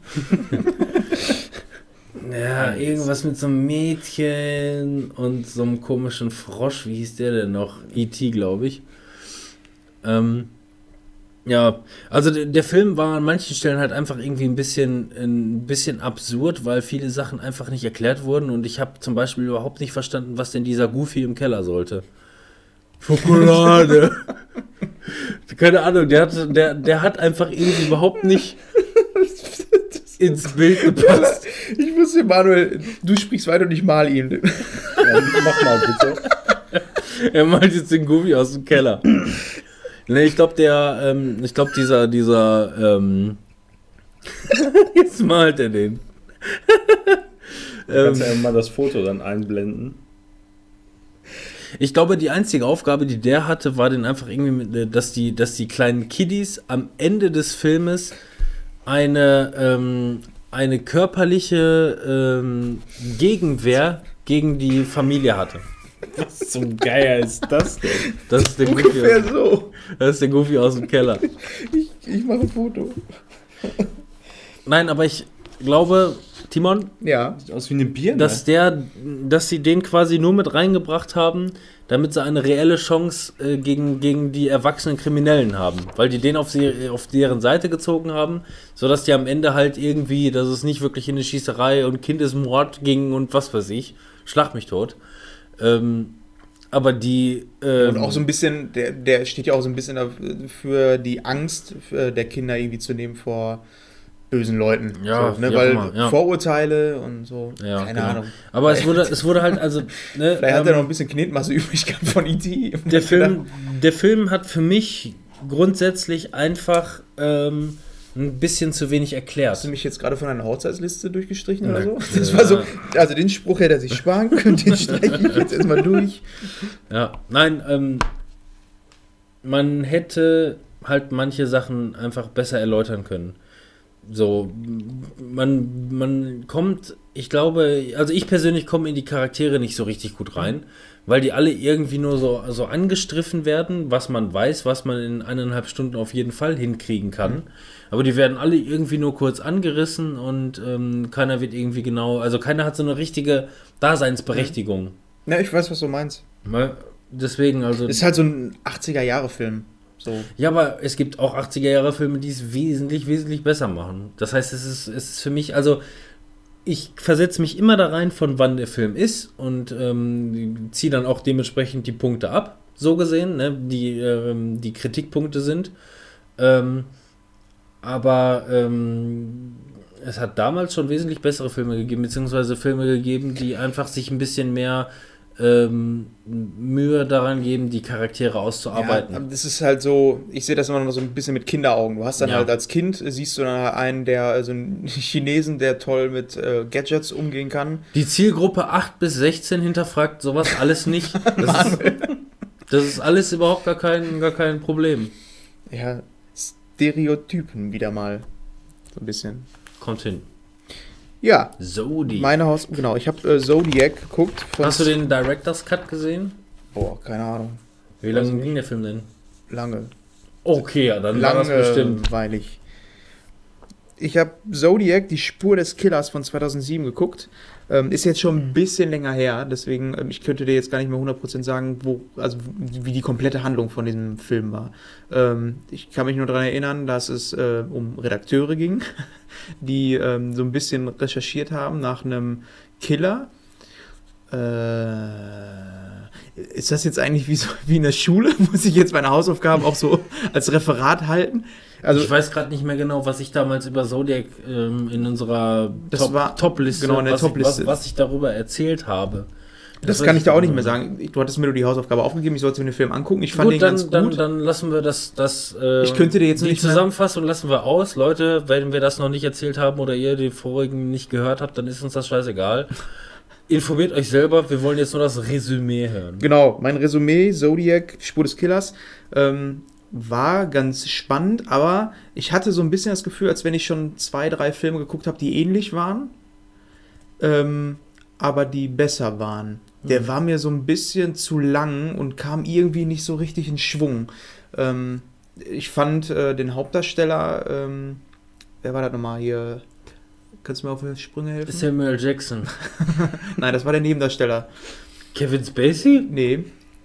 ja, irgendwas mit so einem Mädchen und so einem komischen Frosch, wie hieß der denn noch? E T, glaube ich. Ähm, ja, also der, der Film war an manchen Stellen halt einfach irgendwie ein bisschen, ein bisschen absurd, weil viele Sachen einfach nicht erklärt wurden und ich habe zum Beispiel überhaupt nicht verstanden, was denn dieser Goofy im Keller sollte. Schokolade. Keine Ahnung, der hat, der, der hat einfach irgendwie überhaupt nicht ins Bild gepasst. Ich wusste, Manuel, du sprichst weiter und ich mal ihn. Ja, mach mal bitte. Er malt jetzt den Goofy aus dem Keller. Ne, ich glaube, der, ähm, ich glaube, dieser, dieser, ähm, jetzt malt er den. Du kannst ähm, ja mal das Foto dann einblenden. ich glaube, die einzige Aufgabe, die der hatte, war den einfach irgendwie, mit, äh, dass die, dass die kleinen Kiddies am Ende des Filmes eine, ähm, eine körperliche ähm, Gegenwehr gegen die Familie hatte. Was zum Geier ist das denn? Das ist der Goofy, Ungefähr aus, so. das ist der Goofy aus dem Keller. Ich, ich mache ein Foto. Nein, aber ich glaube, Timon, Ja. Sieht aus wie eine Birne. dass der, dass sie den quasi nur mit reingebracht haben, damit sie eine reelle Chance äh, gegen, gegen die erwachsenen Kriminellen haben, weil die den auf, sie, auf deren Seite gezogen haben, sodass die am Ende halt irgendwie, dass es nicht wirklich in eine Schießerei und Kindesmord ging und was weiß ich, schlag mich tot. Ähm, aber die ähm, Und auch so ein bisschen, der, der steht ja auch so ein bisschen für die Angst für der Kinder irgendwie zu nehmen vor bösen Leuten. Ja, so, ne? wie auch Weil immer, ja. Vorurteile und so. ja, Keine genau. Ahnung. Aber es wurde, es wurde halt also ne, Vielleicht hat ähm, er noch ein bisschen Knetmasse übrig gehabt von E T Der Film, der Film hat für mich grundsätzlich einfach ähm, ein bisschen zu wenig Hast erklärt. du mich jetzt gerade von einer Hochzeitsliste durchgestrichen oder Na, so? äh, Das war so, also den Spruch hätte er sich sparen können, den streiche ich jetzt erstmal durch. Ja, nein, ähm, man hätte halt manche Sachen einfach besser erläutern können. So, man, man kommt, ich glaube, also ich persönlich komme in die Charaktere nicht so richtig gut rein, weil die alle irgendwie nur so, so angestriffen werden, was man weiß, was man in eineinhalb Stunden auf jeden Fall hinkriegen kann. Mhm. Aber die werden alle irgendwie nur kurz angerissen und ähm, keiner wird irgendwie genau, also keiner hat so eine richtige Daseinsberechtigung. Mhm. Ja, ich weiß, was du meinst. Weil, deswegen, also. Das ist halt so ein achtziger-Jahre-Film. So. Ja, aber es gibt auch achtziger-Jahre-Filme, die es wesentlich, wesentlich besser machen. Das heißt, es ist, es ist für mich, also ich versetze mich immer da rein, von wann der Film ist und ähm, ziehe dann auch dementsprechend die Punkte ab, so gesehen, ne, die, ähm, die Kritikpunkte sind. Ähm, aber ähm, es hat damals schon wesentlich bessere Filme gegeben, beziehungsweise Filme gegeben, die einfach sich ein bisschen mehr Ähm, Mühe daran geben, die Charaktere auszuarbeiten. Ja, das ist halt so, ich sehe das immer noch so ein bisschen mit Kinderaugen. Du hast dann ja. halt als Kind, siehst du dann einen, der, also einen Chinesen, der toll mit äh, Gadgets umgehen kann. Die Zielgruppe acht bis sechzehn hinterfragt sowas alles nicht. Das, ist, das ist alles überhaupt gar kein, gar kein Problem. Ja, Stereotypen wieder mal. So ein bisschen. Kommt hin. Ja, Zodiac. Meine Haus, genau, ich habe äh, Zodiac geguckt. Hast du den Director's Cut gesehen? Boah, keine Ahnung. Wie lange ging der Film denn? Lange. Okay, ja, dann Lange, war das bestimmt. Weil ich. Ich habe Zodiac, die Spur des Killers von zweitausendsieben geguckt. Ähm, ist jetzt schon ein bisschen länger her, deswegen, ähm, ich könnte dir jetzt gar nicht mehr hundert Prozent sagen, wo, also wie die komplette Handlung von diesem Film war. Ähm, ich kann mich nur daran erinnern, dass es äh, um Redakteure ging, die ähm, so ein bisschen recherchiert haben nach einem Killer. Äh, ist das jetzt eigentlich wie, so, wie in der Schule? Muss ich jetzt meine Hausaufgaben auch so als Referat halten? Also, ich weiß gerade nicht mehr genau, was ich damals über Zodiac ähm, in unserer Top, Top-Liste, genau, in der was, Top-Liste. Ich, was, was ich darüber erzählt habe. Das, das kann ich da auch nicht mehr sagen. Du hattest mir nur die Hausaufgabe aufgegeben, ich sollte mir den Film angucken. Ich fand gut, den dann, ganz gut. Dann, dann lassen wir das, das äh, ich könnte dir jetzt die nicht Zusammenfassung lassen wir aus. Leute, wenn wir das noch nicht erzählt haben oder ihr die vorigen nicht gehört habt, dann ist uns das scheißegal. Informiert euch selber, wir wollen jetzt nur das Resümee hören. Genau, mein Resümee, Zodiac, Spur des Killers, ähm, war ganz spannend, aber ich hatte so ein bisschen das Gefühl, als wenn ich schon zwei, drei Filme geguckt habe, die ähnlich waren, ähm, aber die besser waren. Der mhm. war mir so ein bisschen zu lang und kam irgendwie nicht so richtig in Schwung. Ähm, ich fand äh, den Hauptdarsteller, ähm, wer war das nochmal hier? Kannst du mir auf die Sprünge helfen? Samuel Jackson. Nein, das war der Nebendarsteller. Kevin Spacey? Nee.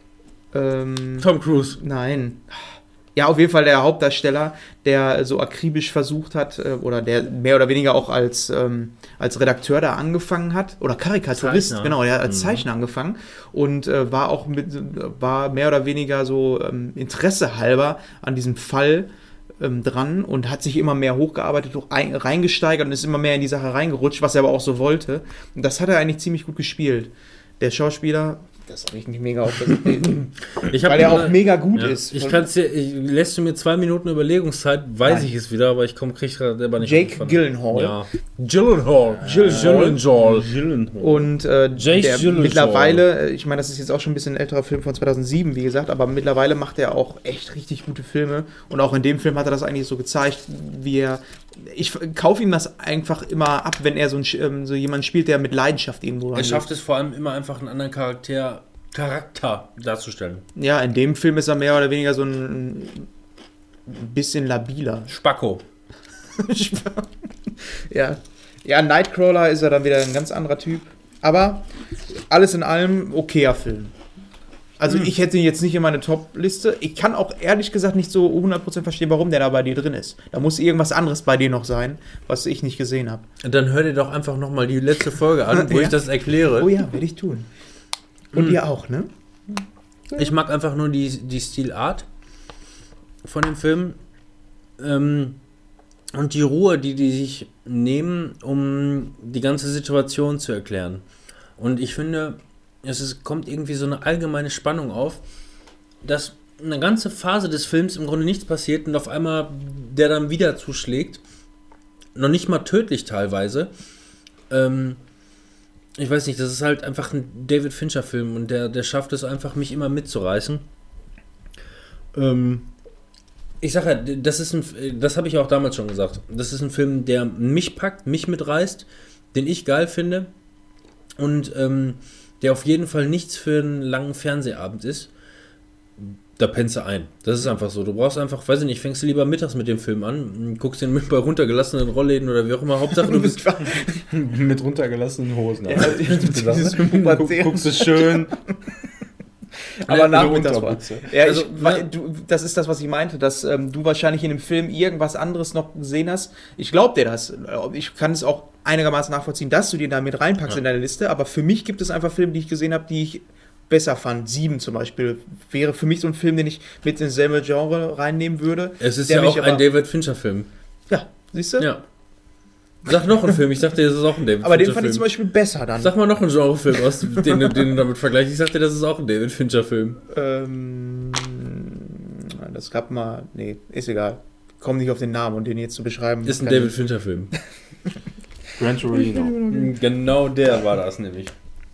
Ähm, Tom Cruise? Nein. Ja, auf jeden Fall der Hauptdarsteller, der so akribisch versucht hat, oder der mehr oder weniger auch als, ähm, als Redakteur da angefangen hat, oder Karikaturist, Zeichner. Genau, der hat als Zeichner mhm. angefangen und äh, war auch mit, war mehr oder weniger so ähm, Interesse halber an diesem Fall ähm, dran und hat sich immer mehr hochgearbeitet, ein, reingesteigert und ist immer mehr in die Sache reingerutscht, was er aber auch so wollte. Und das hat er eigentlich ziemlich gut gespielt. Der Schauspieler, das habe ich nicht mega aufgesetzt. Weil er auch mega gut ja, ist. Ich kann's dir, ich, lässt du mir zwei Minuten Überlegungszeit, weiß Nein. ich es wieder, aber ich komme krieg gerade aber nicht. Jake Gyllenhaal. Ja. Gyllenhaal. Gyllenhaal. Gyllenhaal. Und äh, der mittlerweile, ich meine, das ist jetzt auch schon ein bisschen ein älterer Film von zweitausendsieben, wie gesagt, aber mittlerweile macht er auch echt richtig gute Filme. Und auch in dem Film hat er das eigentlich so gezeigt, wie er. Ich kaufe ihm das einfach immer ab, wenn er so, ein, so jemanden spielt, der mit Leidenschaft irgendwo Er schafft es vor allem immer einfach einen anderen Charakter, Charakter darzustellen. Ja, in dem Film ist er mehr oder weniger so ein, ein bisschen labiler. Spacko. ja. ja, Nightcrawler ist er dann wieder ein ganz anderer Typ. Aber alles in allem okayer Film. Also hm. ich hätte ihn jetzt nicht in meine Top-Liste. Ich kann auch ehrlich gesagt nicht so hundert Prozent verstehen, warum der da bei dir drin ist. Da muss irgendwas anderes bei dir noch sein, was ich nicht gesehen habe. Dann hör dir doch einfach nochmal die letzte Folge an, wo ja. ich das erkläre. Oh ja, werde ich tun. Und hm. ihr auch, ne? Ich mag einfach nur die, die Stilart von dem Film. Ähm, und die Ruhe, die die sich nehmen, um die ganze Situation zu erklären. Und ich finde, es ist, kommt irgendwie so eine allgemeine Spannung auf, dass eine ganze Phase des Films im Grunde nichts passiert und auf einmal der dann wieder zuschlägt. Noch nicht mal tödlich teilweise. Ähm, ich weiß nicht, das ist halt einfach ein David Fincher-Film und der, der schafft es einfach, mich immer mitzureißen. Ähm, Ich sage ja, das ist ein, das habe ich auch damals schon gesagt. Das ist ein Film, der mich packt, mich mitreißt, den ich geil finde und ähm, der auf jeden Fall nichts für einen langen Fernsehabend ist. Da pennst du ein. Das ist einfach so. Du brauchst einfach, weiß ich nicht, fängst du lieber mittags mit dem Film an, guckst den mit bei runtergelassenen Rollläden oder wie auch immer. Hauptsache du bist mit runtergelassenen Hosen. Ja, dieses Guck, guckst du schön. Aber nachmittags. Ja, Also, ich, weil, du, das ist das, was ich meinte, dass ähm, du wahrscheinlich in dem Film irgendwas anderes noch gesehen hast. Ich glaube dir das. Ich kann es auch einigermaßen nachvollziehen, dass du den da mit reinpackst Ja. in deine Liste. Aber für mich gibt es einfach Filme, die ich gesehen habe, die ich besser fand. Sieben zum Beispiel wäre für mich so ein Film, den ich mit ins selbe Genre reinnehmen würde. Es ist der ja mich auch aber- ein David Fincher-Film. Ja, siehst du? Ja. Sag noch einen Film. Ich dachte, das ist auch ein David Aber den Fincher-Film. fand ich zum Beispiel besser dann. Sag mal noch einen Genrefilm aus, den, du- den du damit vergleichst. Ich sagte, das ist auch ein David Fincher-Film. Ähm, das klappt mal. Nee, ist egal. Komm nicht auf den Namen und den jetzt zu beschreiben. Ist ein kann David ich- Fincher-Film. Gran Torino. Genau der war das nämlich.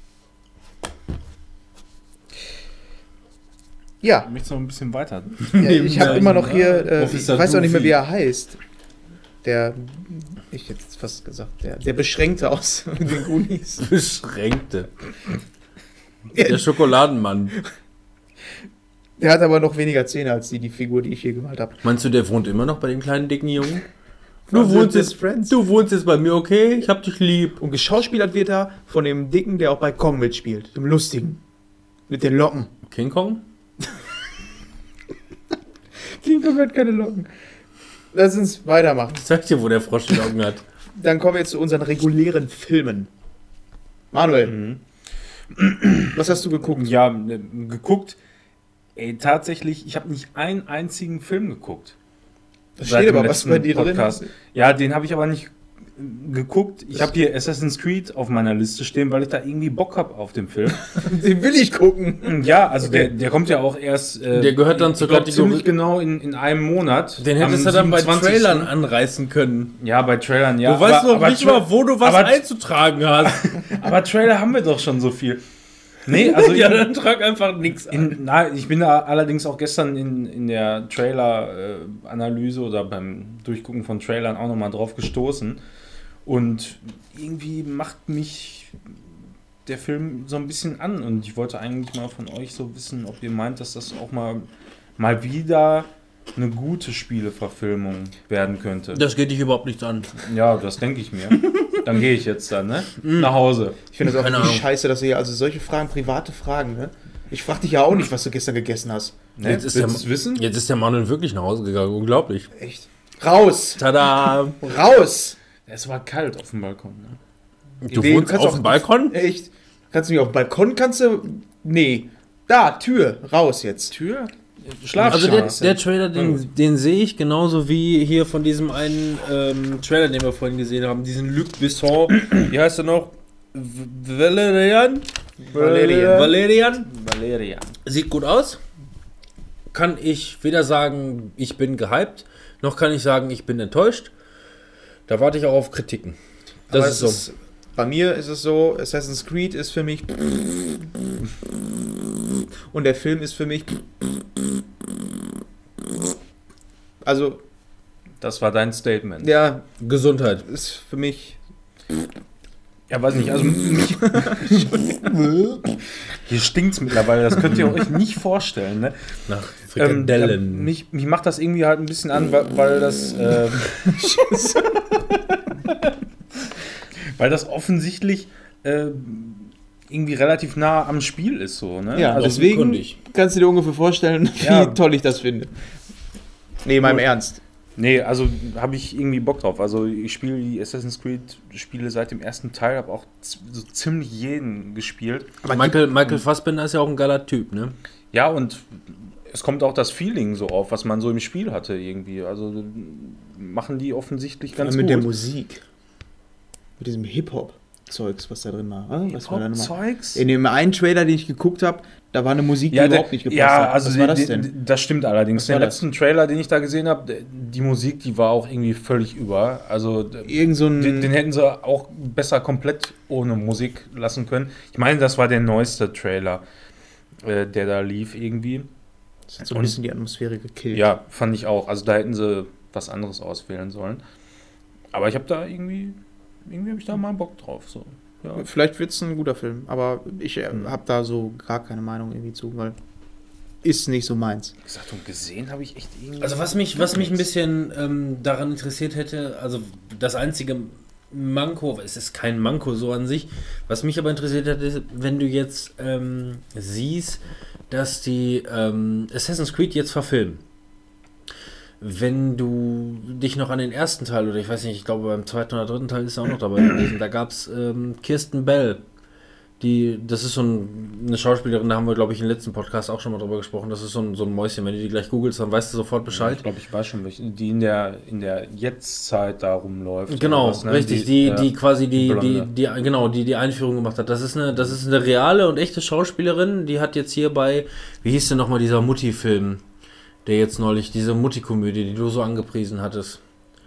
Ja, Möchtest du noch ein bisschen weiter? ja ich habe Ja, immer noch hier, äh, ich Officer weiß auch nicht mehr, Doofy. wie er heißt. Der, ich hätte jetzt fast gesagt, der, der Beschränkte aus den Goonies. Beschränkte. Der Schokoladenmann. Der hat aber noch weniger Zähne als die, die Figur, die ich hier gemalt habe. Meinst du, der wohnt immer noch bei dem kleinen dicken Jungen? From Du wohnst, the jetzt, Friends. du wohnst jetzt bei mir, okay? Ich hab dich lieb. Und geschauspielert wird er von dem Dicken, der auch bei Kong mitspielt. Dem Lustigen. Mit den Locken. King Kong? King Kong hat keine Locken. Lass uns weitermachen. Ich sag dir, wo der Frosch die Augen hat. Dann kommen wir jetzt zu unseren regulären Filmen. Manuel, Mhm. was hast du geguckt? Ja, ne, geguckt. Ey, tatsächlich, ich habe nicht einen einzigen Film geguckt. Da Seit steht dem aber was letzten bei dir Podcast. drin. Ja, den habe ich aber nicht äh, geguckt. Ich habe hier Assassin's Creed auf meiner Liste stehen, weil ich da irgendwie Bock habe auf den Film. Den will ich gucken. Ja, also der, der kommt ja auch erst. Äh, Der gehört dann ich zur glaub, Kategorie- ziemlich genau in, in einem Monat. Den hättest Am du dann bei siebenundzwanzigsten Trailern anreißen können. Ja, bei Trailern, ja. du weißt aber, noch aber nicht Tra- mal, wo du was aber- einzutragen hast. Aber Trailer haben wir doch schon so viel. Nee, also ja, ich, dann trag einfach nichts an. in, na, ich bin da allerdings auch gestern in, in der Trailer-Analyse oder beim Durchgucken von Trailern auch nochmal drauf gestoßen. Und irgendwie macht mich der Film so ein bisschen an. Und ich wollte eigentlich mal von euch so wissen, ob ihr meint, dass das auch mal, mal wieder eine gute Spieleverfilmung werden könnte. Das geht dich überhaupt nichts an. Ja, das denke ich mir. Dann gehe ich jetzt dann, ne? Nach Hause. Ich finde das auch Keine richtig Ahnung. scheiße, dass ihr also solche Fragen, private Fragen, ne? Ich frag dich ja auch nicht, was du gestern gegessen hast. Ne? Jetzt ist Willst der- du's wissen? Jetzt ist der Manuel wirklich nach Hause gegangen. Unglaublich. Echt? Raus! Tada! Raus! Es war kalt auf dem Balkon. Ne? Du Nee, wohnst kannst auf auch- dem Balkon? Echt? Kannst du mich auf dem Balkon, kannst du... Nee. Da, Tür. Raus jetzt. Tür? Also Schlafzimmer. der, der Trailer, den, den sehe ich genauso wie hier von diesem einen ähm, Trailer, den wir vorhin gesehen haben, diesen Luc Besson, wie heißt er noch? V- Valerian? Valerian. Valerian? Valeria. Sieht gut aus. Kann ich weder sagen, ich bin gehypt, noch kann ich sagen, ich bin enttäuscht. Da warte ich auch auf Kritiken. Das Aber ist es so. bei mir ist es so, Assassin's Creed ist für mich... Und der Film ist für mich... Also, Das war dein Statement. ja, Gesundheit. ist für mich... Ja, weiß nicht, also mich. Hier stinkt's mittlerweile, das könnt ihr euch nicht vorstellen, ne? Nach Ähm, Frikadellen. ja, mich, mich macht das irgendwie halt ein bisschen an, weil, weil das. ähm, weil das offensichtlich äh, irgendwie relativ nah am Spiel ist, so, ne? Ja, also, deswegen offenkundig. kannst du dir ungefähr vorstellen, wie Ja. toll ich das finde. Nee, meinem Gut. Ernst. Nee, also habe ich irgendwie Bock drauf. Also ich spiele die Assassin's Creed Spiele seit dem ersten Teil, habe auch z- so ziemlich jeden gespielt. Michael, Michael Fassbender ist ja auch ein geiler Typ, ne? Ja, und es kommt auch das Feeling so auf, was man so im Spiel hatte irgendwie. Also machen die offensichtlich ganz mit gut. der Musik. Mit diesem Hip-Hop-Zeugs, was da drin war. oder? Was war da nochmal? Zeugs? In dem einen Trailer, den ich geguckt habe, da war eine Musik, die Ja, überhaupt der, nicht gepasst ja, hat. also Was war das die- denn? die- das stimmt allerdings. Was Den war das? letzten Trailer, den ich da gesehen habe, die Musik, die war auch irgendwie völlig über. Also d- Irgend so ein... den, den hätten sie auch besser komplett ohne Musik lassen können. Ich meine, das war der neueste Trailer, äh, der da lief irgendwie. Das hat so ein bisschen die Atmosphäre gekillt. Ja, fand ich auch. Also da hätten sie was anderes auswählen sollen. Aber ich habe da irgendwie, irgendwie habe ich da mal Bock drauf. So. Ja. Vielleicht wird es ein guter Film, aber ich äh, Hm. habe da so gar keine Meinung irgendwie zu, weil ist nicht so meins. Wie gesagt, und gesehen habe ich echt irgendwie... Also was mich, was mich ein bisschen ähm, daran interessiert hätte, also das einzige Manko, es ist kein Manko so an sich, was mich aber interessiert hätte, ist, wenn du jetzt ähm, siehst, dass die ähm, Assassin's Creed jetzt verfilmen. Wenn du dich noch an den ersten Teil, oder ich weiß nicht, ich glaube beim zweiten oder dritten Teil ist er auch noch dabei gewesen, da gab es ähm, Kirsten Bell. Die, das ist so ein, eine Schauspielerin, da haben wir, glaube ich, im letzten Podcast auch schon mal drüber gesprochen. Das ist so ein, so ein Mäuschen. Wenn du die gleich googelst, dann weißt du sofort Bescheid. Ich glaube, ich weiß schon, welche, die in der, in der Jetztzeit da rumläuft. Genau, was, ne? richtig. Die, die, ja, die quasi die, die, Blonde. die, genau, die die Einführung gemacht hat. Das ist eine, das ist eine reale und echte Schauspielerin. Die hat jetzt hier bei, wie hieß denn nochmal dieser Mutti-Film, der jetzt neulich, diese Mutti-Komödie, die du so angepriesen hattest.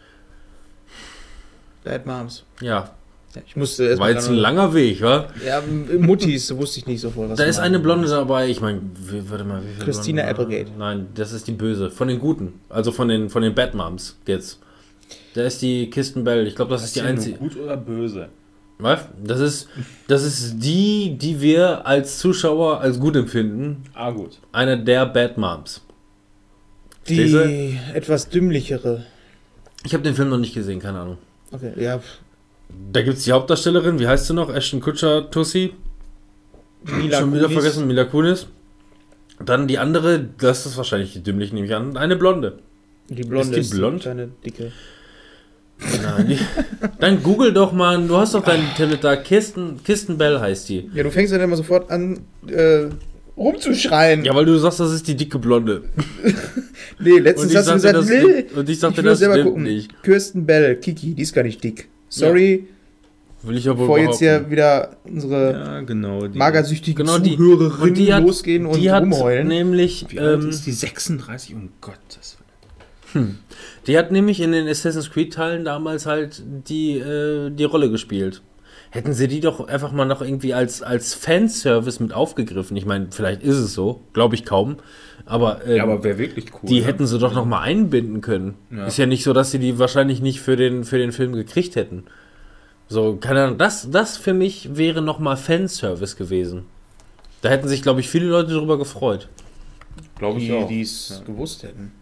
Bad Moms. Ja, Ja, ich musste erst war mal jetzt dran- ein langer Weg, wa? Ja, Muttis wusste ich nicht sofort. Was Da du ist meinst. eine Blonde dabei, ich meine, warte mal, wie viele Christina Blonde- Applegate. Nein, das ist die Böse. Von den Guten. Also von den, von den Bad Moms jetzt. Da ist die Kirsten Bell. Ich glaube, das ist die Ist die einzige. gut oder böse? Was? Das ist, das ist die, die wir als Zuschauer als gut empfinden. Ah, gut. Eine der Bad Moms. Verstehst du? Die etwas dümmlichere. Ich habe den Film noch nicht gesehen, keine Ahnung. Okay, ja. Da gibt es die Hauptdarstellerin, wie heißt sie noch? Ashton Kutcher, Tussi. Mila Schon wieder Kunis. vergessen, Mila Kunis. Dann die andere, das ist wahrscheinlich die dümmliche, nehme ich an. Eine Blonde. Die Blonde Ist die blond? Eine dicke. Nein, die, dann google doch mal, du hast doch dein Tablet da. Kirsten, Kirsten Bell heißt die. Ja, du fängst dann immer sofort an, äh, rumzuschreien. Ja, weil du sagst, das ist die dicke Blonde. Nee, letztens ich hast du sagte, gesagt, das- nee, und ich sagte, will das selber stimmt gucken. nicht. Kirsten Bell, Kiki, die ist gar nicht dick. Sorry, Will ich ja wohl bevor jetzt hier behaupten. wieder unsere Ja, genau. Die, magersüchtigen Genau, die- Zuhörerinnen und die hat- losgehen und die hat rumheulen. nämlich, Wie alt ähm, ist die? sechsunddreißig? Um Gottes Willen. die hat nämlich in den Assassin's Creed Teilen damals halt die, äh, die Rolle gespielt. Hätten sie die doch einfach mal noch irgendwie als, als Fanservice mit aufgegriffen. Ich meine, vielleicht ist es so, glaube ich kaum. Aber, ähm, Ja, aber wäre wirklich cool. die ne? hätten sie doch noch mal einbinden können. Ja. Ist ja nicht so, dass sie die wahrscheinlich nicht für den, für den Film gekriegt hätten. So, keine Ahnung, das, das für mich wäre noch mal Fanservice gewesen. Da hätten sich, glaube ich, viele Leute drüber gefreut. Glaube ich die, auch. die es Ja. gewusst hätten.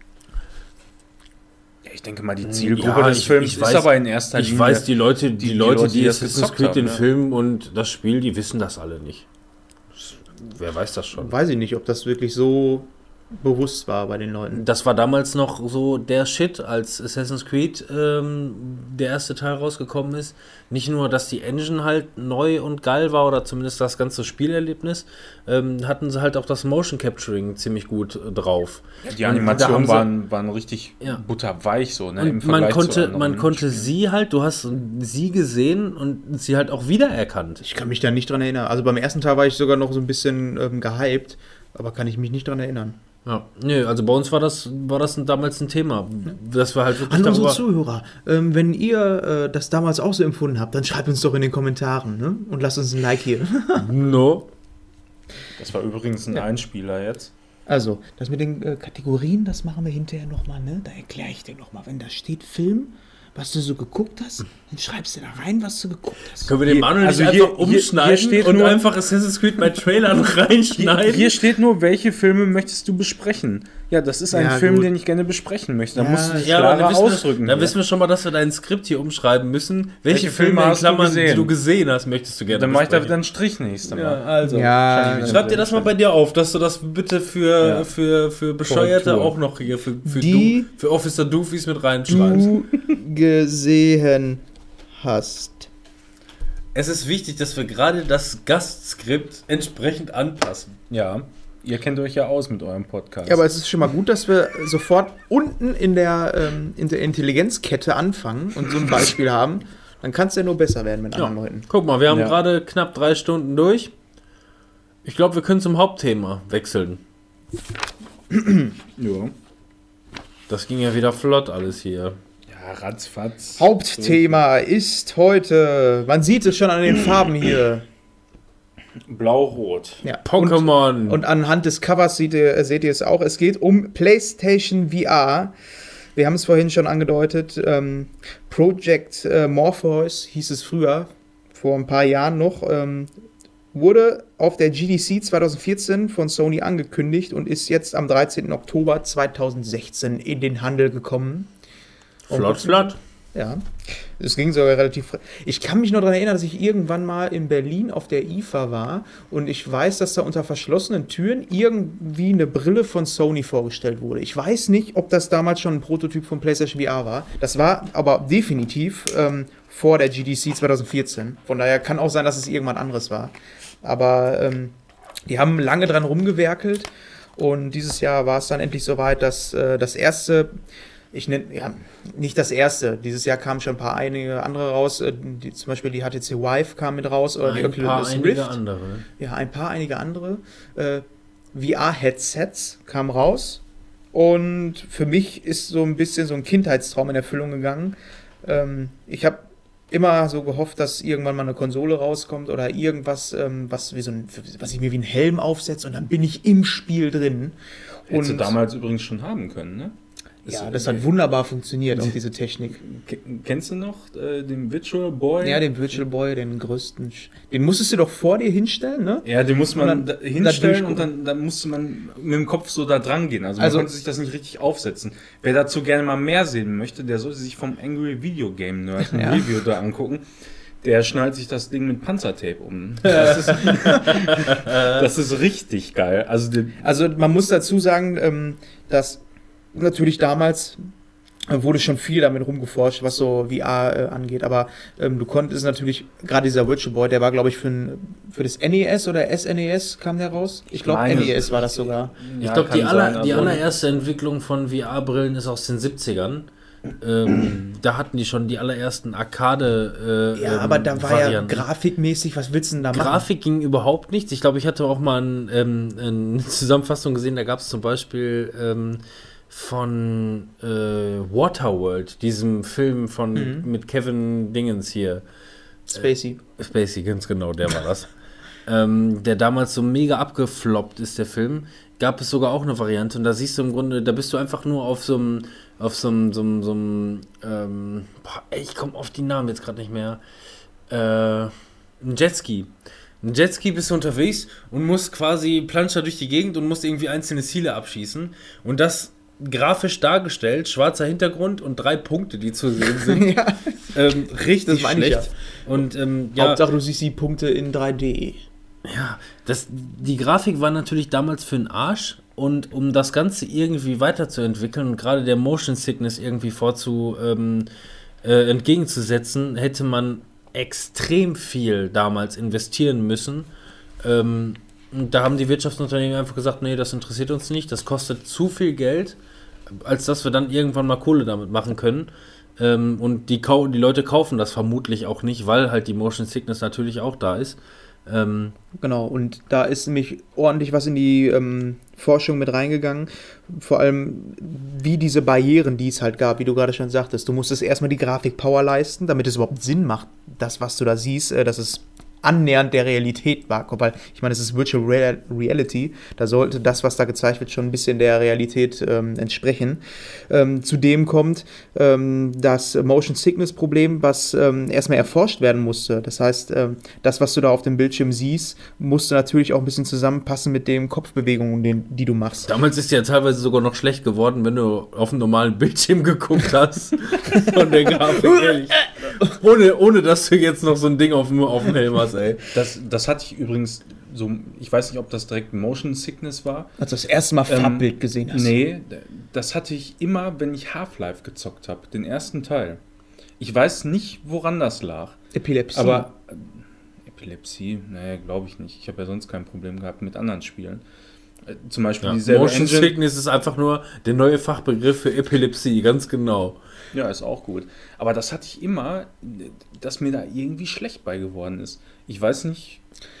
Ja, ich denke mal, die Zielgruppe Ja, des ich- Films ich ist weiß- aber in erster Ich Linie... weiß, die Leute, die, die Leute, Leute, die die das Assassin's gezockt Creed, haben, den ja. Film und das Spiel, die wissen das alle nicht. Wer weiß das schon. Weiß ich nicht, ob das wirklich so bewusst war bei den Leuten. Das war damals noch so der Shit, als Assassin's Creed ähm, der erste Teil rausgekommen ist. Nicht nur, dass die Engine halt neu und geil war oder zumindest das ganze Spielerlebnis, ähm, hatten sie halt auch das Motion Capturing ziemlich gut äh, drauf. Die Und da haben Animationen sie- waren, waren richtig Ja. butterweich so, ne? im Und man Vergleich zu konnte, anderen man konnte Spielen. sie halt, du hast sie gesehen und sie halt auch wiedererkannt. Ich kann mich da nicht dran erinnern. Also beim ersten Teil war ich sogar noch so ein bisschen ähm, gehypt, aber kann ich mich nicht dran erinnern. Ja, nö, also bei uns war das, war das ein, damals ein Thema. Das war halt wirklich An unsere darüber- Zuhörer, ähm, wenn ihr äh, das damals auch so empfunden habt, dann schreibt uns doch in den Kommentaren, ne? Und lasst uns ein Like hier. No. Das war übrigens ein Ja. Einspieler jetzt. Also, das mit den äh, Kategorien, das machen wir hinterher nochmal, ne? Da erkläre ich dir nochmal, wenn da steht Film, was du so geguckt hast, dann schreibst du da rein, was du geguckt hast. Können wir den Hier- Manuel also nicht hier- einfach hier- hier umschneiden steht und nur- einfach Assassin's Creed bei Trailern reinschneiden? Hier steht nur, welche Filme möchtest du besprechen? Ja, das ist ein Ja, Film, gut. den ich gerne besprechen möchte. Da Ja, musst du dich ja, aber klarer dann wissen, ausdrücken. wir, dann hier. wissen wir schon mal, dass wir dein Skript hier umschreiben müssen. Welche, Welche Filme Filme in hast du Klammern, gesehen? die du gesehen hast, möchtest du gerne Dann mache ich da besprechen? wieder einen Strich nächstes Mal. Ja, also. Ja, Schreib dir das mal bei dir auf, dass du das bitte für, Ja. für, für Bescheuerte Korrektur. auch noch hier, für, für, Die- du, für Officer Doofies mit reinschreibst. Du gesehen hast. Es ist wichtig, dass wir gerade das Gastskript entsprechend anpassen. Ja, ihr kennt euch ja aus mit eurem Podcast. Ja, aber es ist schon mal gut, dass wir sofort unten in der, ähm, in der Intelligenzkette anfangen und so ein Beispiel haben. Dann kann es ja nur besser werden mit anderen Leuten. Guck mal, wir haben Ja. gerade knapp drei Stunden durch. Ich glaube, wir können zum Hauptthema wechseln. ja. Das ging ja wieder flott alles hier. Ja, ratzfatz. Hauptthema ist heute, man sieht es schon an den Farben hier, Blau-Rot. Ja. Pokémon. Und, und anhand des Covers seht ihr, seht ihr es auch. Es geht um PlayStation V R. Wir haben es vorhin schon angedeutet. Ähm, Project äh, Morpheus hieß es früher, vor ein paar Jahren noch. Ähm, wurde auf der G D C zwanzig vierzehn von Sony angekündigt und ist jetzt am dreizehnten Oktober zweitausendsechzehn in den Handel gekommen. Flott, flott. Ja, es ging sogar relativ. Ich kann mich nur daran erinnern, dass ich irgendwann mal in Berlin auf der I F A war und ich weiß, dass da unter verschlossenen Türen irgendwie eine Brille von Sony vorgestellt wurde. Ich weiß nicht, ob das damals schon ein Prototyp von PlayStation V R war. Das war aber definitiv ähm, vor der G D C zwanzig vierzehn. Von daher kann auch sein, dass es irgendwann anderes war. Aber ähm, die haben lange dran rumgewerkelt und dieses Jahr war es dann endlich soweit, dass äh, das erste. Ich nenne, ja, nicht das erste. Dieses Jahr kamen schon ein paar einige andere raus. Die, zum Beispiel die H T C Vive kam mit raus. Oder ein die paar Oculus einige Rift. andere. Ja, ein paar einige andere. Äh, V R-Headsets kamen raus. Und für mich ist so ein bisschen so ein Kindheitstraum in Erfüllung gegangen. Ähm, ich habe immer so gehofft, dass irgendwann mal eine Konsole rauskommt oder irgendwas, ähm, was, wie so ein, was ich mir wie einen Helm aufsetze und dann bin ich im Spiel drin. Hättest du Und damals übrigens schon haben können, ne? ja, das hat wunderbar funktioniert, auch diese Technik. Kennst du noch äh, den Virtual Boy? Ja, den Virtual Boy, den größten. Sch den musstest du doch vor dir hinstellen, ne? Ja, den muss man Und da dann- hinstellen da und dann, dann musste man mit dem Kopf so da dran gehen. Also man Also- konnte sich das nicht richtig aufsetzen. Wer dazu gerne mal mehr sehen möchte, der sollte sich vom Angry Video Game Nerd ein Ja. Review da angucken. Der schnallt sich das Ding mit Panzertape um. Das ist, das ist richtig geil. Also der, Also man muss dazu sagen, ähm, dass natürlich damals äh, wurde schon viel damit rumgeforscht, was so V R äh, angeht, aber ähm, du konntest natürlich, gerade dieser Virtual Boy, der war glaube ich für, ein, für das N E S oder S N E S kam der raus? Ich glaube meine, N E S war das sogar. Ich ja, glaube, die, kann aller, sein, die also- allererste Entwicklung von V R-Brillen ist aus den siebzigern. Ähm, da hatten die schon die allerersten Arcade äh, Ja, ähm, aber da war Varianten. ja grafikmäßig, was willst du denn da machen? Grafik ging überhaupt nichts. Ich glaube, ich hatte auch mal ein, ähm, eine Zusammenfassung gesehen, da gab es zum Beispiel ähm, von äh, Waterworld, diesem Film von Mhm. mit Kevin Dingens hier. Spacey. Spacey, ganz genau, der war das. ähm, der damals so mega abgefloppt ist, der Film. Gab es sogar auch eine Variante und da siehst du im Grunde, da bist du einfach nur auf so einem, auf so einem, so einem, so einem ähm, boah, ey, ich komme auf die Namen jetzt gerade nicht mehr. Äh, ein Jetski. Ein Jetski bist du unterwegs und musst quasi planscht da durch die Gegend und musst irgendwie einzelne Ziele abschießen und das grafisch dargestellt, schwarzer Hintergrund und drei Punkte, die zu sehen sind. Ja. ähm, richtig Das meine ich schlecht. Und ähm, ja, Hauptsache du siehst die Punkte in drei D. ja, das, die Grafik war natürlich damals für den Arsch und um das Ganze irgendwie weiterzuentwickeln und gerade der Motion Sickness irgendwie vorzu ähm, äh, entgegenzusetzen, hätte man extrem viel damals investieren müssen. Ähm, und da haben die Wirtschaftsunternehmen einfach gesagt, nee, das interessiert uns nicht, das kostet zu viel Geld, als dass wir dann irgendwann mal Kohle damit machen können. Ähm, und die, Kau- die Leute kaufen das vermutlich auch nicht, weil halt die Motion Sickness natürlich auch da ist. Ähm, Genau, und da ist nämlich ordentlich was in die ähm, Forschung mit reingegangen. Vor allem, wie diese Barrieren, die es halt gab, wie du gerade schon sagtest. Du musstest erstmal die Grafikpower leisten, damit es überhaupt Sinn macht, das, was du da siehst, äh, dass es annähernd der Realität war. Weil, ich meine, es ist Virtual Real- Reality, da sollte das, was da gezeigt wird, schon ein bisschen der Realität ähm, entsprechen. Ähm, zudem kommt ähm, das Motion Sickness Problem, was ähm, erstmal erforscht werden musste. Das heißt, ähm, das, was du da auf dem Bildschirm siehst, musste natürlich auch ein bisschen zusammenpassen mit den Kopfbewegungen, den, die du machst. damals ist ja teilweise sogar noch schlecht geworden, wenn du auf einem normalen Bildschirm geguckt hast. Von der Grafik, ehrlich. Ohne, ohne dass du jetzt noch so ein Ding auf dem, auf dem Helm hast, ey. das, das hatte ich übrigens so, ich weiß nicht, ob das direkt Motion Sickness war. Als du das erste Mal Ähm, Farbbild gesehen hast. Nee, das hatte ich immer, wenn ich Half-Life gezockt habe, den ersten Teil. Ich weiß nicht, woran das lag. Epilepsie. Aber äh, Epilepsie, naja, glaube ich nicht. Ich habe ja sonst kein Problem gehabt mit anderen Spielen. Äh, zum Beispiel Ja, dieselbe Motion Engine. Sickness ist einfach nur der neue Fachbegriff für Epilepsie, ganz genau. Ja, ist auch gut. Aber das hatte ich immer, dass mir da irgendwie schlecht bei geworden ist. Ich weiß nicht,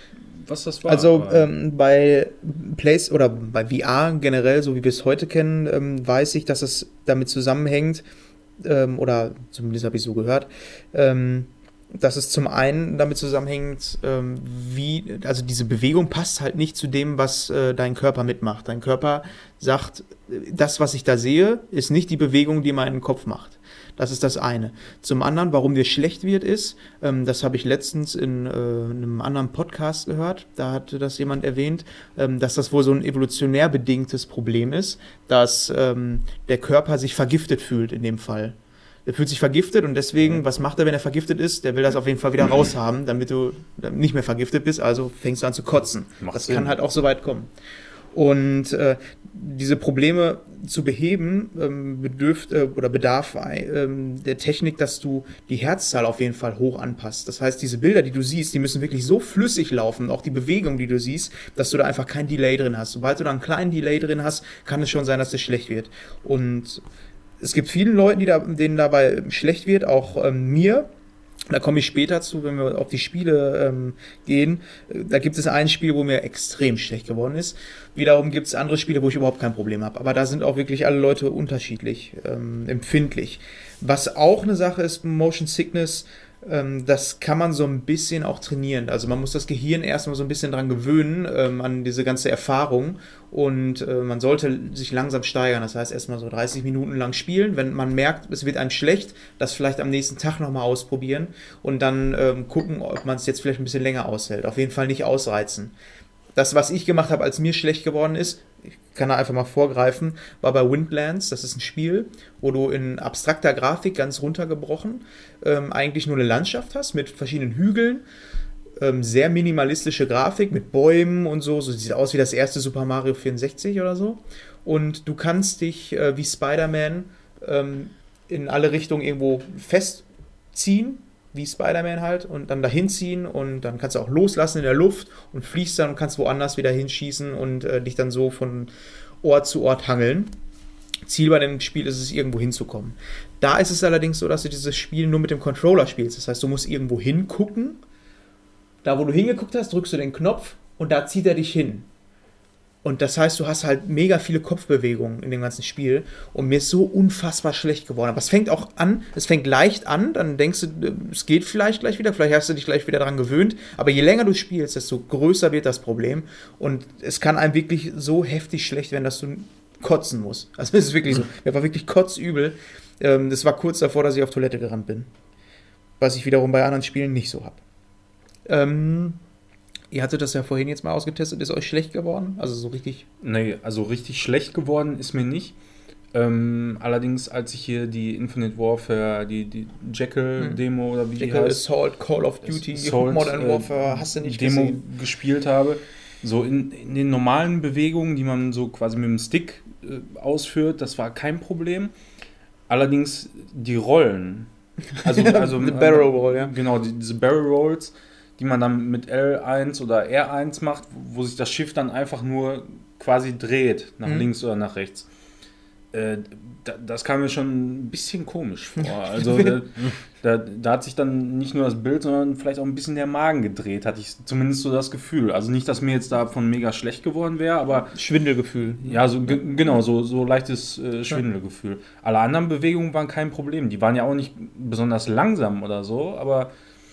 was das war. Also aber- ähm, bei Place oder bei V R generell, so wie wir es heute kennen, ähm, weiß ich, dass es damit zusammenhängt, ähm, oder zumindest habe ich so gehört, ähm, dass es zum einen damit zusammenhängt, ähm, wie, also diese Bewegung passt halt nicht zu dem, was äh, dein Körper mitmacht. Dein Körper sagt, das, was ich da sehe, ist nicht die Bewegung, die mein Kopf macht. Das ist das eine. Zum anderen, warum dir schlecht wird, ist, ähm, das habe ich letztens in äh, einem anderen Podcast gehört, da hatte das jemand erwähnt, ähm, dass das wohl so ein evolutionär bedingtes Problem ist, dass ähm, der Körper sich vergiftet fühlt in dem Fall. Der fühlt sich vergiftet und deswegen, was macht er, wenn er vergiftet ist? Der will das auf jeden Fall wieder raushaben, damit du nicht mehr vergiftet bist, also fängst du an zu kotzen. Macht das Sinn. kann halt auch so weit kommen. Und äh, diese Probleme zu beheben, ähm, bedürft äh, oder bedarf ähm, der Technik, dass du die Herzzahl auf jeden Fall hoch anpasst. Das heißt, diese Bilder, die du siehst, die müssen wirklich so flüssig laufen, auch die Bewegung, die du siehst, dass du da einfach kein Delay drin hast. Sobald du da einen kleinen Delay drin hast, kann es schon sein, dass es schlecht wird. Und es gibt vielen Leuten, die da, denen dabei schlecht wird, auch ähm, mir. Da komme ich später zu, wenn wir auf die Spiele ähm, gehen. Da gibt es ein Spiel, wo mir extrem schlecht geworden ist. Wiederum gibt es andere Spiele, wo ich überhaupt kein Problem habe. Aber da sind auch wirklich alle Leute unterschiedlich ähm, empfindlich. Was auch eine Sache ist, Motion Sickness, ähm, das kann man so ein bisschen auch trainieren. Also man muss das Gehirn erstmal so ein bisschen dran gewöhnen, ähm, an diese ganze Erfahrung. Und äh, man sollte sich langsam steigern. Das heißt, erstmal so dreißig Minuten lang spielen. Wenn man merkt, es wird einem schlecht, das vielleicht am nächsten Tag nochmal ausprobieren und dann ähm, gucken, ob man es jetzt vielleicht ein bisschen länger aushält. Auf jeden Fall nicht ausreizen. Das, was ich gemacht habe, als mir schlecht geworden ist, ich kann da einfach mal vorgreifen, war bei Windlands. Das ist ein Spiel, wo du in abstrakter Grafik ganz runtergebrochen ähm, eigentlich nur eine Landschaft hast mit verschiedenen Hügeln. Ähm, sehr minimalistische Grafik mit Bäumen und so. So sieht aus wie das erste Super Mario vierundsechzig oder so. Und du kannst dich äh, wie Spider-Man ähm, in alle Richtungen irgendwo festziehen, wie Spider-Man halt, und dann dahin ziehen und dann kannst du auch loslassen in der Luft und fliegst dann und kannst woanders wieder hinschießen und äh, dich dann so von Ort zu Ort hangeln. Ziel bei dem Spiel ist es, irgendwo hinzukommen. Da ist es allerdings so, dass du dieses Spiel nur mit dem Controller spielst. Das heißt, du musst irgendwo hingucken. Da, wo du hingeguckt hast, drückst du den Knopf und da zieht er dich hin. Und das heißt, du hast halt mega viele Kopfbewegungen in dem ganzen Spiel. Und mir ist so unfassbar schlecht geworden. Aber es fängt auch an, es fängt leicht an, dann denkst du, es geht vielleicht gleich wieder, vielleicht hast du dich gleich wieder daran gewöhnt. Aber je länger du spielst, desto größer wird das Problem. Und es kann einem wirklich so heftig schlecht werden, dass du kotzen musst. Also es ist wirklich so, mir war wirklich kotzübel. Das war kurz davor, dass ich auf Toilette gerannt bin. Was ich wiederum bei anderen Spielen nicht so habe. Ähm... Ihr hattet das ja vorhin jetzt mal ausgetestet. Ist euch schlecht geworden? Also so richtig? Nee, also richtig schlecht geworden ist mir nicht. Ähm, allerdings, als ich hier die Infinite Warfare, die, die Jekyll-Demo hm. oder wie Jekyll die heißt, Assault, Call of Duty, Assault, Modern äh, Warfare, hast du nicht Demo gesehen? gespielt habe, so in, in den normalen Bewegungen, die man so quasi mit dem Stick äh, ausführt, das war kein Problem. Allerdings die Rollen, also, also The Barrel Roll, ja. Genau, die, diese Barrel Rolls, die man dann mit L eins oder R eins macht, wo sich das Schiff dann einfach nur quasi dreht, nach mhm. links oder nach rechts. Äh, da, das kam mir schon ein bisschen komisch vor. Also da, da, da hat sich dann nicht nur das Bild, sondern vielleicht auch ein bisschen der Magen gedreht, hatte ich zumindest so das Gefühl. Also nicht, dass mir jetzt davon mega schlecht geworden wäre, aber... Schwindelgefühl. Ja, so, ge- genau, so, so leichtes äh, Schwindelgefühl. Alle anderen Bewegungen waren kein Problem. Die waren ja auch nicht besonders langsam oder so, aber...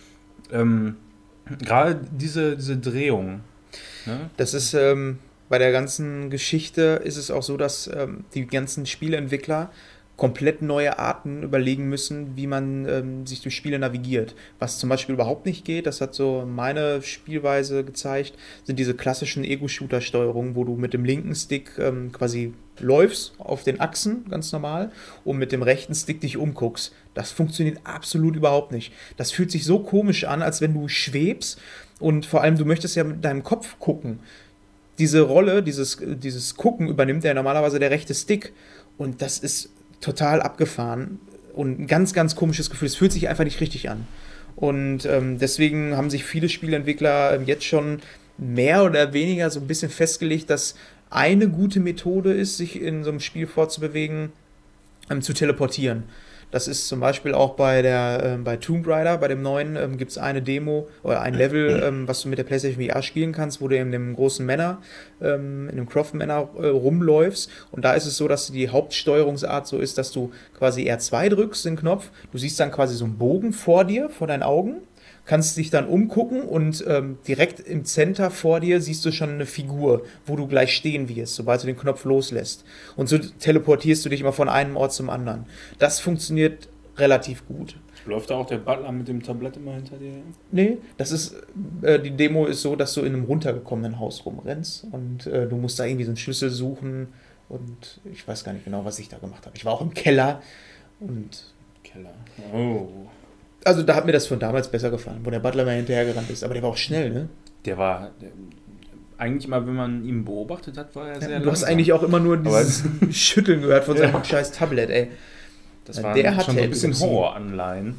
Ähm, Gerade diese, diese Drehung. Ne? Das ist, ähm, bei der ganzen Geschichte ist es auch so, dass ähm, die ganzen Spieleentwickler komplett neue Arten überlegen müssen, wie man ähm, sich durch Spiele navigiert. Was zum Beispiel überhaupt nicht geht, das hat so meine Spielweise gezeigt, sind diese klassischen Ego-Shooter-Steuerungen, wo du mit dem linken Stick ähm, quasi läufst auf den Achsen, ganz normal, und mit dem rechten Stick dich umguckst. Das funktioniert absolut überhaupt nicht. Das fühlt sich so komisch an, als wenn du schwebst und vor allem, du möchtest ja mit deinem Kopf gucken. Diese Rolle, dieses, dieses Gucken übernimmt ja normalerweise der rechte Stick und das ist total abgefahren und ein ganz, ganz komisches Gefühl. Es fühlt sich einfach nicht richtig an. Und ähm, deswegen haben sich viele Spieleentwickler ähm, jetzt schon mehr oder weniger so ein bisschen festgelegt, dass eine gute Methode ist, sich in so einem Spiel fortzubewegen, ähm, zu teleportieren. Das ist zum Beispiel auch bei der äh, bei Tomb Raider, bei dem neuen, ähm, gibt es eine Demo oder ein Level, ähm, was du mit der PlayStation V R spielen kannst, wo du in dem großen Männer, ähm, in dem Croft Männer äh, rumläufst. Und da ist es so, dass die Hauptsteuerungsart so ist, dass du quasi R zwei drückst, den Knopf. Du siehst dann quasi so einen Bogen vor dir, vor deinen Augen. Kannst dich dann umgucken und ähm, direkt im Center vor dir siehst du schon eine Figur, wo du gleich stehen wirst, sobald du den Knopf loslässt. Und so teleportierst du dich immer von einem Ort zum anderen. Das funktioniert relativ gut. Läuft da auch der Butler mit dem Tablett immer hinter dir her? Nee, das ist, äh, die Demo ist so, dass du in einem runtergekommenen Haus rumrennst und äh, du musst da irgendwie so einen Schlüssel suchen und ich weiß gar nicht genau, was ich da gemacht habe. Ich war auch im Keller und... Keller. Oh... Also da hat mir das von damals besser gefallen, wo der Butler mal hinterhergerannt ist. Aber der war auch schnell, ne? Der war... Der, eigentlich mal, wenn man ihn beobachtet hat, war er ja, sehr Du langsam. hast eigentlich auch immer nur dieses Schütteln gehört von seinem ja. scheiß Tablet, ey. Das war der schon so ein bisschen Horror-Anleihen.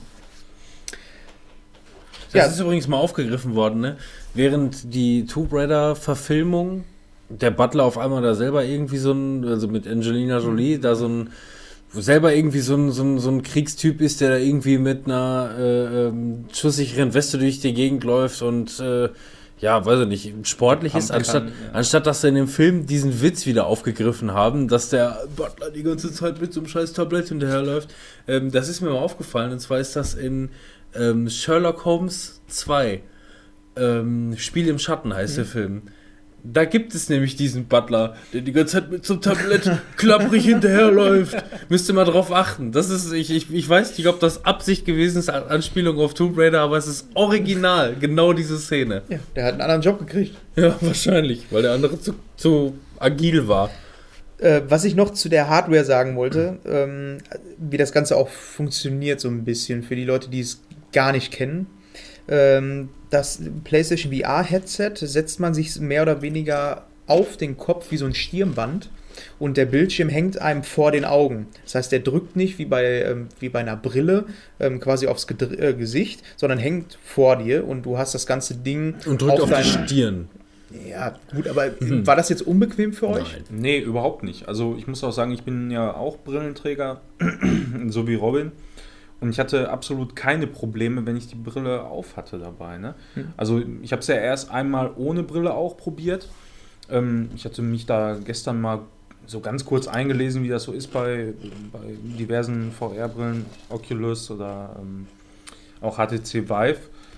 Das ja. ist übrigens mal aufgegriffen worden, ne? Während die Tomb Raider-Verfilmung der Butler auf einmal da selber irgendwie so ein, also mit Angelina Jolie, da so ein selber irgendwie so ein, so, ein, so ein Kriegstyp ist, der da irgendwie mit einer äh, ähm, schusssicheren Weste durch die Gegend läuft und äh, ja, weiß ich nicht, sportlich ist, anstatt, kann, ja. anstatt dass sie in dem Film diesen Witz wieder aufgegriffen haben, dass der Butler die ganze Zeit mit so einem scheiß Tablett hinterherläuft. Ähm, das ist mir mal aufgefallen, und zwar ist das in ähm, Sherlock Holmes zwei, ähm, Spiel im Schatten heißt mhm. der Film. Da gibt es nämlich diesen Butler, der die ganze Zeit mit so einem Tablett klapprig hinterherläuft. Müsst ihr mal drauf achten. Das ist, ich, ich, ich weiß nicht, ob das Absicht gewesen ist, Anspielung auf Tomb Raider, aber es ist original, genau diese Szene. Ja, der hat einen anderen Job gekriegt. Ja, wahrscheinlich, weil der andere zu, zu agil war. Äh, was ich noch zu der Hardware sagen wollte, ähm, wie das Ganze auch funktioniert so ein bisschen für die Leute, die es gar nicht kennen. Ähm, das PlayStation V R-Headset setzt man sich mehr oder weniger auf den Kopf wie so ein Stirnband und der Bildschirm hängt einem vor den Augen. Das heißt, der drückt nicht wie bei, ähm, wie bei einer Brille ähm, quasi aufs Gedr- äh, Gesicht, sondern hängt vor dir und du hast das ganze Ding und drückt auf, auf die Stirn. Ja, gut, aber mhm. war das jetzt unbequem für euch? Nein. Nee, überhaupt nicht. Also ich muss auch sagen, ich bin ja auch Brillenträger, so wie Robin. Und ich hatte absolut keine Probleme, wenn ich die Brille auf hatte dabei. Ne? Mhm. Also ich habe es ja erst einmal ohne Brille auch probiert. Ähm, ich hatte mich da gestern mal so ganz kurz eingelesen, wie das so ist bei, bei diversen V R-Brillen, Oculus oder ähm, auch H T C Vive.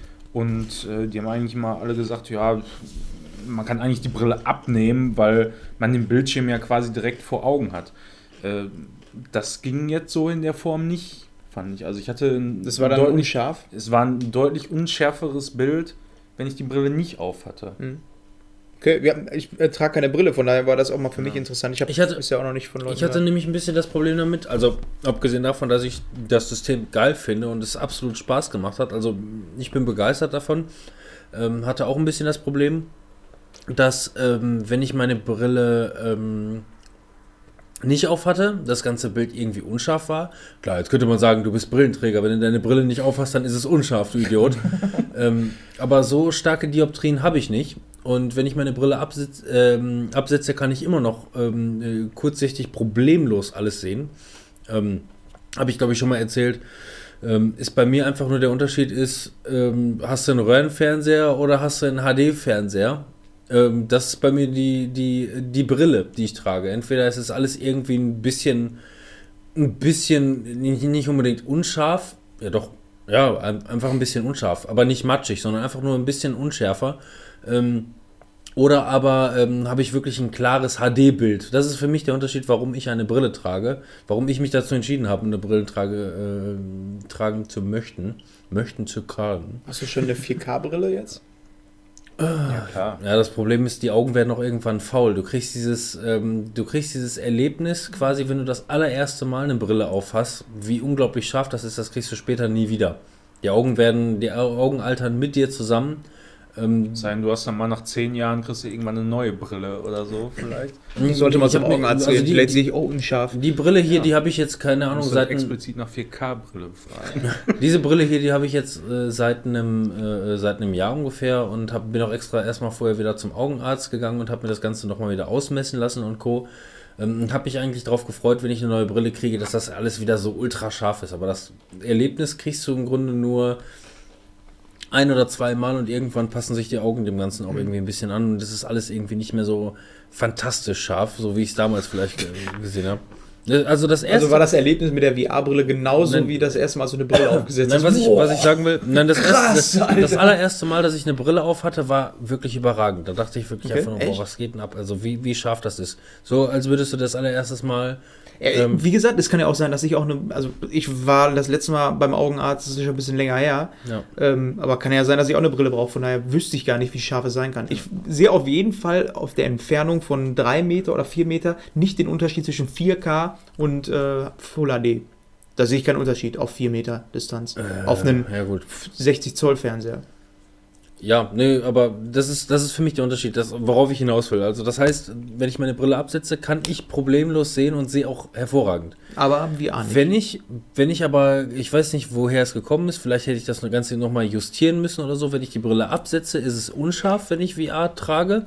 Und äh, die haben eigentlich mal alle gesagt, ja, man kann eigentlich die Brille abnehmen, weil man den Bildschirm ja quasi direkt vor Augen hat. Äh, das ging jetzt so in der Form nicht. Fand ich. Also ich hatte ein das war dann deutlich, unscharf? Es war ein deutlich unschärferes Bild, wenn ich die Brille nicht auf hatte. Mhm. Okay, wir haben, ich äh, trage keine Brille, von daher war das auch mal für ja. mich interessant. Ich habe es ja auch noch nicht von Leuten Ich hatte gehört. nämlich ein bisschen das Problem damit, also abgesehen davon, dass ich das System geil finde und es absolut Spaß gemacht hat, also ich bin begeistert davon, ähm, hatte auch ein bisschen das Problem, dass ähm, wenn ich meine Brille ähm, nicht auf hatte, das ganze Bild irgendwie unscharf war. Klar, jetzt könnte man sagen, du bist Brillenträger, wenn du deine Brille nicht auf hast, dann ist es unscharf, du Idiot. ähm, aber so starke Dioptrien habe ich nicht. Und wenn ich meine Brille absitz, ähm, absetze, kann ich immer noch ähm, kurzsichtig problemlos alles sehen. Ähm, habe ich, glaube ich, schon mal erzählt. Ähm, ist bei mir einfach nur der Unterschied ist, ähm, hast du einen Röhrenfernseher oder hast du einen H D-Fernseher? Das ist bei mir die, die, die Brille, die ich trage. Entweder ist es alles irgendwie ein bisschen, ein bisschen, nicht unbedingt unscharf, ja doch, ja, einfach ein bisschen unscharf, aber nicht matschig, sondern einfach nur ein bisschen unschärfer. Oder aber ähm, habe ich wirklich ein klares H D-Bild. Das ist für mich der Unterschied, warum ich eine Brille trage, warum ich mich dazu entschieden habe, eine Brille trage, äh, tragen zu möchten, möchten zu tragen. Hast du schon eine vier K-Brille jetzt? Ja, klar. Ja, das Problem ist, die Augen werden auch irgendwann faul. Du kriegst dieses, ähm, du kriegst dieses Erlebnis quasi, wenn du das allererste Mal eine Brille auf hast, wie unglaublich scharf das ist, das kriegst du später nie wieder. Die Augen werden, die Augen altern mit dir zusammen. Ähm, Sein, du hast dann mal nach zehn Jahren kriegst du irgendwann eine neue Brille oder so vielleicht. Ich sollte mal zum Augenarzt gehen, vielleicht sehe ich auch unscharf. Die Brille hier, ja. die habe ich jetzt, keine Ahnung, seit explizit nach vier K-Brille fragen. Diese Brille hier, die habe ich jetzt äh, seit einem äh, seit einem Jahr ungefähr und hab, bin auch extra erstmal vorher wieder zum Augenarzt gegangen und habe mir das Ganze nochmal wieder ausmessen lassen und Co. Ähm, habe mich eigentlich darauf gefreut, wenn ich eine neue Brille kriege, dass das alles wieder so ultra scharf ist. Aber das Erlebnis kriegst du im Grunde nur ein oder zwei Mal und irgendwann passen sich die Augen dem Ganzen auch irgendwie ein bisschen an und das ist alles irgendwie nicht mehr so fantastisch scharf, so wie ich es damals vielleicht gesehen habe. Also das erste. Also war das Erlebnis mit der V R-Brille genauso nein, wie das erste Mal so eine Brille aufgesetzt hast? Nein, was ich, was ich sagen will, nein, das, krass, erste, das, das allererste Mal, dass ich eine Brille auf hatte, war wirklich überragend. Da dachte ich wirklich okay, einfach nur, boah, was geht denn ab? Also wie, wie scharf das ist. So, als würdest du das allererstes Mal. Ähm, Wie gesagt, es kann ja auch sein, dass ich auch eine, also ich war das letzte Mal beim Augenarzt, das ist schon ein bisschen länger her, ja. ähm, aber kann ja sein, dass ich auch eine Brille brauche, von daher wüsste ich gar nicht, wie scharf es sein kann. Ich sehe auf jeden Fall auf der Entfernung von drei Meter oder vier Meter nicht den Unterschied zwischen vier K und äh, Full H D. Da sehe ich keinen Unterschied auf vier Meter Distanz. Äh, auf einen ja, gut. sechzig Zoll Fernseher. Ja, nee, aber das ist, das ist für mich der Unterschied, das, worauf ich hinaus will. Also das heißt, wenn ich meine Brille absetze, kann ich problemlos sehen und sehe auch hervorragend. Aber V R nicht. Wenn ich, wenn ich aber, ich weiß nicht, woher es gekommen ist, vielleicht hätte ich das Ganze nochmal justieren müssen oder so. Wenn ich die Brille absetze, ist es unscharf, wenn ich V R trage.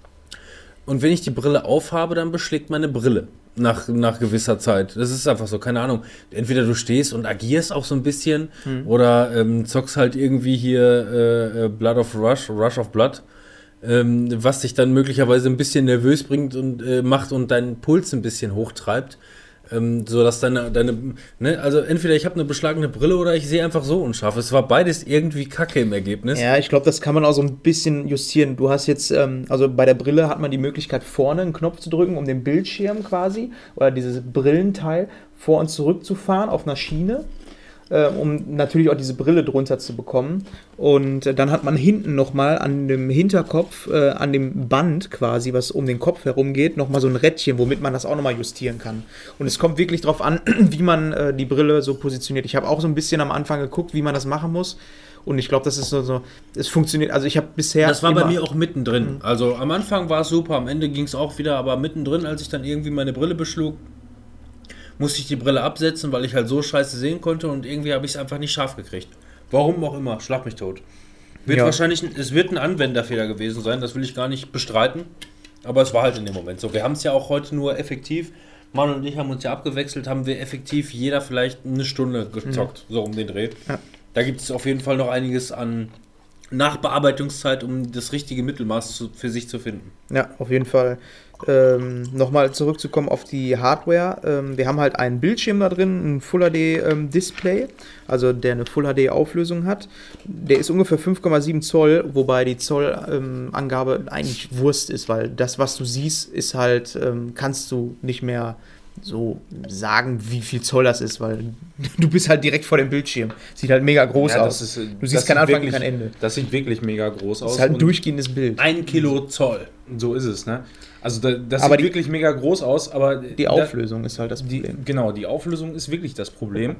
Und wenn ich die Brille aufhabe, dann beschlägt meine Brille nach, nach gewisser Zeit. Das ist einfach so, keine Ahnung. Entweder du stehst und agierst auch so ein bisschen hm. oder ähm, zockst halt irgendwie hier äh, Blood of Rush, Rush of Blood, ähm, was dich dann möglicherweise ein bisschen nervös bringt und äh, macht und deinen Puls ein bisschen hochtreibt. Ähm, so dass deine, deine ne, also entweder ich habe eine beschlagene Brille oder ich sehe einfach so unscharf. Es war beides irgendwie kacke im Ergebnis. Ja, ich glaube, das kann man auch so ein bisschen justieren. Du hast jetzt, ähm, also bei der Brille hat man die Möglichkeit, vorne einen Knopf zu drücken, um den Bildschirm quasi oder dieses Brillenteil vor und zurück zu fahren auf einer Schiene, äh, um natürlich auch diese Brille drunter zu bekommen. Und äh, dann hat man hinten nochmal an dem Hinterkopf, äh, an dem Band quasi, was um den Kopf herum geht, nochmal so ein Rädchen, womit man das auch nochmal justieren kann. Und es kommt wirklich drauf an, wie man äh, die Brille so positioniert. Ich habe auch so ein bisschen am Anfang geguckt, wie man das machen muss. Und ich glaube, das ist so, so, es funktioniert, also ich habe bisher... Das war bei mir auch mittendrin. Mhm. Also am Anfang war es super, am Ende ging es auch wieder, aber mittendrin, als ich dann irgendwie meine Brille beschlug, musste ich die Brille absetzen, weil ich halt so scheiße sehen konnte und irgendwie habe ich es einfach nicht scharf gekriegt. Warum auch immer, schlag mich tot. Wird ja. wahrscheinlich, es wird ein Anwenderfehler gewesen sein, das will ich gar nicht bestreiten, aber es war halt in dem Moment so. Wir haben es ja auch heute nur effektiv, Manu und ich haben uns ja abgewechselt, haben wir effektiv jeder vielleicht eine Stunde gezockt, mhm. so um den Dreh. Ja. Da gibt es auf jeden Fall noch einiges an Nachbearbeitungszeit, um das richtige Mittelmaß zu, für sich zu finden. Ja, auf jeden Fall. Ähm, Nochmal zurückzukommen auf die Hardware. Ähm, wir haben halt einen Bildschirm da drin, ein Full H D-Display, ähm, also der eine Full H D-Auflösung hat. Der ist ungefähr fünf Komma sieben Zoll, wobei die Zollangabe ähm, eigentlich Wurst ist, weil das, was du siehst, ist halt, ähm, kannst du nicht mehr so sagen, wie viel Zoll das ist, weil du bist halt direkt vor dem Bildschirm. Sieht halt mega groß ja, aus. Ist, du siehst keinen Anfang und kein Ende. Das sieht wirklich mega groß aus. Das ist halt ein durchgehendes Bild. Ein Kilo Zoll. So ist es, ne? Also da, das aber sieht die, wirklich mega groß aus, aber... Die Auflösung da, ist halt das Problem. Die, genau, die Auflösung ist wirklich das Problem.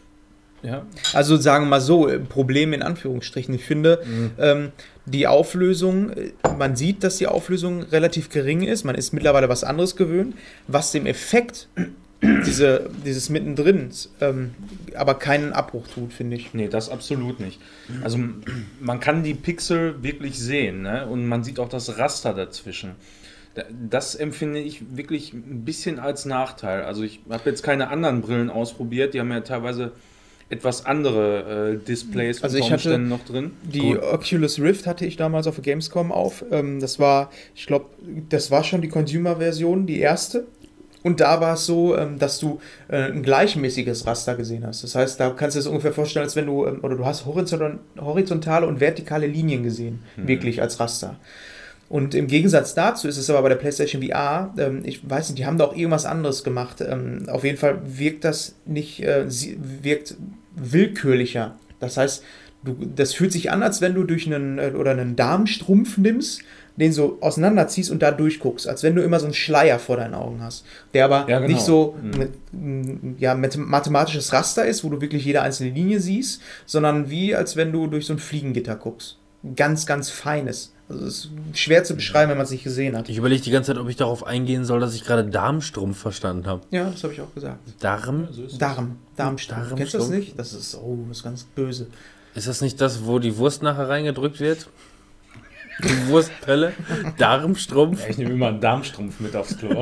Ja. Also sagen wir mal so, Problem in Anführungsstrichen. Ich finde, mhm. ähm, die Auflösung, man sieht, dass die Auflösung relativ gering ist. Man ist mittlerweile was anderes gewöhnt, was dem Effekt... Diese, dieses Mittendrin, ähm, aber keinen Abbruch tut, finde ich. Nee, das absolut nicht. Also man kann die Pixel wirklich sehen, ne? Und man sieht auch das Raster dazwischen. Das empfinde ich wirklich ein bisschen als Nachteil. Also ich habe jetzt keine anderen Brillen ausprobiert, die haben ja teilweise etwas andere äh, Displays also ich hatte noch drin. Die Gut. Oculus Rift hatte ich damals auf der Gamescom auf. Ähm, das war, ich glaube, das war schon die Consumer-Version, die erste. Und da war es so, dass du ein gleichmäßiges Raster gesehen hast. Das heißt, da kannst du es ungefähr vorstellen, als wenn du, oder du hast horizontale und vertikale Linien gesehen, mhm. wirklich als Raster. Und im Gegensatz dazu ist es aber bei der PlayStation V R, ich weiß nicht, die haben da auch irgendwas anderes gemacht. Auf jeden Fall wirkt das nicht, wirkt willkürlicher. Das heißt, du, das fühlt sich an, als wenn du durch einen, oder einen Darmstrumpf nimmst, den so auseinanderziehst und da durchguckst, als wenn du immer so einen Schleier vor deinen Augen hast, der aber ja, genau. nicht so mhm. mit, ja, mit mathematisches Raster ist, wo du wirklich jede einzelne Linie siehst, sondern wie, als wenn du durch so ein Fliegengitter guckst. Ganz, ganz feines. Also es ist schwer zu beschreiben, wenn man es nicht gesehen hat. Ich überlege die ganze Zeit, ob ich darauf eingehen soll, dass ich gerade Darmstrumpf verstanden habe. Ja, das habe ich auch gesagt. Darm? Ja, so ist Darm. Darmstrumpf. Darm Kennst du das nicht? Das ist, oh, das ist ganz böse. Ist das nicht das, wo die Wurst nachher reingedrückt wird? Wurstpelle, Darmstrumpf. Ja, ich nehme immer einen Darmstrumpf mit aufs Klo.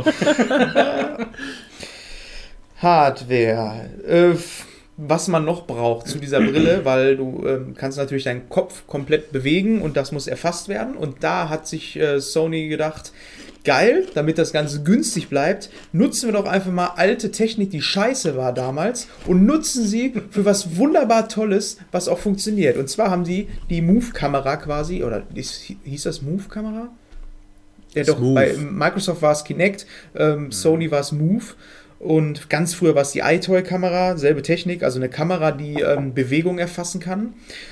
Hardware. Äh, was man noch braucht zu dieser Brille, weil du ähm, kannst natürlich deinen Kopf komplett bewegen und das muss erfasst werden. Und da hat sich äh, Sony gedacht, geil, damit das Ganze günstig bleibt, nutzen wir doch einfach mal alte Technik, die scheiße war damals, und nutzen sie für was wunderbar Tolles, was auch funktioniert. Und zwar haben die die Move-Kamera quasi, oder hieß das Move-Kamera? Ja doch, Move. Bei Microsoft war es Kinect, ähm, mhm. Sony war es Move. Und ganz früher war es die iToy-Kamera, selbe Technik, also eine Kamera, die ähm, Bewegung erfassen kann.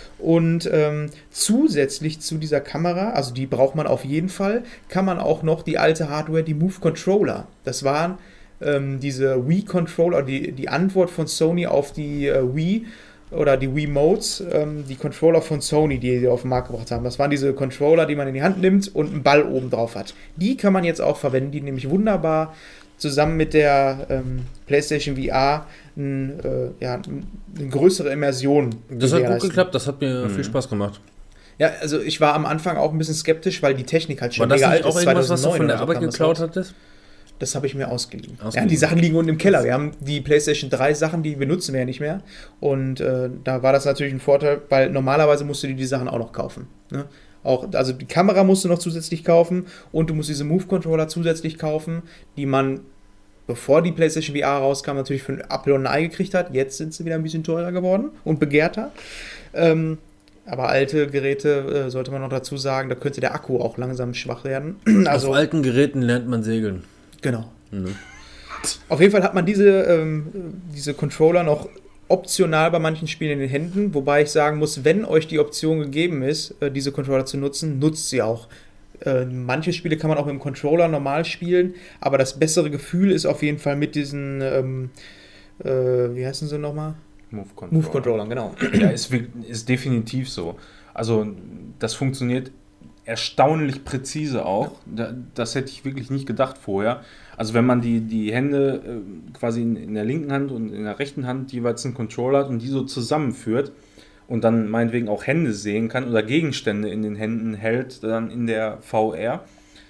Und ähm, zusätzlich zu dieser Kamera, also die braucht man auf jeden Fall, kann man auch noch die alte Hardware, die Move Controller. Das waren ähm, diese Wii-Controller, die, die Antwort von Sony auf die äh, Wii oder die Wiimotes, ähm, die Controller von Sony, die sie auf den Markt gebracht haben. Das waren diese Controller, die man in die Hand nimmt und einen Ball oben drauf hat. Die kann man jetzt auch verwenden, die nämlich wunderbar zusammen mit der ähm, PlayStation V R ein, äh, ja, eine größere Immersion. Das hat gut geklappt, das hat mir mhm. viel Spaß gemacht. Ja, also ich war am Anfang auch ein bisschen skeptisch, weil die Technik halt schon war mega das nicht alt auch ist. Irgendwas, was du von der Arbeit geklaut hattest? Das habe ich mir ausgeliehen. ausgeliehen. Ja, die Sachen liegen unten im Keller. Wir haben die PlayStation drei Sachen, die benutzen wir ja nicht mehr. Und äh, da war das natürlich ein Vorteil, weil normalerweise musst du dir die Sachen auch noch kaufen. Ne? Auch, also die Kamera musst du noch zusätzlich kaufen und du musst diese Move-Controller zusätzlich kaufen, die man, bevor die PlayStation V R rauskam, natürlich für ein Apfel und ein Ei gekriegt hat. Jetzt sind sie wieder ein bisschen teurer geworden und begehrter. Ähm, aber alte Geräte, äh, sollte man noch dazu sagen, da könnte der Akku auch langsam schwach werden. Also, auf alten Geräten lernt man segeln. Genau. Mhm. Auf jeden Fall hat man diese, ähm, diese Controller noch optional bei manchen Spielen in den Händen, wobei ich sagen muss, wenn euch die Option gegeben ist, äh, diese Controller zu nutzen, nutzt sie auch. Äh, manche Spiele kann man auch mit dem Controller normal spielen, aber das bessere Gefühl ist auf jeden Fall mit diesen, ähm, äh, wie heißen sie nochmal? Move-Controller. Move-Controllern, genau. Ja, ist, ist definitiv so. Also das funktioniert erstaunlich präzise auch. Das hätte ich wirklich nicht gedacht vorher. Also wenn man die, die Hände äh, quasi in, in der linken Hand und in der rechten Hand jeweils einen Controller hat und die so zusammenführt und dann meinetwegen auch Hände sehen kann oder Gegenstände in den Händen hält, dann in der V R,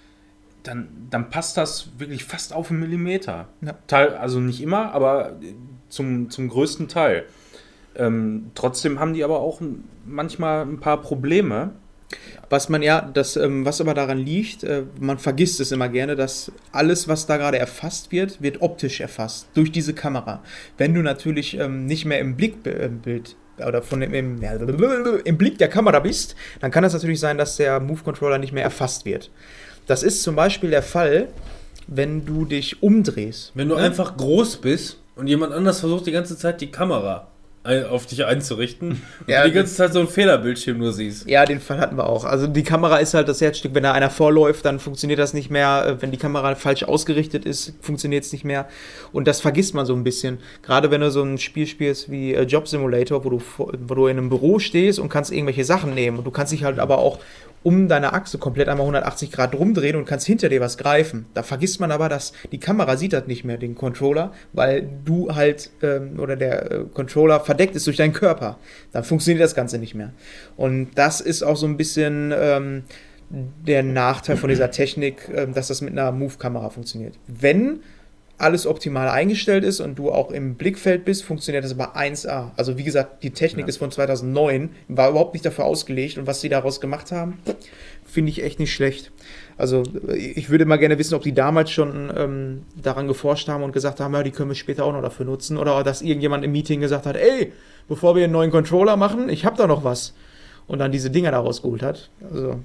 dann, dann passt das wirklich fast auf einen Millimeter. Ja. Teil, also nicht immer, aber zum, zum größten Teil. Ähm, trotzdem haben die aber auch manchmal ein paar Probleme. Was man ja, das, ähm, was aber daran liegt, äh, man vergisst es immer gerne, dass alles, was da gerade erfasst wird, wird optisch erfasst durch diese Kamera. Wenn du natürlich ähm, nicht mehr im Blickbild oder von dem, im, ja, im Blick der Kamera bist, dann kann es natürlich sein, dass der Move-Controller nicht mehr erfasst wird. Das ist zum Beispiel der Fall, wenn du dich umdrehst. Wenn du ne? einfach groß bist und jemand anders versucht die ganze Zeit die Kamera auf dich einzurichten und ja, du die ganze Zeit so ein Fehlerbildschirm nur siehst. Ja, den Fall hatten wir auch. Also die Kamera ist halt das Herzstück. Wenn da einer vorläuft, dann funktioniert das nicht mehr. Wenn die Kamera falsch ausgerichtet ist, funktioniert es nicht mehr. Und das vergisst man so ein bisschen. Gerade wenn du so ein Spiel spielst wie Job Simulator, wo du, wo du in einem Büro stehst und kannst irgendwelche Sachen nehmen. Und du kannst dich halt aber auch um deine Achse komplett einmal hundertachtzig Grad rumdrehen und kannst hinter dir was greifen. Da vergisst man aber, dass die Kamera sieht das nicht mehr, den Controller, weil du halt, ähm, oder der äh, Controller verdeckt ist durch deinen Körper. Dann funktioniert das Ganze nicht mehr. Und das ist auch so ein bisschen ähm, der Nachteil von dieser Technik, ähm, dass das mit einer Move-Kamera funktioniert. Wenn alles optimal eingestellt ist und du auch im Blickfeld bist, funktioniert das aber eins A. Also wie gesagt, die Technik ja. ist von zweitausendneun, war überhaupt nicht dafür ausgelegt und was sie daraus gemacht haben, finde ich echt nicht schlecht. Also ich würde mal gerne wissen, ob die damals schon ähm, daran geforscht haben und gesagt haben, ja, die können wir später auch noch dafür nutzen, oder dass irgendjemand im Meeting gesagt hat, ey, bevor wir einen neuen Controller machen, ich habe da noch was, und dann diese Dinger da rausgeholt hat. Also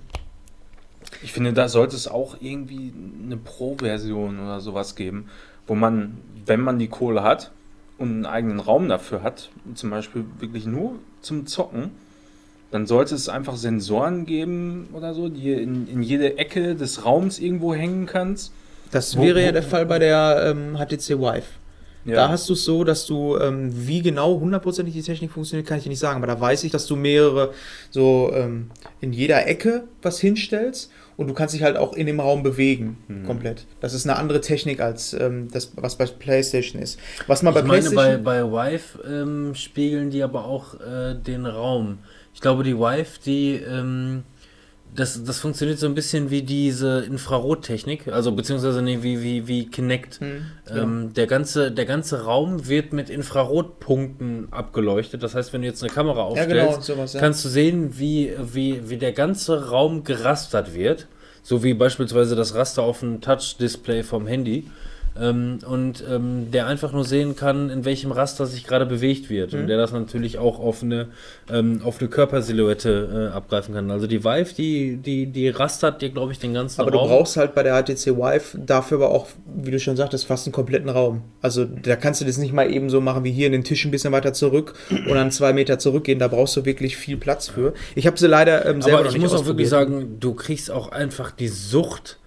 ich finde, da sollte es auch irgendwie eine Pro-Version oder sowas geben, wo man, wenn man die Kohle hat und einen eigenen Raum dafür hat, zum Beispiel wirklich nur zum Zocken, dann sollte es einfach Sensoren geben oder so, die in, in jede Ecke des Raums irgendwo hängen kannst. Das wäre wo, ja der Fall bei der ähm, H T C Vive. Ja. Da hast du es so, dass du, ähm, wie genau hundertprozentig die Technik funktioniert, kann ich dir nicht sagen, aber da weiß ich, dass du mehrere so ähm, in jeder Ecke was hinstellst und du kannst dich halt auch in dem Raum bewegen, mhm. komplett. Das ist eine andere Technik als ähm, das, was bei PlayStation ist. Was man ich bei meine, PlayStation bei, bei Vive ähm, spiegeln die aber auch äh, den Raum. Ich glaube, die Vive, die, ähm, Das, das funktioniert so ein bisschen wie diese Infrarottechnik, also beziehungsweise nee, wie, wie, wie Kinect. Hm, ähm, ja. der, ganze, der ganze Raum wird mit Infrarotpunkten abgeleuchtet. Das heißt, wenn du jetzt eine Kamera Ja, aufstellst, genau, und sowas, ja. kannst du sehen, wie, wie, wie der ganze Raum gerastert wird. So wie beispielsweise das Raster auf dem Touch-Display vom Handy. Ähm, und ähm, der einfach nur sehen kann, in welchem Raster sich gerade bewegt wird. Mhm. Und der das natürlich auch auf eine, ähm, auf eine Körpersilhouette äh, abgreifen kann. Also die Vive, die, die, die rastert dir, glaube ich, den ganzen Aber Raum. du brauchst halt bei der H T C Vive dafür aber auch, wie du schon sagtest, fast einen kompletten Raum. Also da kannst du das nicht mal eben so machen wie hier in den Tisch ein bisschen weiter zurück und dann zwei Meter zurückgehen. Da brauchst du wirklich viel Platz für. Ich habe sie leider ähm, selber Aber noch ich nicht muss auch wirklich ausprobiert. sagen, du kriegst auch einfach die Sucht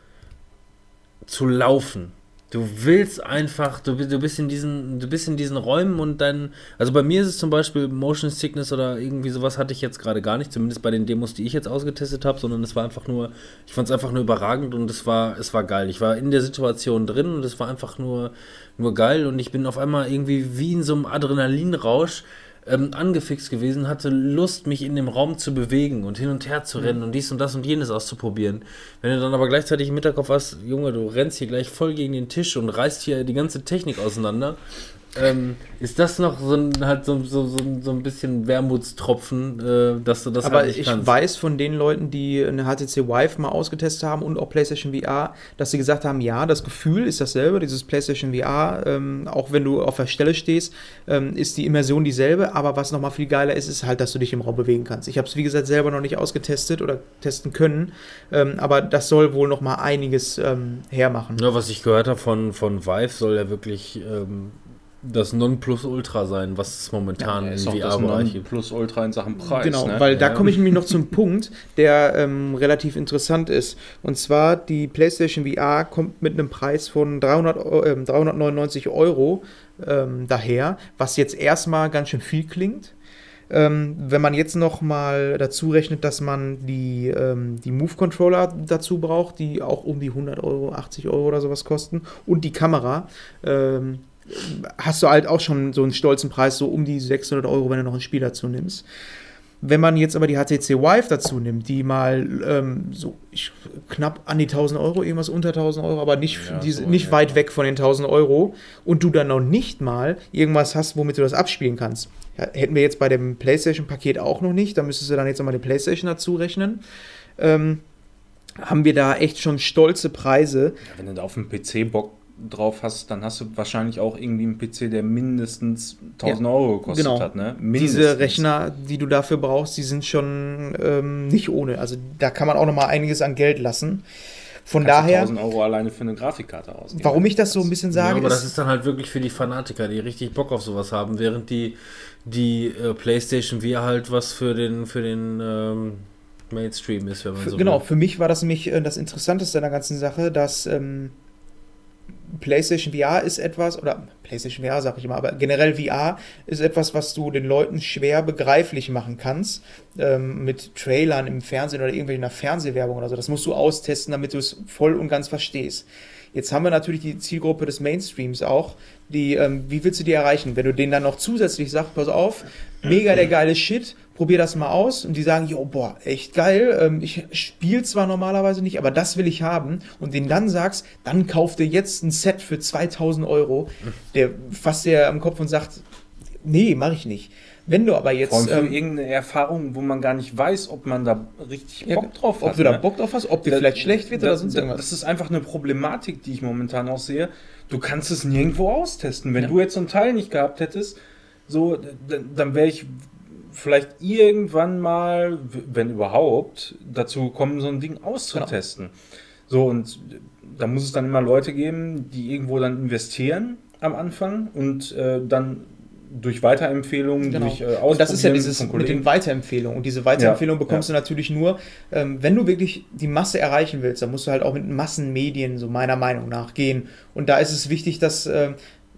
zu laufen. Du willst einfach, du, du bist in diesen, du bist in diesen Räumen und dann, also bei mir ist es zum Beispiel Motion Sickness oder irgendwie sowas hatte ich jetzt gerade gar nicht, zumindest bei den Demos, die ich jetzt ausgetestet habe, sondern es war einfach nur, ich fand es einfach nur überragend und es war, es war geil. Ich war in der Situation drin und es war einfach nur, nur geil und ich bin auf einmal irgendwie wie in so einem Adrenalinrausch ähm, angefixt gewesen, hatte Lust, mich in dem Raum zu bewegen und hin und her zu rennen und dies und das und jenes auszuprobieren. Wenn du dann aber gleichzeitig im Hinterkopf hast, Junge, du rennst hier gleich voll gegen den Tisch und reißt hier die ganze Technik auseinander, ähm, ist das noch so ein, halt so, so, so, so ein bisschen Wermutstropfen, äh, dass du das Aber halt nicht ich kannst. weiß von den Leuten, die eine H T C Vive mal ausgetestet haben und auch PlayStation V R, dass sie gesagt haben, ja, das Gefühl ist dasselbe, dieses PlayStation V R, ähm, auch wenn du auf der Stelle stehst, ähm, ist die Immersion dieselbe, aber was nochmal viel geiler ist, ist halt, dass du dich im Raum bewegen kannst. Ich habe es, wie gesagt, selber noch nicht ausgetestet oder testen können, ähm, aber das soll wohl nochmal einiges ähm, hermachen. Ja, was ich gehört habe von, von Vive, soll ja wirklich ähm, das Nonplusultra sein, was es momentan Ja, ist im auch das V R-Bereich gibt. Plus Ultra in Sachen Preis. Genau, ne? weil da Ja. komme ich nämlich noch zum Punkt, der ähm, relativ interessant ist. Und zwar, die PlayStation V R kommt mit einem Preis von dreihundert, äh, dreihundertneunundneunzig Euro ähm, daher, was jetzt erstmal ganz schön viel klingt. Ähm, wenn man jetzt noch mal dazu rechnet, dass man die, ähm, die Move-Controller dazu braucht, die auch um die hundert Euro, achtzig Euro oder sowas kosten, und die Kamera, ähm, hast du halt auch schon so einen stolzen Preis, so um die sechshundert Euro, wenn du noch ein Spiel dazu nimmst. Wenn man jetzt aber die H T C Vive dazu nimmt, die mal ähm, so ich, knapp an die tausend Euro, irgendwas unter tausend Euro, aber nicht, Ja, die, so, nicht ja. weit weg von den tausend Euro, und du dann noch nicht mal irgendwas hast, womit du das abspielen kannst. Ja, hätten wir jetzt bei dem PlayStation-Paket auch noch nicht, da müsstest du dann jetzt nochmal die PlayStation dazu rechnen. Ähm, haben wir da echt schon stolze Preise. Ja, wenn du da auf dem P C Bock drauf hast, dann hast du wahrscheinlich auch irgendwie einen P C, der mindestens tausend Euro gekostet genau. hat. Ne? Mindestens. Diese Rechner, die du dafür brauchst, die sind schon ähm, nicht ohne. Also da kann man auch noch mal einiges an Geld lassen. Von Kannst du daher, tausend Euro alleine für eine Grafikkarte ausgeben. warum ich das so ein bisschen Ja, sage, aber das ist, ist dann halt wirklich für die Fanatiker, die richtig Bock auf sowas haben, während die, die äh, PlayStation V R halt was für den, für den ähm, Mainstream ist, wenn man für, so genau, will. für mich war das nämlich äh, das Interessanteste an der ganzen Sache, dass ähm, PlayStation V R ist etwas, oder PlayStation V R sage ich immer, aber generell V R ist etwas, was du den Leuten schwer begreiflich machen kannst, ähm, mit Trailern im Fernsehen oder irgendwelcher Fernsehwerbung oder so. Das musst du austesten, damit du es voll und ganz verstehst. Jetzt haben wir natürlich die Zielgruppe des Mainstreams auch, die, ähm, wie willst du die erreichen? Wenn du denen dann noch zusätzlich sagst, pass auf, mega der geile Shit, probier das mal aus, und die sagen, jo, boah, echt geil, ähm, ich spiele zwar normalerweise nicht, aber das will ich haben, und denen dann sagst, dann kauf dir jetzt ein Set für zweitausend Euro, der fasst dir am Kopf und sagt, nee, mach ich nicht. Wenn du aber jetzt... Vor allem für ähm, irgendeine Erfahrung, wo man gar nicht weiß, ob man da richtig ja, Bock drauf ob hat. du da ne? Bock drauf hast, ob dir Da- vielleicht schlecht wird da- oder sonst da- irgendwas. Das ist einfach eine Problematik, die ich momentan auch sehe. Du kannst es nirgendwo austesten. Wenn Ja. du jetzt so ein Teil nicht gehabt hättest, so, d- dann wäre ich vielleicht irgendwann mal, w- wenn überhaupt, dazu gekommen, so ein Ding auszutesten. So, und da muss es dann immer Leute geben, die irgendwo dann investieren am Anfang und äh, dann durch Weiterempfehlungen, Genau. durch äh, Und das ist ja Ausprobieren dieses von mit Kollegen. den Weiterempfehlungen. Und diese Weiterempfehlungen Ja, bekommst ja. du natürlich nur, ähm, wenn du wirklich die Masse erreichen willst. Dann musst du halt auch mit Massenmedien, so meiner Meinung nach, gehen. Und da ist es wichtig, dass, ähm,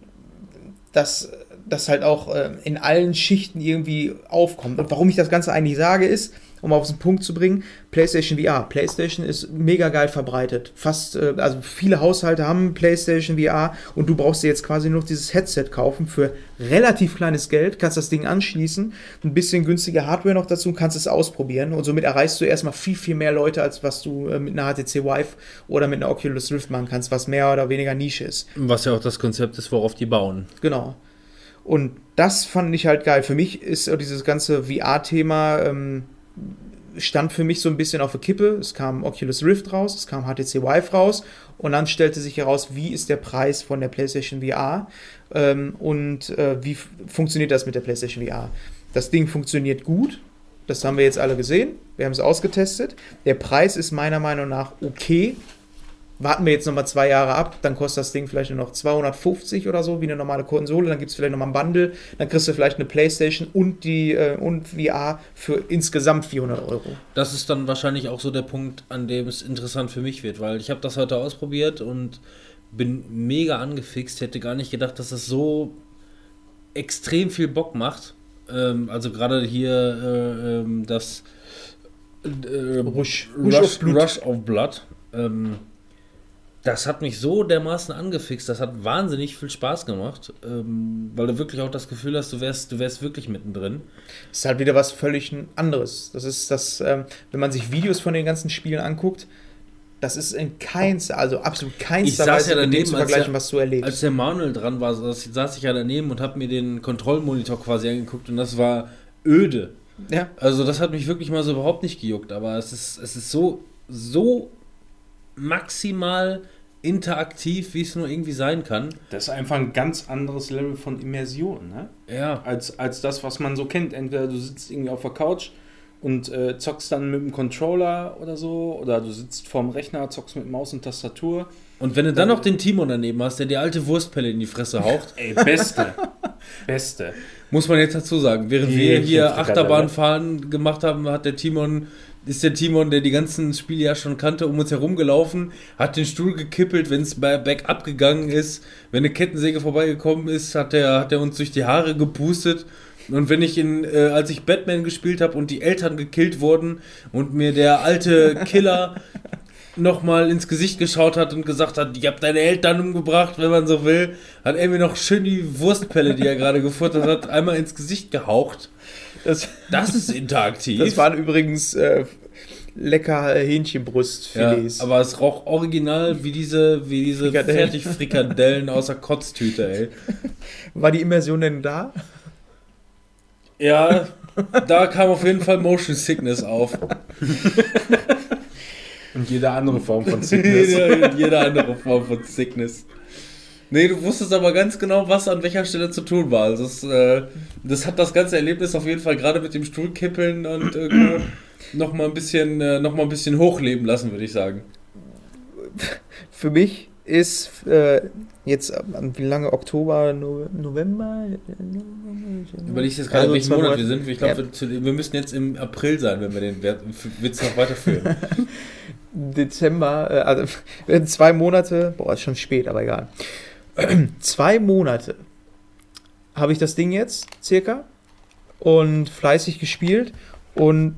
dass das halt auch äh, in allen Schichten irgendwie aufkommt. Und warum ich das Ganze eigentlich sage, ist, um auf den Punkt zu bringen, PlayStation V R. PlayStation ist mega geil verbreitet. Fast, äh, also viele Haushalte haben PlayStation V R und du brauchst dir jetzt quasi nur noch dieses Headset kaufen für relativ kleines Geld, kannst das Ding anschließen, ein bisschen günstige Hardware noch dazu, kannst es ausprobieren und somit erreichst du erstmal viel, viel mehr Leute, als was du äh, mit einer H T C Vive oder mit einer Oculus Rift machen kannst, was mehr oder weniger Nische ist. Was ja auch das Konzept ist, worauf die bauen. Genau. Und das fand ich halt geil. Für mich ist dieses ganze V R-Thema ähm, stand für mich so ein bisschen auf der Kippe. Es kam Oculus Rift raus, es kam H T C Vive raus und dann stellte sich heraus, wie ist der Preis von der PlayStation V R ähm, und äh, wie f- funktioniert das mit der PlayStation V R. Das Ding funktioniert gut, das haben wir jetzt alle gesehen, wir haben es ausgetestet. Der Preis ist meiner Meinung nach okay. Warten wir jetzt nochmal zwei Jahre ab, dann kostet das Ding vielleicht nur noch zweihundertfünfzig oder so, wie eine normale Konsole, dann gibt es vielleicht nochmal ein Bundle, dann kriegst du vielleicht eine PlayStation und die äh, und V R für insgesamt vierhundert Euro. Das ist dann wahrscheinlich auch so der Punkt, an dem es interessant für mich wird, weil ich habe das heute ausprobiert und bin mega angefixt, hätte gar nicht gedacht, dass es so extrem viel Bock macht. Ähm, also gerade hier äh, ähm, das äh, Rush, Rush, Rush of Blood. Rush of Blood. Ähm, das hat mich so dermaßen angefixt, das hat wahnsinnig viel Spaß gemacht, ähm, weil du wirklich auch das Gefühl hast, du wärst, du wärst wirklich mittendrin. Das ist halt wieder was völlig anderes. Das ist das, ähm, wenn man sich Videos von den ganzen Spielen anguckt, das ist in keinster, also absolut keinster Weise ja daneben, zu vergleichen, der, was du erlebst. Als der Manuel dran war, saß, saß ich ja daneben und habe mir den Kontrollmonitor quasi angeguckt und das war öde. Ja. Also das hat mich wirklich mal so überhaupt nicht gejuckt, aber es ist, es ist so, so maximal interaktiv, wie es nur irgendwie sein kann. Das ist einfach ein ganz anderes Level von Immersion, ne? Ja. Als, als das, was man so kennt. Entweder du sitzt irgendwie auf der Couch und äh, zockst dann mit dem Controller oder so, oder du sitzt vorm Rechner, zockst mit Maus und Tastatur. Und wenn du dann noch den Timon daneben hast, der die alte Wurstpelle in die Fresse haucht. Ey, beste. Beste. Muss man jetzt dazu sagen. Während Die wir hier Frikadelle. Achterbahnfahren gemacht haben, hat der Timon, ist der Timon, der die ganzen Spiele ja schon kannte, um uns herumgelaufen, hat den Stuhl gekippelt, wenn es bei Backup gegangen ist. Wenn eine Kettensäge vorbeigekommen ist, hat er hat er uns durch die Haare gepustet. Und wenn ich in, äh, als ich Batman gespielt habe und die Eltern gekillt wurden und mir der alte Killer nochmal ins Gesicht geschaut hat und gesagt hat, ich hab deine Eltern umgebracht, wenn man so will, hat er mir noch schön die Wurstpelle, die er gerade gefuttert hat, einmal ins Gesicht gehaucht. Das, Das ist interaktiv. das waren übrigens äh, lecker Hähnchenbrustfilets. Ja, aber es roch original wie diese, wie diese Frikadellen. Fertigfrikadellen aus der Kotztüte, ey. War die Immersion denn da? Ja, da kam auf jeden Fall Motion Sickness auf. Und jede andere Form von Sickness. jede, jede andere Form von Sickness. Nee, du wusstest aber ganz genau, was an welcher Stelle zu tun war. Also das, äh, das hat das ganze Erlebnis auf jeden Fall gerade mit dem Stuhlkippeln und irgendwo noch mal ein bisschen, äh, noch mal ein bisschen hochleben lassen, würde ich sagen. Für mich ist äh, jetzt, äh, wie lange? Oktober, no, November? Überlegst jetzt gerade, Also welchen zwei Monat Monate. wir sind. Ich glaube, Ja. wir, zu- wir müssen jetzt im April sein, wenn wir den Witz noch weiterführen. Dezember, äh, also in zwei Monate, boah, ist schon spät, aber egal. Zwei Monate habe ich das Ding jetzt, circa, und fleißig gespielt und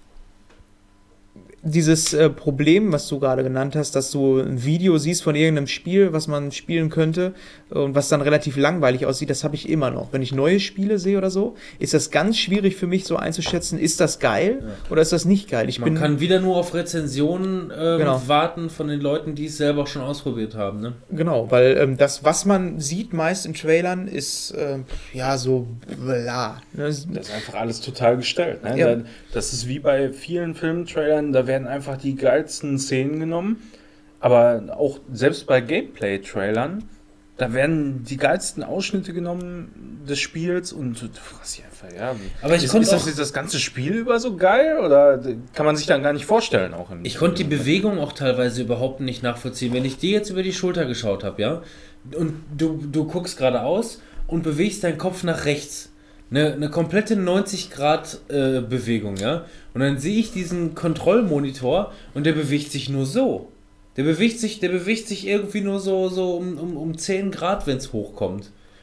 dieses äh, Problem, was du gerade genannt hast, dass du ein Video siehst von irgendeinem Spiel, was man spielen könnte und was dann relativ langweilig aussieht, das habe ich immer noch. Wenn ich neue Spiele sehe oder so, ist das ganz schwierig für mich so einzuschätzen, ist das geil Ja. oder ist das nicht geil? Ich Man bin kann wieder nur auf Rezensionen ähm, Genau. warten von den Leuten, die es selber auch schon ausprobiert haben. Ne? Genau, weil ähm, das, was man sieht meist in Trailern, ist ähm, ja so bla. Ne? Das ist einfach alles total gestellt. Ne? Ja. Da, das ist wie bei vielen Filmtrailern, da werden einfach die geilsten Szenen genommen. Aber auch selbst bei Gameplay-Trailern, da werden die geilsten Ausschnitte genommen des Spiels und du fragst dich einfach, ja. Aber ich ist, konnte ist das auch- jetzt das ganze Spiel über so geil oder kann man sich dann gar nicht vorstellen? Auch im, Ich konnte die Bewegung auch teilweise überhaupt nicht nachvollziehen. Wenn ich dir jetzt über die Schulter geschaut habe, ja, und du, du guckst geradeaus und bewegst deinen Kopf nach rechts. Eine, eine komplette neunzig Grad äh, Bewegung, ja. Und dann sehe ich diesen Kontrollmonitor und der bewegt sich nur so. Der bewegt sich, der bewegt sich irgendwie nur so, so um, um, um zehn Grad, wenn es hochkommt.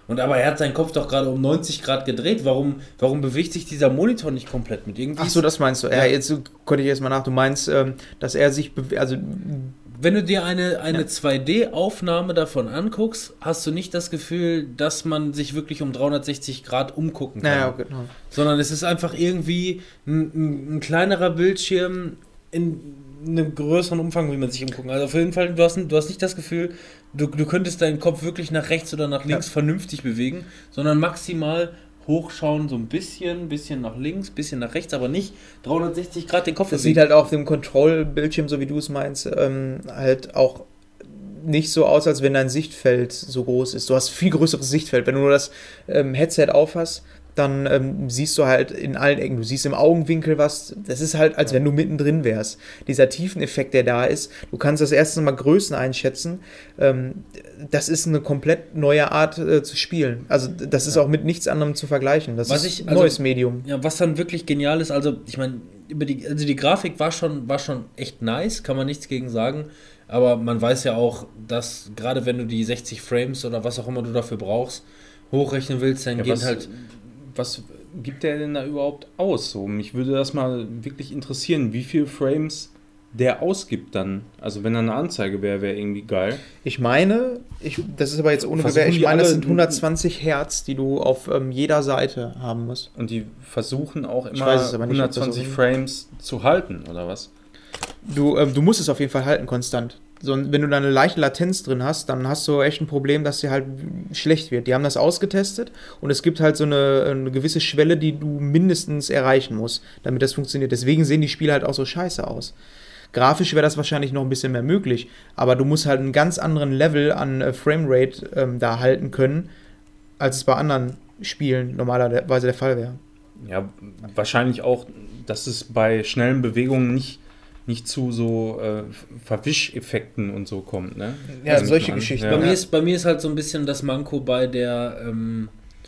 Und aber er hat seinen Kopf doch gerade um neunzig Grad gedreht. Warum, warum bewegt sich dieser Monitor nicht komplett mit? Irgendwie Ach so, das meinst du. Ja, Ja. jetzt konnte ich jetzt mal nach. Du meinst, ähm, dass er sich, bewe- also Wenn du dir eine, eine Ja. zwei D-Aufnahme davon anguckst, hast du nicht das Gefühl, dass man sich wirklich um dreihundertsechzig Grad umgucken kann. naja, genau. Sondern es ist einfach irgendwie ein, ein, ein kleinerer Bildschirm in einem größeren Umfang, wie man sich umgucken. Also auf jeden Fall, du hast, du hast nicht das Gefühl, du, du könntest deinen Kopf wirklich nach rechts oder nach links Ja. vernünftig bewegen, sondern maximal hochschauen, so ein bisschen, bisschen nach links, bisschen nach rechts, aber nicht dreihundertsechzig Grad den Kopf Das sieht halt auf dem Control-Bildschirm, so wie du es meinst, ähm, halt auch nicht so aus, als wenn dein Sichtfeld so groß ist. Du hast viel größeres Sichtfeld. Wenn du nur das ähm, Headset auf hast, dann ähm, siehst du halt in allen Ecken, du siehst im Augenwinkel was, das ist halt, als wenn du mittendrin wärst. Dieser Tiefeneffekt, der da ist, du kannst das erste Mal Größen einschätzen, ähm, das ist eine komplett neue Art äh, zu spielen. Also das ist Ja. auch mit nichts anderem zu vergleichen. Das Was ist ich- ein also- neues Medium. Ja, was dann wirklich genial ist, also ich meine, über die, also die Grafik war schon, war schon echt nice, kann man nichts gegen sagen, aber man weiß ja auch, dass gerade wenn du die sechzig Frames oder was auch immer du dafür brauchst, hochrechnen willst, dann Ja, geht was, halt... was gibt der denn da überhaupt aus? So, mich würde das mal wirklich interessieren, wie viele Frames der ausgibt dann. Also wenn da eine Anzeige wäre, wäre irgendwie geil. Ich meine, ich, das ist aber jetzt ohne Versuchen Gewehr, ich die meine, das alle- sind hundertzwanzig Hertz, die du auf ähm, jeder Seite haben musst. Und die versuchen auch Ich immer weiß es aber nicht, ob das hundertzwanzig so- Frames zu halten, oder was? Du, ähm, du musst es auf jeden Fall halten, konstant. So, und wenn du da eine leichte Latenz drin hast, dann hast du echt ein Problem, dass sie halt schlecht wird. Die haben das ausgetestet und es gibt halt so eine, eine gewisse Schwelle, die du mindestens erreichen musst, damit das funktioniert. Deswegen sehen die Spiele halt auch so scheiße aus. Grafisch wäre das wahrscheinlich noch ein bisschen mehr möglich, aber du musst halt einen ganz anderen Level an äh, Framerate ähm, da halten können, als es bei anderen Spielen normalerweise der Fall wäre. Ja, wahrscheinlich auch, dass es bei schnellen Bewegungen nicht, nicht zu so äh, Verwischeffekten und so kommt, ne? Ja, Also solche an- Geschichten. Bei, Ja. mir ist, bei mir ist halt so ein bisschen das Manko bei der, ähm,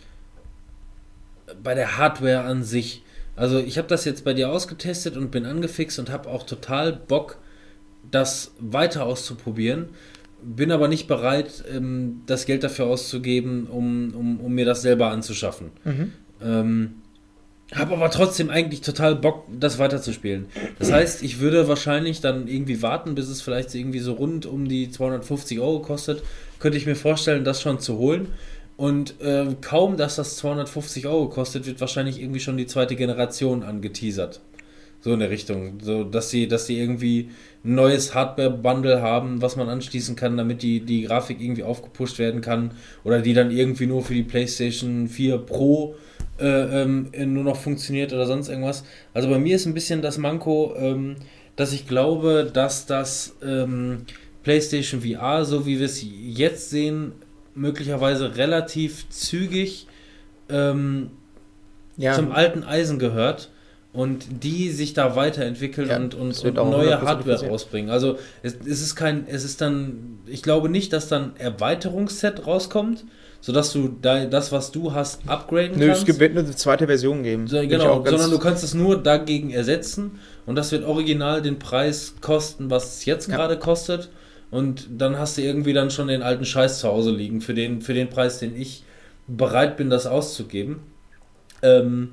bei der Hardware an sich. Also ich habe das jetzt bei dir ausgetestet und bin angefixt und habe auch total Bock, das weiter auszuprobieren. Bin aber nicht bereit, ähm, das Geld dafür auszugeben, um, um, um mir das selber anzuschaffen. Mhm. Ähm, habe aber trotzdem eigentlich total Bock, das weiterzuspielen. Das heißt, ich würde wahrscheinlich dann irgendwie warten, bis es vielleicht irgendwie so rund um die zweihundertfünfzig Euro kostet. Könnte ich mir vorstellen, das schon zu holen. Und äh, kaum, dass das zweihundertfünfzig Euro kostet, wird wahrscheinlich irgendwie schon die zweite Generation angeteasert. So in der Richtung. So, dass sie, dass sie irgendwie ein neues Hardware-Bundle haben, was man anschließen kann, damit die, die Grafik irgendwie aufgepusht werden kann. Oder die dann irgendwie nur für die PlayStation vier Pro äh, ähm, nur noch funktioniert oder sonst irgendwas. Also bei mir ist ein bisschen das Manko, ähm, dass ich glaube, dass das ähm, PlayStation V R, so wie wir es jetzt sehen, möglicherweise relativ zügig ähm, Ja, zum alten Eisen gehört und die sich da weiterentwickeln Ja, und, und, das wird und auch neue hundertprozentig Hardware passieren. rausbringen. Also es, es ist kein, es ist dann, ich glaube nicht, dass dann Erweiterungsset rauskommt, sodass du da, das, was du hast, upgraden nö, kannst. es gibt- wird eine zweite Version geben. So, Bin ich genau, auch ganz- sondern du kannst es nur dagegen ersetzen und das wird original den Preis kosten, was es jetzt Ja. gerade kostet und dann hast du irgendwie dann schon den alten Scheiß zu Hause liegen für den, für den Preis, den ich bereit bin, das auszugeben. Ähm,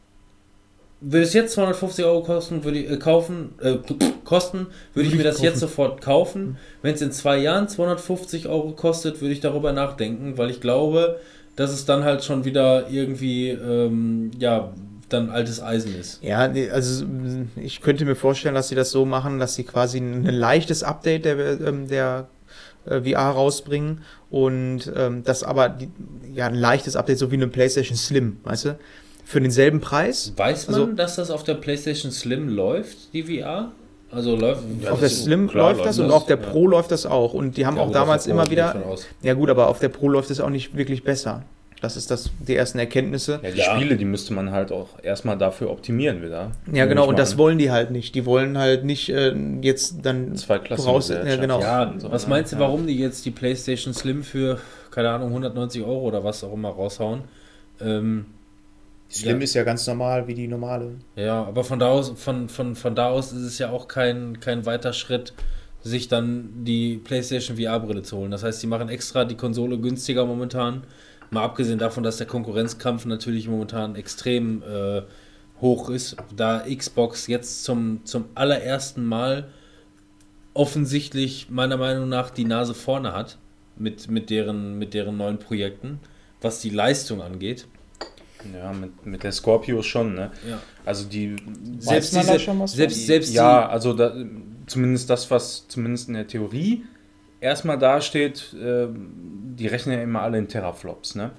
würde es jetzt zweihundertfünfzig Euro kosten, würde ich, äh, kaufen, äh, kosten, würde ich mir das jetzt sofort kaufen. Wenn es in zwei Jahren zweihundertfünfzig Euro kostet, würde ich darüber nachdenken, weil ich glaube, dass es dann halt schon wieder irgendwie, ähm, ja, dann altes Eisen ist. Ja, nee, also ich könnte mir vorstellen, dass sie das so machen, dass sie quasi ein leichtes Update der, ähm, der äh, V R rausbringen und ähm, das aber die, ja ein leichtes Update, so wie eine PlayStation Slim, weißt du? Für denselben Preis. Weiß man, Also- dass das auf der PlayStation Slim läuft, die V R? Also läuft... Ja, Auf der das ist Slim klar, läuft das läuft und das, auf der ja. Pro läuft das auch. Und die haben Ja, auch gut, damals auf der Pro immer gehe ich wieder. von aus. Ja, gut, aber auf der Pro läuft es auch nicht wirklich besser. Das ist das, die ersten Erkenntnisse. Ja, die Ja. Spiele, die müsste man halt auch erstmal dafür optimieren wieder. Ja, genau, und das wollen wollen die halt nicht. Die wollen halt nicht äh, jetzt dann voraus. Ja, genau. Ja, So, was ne? meinst du, Ja. warum die jetzt die PlayStation Slim für, keine Ahnung, hundertneunzig Euro oder was auch immer raushauen? Ähm, Slim Ja. ist ja ganz normal wie die normale. ja, aber von da aus, von, von, von da aus ist es ja auch kein, kein weiter Schritt, sich dann die PlayStation V R-Brille zu holen. Das heißt, die machen extra die Konsole günstiger momentan, Mal abgesehen davon, dass der Konkurrenzkampf natürlich momentan extrem äh, hoch ist, da Xbox jetzt zum, zum allerersten Mal offensichtlich meiner Meinung nach die Nase vorne hat mit, mit, deren, mit deren neuen Projekten, was die Leistung angeht. Ja, mit, mit der Scorpio schon, ne? Ja. Also die... Selbst man diese, da schon was selbst, von? selbst ja, also da, zumindest das, was zumindest in der Theorie erstmal dasteht, äh, die rechnen ja immer alle in Teraflops, ne?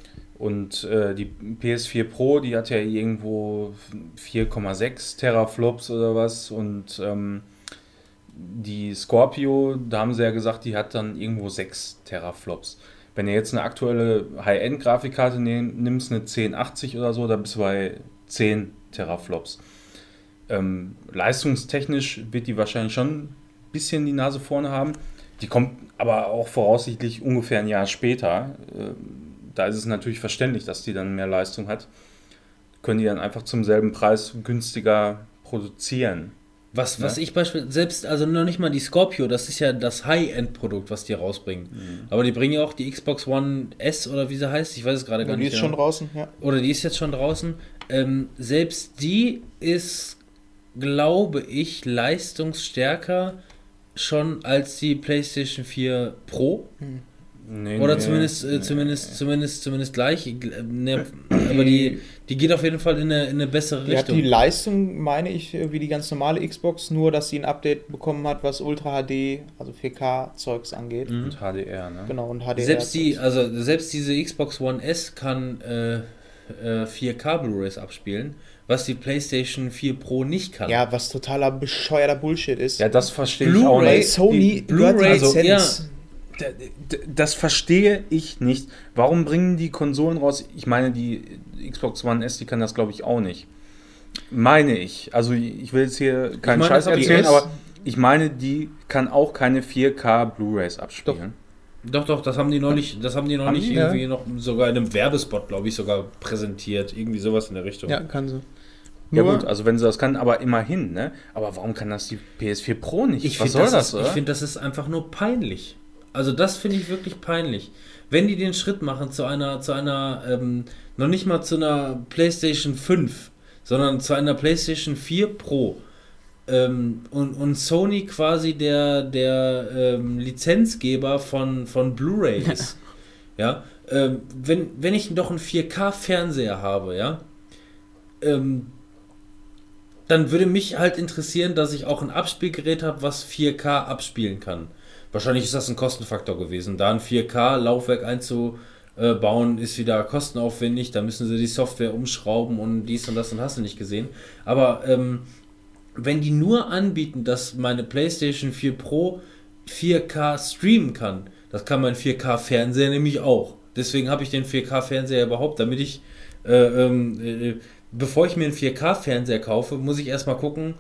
Und äh, die P S vier Pro, die hat ja irgendwo vier Komma sechs Teraflops oder was und ähm, die Scorpio, da haben sie ja gesagt, die hat dann irgendwo sechs Teraflops. Wenn du jetzt eine aktuelle High-End-Grafikkarte nehm, nimmst, eine zehn achtzig oder so, dann bist du bei zehn Teraflops. Ähm, leistungstechnisch wird die wahrscheinlich schon ein bisschen die Nase vorne haben. Die kommt aber auch voraussichtlich ungefähr ein Jahr später. Ähm, da ist es natürlich verständlich, dass die dann mehr Leistung hat. Können die dann einfach zum selben Preis günstiger produzieren. Was, was Ja. ich beispielsweise, selbst, also noch nicht mal die Scorpio, das ist ja das High-End-Produkt, was die rausbringen. Mhm. Aber die bringen ja auch die Xbox One S oder wie sie heißt, ich weiß es gerade gar die nicht. ist schon draußen, ja. Oder die ist jetzt schon draußen. Ähm, selbst die ist, glaube ich, leistungsstärker schon als die PlayStation vier Pro. Nee, Oder nee, zumindest, äh, nee. zumindest, zumindest, zumindest gleich. Äh, ne, aber die, die geht auf jeden Fall in eine, in eine bessere Die hat Richtung. die Leistung, meine ich, wie die ganz normale Xbox, nur dass sie ein Update bekommen hat, was Ultra H D, also vier K-Zeugs angeht. Mhm. Und H D R, ne? Genau, und H D R. Selbst die, also selbst diese Xbox One S kann äh, äh, vier K Blu-rays abspielen, was die PlayStation vier Pro nicht kann. Ja, was totaler bescheuerter Bullshit ist. Ja, das verstehe ich auch Blu-ray, Weil nicht. Sony die Blu-ray, gehört die also, Lizenz. D- d- Das verstehe ich nicht. Warum bringen die Konsolen raus? Ich meine, die Xbox One S, die kann das, glaube ich, auch nicht. Meine ich. Also ich will jetzt hier keinen meine, Scheiß die erzählen, S- aber ich meine, die kann auch keine vier K Blu-rays abspielen. Doch, doch, das haben die neulich, das haben die neulich Haben die? irgendwie noch sogar in einem Werbespot, glaube ich, sogar präsentiert. Irgendwie sowas in der Richtung. Ja, kann sie. Ja Nur- gut, also wenn sie das kann, aber immerhin, ne? Aber warum kann das die P S vier Pro nicht? Ich Was finde, soll das, das, ist- ich oder? find, das ist einfach nur peinlich. Also das finde ich wirklich peinlich. Wenn die den Schritt machen zu einer, zu einer, ähm, noch nicht mal zu einer PlayStation fünf, sondern zu einer PlayStation vier Pro ähm, und, und Sony quasi der, der ähm, Lizenzgeber von, von Blu-ray ist, ja, ähm, wenn, wenn ich doch einen vier K Fernseher habe, ja, ähm, dann würde mich halt interessieren, dass ich auch ein Abspielgerät habe, was vier K abspielen kann. Wahrscheinlich ist das ein Kostenfaktor gewesen. Da ein vier K Laufwerk einzubauen, ist wieder kostenaufwendig. Da müssen sie die Software umschrauben und dies und das und hast du nicht gesehen. Aber ähm, wenn die nur anbieten, dass meine PlayStation vier Pro vier K streamen kann, das kann mein vier K Fernseher nämlich auch. Deswegen habe ich den vier K Fernseher überhaupt, damit ich äh, ähm, äh, bevor ich mir einen vier K Fernseher kaufe, muss ich erstmal gucken,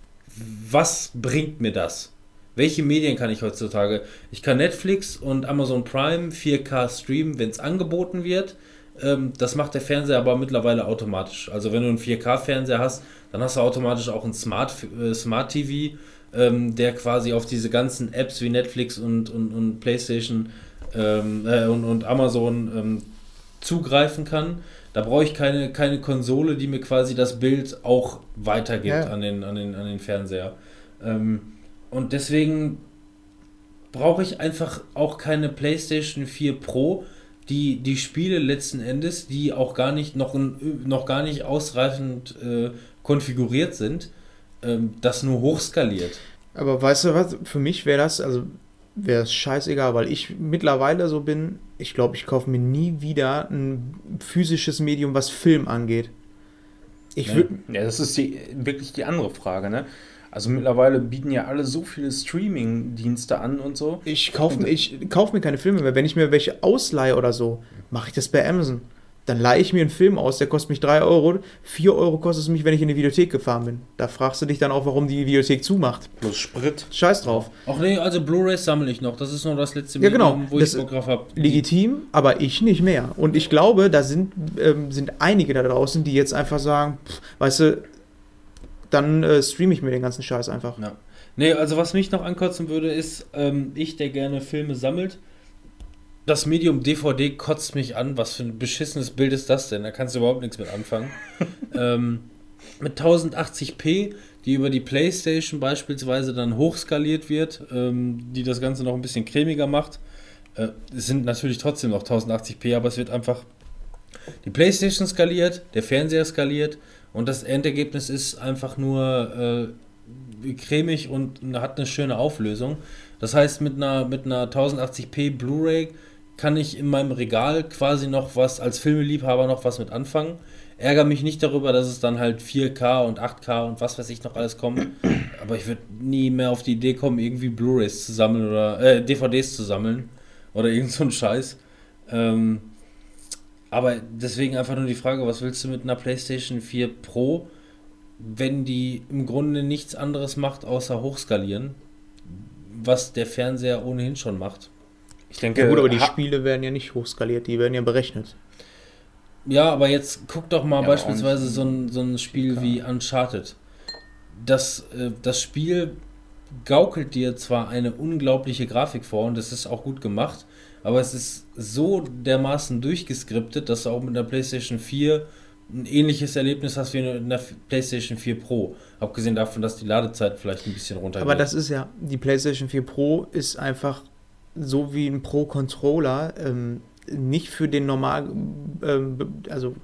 was bringt mir das? Welche Medien kann ich heutzutage? Ich kann Netflix und Amazon Prime vier K streamen, wenn es angeboten wird. Ähm, das macht der Fernseher aber mittlerweile automatisch. Also wenn du einen vier K Fernseher hast, dann hast du automatisch auch einen Smart, äh, Smart T V, ähm, der quasi auf diese ganzen Apps wie Netflix und, und, und PlayStation ähm, äh, und, und Amazon ähm, zugreifen kann. Da brauche ich keine, keine Konsole, die mir quasi das Bild auch weitergibt Ja. an, den, an, den, an den Fernseher. Ähm, und deswegen brauche ich einfach auch keine PlayStation vier Pro, die die Spiele letzten Endes, die auch gar nicht noch, noch gar nicht ausreichend äh, konfiguriert sind, ähm, das nur hochskaliert. Aber weißt du was, für mich wäre das, also wäre es scheißegal, weil ich mittlerweile so bin, ich glaube, ich kaufe mir nie wieder ein physisches Medium, was Film angeht. Ich Nee. würde, Ja, das ist die, wirklich die andere Frage, ne? Also mittlerweile bieten ja alle so viele Streaming-Dienste an und so. ich kaufe ich kauf mir keine Filme mehr. Wenn ich mir welche ausleihe oder so, mache ich das bei Amazon. Dann leihe ich mir einen Film aus, der kostet mich drei Euro. vier Euro kostet es mich, wenn ich in die Videothek gefahren bin. Da fragst du dich dann auch, warum die Videothek zumacht. Plus Sprit. Scheiß drauf. Ach nee, also Blu-rays sammle ich noch. Das ist noch das letzte Ja, genau. wo Das- ich Bock drauf habe. Legitim, aber ich nicht mehr. Und ich glaube, da sind, ähm, sind einige da draußen, die jetzt einfach sagen, pff, weißt du, dann äh, streame ich mir den ganzen Scheiß einfach. Ja. Nee, also was mich noch ankotzen würde, ist, ähm, ich, der gerne Filme sammelt, Das Medium D V D kotzt mich an. Was für ein beschissenes Bild ist das denn? Da kannst du überhaupt nichts mit anfangen. ähm, mit tausendachtzig p, die über die PlayStation beispielsweise dann hochskaliert wird, ähm, die das Ganze noch ein bisschen cremiger macht. Äh, es sind natürlich trotzdem noch tausendachtzig p, aber es wird einfach die PlayStation skaliert, der Fernseher skaliert und das Endergebnis ist einfach nur äh, cremig und hat eine schöne Auflösung. Das heißt, mit einer, mit einer tausendachtzig p Blu-ray kann ich in meinem Regal quasi noch was, als Filmeliebhaber noch was mit anfangen. Ärgere mich nicht darüber, dass es dann halt vier K und acht K und was weiß ich noch alles kommt. Aber ich würde nie mehr auf die Idee kommen, irgendwie Blu-rays zu sammeln oder äh, D V Ds zu sammeln oder irgend so ein Scheiß. Ähm, aber deswegen einfach nur die Frage, was willst du mit einer PlayStation vier Pro, wenn die im Grunde nichts anderes macht, außer hochskalieren, was der Fernseher ohnehin schon macht. Ich denke, Ja gut, aber die ha- Spiele werden ja nicht hochskaliert, die werden ja berechnet. Ja, aber jetzt guck doch mal Ja, beispielsweise aber auch so ein, so ein Spiel klar. wie Uncharted. Das, äh, das Spiel gaukelt dir zwar eine unglaubliche Grafik vor und es ist auch gut gemacht, aber es ist so dermaßen durchgeskriptet, dass du auch mit der PlayStation vier ein ähnliches Erlebnis hast wie in der PlayStation vier Pro. Abgesehen davon, dass die Ladezeit vielleicht ein bisschen runtergeht. Aber das ist ja, die PlayStation vier Pro ist einfach so wie ein Pro-Controller, ähm, nicht für den normal, ähm, also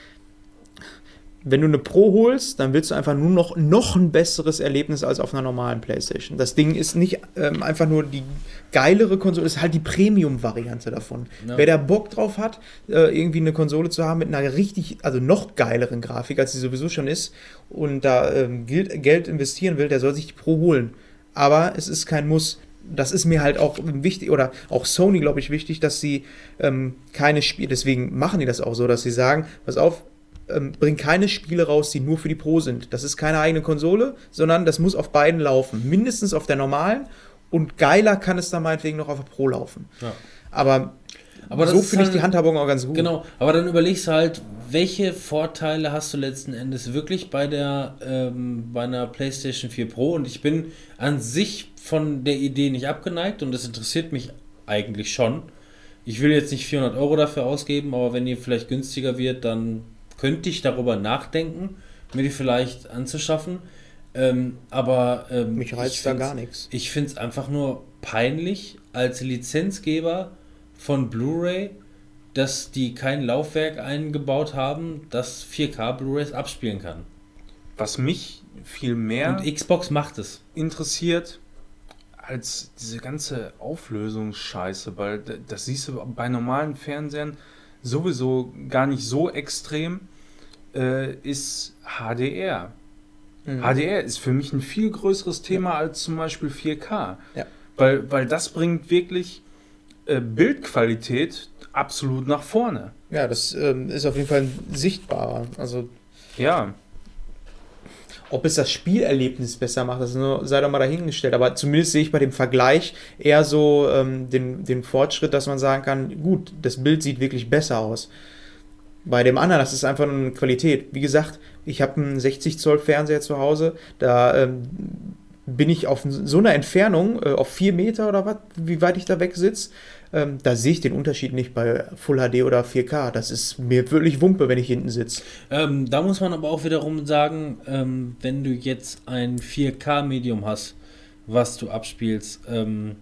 wenn du eine Pro holst, dann willst du einfach nur noch, noch ein besseres Erlebnis als auf einer normalen PlayStation. Das Ding ist nicht ähm, einfach nur die geilere Konsole, ist halt die Premium-Variante davon. Ja. Wer da Bock drauf hat, äh, irgendwie eine Konsole zu haben mit einer richtig, also noch geileren Grafik, als sie sowieso schon ist, und da ähm, Geld, Geld investieren will, der soll sich die Pro holen. Aber es ist kein Muss. Das ist mir halt auch wichtig, oder auch Sony, glaube ich, wichtig, dass sie ähm, keine Spiele, deswegen machen die das auch so, dass sie sagen, pass auf, ähm, bring keine Spiele raus, die nur für die Pro sind. Das ist keine eigene Konsole, sondern das muss auf beiden laufen. Mindestens auf der normalen und geiler kann es dann meinetwegen noch auf der Pro laufen. Ja. Aber, Aber das so ist finde ich halt- die Handhabung auch ganz gut. Genau, aber dann überlegst du halt, welche Vorteile hast du letzten Endes wirklich bei der ähm, bei einer PlayStation vier Pro, und ich bin an sich von der Idee nicht abgeneigt und das interessiert mich eigentlich schon. Ich will jetzt nicht vierhundert Euro dafür ausgeben, aber wenn die vielleicht günstiger wird, dann könnte ich darüber nachdenken, mir die vielleicht anzuschaffen. Ähm, aber ähm, Mich reizt ich da find's- gar nichts. Ich finde es einfach nur peinlich als Lizenzgeber von Blu-ray, dass die kein Laufwerk eingebaut haben, das vier K Blu-rays abspielen kann. was mich viel mehr Und Xbox macht es. interessiert als diese ganze Auflösungsscheiße, weil d- das siehst du bei normalen Fernsehern sowieso gar nicht so extrem, äh, ist H D R. Mhm. H D R ist für mich ein viel größeres Thema als zum Beispiel vier K. Ja. Weil, weil das bringt wirklich äh, Bildqualität absolut nach vorne. Ja, das ähm, ist auf jeden Fall sichtbarer. Also Ja, ob es das Spielerlebnis besser macht, das ist nur, sei doch mal dahingestellt. Aber zumindest sehe ich bei dem Vergleich eher so ähm, den, den Fortschritt, dass man sagen kann, gut, das Bild sieht wirklich besser aus. Bei dem anderen, das ist einfach nur eine Qualität. Wie gesagt, ich habe einen sechzig Zoll Fernseher zu Hause, da ähm, bin ich auf so einer Entfernung, äh, auf vier Meter oder was, wie weit ich da weg sitze, ähm, da sehe ich den Unterschied nicht bei Full H D oder vier K. Das ist mir wirklich Wumpe, wenn ich hinten sitze. Ähm, da muss man aber auch wiederum sagen, ähm, wenn du jetzt ein vier K Medium hast, was du abspielst, ähm,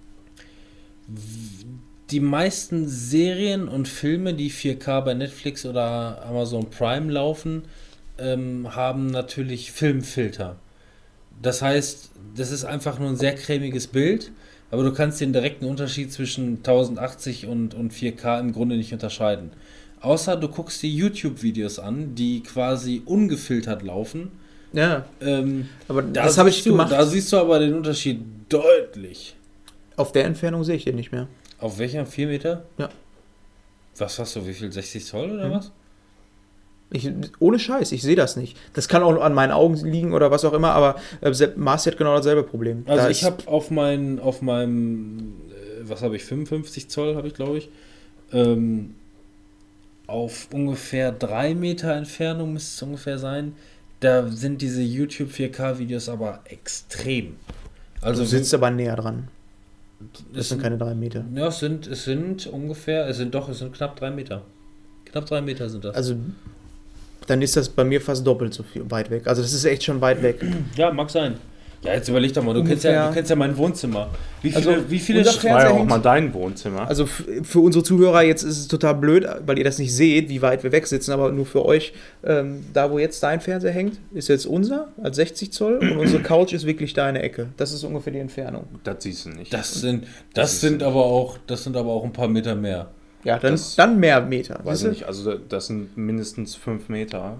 w- die meisten Serien und Filme, die vier K bei Netflix oder Amazon Prime laufen, ähm, haben natürlich Filmfilter. Das heißt, das ist einfach nur ein sehr cremiges Bild, aber du kannst den direkten Unterschied zwischen tausendachtzig und, und vier K im Grunde nicht unterscheiden. Außer du guckst dir YouTube-Videos an, die quasi ungefiltert laufen. Ja, Ähm, aber da das habe ich siehst du, gemacht. Da siehst du aber den Unterschied deutlich. Auf der Entfernung sehe ich den nicht mehr. Auf welcher? vier Meter? Ja. Was hast du, wie viel? sechzig Zoll oder Mhm. was? Ich, ohne Scheiß, ich sehe das nicht. Das kann auch an meinen Augen liegen oder was auch immer, aber äh, Sepp Marci hat genau dasselbe Problem. Also Da ich ist- habe auf, mein, auf meinem, äh, was habe ich, fünfundfünfzig Zoll habe ich, glaube ich, ähm, auf ungefähr drei Meter Entfernung müsste es ungefähr sein. Da sind diese YouTube vier K Videos aber extrem. Also du sitzt aber näher dran. Das sind keine drei Meter. Ja, es sind, es sind ungefähr, es sind doch, es sind knapp drei Meter. Knapp drei Meter sind das. Also, dann ist das bei mir fast doppelt so viel weit weg. Also, das ist echt schon weit weg. Ja, mag sein. Ja, jetzt überleg doch mal, du kennst ja, du kennst ja mein Wohnzimmer. Wie viele, Also, wie viele unser Schritte? War ja auch hängt- mal dein Wohnzimmer. Also f- für unsere Zuhörer jetzt ist es total blöd, weil ihr das nicht seht, wie weit wir weg sitzen, aber nur für euch, ähm, da wo jetzt dein Fernseher hängt, ist jetzt unser als sechzig Zoll und unsere Couch ist wirklich deine Ecke. Das ist ungefähr die Entfernung. Das siehst du nicht. Das sind, Das das ist- sind aber auch, das sind aber auch ein paar Meter mehr. Ja, dann, Das- dann mehr Meter. Weiß siehst ich du? nicht, also das sind mindestens fünf Meter.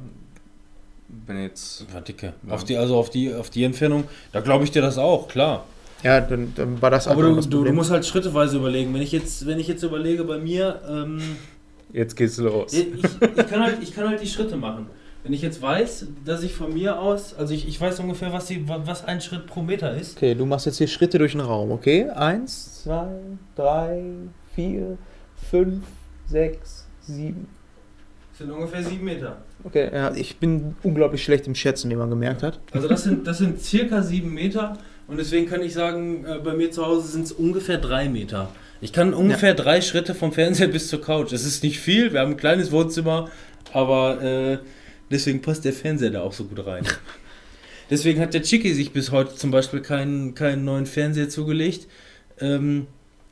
Wenn jetzt. War dicke. Ja. Auf die, also auf die, auf die Entfernung, da glaube ich dir das auch, klar. Ja, dann, dann war das Aber einfach du, das du, du Problem. musst halt schritteweise überlegen. Wenn ich jetzt, wenn ich jetzt überlege bei mir, ähm, Jetzt geht's los. ich, ich, kann halt, ich kann halt die Schritte machen. Wenn ich jetzt weiß, dass ich von mir aus, also ich, ich weiß ungefähr, was, die, was ein Schritt pro Meter ist. Okay, du machst jetzt hier Schritte durch den Raum, okay? Eins, zwei, drei, vier, fünf, sechs, sieben. Das sind ungefähr sieben Meter. Okay, ja, ich bin unglaublich schlecht im Schätzen, wie man gemerkt hat. Also das sind, das sind circa sieben Meter und deswegen kann ich sagen, äh, bei mir zu Hause sind es ungefähr drei Meter. Ich kann ungefähr drei Schritte vom Fernseher bis zur Couch. Es ist nicht viel, wir haben ein kleines Wohnzimmer, aber äh, deswegen passt der Fernseher da auch so gut rein. Deswegen hat der Chicky sich bis heute zum Beispiel keinen, keinen neuen Fernseher zugelegt, ähm,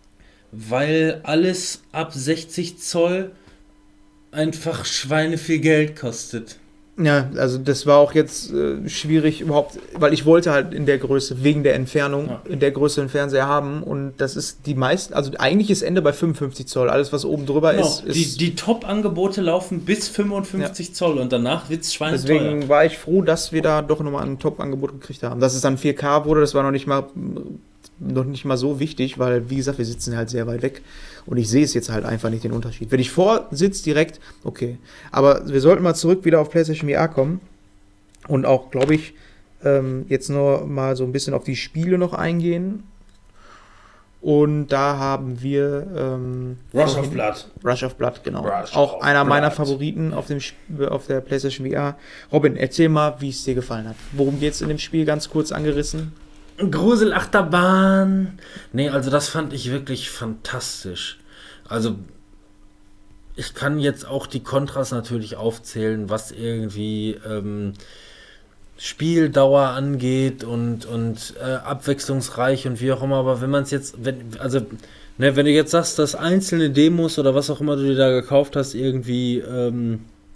weil alles ab sechzig Zoll einfach Schweine viel Geld kostet. Ja, also das war auch jetzt äh, schwierig überhaupt, weil ich wollte halt in der Größe, wegen der Entfernung, Ja. in der Größe einen Fernseher haben und das ist die meisten, also eigentlich ist Ende bei fünfundfünfzig Zoll, alles was oben drüber Genau, ist, die, ist die Top-Angebote laufen bis fünfundfünfzig Zoll und danach wird es schweineteuer. deswegen war ich froh, dass wir da doch nochmal ein Top-Angebot gekriegt haben. Dass es dann vier K wurde, das war noch nicht mal noch nicht mal so wichtig, weil wie gesagt, wir sitzen halt sehr weit weg und ich sehe es jetzt halt einfach nicht den Unterschied. Wenn ich vorsitze direkt, okay. Aber wir sollten mal zurück wieder auf PlayStation V R kommen und auch, glaube ich, ähm, jetzt nur mal so ein bisschen auf die Spiele noch eingehen. Und da haben wir ähm, Rush of Blood. Rush of Blood, genau. Rush auch of einer meiner Blood. Favoriten auf, dem, Sp- auf der PlayStation V R. Robin, erzähl mal, wie es dir gefallen hat. Worum geht es in dem Spiel, ganz kurz angerissen? Gruselachterbahn. Nee, also das fand ich wirklich fantastisch. Also ich kann jetzt auch die Kontras natürlich aufzählen, was irgendwie ähm, Spieldauer angeht und, und äh, abwechslungsreich und wie auch immer, aber wenn man es jetzt, wenn, also, ne, wenn du jetzt sagst, dass einzelne Demos oder was auch immer du dir da gekauft hast, irgendwie ähm,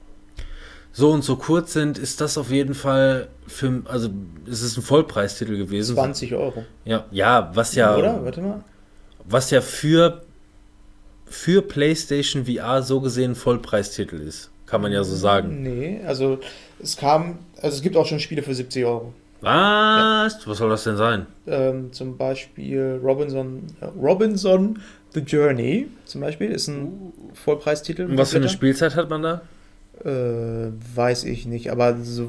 so und so kurz sind, ist das auf jeden Fall für, also es ist ein Vollpreistitel gewesen. zwanzig Euro. Ja, ja, was ja, Oder? Warte mal. was ja für, für PlayStation V R so gesehen ein Vollpreistitel ist, kann man ja so sagen. Nee, also es kam, also es gibt auch schon Spiele für siebzig Euro. Was? Was soll das denn sein? Ähm, zum Beispiel Robinson, äh, Robinson The Journey zum Beispiel ist ein Vollpreistitel. Und was für eine kompletter. Spielzeit hat man da? Äh, weiß ich nicht, aber so,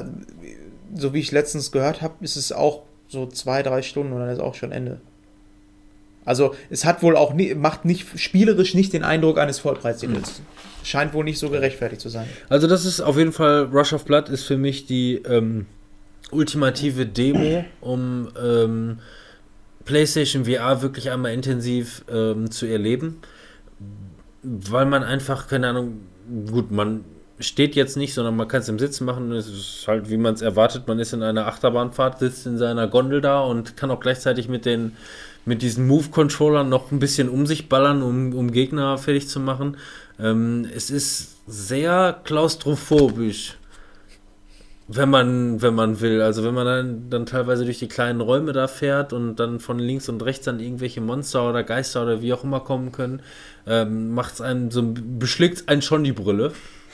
so wie ich letztens gehört habe, ist es auch so zwei, drei Stunden und dann ist auch schon Ende. Also es hat wohl auch nie, macht nicht spielerisch nicht den Eindruck eines Vollpreistitels. Scheint wohl nicht so gerechtfertigt zu sein. Also das ist auf jeden Fall, Rush of Blood ist für mich die ähm, ultimative Demo, um ähm, PlayStation V R wirklich einmal intensiv ähm, zu erleben, weil man einfach, keine Ahnung, gut, man steht jetzt nicht, sondern man kann es im Sitzen machen. Es ist halt, wie man es erwartet, man ist in einer Achterbahnfahrt, sitzt in seiner Gondel da und kann auch gleichzeitig mit den mit diesen Move-Controllern noch ein bisschen um sich ballern, um, um Gegner fertig zu machen. Ähm, es ist sehr klaustrophobisch, wenn man, wenn man will. Also wenn man dann, dann teilweise durch die kleinen Räume da fährt und dann von links und rechts dann irgendwelche Monster oder Geister oder wie auch immer kommen können, ähm, macht's einem so, beschlägt einen schon die Brille.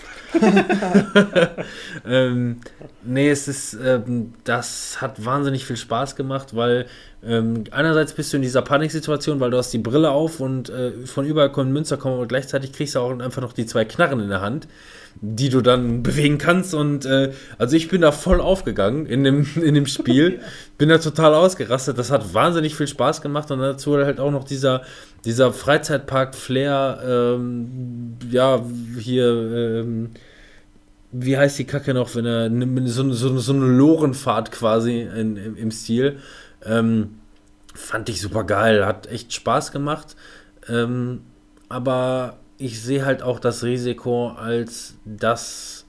ähm, nee, es ist, ähm, das hat wahnsinnig viel Spaß gemacht, weil ähm, einerseits bist du in dieser Paniksituation, weil du hast die Brille auf und äh, von überall kommen Münzer kommen, aber gleichzeitig kriegst du auch einfach noch die zwei Knarren in der Hand, die du dann bewegen kannst und äh, also ich bin da voll aufgegangen in dem, in dem Spiel, bin da total ausgerastet, das hat wahnsinnig viel Spaß gemacht und dazu halt auch noch dieser, dieser Freizeitpark-Flair, ähm, ja, hier, ähm, wie heißt die Kacke noch, wenn er so, so, so eine Lorenfahrt quasi in, im, im Stil, ähm, Fand ich super geil, hat echt Spaß gemacht. Ähm, aber ich sehe halt auch das Risiko, als dass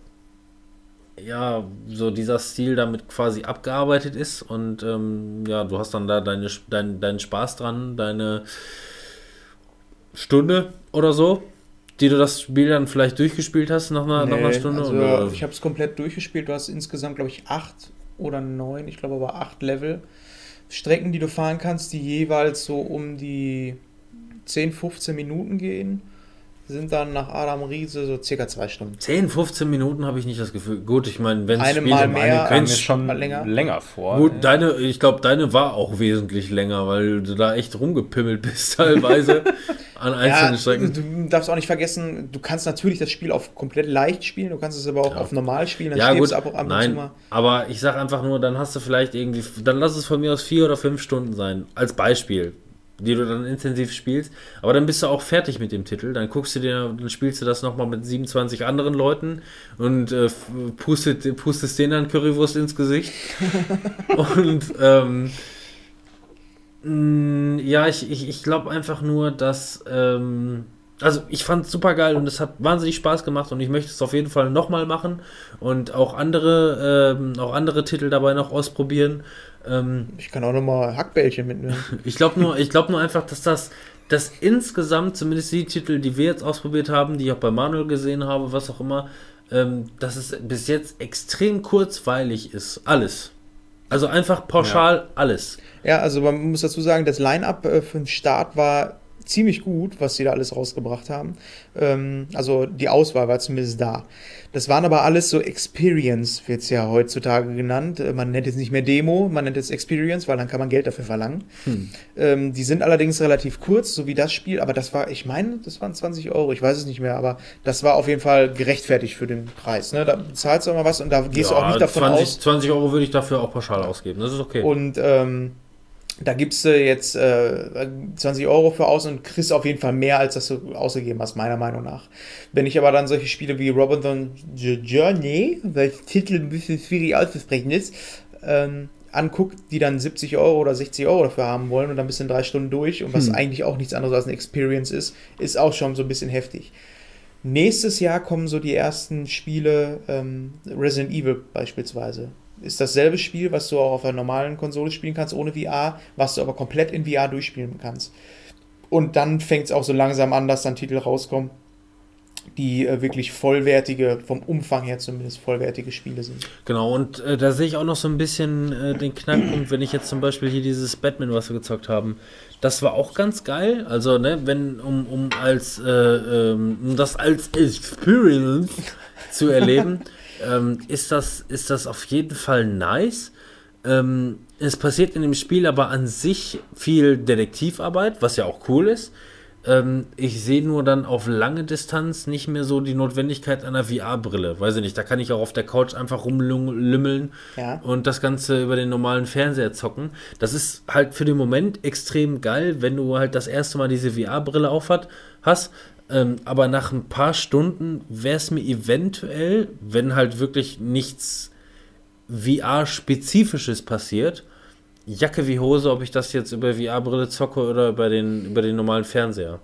ja, so dieser Stil damit quasi abgearbeitet ist und ähm, ja, du hast dann da deine, dein, deinen Spaß dran, deine Stunde oder so, die du das Spiel dann vielleicht durchgespielt hast nach einer, Nee, nach einer Stunde. also oder? ich habe es komplett durchgespielt. Du hast insgesamt, glaube ich, acht oder neun, ich glaube aber acht Level. Strecken, die du fahren kannst, die jeweils so um die zehn, fünfzehn Minuten gehen, sind dann nach Adam Riese so circa zwei Stunden. zehn, fünfzehn Minuten habe ich nicht das Gefühl. Gut, ich meine, wenn es Eine Mal mehr, kam mir wenn's schon mal länger. länger, vor. Gut, ey. deine, ich glaube, deine war auch wesentlich länger, weil du da echt rumgepimmelt bist teilweise an einzelnen Ja, Strecken. du darfst auch nicht vergessen, du kannst natürlich das Spiel auf komplett leicht spielen, du kannst es aber auch Ja. auf normal spielen, dann Ja stirbst gut, du ab, ab und zu nein, mal. aber ich sag einfach nur, dann hast du vielleicht irgendwie, dann lass es von mir aus vier oder fünf Stunden sein, als Beispiel, die du dann intensiv spielst, aber dann bist du auch fertig mit dem Titel, dann guckst du dir, dann spielst du das nochmal mit siebenundzwanzig anderen Leuten und äh, pustet, pustest denen dann Currywurst ins Gesicht und ähm, mh, ja, ich, ich, ich glaube einfach nur, dass ähm, also ich fand es super geil und es hat wahnsinnig Spaß gemacht und ich möchte es auf jeden Fall nochmal machen und auch andere, ähm, auch andere Titel dabei noch ausprobieren. Ähm, Ich kann auch nochmal Hackbällchen mitnehmen. ich glaube nur, ich glaube nur einfach, dass das, dass insgesamt, zumindest die Titel, die wir jetzt ausprobiert haben, die ich auch bei Manuel gesehen habe, was auch immer, ähm, dass es bis jetzt extrem kurzweilig ist. Alles. Also einfach pauschal alles. Ja, also man muss dazu sagen, das Line-Up äh, für den Start war ziemlich gut, was sie da alles rausgebracht haben. Ähm, also die Auswahl war zumindest da. Das waren aber alles so Experience, wird es ja heutzutage genannt. Äh, Man nennt es nicht mehr Demo, man nennt es Experience, weil dann kann man Geld dafür verlangen. Hm. Ähm, die sind allerdings relativ kurz, so wie das Spiel, aber das war, ich meine, das waren zwanzig Euro, ich weiß es nicht mehr, aber das war auf jeden Fall gerechtfertigt für den Preis. Ne? Da zahlst du auch mal was und da gehst du auch nicht davon zwanzig, aus. zwanzig Euro würde ich dafür auch pauschal ausgeben. Das ist okay. Und ähm, da gibst du jetzt äh, zwanzig Euro für aus und kriegst auf jeden Fall mehr, als das du ausgegeben hast, meiner Meinung nach. Wenn ich aber dann solche Spiele wie Robinson Journey, weil der Titel ein bisschen schwierig auszusprechen ist, ähm, anguckt, die dann siebzig Euro oder sechzig Euro dafür haben wollen und dann bist du in drei Stunden durch und was Hm. eigentlich auch nichts anderes als eine Experience ist, ist auch schon so ein bisschen heftig. Nächstes Jahr kommen so die ersten Spiele, ähm, Resident Evil beispielsweise. Ist dasselbe Spiel, was du auch auf einer normalen Konsole spielen kannst, ohne V R, was du aber komplett in V R durchspielen kannst. Und dann fängt es auch so langsam an, dass dann Titel rauskommen, die äh, wirklich vollwertige, vom Umfang her zumindest vollwertige Spiele sind. Genau, und äh, da sehe ich auch noch so ein bisschen äh, den Knackpunkt, wenn ich jetzt zum Beispiel hier dieses Batman, was wir gezockt haben, das war auch ganz geil. Also, ne, wenn, um, um als äh, ähm, um das als Experience zu erleben, ähm, ist das, ist das auf jeden Fall nice. Ähm, es passiert in dem Spiel aber an sich viel Detektivarbeit, was ja auch cool ist. Ähm, ich sehe nur dann auf lange Distanz nicht mehr so die Notwendigkeit einer V R-Brille. Weiß ich nicht, da kann ich auch auf der Couch einfach rumlümmeln Ja. und das Ganze über den normalen Fernseher zocken. Das ist halt für den Moment extrem geil, wenn du halt das erste Mal diese V R-Brille aufhat, hast. Ähm, aber nach ein paar Stunden wäre es mir eventuell, wenn halt wirklich nichts V R-Spezifisches passiert, Jacke wie Hose, ob ich das jetzt über V R-Brille zocke oder über den, über den normalen Fernseher.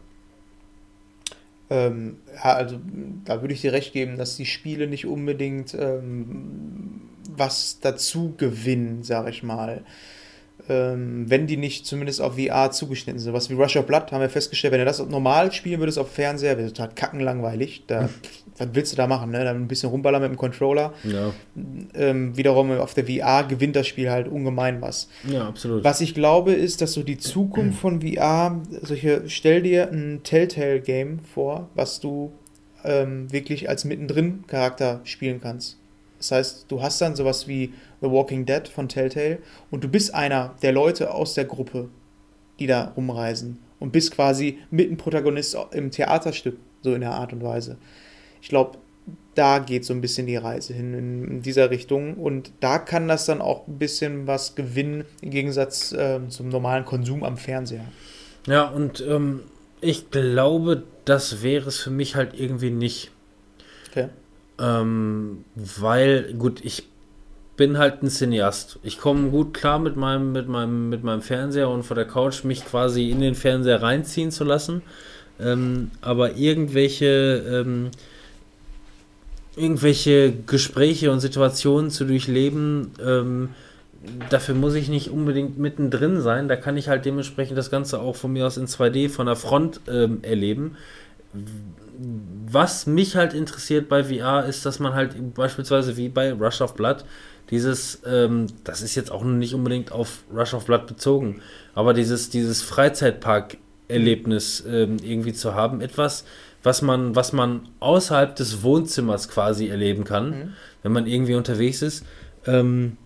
Ähm, ja, also da würde ich dir recht geben, dass die Spiele nicht unbedingt ähm, was dazu gewinnen, sag ich mal. Ähm, wenn die nicht zumindest auf V R zugeschnitten sind. Was wie Rush of Blood haben wir festgestellt, wenn du das normal spielen würdest auf Fernseher, wäre total kackenlangweilig. Da, was willst du da machen? Ne? Dann ein bisschen rumballern mit dem Controller. Ja, Ähm, wiederum auf der V R gewinnt das Spiel halt ungemein was. ja, absolut. Was ich glaube, ist, dass so die Zukunft von V R, solche, stell dir ein Telltale-Game vor, was du ähm, wirklich als mittendrin Charakter spielen kannst. Das heißt, du hast dann sowas wie The Walking Dead von Telltale und du bist einer der Leute aus der Gruppe, die da rumreisen und bist quasi mitten Protagonist im Theaterstück, so in der Art und Weise. Ich glaube, da geht so ein bisschen die Reise hin in dieser Richtung und da kann das dann auch ein bisschen was gewinnen im Gegensatz ähm, zum normalen Konsum am Fernseher. Ja, und ähm, ich glaube, das wäre es für mich halt irgendwie nicht. Okay. Ähm, weil, gut, ich bin halt ein Cineast. Ich komme gut klar mit meinem, mit meinem, mit meinem Fernseher und vor der Couch mich quasi in den Fernseher reinziehen zu lassen. Ähm, aber irgendwelche, ähm, irgendwelche Gespräche und Situationen zu durchleben, ähm, dafür muss ich nicht unbedingt mittendrin sein. Da kann ich halt dementsprechend das Ganze auch von mir aus in zwei D von der Front ähm, erleben. Was mich halt interessiert bei V R ist, dass man halt beispielsweise wie bei Rush of Blood dieses, ähm, das ist jetzt auch nicht unbedingt auf Rush of Blood bezogen, aber dieses, dieses Freizeitpark-Erlebnis ähm, irgendwie zu haben, etwas, was man, was man außerhalb des Wohnzimmers quasi erleben kann, mhm. wenn man irgendwie unterwegs ist, ähm,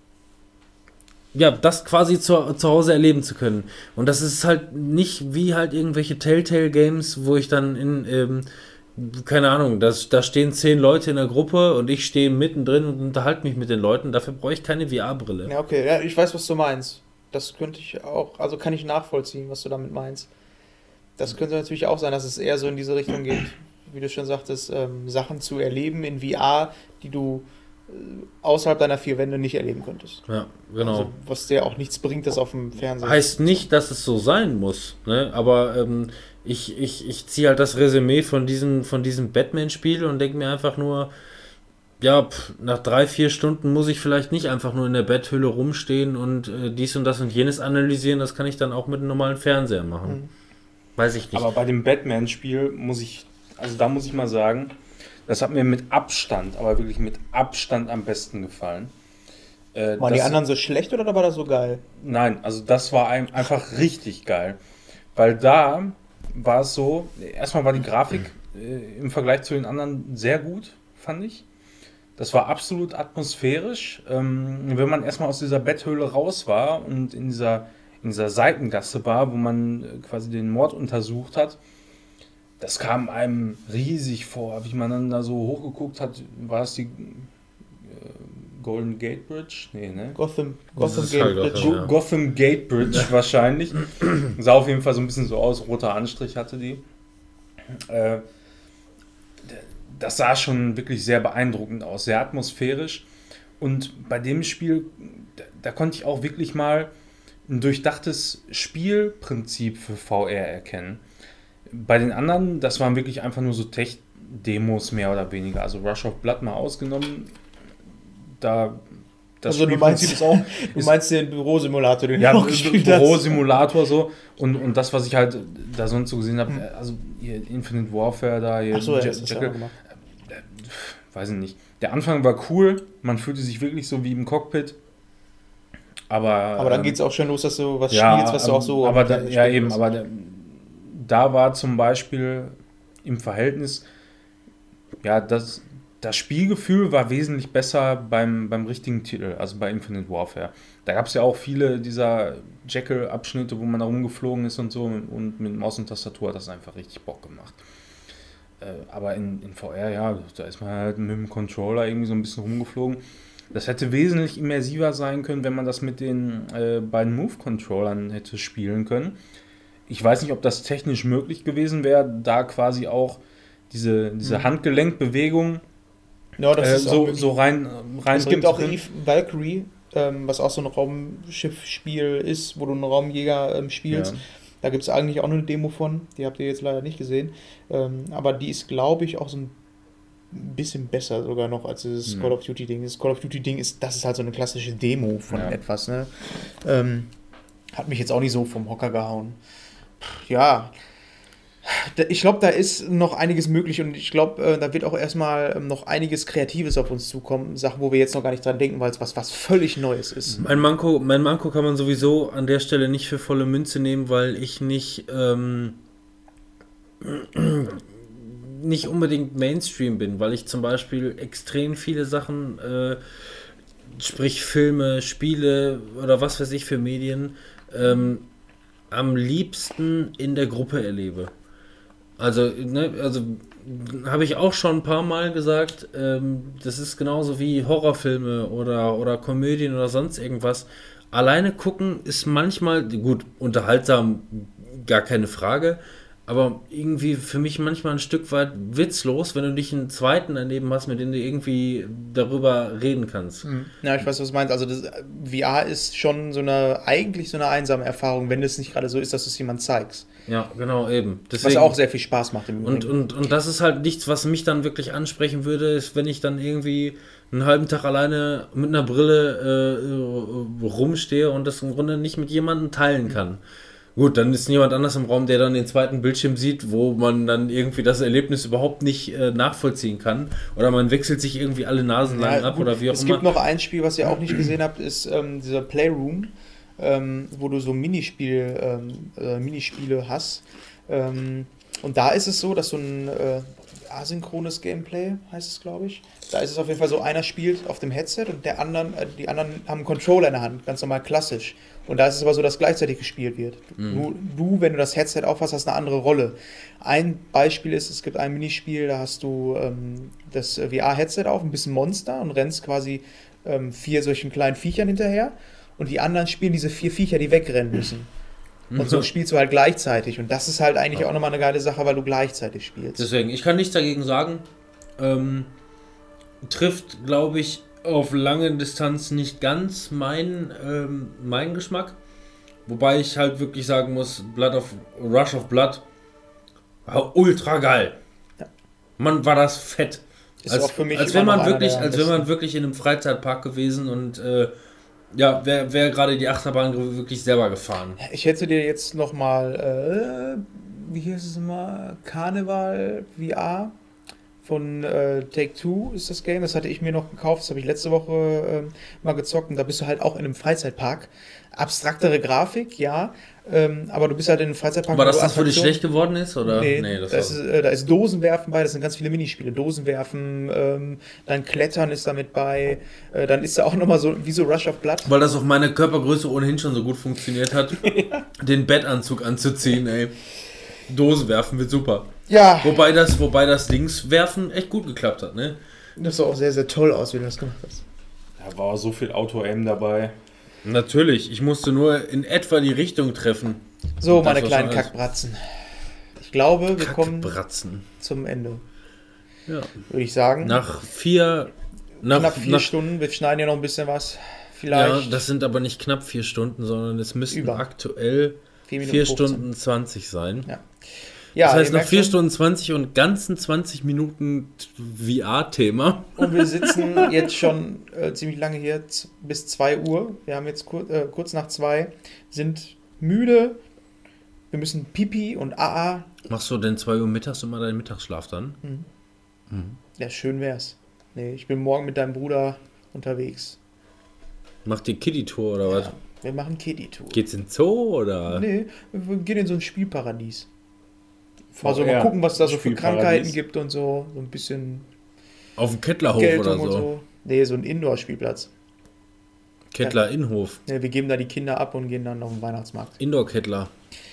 ja, das quasi zu, zu Hause erleben zu können. Und das ist halt nicht wie halt irgendwelche Telltale-Games, wo ich dann in, ähm, keine Ahnung, das, da stehen zehn Leute in der Gruppe und ich stehe mittendrin und unterhalte mich mit den Leuten. Dafür brauche ich keine V R-Brille. Ja, okay, ja, ich weiß, was du meinst. Das könnte ich auch, also kann ich nachvollziehen, was du damit meinst. Das könnte natürlich auch sein, dass es eher so in diese Richtung geht, wie du schon sagtest, ähm, Sachen zu erleben in V R, die du außerhalb deiner vier Wände nicht erleben könntest. Ja, genau. Also, was dir auch nichts bringt, das auf dem Fernseher. Heißt nicht, dass es so sein muss, ne? Aber ähm, ich, ich, ich ziehe halt das Resümee von diesem, von diesem Batman-Spiel und denke mir einfach nur, ja, pff, nach drei, vier Stunden muss ich vielleicht nicht einfach nur in der Betthöhle rumstehen und äh, dies und das und jenes analysieren, das kann ich dann auch mit einem normalen Fernseher machen. Mhm. Weiß ich nicht. Aber bei dem Batman-Spiel muss ich, also da muss ich mal sagen, das hat mir mit Abstand, aber wirklich mit Abstand am besten gefallen. Äh, Waren die anderen so schlecht oder war das so geil? Nein, also das war ein, einfach richtig geil. Weil da war es so, erstmal war die Grafik äh, im Vergleich zu den anderen sehr gut, fand ich. Das war absolut atmosphärisch. Ähm, wenn man erstmal aus dieser Betthöhle raus war und in dieser, in dieser Seitengasse war, wo man äh, quasi den Mord untersucht hat, das kam einem riesig vor, wie man dann da so hochgeguckt hat. War es die äh, Golden Gate Bridge? Nee, ne? Gotham, Gotham Gate halt Bridge. Go- ja. Gotham Gate Bridge ja. wahrscheinlich. Sah auf jeden Fall so ein bisschen so aus. Roter Anstrich hatte die. Äh, das sah schon wirklich sehr beeindruckend aus. Sehr atmosphärisch. Und bei dem Spiel, da, da konnte ich auch wirklich mal ein durchdachtes Spielprinzip für V R erkennen. Bei den anderen, das waren wirklich einfach nur so Tech-Demos mehr oder weniger. Also Rush of Blood mal ausgenommen. Da das also du meinst, ist auch, du ist, meinst den Bürosimulator, den ja, du auch gespielt hast. Bürosimulator so. Und, und das, was ich halt da sonst so gesehen habe, hm. also hier Infinite Warfare da, hier Ach so, ja, Jack, Jackal, äh, weiß ich nicht. Der Anfang war cool, man fühlte sich wirklich so wie im Cockpit. Aber, aber dann ähm, geht es auch schon los, dass du was ja, spielst, was du auch so... Aber da, ja eben, aber der, da war zum Beispiel im Verhältnis, ja, das, das Spielgefühl war wesentlich besser beim, beim richtigen Titel, also bei Infinite Warfare. Da gab es ja auch viele dieser Jekyll-Abschnitte, wo man da rumgeflogen ist und so, und mit Maus und Tastatur hat das einfach richtig Bock gemacht. Äh, aber in, in V R, ja, da ist man halt mit dem Controller irgendwie so ein bisschen rumgeflogen. Das hätte wesentlich immersiver sein können, wenn man das mit den äh, beiden Move-Controllern hätte spielen können. Ich weiß nicht, ob das technisch möglich gewesen wäre, da quasi auch diese, diese mhm. Handgelenkbewegung ja, das äh, ist so, so rein, rein Es gibt auch Eve Valkyrie, ähm, was auch so ein Raumschiffspiel ist, wo du einen Raumjäger ähm, spielst. Ja. Da gibt es eigentlich auch eine Demo von, die habt ihr jetzt leider nicht gesehen. Ähm, aber die ist, glaube ich, auch so ein bisschen besser sogar noch als dieses mhm. Call of Duty Ding. Das Call of Duty Ding ist, das ist halt so eine klassische Demo von ja. etwas, ne? Ähm, hat mich jetzt auch nicht so vom Hocker gehauen. Ja, ich glaube, da ist noch einiges möglich und ich glaube, da wird auch erstmal noch einiges Kreatives auf uns zukommen. Sachen, wo wir jetzt noch gar nicht dran denken, weil es was, was völlig Neues ist. Mein Manko, mein Manko kann man sowieso an der Stelle nicht für volle Münze nehmen, weil ich nicht, ähm, nicht unbedingt Mainstream bin, weil ich zum Beispiel extrem viele Sachen, äh, sprich Filme, Spiele oder was weiß ich für Medien, ähm, am liebsten in der Gruppe erlebe. Also, ne, also habe ich auch schon ein paar Mal gesagt, ähm, das ist genauso wie Horrorfilme oder, oder Komödien oder sonst irgendwas. Alleine gucken ist manchmal, gut, unterhaltsam, gar keine Frage, aber irgendwie für mich manchmal ein Stück weit witzlos, wenn du dich einen zweiten daneben hast, mit dem du irgendwie darüber reden kannst. Mhm. Ja, ich weiß, was du meinst. Also das V R ist schon so eine, eigentlich so eine einsame Erfahrung, wenn es nicht gerade so ist, dass du es jemand zeigst. Ja, genau, eben. Deswegen, was auch sehr viel Spaß macht im Übrigen. Und, und, und das ist halt nichts, was mich dann wirklich ansprechen würde, ist, wenn ich dann irgendwie einen halben Tag alleine mit einer Brille äh, rumstehe und das im Grunde nicht mit jemandem teilen kann. Mhm. Gut, dann ist niemand anders im Raum, der dann den zweiten Bildschirm sieht, wo man dann irgendwie das Erlebnis überhaupt nicht äh, nachvollziehen kann. Oder man wechselt sich irgendwie alle Nasen lang ja, ab gut, oder wie auch es immer. Es gibt noch ein Spiel, was ihr auch nicht gesehen habt, ist ähm, dieser Playroom, ähm, wo du so Minispiel, ähm, äh, Minispiele hast. Ähm, und da ist es so, dass so ein äh, asynchrones Gameplay, heißt es, glaube ich. Da ist es auf jeden Fall so, einer spielt auf dem Headset und der anderen, äh, die anderen haben einen Controller in der Hand, ganz normal klassisch. Und da ist es aber so, dass gleichzeitig gespielt wird. Mhm. Du, du, wenn du das Headset aufhast, hast eine andere Rolle. Ein Beispiel ist, es gibt ein Minispiel, da hast du ähm, das V R-Headset auf, ein bisschen Monster und rennst quasi ähm, vier solchen kleinen Viechern hinterher. Und die anderen spielen diese vier Viecher, die wegrennen müssen. Mhm. Und so spielst du halt gleichzeitig. Und das ist halt eigentlich ja. auch nochmal eine geile Sache, weil du gleichzeitig spielst. Deswegen, ich kann nichts dagegen sagen. Ähm, trifft, glaube ich, auf lange Distanz nicht ganz mein, ähm, mein Geschmack. Wobei ich halt wirklich sagen muss, Blood of, Rush of Blood war ultra geil. Ja. Mann, war das fett. Ist als auch für mich als wäre man wirklich, als wäre man wirklich in einem Freizeitpark gewesen und äh, ja, wäre wär gerade die Achterbahn wirklich selber gefahren. Ich hätte dir jetzt nochmal, äh, wie hieß es immer, Karneval V R von äh, Take-Two ist das Game, das hatte ich mir noch gekauft, das habe ich letzte Woche äh, mal gezockt und da bist du halt auch in einem Freizeitpark. Abstraktere Grafik, ja, ähm, aber du bist halt in einem Freizeitpark. Aber dass das für dich schlecht geworden ist, oder? Nee, nee das da, ist, äh, da ist Dosenwerfen bei, das sind ganz viele Minispiele. Dosenwerfen, ähm, dann Klettern ist damit bei, äh, dann ist da auch nochmal so, wie so Rush of Blood. Weil das auf meine Körpergröße ohnehin schon so gut funktioniert hat, ja. den Bettanzug anzuziehen, ey. Dosenwerfen wird super. Ja. Wobei das, wobei das Linkswerfen echt gut geklappt hat, ne? Das sah auch sehr, sehr toll aus, wie du das gemacht hast. Da war so viel Auto-Aim dabei. Natürlich, ich musste nur in etwa die Richtung treffen. So, meine kleinen Kackbratzen. Ich glaube, wir kommen zum Ende. Ja. Würde ich sagen. Nach vier... Nach, knapp vier nach, Stunden, wir schneiden ja noch ein bisschen was. Vielleicht. Ja, das sind aber nicht knapp vier Stunden, sondern es müssten Über. aktuell vier Stunden zwanzig sein. Ja. Ja, das heißt, nach vier Stunden zwanzig und ganzen zwanzig Minuten V R-Thema. Und wir sitzen jetzt schon äh, ziemlich lange hier, z- bis zwei Uhr. Wir haben jetzt kur- äh, kurz nach zwei, sind müde. Wir müssen Pipi und A A. Machst du denn zwei Uhr mittags immer deinen Mittagsschlaf dann? Mhm. Mhm. Ja, schön wär's. Nee, ich bin morgen mit deinem Bruder unterwegs. Macht ihr Kiddie-Tour oder was? Ja, wir machen Kiddie-Tour. Geht's in den Zoo oder? Nee, wir gehen in so ein Spielparadies. V R. Also mal gucken, was da so für Spielparadies. Krankheiten gibt und so. So ein bisschen Auf dem Kettlerhof Geltung oder so? und so. Nee, so ein Indoor-Spielplatz. Kettler-Innenhof. Ja, wir geben da die Kinder ab und gehen dann auf den Weihnachtsmarkt. Indoor-Kettler.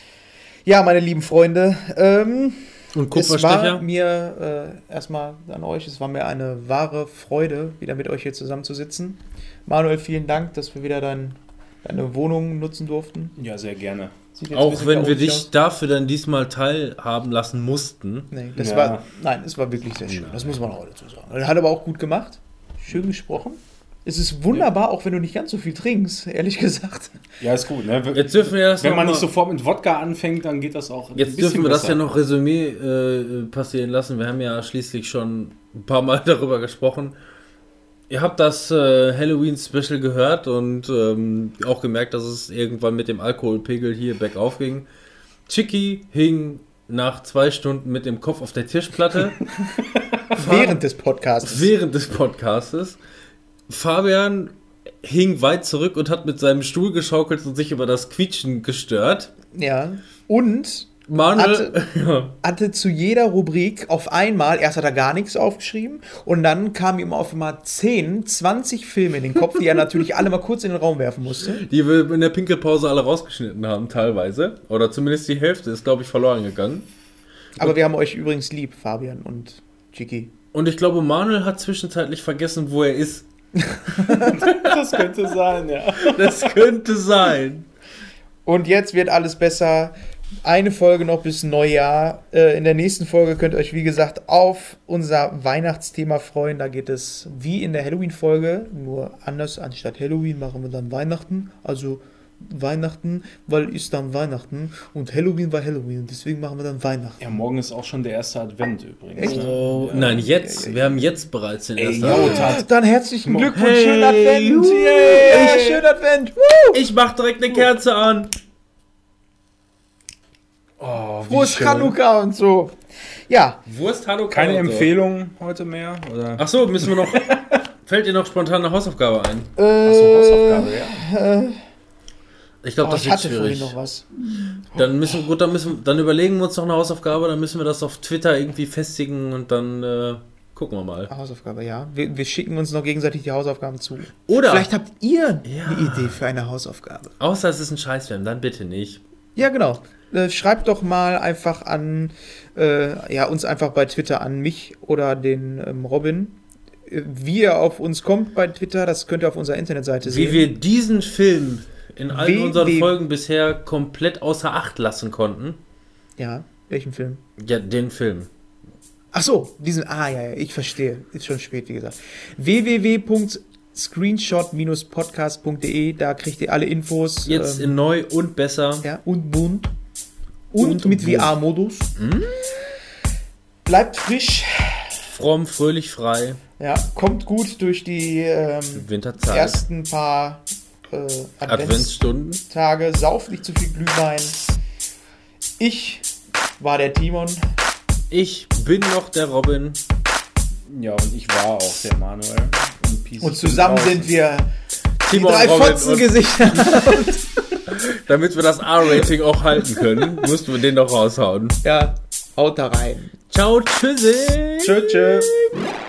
Ja, meine lieben Freunde, ähm, Und es war Kupferstecher? mir äh, erstmal an euch, es war mir eine wahre Freude, wieder mit euch hier zusammenzusitzen. Manuel, vielen Dank, dass wir wieder dein, deine Wohnung nutzen durften. Ja, sehr gerne. Sieht jetzt ein Auch bisschen wenn wir chaotisch dich aus. dafür dann diesmal teilhaben lassen mussten. Nee, das Ja. war, nein, es war wirklich sehr schön, das muss man auch dazu sagen. Hat aber auch gut gemacht, schön gesprochen. Es ist wunderbar, auch wenn du nicht ganz so viel trinkst, ehrlich gesagt. Ja, ist gut. Ne? Jetzt dürfen wir das Wenn noch man mal- nicht sofort mit Wodka anfängt, dann geht das auch ein Jetzt bisschen dürfen wir das besser. ja noch Resümee äh, passieren lassen. Wir haben ja schließlich schon ein paar Mal darüber gesprochen. Ihr habt das äh, Halloween-Special gehört und ähm, auch gemerkt, dass es irgendwann mit dem Alkoholpegel hier bergauf ging. Chicky hing nach zwei Stunden mit dem Kopf auf der Tischplatte. Während des Podcasts. Während des Podcastes. Fabian hing weit zurück und hat mit seinem Stuhl geschaukelt und sich über das Quietschen gestört. Ja. Und Manuel, Hatte- ja. hatte zu jeder Rubrik auf einmal, erst hat er gar nichts aufgeschrieben und dann kamen ihm auf einmal zehn, zwanzig Filme in den Kopf, die er natürlich alle mal kurz in den Raum werfen musste. die wir in der Pinkelpause alle rausgeschnitten haben, teilweise. Oder zumindest die Hälfte ist, glaube ich, verloren gegangen. Aber wir haben euch übrigens lieb, Fabian und Chicky. Und ich glaube, Manuel hat zwischenzeitlich vergessen, wo er ist. Das könnte sein, ja. Das könnte sein. Und jetzt wird alles besser eine Folge noch bis Neujahr. Äh, in der nächsten Folge könnt ihr euch, wie gesagt, auf unser Weihnachtsthema freuen. Da geht es wie in der Halloween-Folge, nur anders. Anstatt Halloween machen wir dann Weihnachten. Also Weihnachten, weil ist dann Weihnachten und Halloween war Halloween und deswegen machen wir dann Weihnachten. Ja, morgen ist auch schon der erste Advent übrigens. Echt? Oh, Ja. nein, jetzt. Ja, ja, ja. Wir haben jetzt bereits den Ey, ersten. jo, Advent. tat- Dann herzlichen Glückwunsch, Hey, schönen Advent! juhu. Yeah, schönen Advent! Woo. Ich mach direkt eine Kerze an. Oh, wie Frohes schön. Chanukka und so. Ja, Wurst, Hallo, Keine und so. Empfehlung heute mehr? Oder? Ach so, müssen wir noch. Fällt dir noch spontan eine Hausaufgabe ein? äh, Achso, Hausaufgabe, ja. Ich glaube, oh, das ich wird hatte vorhin schwierig. noch was. Dann müssen, gut, dann müssen, dann überlegen wir uns noch eine Hausaufgabe, dann müssen wir das auf Twitter irgendwie festigen und dann äh, gucken wir mal. Hausaufgabe, ja. Wir, wir schicken uns noch gegenseitig die Hausaufgaben zu. Oder, Vielleicht habt ihr Ja. eine Idee für eine Hausaufgabe. außer es ist ein Scheißfilm, dann bitte nicht. Ja, genau. Äh, schreibt doch mal einfach an, äh, ja, uns einfach bei Twitter an, mich oder den ähm, Robin. Äh, Wie ihr auf uns kommt bei Twitter, das könnt ihr auf unserer Internetseite sehen. Wie wir diesen Film in allen Wie- unseren wie- Folgen bisher komplett außer Acht lassen konnten. Ja, welchen Film? Ja, den Film. Ach so, diesen, ah ja, ja, ich verstehe. Ist schon spät, wie gesagt. w w w punkt screenshot dash podcast punkt de, da kriegt ihr alle Infos. Jetzt ähm, in neu und besser. ja, und bunt. Und, Und mit bunt. V R-Modus. Bleibt frisch. Fromm, fröhlich, frei. Ja, kommt gut durch die ähm, Winterzeit. ersten paar äh, Adventsstunden. Adventstage. Sauft nicht zu viel Glühwein. Ich war der Timon. Ich bin noch der Robin. Ja, und ich war auch der Manuel. Und, Peace Und zusammen draußen. sind wir die Timon, drei Robin und Fotzengesichter. damit wir das R-Rating auch halten können, mussten wir den noch raushauen. Ja, haut da rein. Ciao, tschüssi. Tschö, tschö.